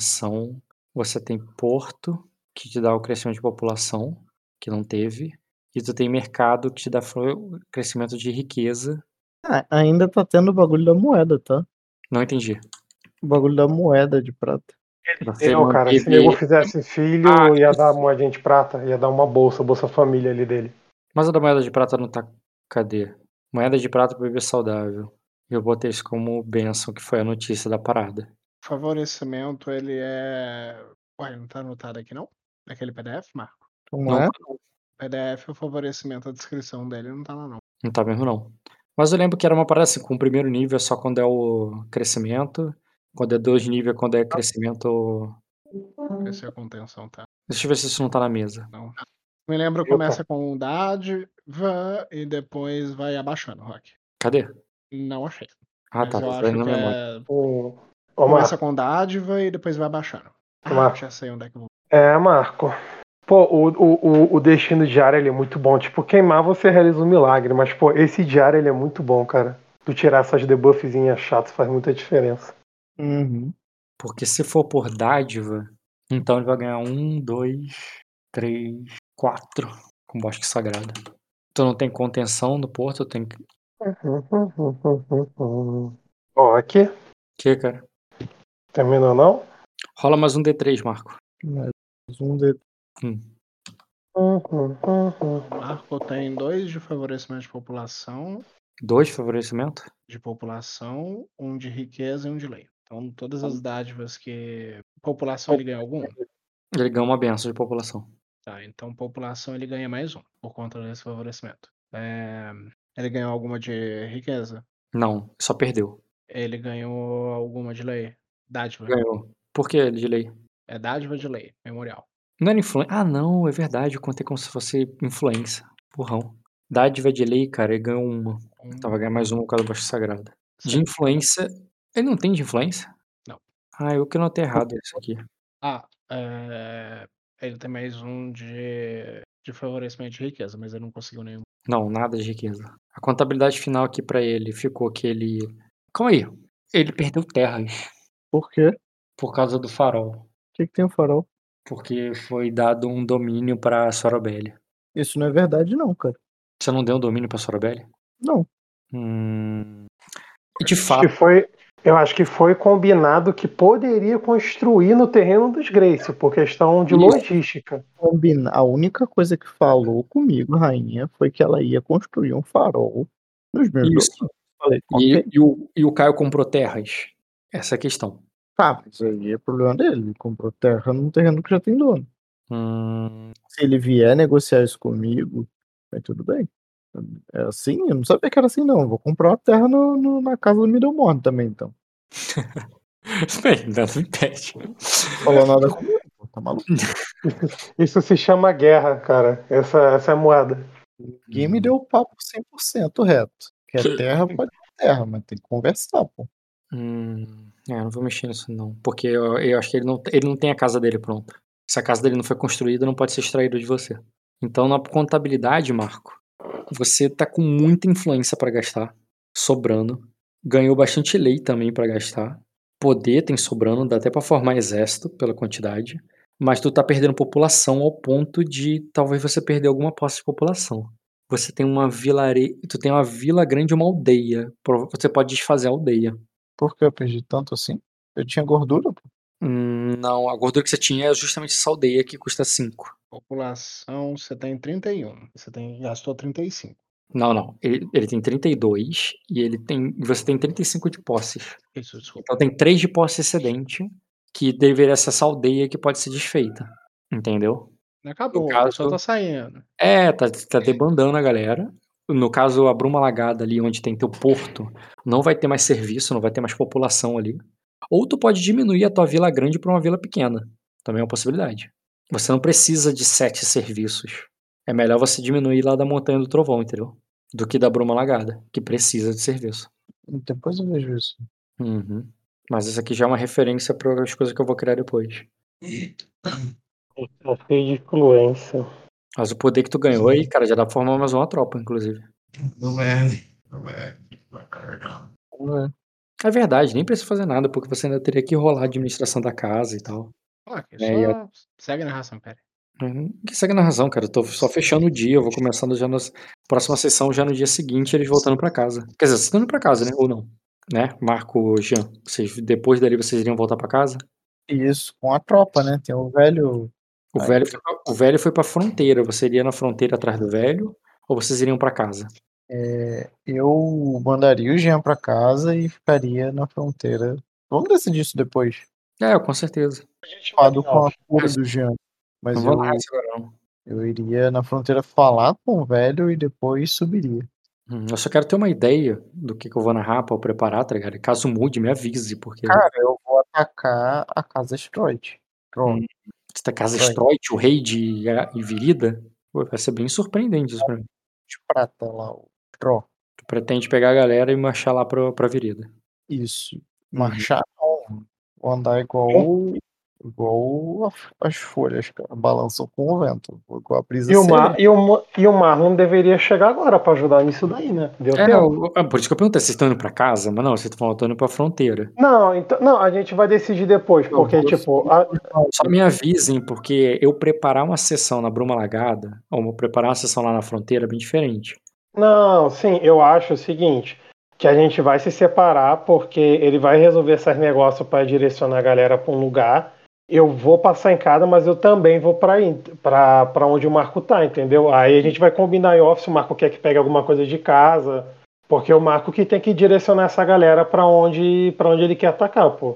contenção, você tem porto, que te dá o crescimento de população, que não teve, E tu tem mercado que te dá crescimento de riqueza.
Ainda tá tendo o bagulho da moeda, tá?
Não entendi.
O bagulho da moeda de prata.
Cara, se o nego fizesse filho, ia dar moedinha de prata, ia dar uma bolsa família ali dele.
Mas a da moeda de prata não tá... Cadê? Moeda de prata pra bebê saudável. Eu botei isso como bênção, que foi a notícia da parada.
Favorecimento, ele é... Ué, não tá anotado aqui, não? Naquele PDF, Marco?
Não é?
PDF, o favorecimento, a descrição dele não tá lá, não.
Não tá mesmo, não. Mas eu lembro que era uma parada assim, com o primeiro nível é só quando é o crescimento, quando é 2 níveis é quando é crescimento...
Essa é a contenção, tá?
Deixa eu ver se isso não tá na mesa.
Não. Me lembro, começa com dádiva e depois vai abaixando, Rock.
Cadê?
Não achei.
Ah,
Mas
tá.
eu
Tá
acho
na
que
memória.
começa com dádiva e depois vai abaixando.
Marco.
Já sei onde é que eu vou.
Marco. Pô, o destino diário ele é muito bom. Tipo, queimar você realiza um milagre, mas, pô, esse diário ele é muito bom, cara. Tu tirar essas debuffzinhas chatas faz muita diferença.
Uhum.
Porque se for por dádiva, então ele vai ganhar 1, 2, 3, 4 com bosque sagrado. Tu não tem contenção no porto, tem que...
Ó, aqui.
Que, cara?
Terminou não?
Rola mais um D3, Marco.
Mais um D.
Marco tem 2 de favorecimento de população.
2 de favorecimento?
De população, 1 de riqueza e 1 de lei. Então, todas as dádivas que... População, ele ganha algum?
Ele ganha uma benção de população.
Tá, então população ele ganha mais 1, por conta desse favorecimento. Ele ganhou alguma de riqueza?
Não, só perdeu.
Ele ganhou alguma de lei? Dádiva.
Ganhou. Por que de lei?
É dádiva de lei, memorial.
Não era influência? Ah, não, é verdade. Eu contei como se fosse influência. Burrão. Dádiva de lei, cara, ele ganhou uma. Então vai ganhar mais uma por causa do bosque sagrado. De influência. Ele não tem de influência?
Não.
Ah, eu que notei errado isso aqui.
Ele tem mais 1 de favorecimento de riqueza, mas ele não conseguiu nenhum.
Não, nada de riqueza. A contabilidade final aqui pra ele ficou que ele... Calma aí. Ele perdeu terras.
Por quê?
Por causa do farol.
O que tem o farol?
Porque foi dado um domínio pra Sorobelli.
Isso não é verdade, não, cara.
Você não deu um domínio pra Sorobelli?
Não.
E de fato...
Eu acho que foi combinado que poderia construir no terreno dos Grace, por questão de logística.
A única coisa que falou comigo, rainha, foi que ela ia construir um farol nos meus
Isso.
Falei, okay.
E o Caio comprou terras? Essa é a questão.
Tá, mas aí é problema dele. Ele comprou terra num terreno que já tem dono. Se ele vier negociar isso comigo, aí tudo bem. É assim? Eu não sabia que era assim, não. Eu vou comprar uma terra na casa do Middlemorn também, então.
Bem, não impede.
Falou nada comigo, pô, tá maluco?
Isso se chama guerra, cara. Essa é a moeda.
Ninguém me deu o papo 100% reto. Quer terra, pode ter terra, mas tem que conversar, pô.
Eu não vou mexer nisso, não. Porque eu acho que ele não tem a casa dele pronta. Se a casa dele não foi construída, não pode ser extraído de você. Então, na contabilidade, Marco, você tá com muita influência pra gastar, sobrando. Ganhou bastante lei também pra gastar. Poder tem sobrando, dá até pra formar exército pela quantidade. Mas tu tá perdendo população ao ponto de talvez você perder alguma posse de população. Você tem tu tem uma vila grande e uma aldeia. Você pode desfazer a aldeia.
Por que eu perdi tanto assim? Eu tinha gordura, pô.
Não, a gordura que você tinha é justamente essa aldeia que custa 5.
População, você tem 31. Gastou 35.
Não. Ele tem 32 e você tem 35 de posses.
Isso, desculpa.
Então tem 3 de posse excedente, que deveria ser essa aldeia que pode ser desfeita. Entendeu?
Acabou, a pessoa tá saindo.
Tá debandando a galera. No caso, a Bruma Lagada ali, onde tem teu porto, não vai ter mais serviço, não vai ter mais população ali. Ou tu pode diminuir a tua vila grande pra uma vila pequena. Também é uma possibilidade. Você não precisa de 7 serviços. É melhor você diminuir lá da Montanha do Trovão, entendeu? Do que da Bruma Lagada, que precisa de serviço.
Depois eu vejo isso.
Mas isso aqui já é uma referência para as coisas que eu vou criar depois.
Tá cheio de influência.
Mas o poder que tu ganhou aí, cara, já dá pra formar mais uma tropa, inclusive.
Não é.
É verdade, nem precisa fazer nada, porque você ainda teria que rolar a administração da casa e tal.
Só segue a narração, pera.
Que segue na razão, cara. Eu tô só fechando o dia, eu vou começando já na próxima sessão, já no dia seguinte, eles voltando pra casa. Quer dizer, vocês estão indo pra casa, né? Ou não? Né? Marco, Jean, depois dali vocês iriam voltar pra casa?
Isso, com a tropa, né? Tem o velho.
O velho foi pra fronteira. Você iria na fronteira atrás do velho? Ou vocês iriam pra casa?
Eu mandaria o Jean pra casa e ficaria na fronteira. Vamos decidir isso depois.
Com certeza.
A gente vai
Com a cura do Jean. Mas
não vou lá agora, não.
Eu iria na fronteira falar com o velho e depois subiria.
Eu só quero ter uma ideia do que eu vou narrar pra eu preparar, tá ligado? Caso mude, me avise, porque...
Cara, eu vou atacar a casa Stroit.
Esta casa Stroit, o rei de Virida? Pô, vai ser bem surpreendente isso pra mim.
De prata lá, o Tro.
Tu pretende pegar a galera e marchar lá pra Virida?
Isso. Marchar não. Vou andar igual as folhas, cara. Balançam com o vento. Igual a brisa
e o Marlon deveria chegar agora pra ajudar nisso daí, né? Deu tempo.
Por isso que eu perguntei, vocês estão indo pra casa? Mas não, vocês estão indo pra fronteira.
Não, a gente vai decidir depois, porque,
Só me avisem, porque eu preparar uma sessão na Bruma Lagada, ou preparar uma sessão lá na fronteira é bem diferente.
Não, sim, eu acho o seguinte, que a gente vai se separar, porque ele vai resolver esses negócios para direcionar a galera para um lugar. Eu vou passar em casa, mas eu também vou para onde o Marco tá, entendeu? Aí a gente vai combinar em off se o Marco quer que pegue alguma coisa de casa, porque é o Marco que tem que direcionar essa galera para onde ele quer atacar, pô.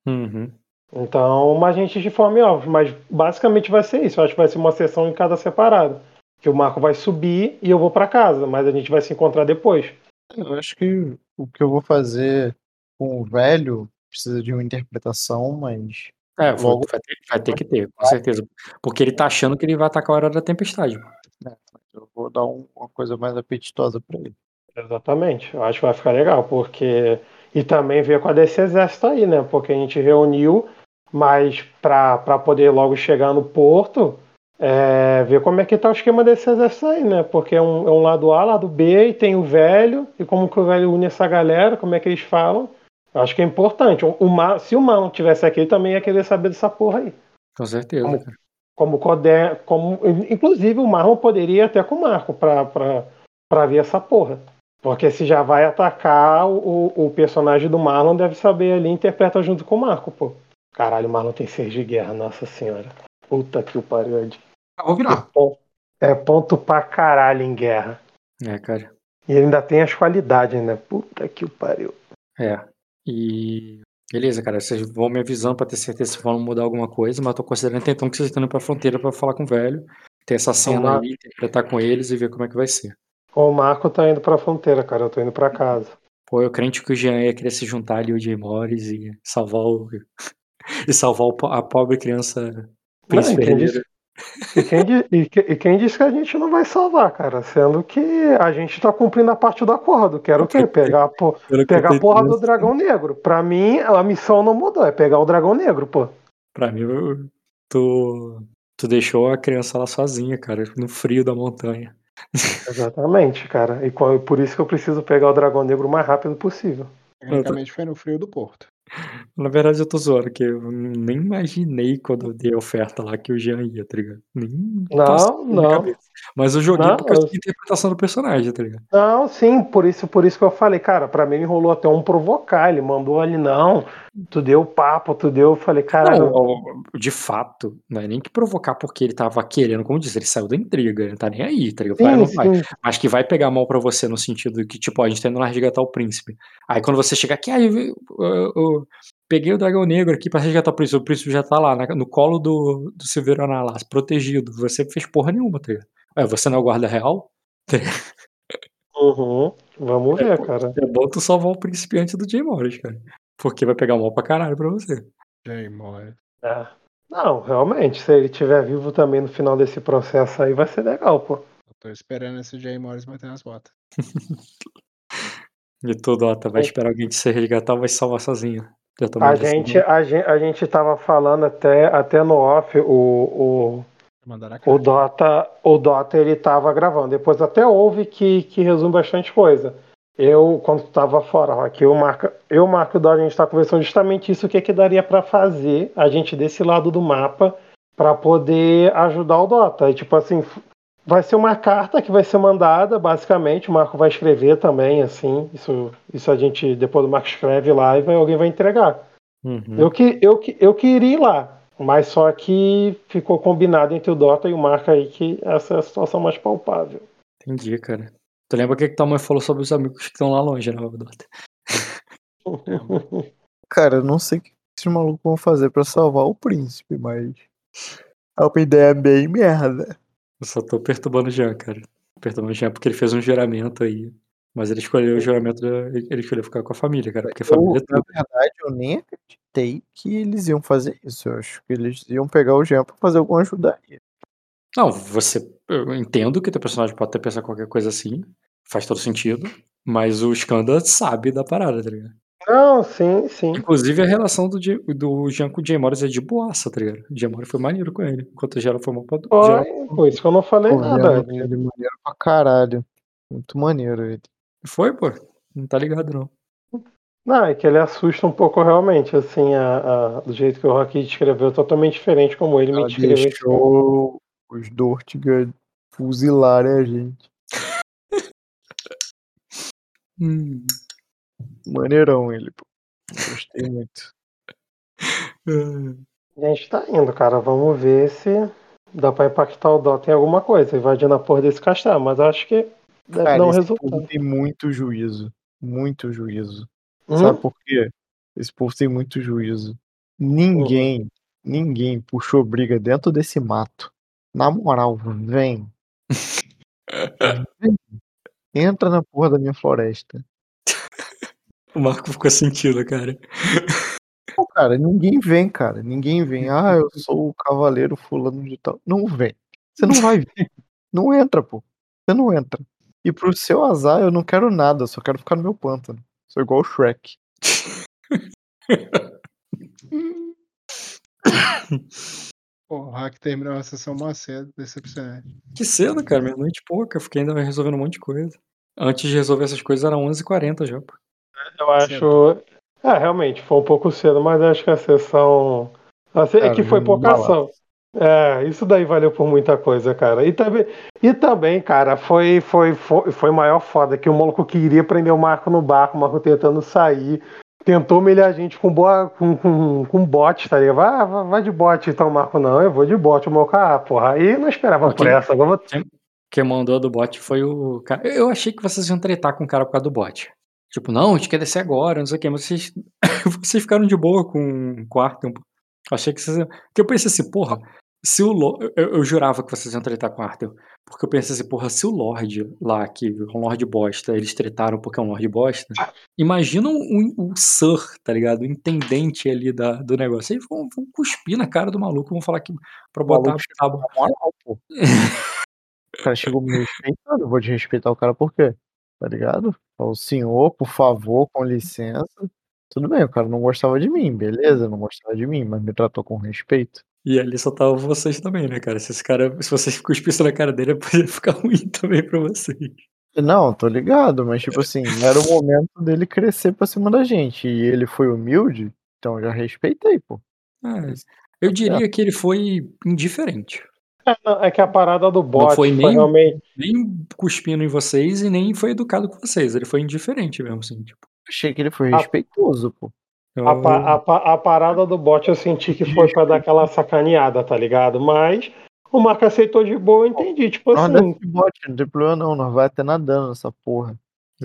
Então, a gente de forma off, mas basicamente vai ser isso. Eu acho que vai ser uma sessão em cada separado. Que o Marco vai subir e eu vou para casa, mas a gente vai se encontrar depois.
Eu acho que o que eu vou fazer com o velho precisa de uma interpretação, mas
logo vai ter que ter, com certeza. Porque ele tá achando que ele vai atacar a hora da tempestade.
Eu vou dar uma coisa mais apetitosa pra ele.
Exatamente, eu acho que vai ficar legal, porque... E também ver com desse exército aí, né? Porque a gente reuniu, mas para poder logo chegar no porto, ver como é que tá o esquema desse exército aí, né? Porque é um lado A, lado B, e tem o velho, e como que o velho une essa galera, como é que eles falam. Eu acho que é importante. Se o Marlon tivesse aqui, ele também ia querer saber dessa porra aí.
Com certeza.
Inclusive o Marlon poderia ir até com o Marco pra ver essa porra. Porque se já vai atacar, o personagem do Marlon deve saber ali, interpreta junto com o Marco, pô. Caralho, o Marlon tem 6 de guerra, nossa senhora. Puta que o pariu, Ed.
Vou virar.
É ponto pra caralho em guerra.
Cara.
E ele ainda tem as qualidades, né? Puta que o pariu.
E... Beleza, cara, vocês vão me avisando pra ter certeza se vão mudar alguma coisa, mas eu tô considerando então que vocês estão indo pra fronteira pra falar com o velho, ter essa cena aí, interpretar com eles e ver como é que vai ser.
O Marco tá indo pra fronteira, cara, eu tô indo pra casa.
Pô, eu crente que o Jean ia querer se juntar ali ao Jay Morris e salvar a pobre criança Príncipe Herdeiro.
E quem disse que a gente não vai salvar, cara? Sendo que a gente tá cumprindo a parte do acordo. Quero o quê? Pegar a porra do dragão negro. Pra mim, a missão não mudou. É pegar o dragão negro, pô.
Pra mim, tu deixou a criança lá sozinha, cara, no frio da montanha.
Exatamente, cara. E por isso que eu preciso pegar o dragão negro o mais rápido possível.
Tecnicamente foi no frio do porto.
Na verdade, eu tô zoando, que eu nem imaginei quando eu dei a oferta lá que o Jean ia, tá ligado? Nem passou na minha cabeça. Mas eu joguei por causa da interpretação do personagem, tá ligado?
Não, sim, por isso que eu falei, cara, pra mim rolou até um provocar, ele mandou ali, não, tu deu papo, eu falei, caralho...
Não, de fato, não é nem que provocar porque ele tava querendo, como eu disse, ele saiu da intriga, ele não tá nem aí, tá ligado?
Sim.
Mas que vai pegar mal pra você no sentido que, tipo, a gente tá indo lá resgatar o príncipe. Aí quando você chega aqui, eu peguei o dragão negro aqui pra resgatar o príncipe já tá lá, no colo do Silverana lá, protegido, você fez porra nenhuma, tá ligado? Você não é o guarda real?
Vamos ver, cara.
É bom tu salvar o príncipe antes do Jay Morris, cara. Porque vai pegar mal pra caralho pra você.
Jay Morris.
Não, realmente, se ele estiver vivo também no final desse processo aí, vai ser legal, pô.
Eu tô esperando esse Jay Morris bater nas botas.
E tu, Dota, vai esperar alguém te se resgatar ou vai se salvar sozinho?
A gente tava falando até no off, o Dota ele tava gravando. Depois até houve que resume bastante coisa. Eu, quando tava fora, Rock, eu, Marco e o Dota, a gente tá conversando justamente isso, o que daria para fazer a gente desse lado do mapa pra poder ajudar o Dota. E, tipo assim, vai ser uma carta que vai ser mandada, basicamente. O Marco vai escrever também, assim. Isso a gente, depois do Marco escreve lá e alguém vai entregar.
Uhum.
Eu queria ir lá, mas só que ficou combinado entre o Dota e o Marco aí que essa é a situação mais palpável.
Entendi, cara. Tu lembra o que tua mãe falou sobre os amigos que estão lá longe, né, Dota?
Cara, eu não sei o que esses malucos vão fazer pra salvar o príncipe, mas é uma ideia bem merda.
Eu só tô perturbando o Jean, cara. Perturbando o Jean porque ele fez um juramento aí. Mas ele escolheu o juramento, ele escolheu ficar com a família, cara. Porque família é tudo.
Na verdade, eu nem acreditei que eles iam fazer isso. Eu acho que eles iam pegar o Jean pra fazer alguma ajudaria.
Não, eu entendo que teu personagem pode até pensar qualquer coisa assim. Faz todo sentido. Mas o Skanda sabe da parada, tá ligado?
Não, sim.
Inclusive a relação do Jean com o Jay Morris é de boaça, tá ligado? O Jay Morris foi maneiro com ele. Enquanto o geral foi mal pra geral.
Foi isso que eu não falei nada.
Ele maneiro pra caralho. Muito maneiro ele.
Foi, pô. Não tá ligado, não.
Não, é que ele assusta um pouco realmente, assim, do jeito que o Rocky descreveu, totalmente diferente como ele me descreveu.
Deixou os Dortiga fuzilarem a gente. Maneirão ele, pô. Gostei muito.
A gente tá indo, cara. Vamos ver se dá pra impactar o Dota em alguma coisa, invadindo a porra desse castelo, mas acho que deve dar um resultado.
Povo tem muito juízo. Muito juízo. Sabe por quê? Esse povo tem muito juízo. Ninguém puxou briga dentro desse mato. Na moral, vem. Entra na porra da minha floresta.
O Marco ficou sentido, cara.
Não, cara, ninguém vem, cara. Ninguém vem. Ah, eu sou o cavaleiro fulano de tal. Não vem. Você não vai vir. Não entra, pô. Você não entra. E pro seu azar, eu não quero nada. Só quero ficar no meu pântano. Sou igual o Shrek.
Pô, o Hack terminou a sessão mó cedo, decepcionante.
Que cedo, cara. Meia-noite pouca. Eu fiquei ainda resolvendo um monte de coisa. Antes de resolver essas coisas era 11h40 já, pô.
Eu acho. Realmente, foi um pouco cedo, mas acho que a sessão. É que foi pouca ação. Isso daí valeu por muita coisa, cara. E também cara, foi maior foda que o maluco queria prender o Marco no barco, o Marco tentando sair. Tentou humilhar a gente com bot, tá ligado? Vai de bot então, Marco. Não, eu vou de bot, o meu cara. Porra, aí não esperava por essa. Agora
quem mandou do bot foi o cara. Eu achei que vocês iam tretar com o cara por causa do bot. Tipo, não, a gente quer descer agora, não sei o que, mas vocês ficaram de boa com o Arthur. Achei que vocês. Porque eu pensei assim, porra, se o Lorde. Eu jurava que vocês iam tretar com o Arthur. Porque eu pensei assim, porra, se o Lorde lá, que é um Lorde bosta, eles tretaram porque é um Lorde bosta. Imagina o Sir, tá ligado? O intendente ali do negócio. Aí vão cuspir na cara do maluco, vão falar que pra botar a tábua.
O cara chegou me respeitando, eu vou te respeitar o cara por quê? Tá ligado? O senhor, por favor, com licença. Tudo bem, o cara não gostava de mim, beleza, não gostava de mim, mas me tratou com respeito.
E ali só tava vocês também, né, cara? Se vocês cuspissem na cara dele, podia ficar ruim também pra vocês.
Não, tô ligado, mas tipo assim, era o momento dele crescer pra cima da gente. E ele foi humilde, então já respeitei, pô.
Eu diria que ele foi indiferente.
É que a parada do bot
não foi
realmente.
Nem cuspindo em vocês e nem foi educado com vocês. Ele foi indiferente mesmo, assim, tipo.
Achei que ele foi respeitoso, pô.
A parada do bot eu senti que foi pra dar aquela sacaneada, tá ligado? Mas o Marco aceitou de boa, eu entendi. Tipo assim.
Bot, não tem problema não, nós vai até nadando nessa porra.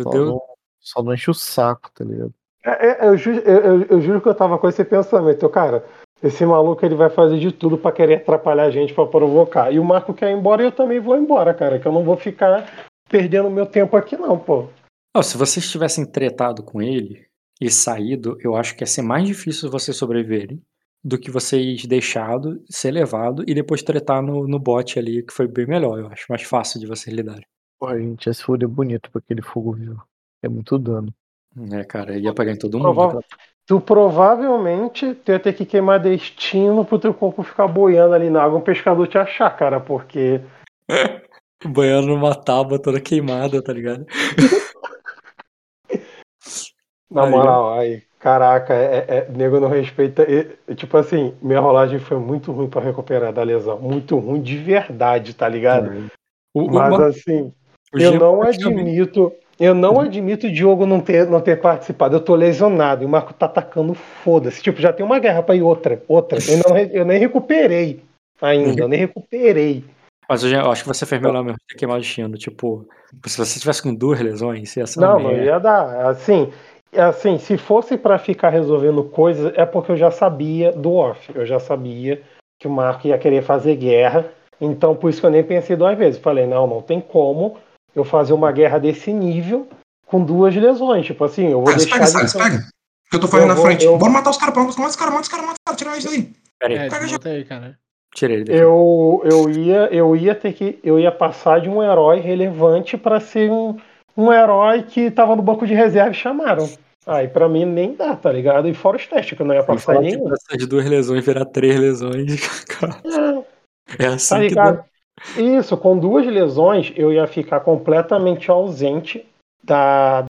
Só não enche o saco, tá ligado?
Eu juro que eu tava com esse pensamento, cara. Esse maluco ele vai fazer de tudo pra querer atrapalhar a gente, pra provocar. E o Marco quer ir embora e eu também vou embora, cara. Que eu não vou ficar perdendo meu tempo aqui, não, pô.
Se vocês tivessem tretado com ele e saído, eu acho que ia ser mais difícil vocês sobreviverem do que vocês deixado, ser levado e depois tretar no bot ali, que foi bem melhor, eu acho. Mais fácil de vocês lidarem.
Porra, a gente ia se foder bonito pra aquele fogo vivo. É muito dano.
Cara, ia pegar em todo mundo.
Tu provavelmente ia ter que queimar destino pro teu corpo ficar boiando ali na água e um pescador te achar, cara, porque.
Boiando numa tábua toda queimada, tá ligado?
Na moral, aí, caraca, nego não respeita. Tipo assim, minha rolagem foi muito ruim pra recuperar da lesão. Muito ruim de verdade, tá ligado? Mas assim, eu não admito o Diogo não ter participado. Eu tô lesionado e o Marco tá atacando foda-se. Tipo, já tem uma guerra pra ir outra. Eu nem recuperei ainda, eu nem recuperei.
Mas eu acho que você fez melhor mesmo ter queimado o destino. Tipo, se você tivesse com 2 lesões, ia ser uma
Não ia dar. Assim, se fosse pra ficar resolvendo coisas, é porque eu já sabia do off. Eu já sabia que o Marco ia querer fazer guerra. Então, por isso que eu nem pensei 2 vezes. Falei, não tem como eu fazer uma guerra desse nível com 2 lesões. Tipo assim, eu vou deixar
Salles, pega. Que eu tô fazendo na frente. Bora matar os caras, mata os caras, tirar isso aí.
Pera aí. Desmonta aí, cara.
Tirei ele.
Eu ia passar de um herói relevante pra ser um herói que tava no banco de reserva e chamaram. Aí pra mim nem dá, tá ligado? E fora os testes, que eu não ia passar em nenhum.
Passar de 2 lesões virar 3 lesões. É assim
tá
que
ligado?
dá.
Isso, com 2 lesões eu ia ficar completamente ausente da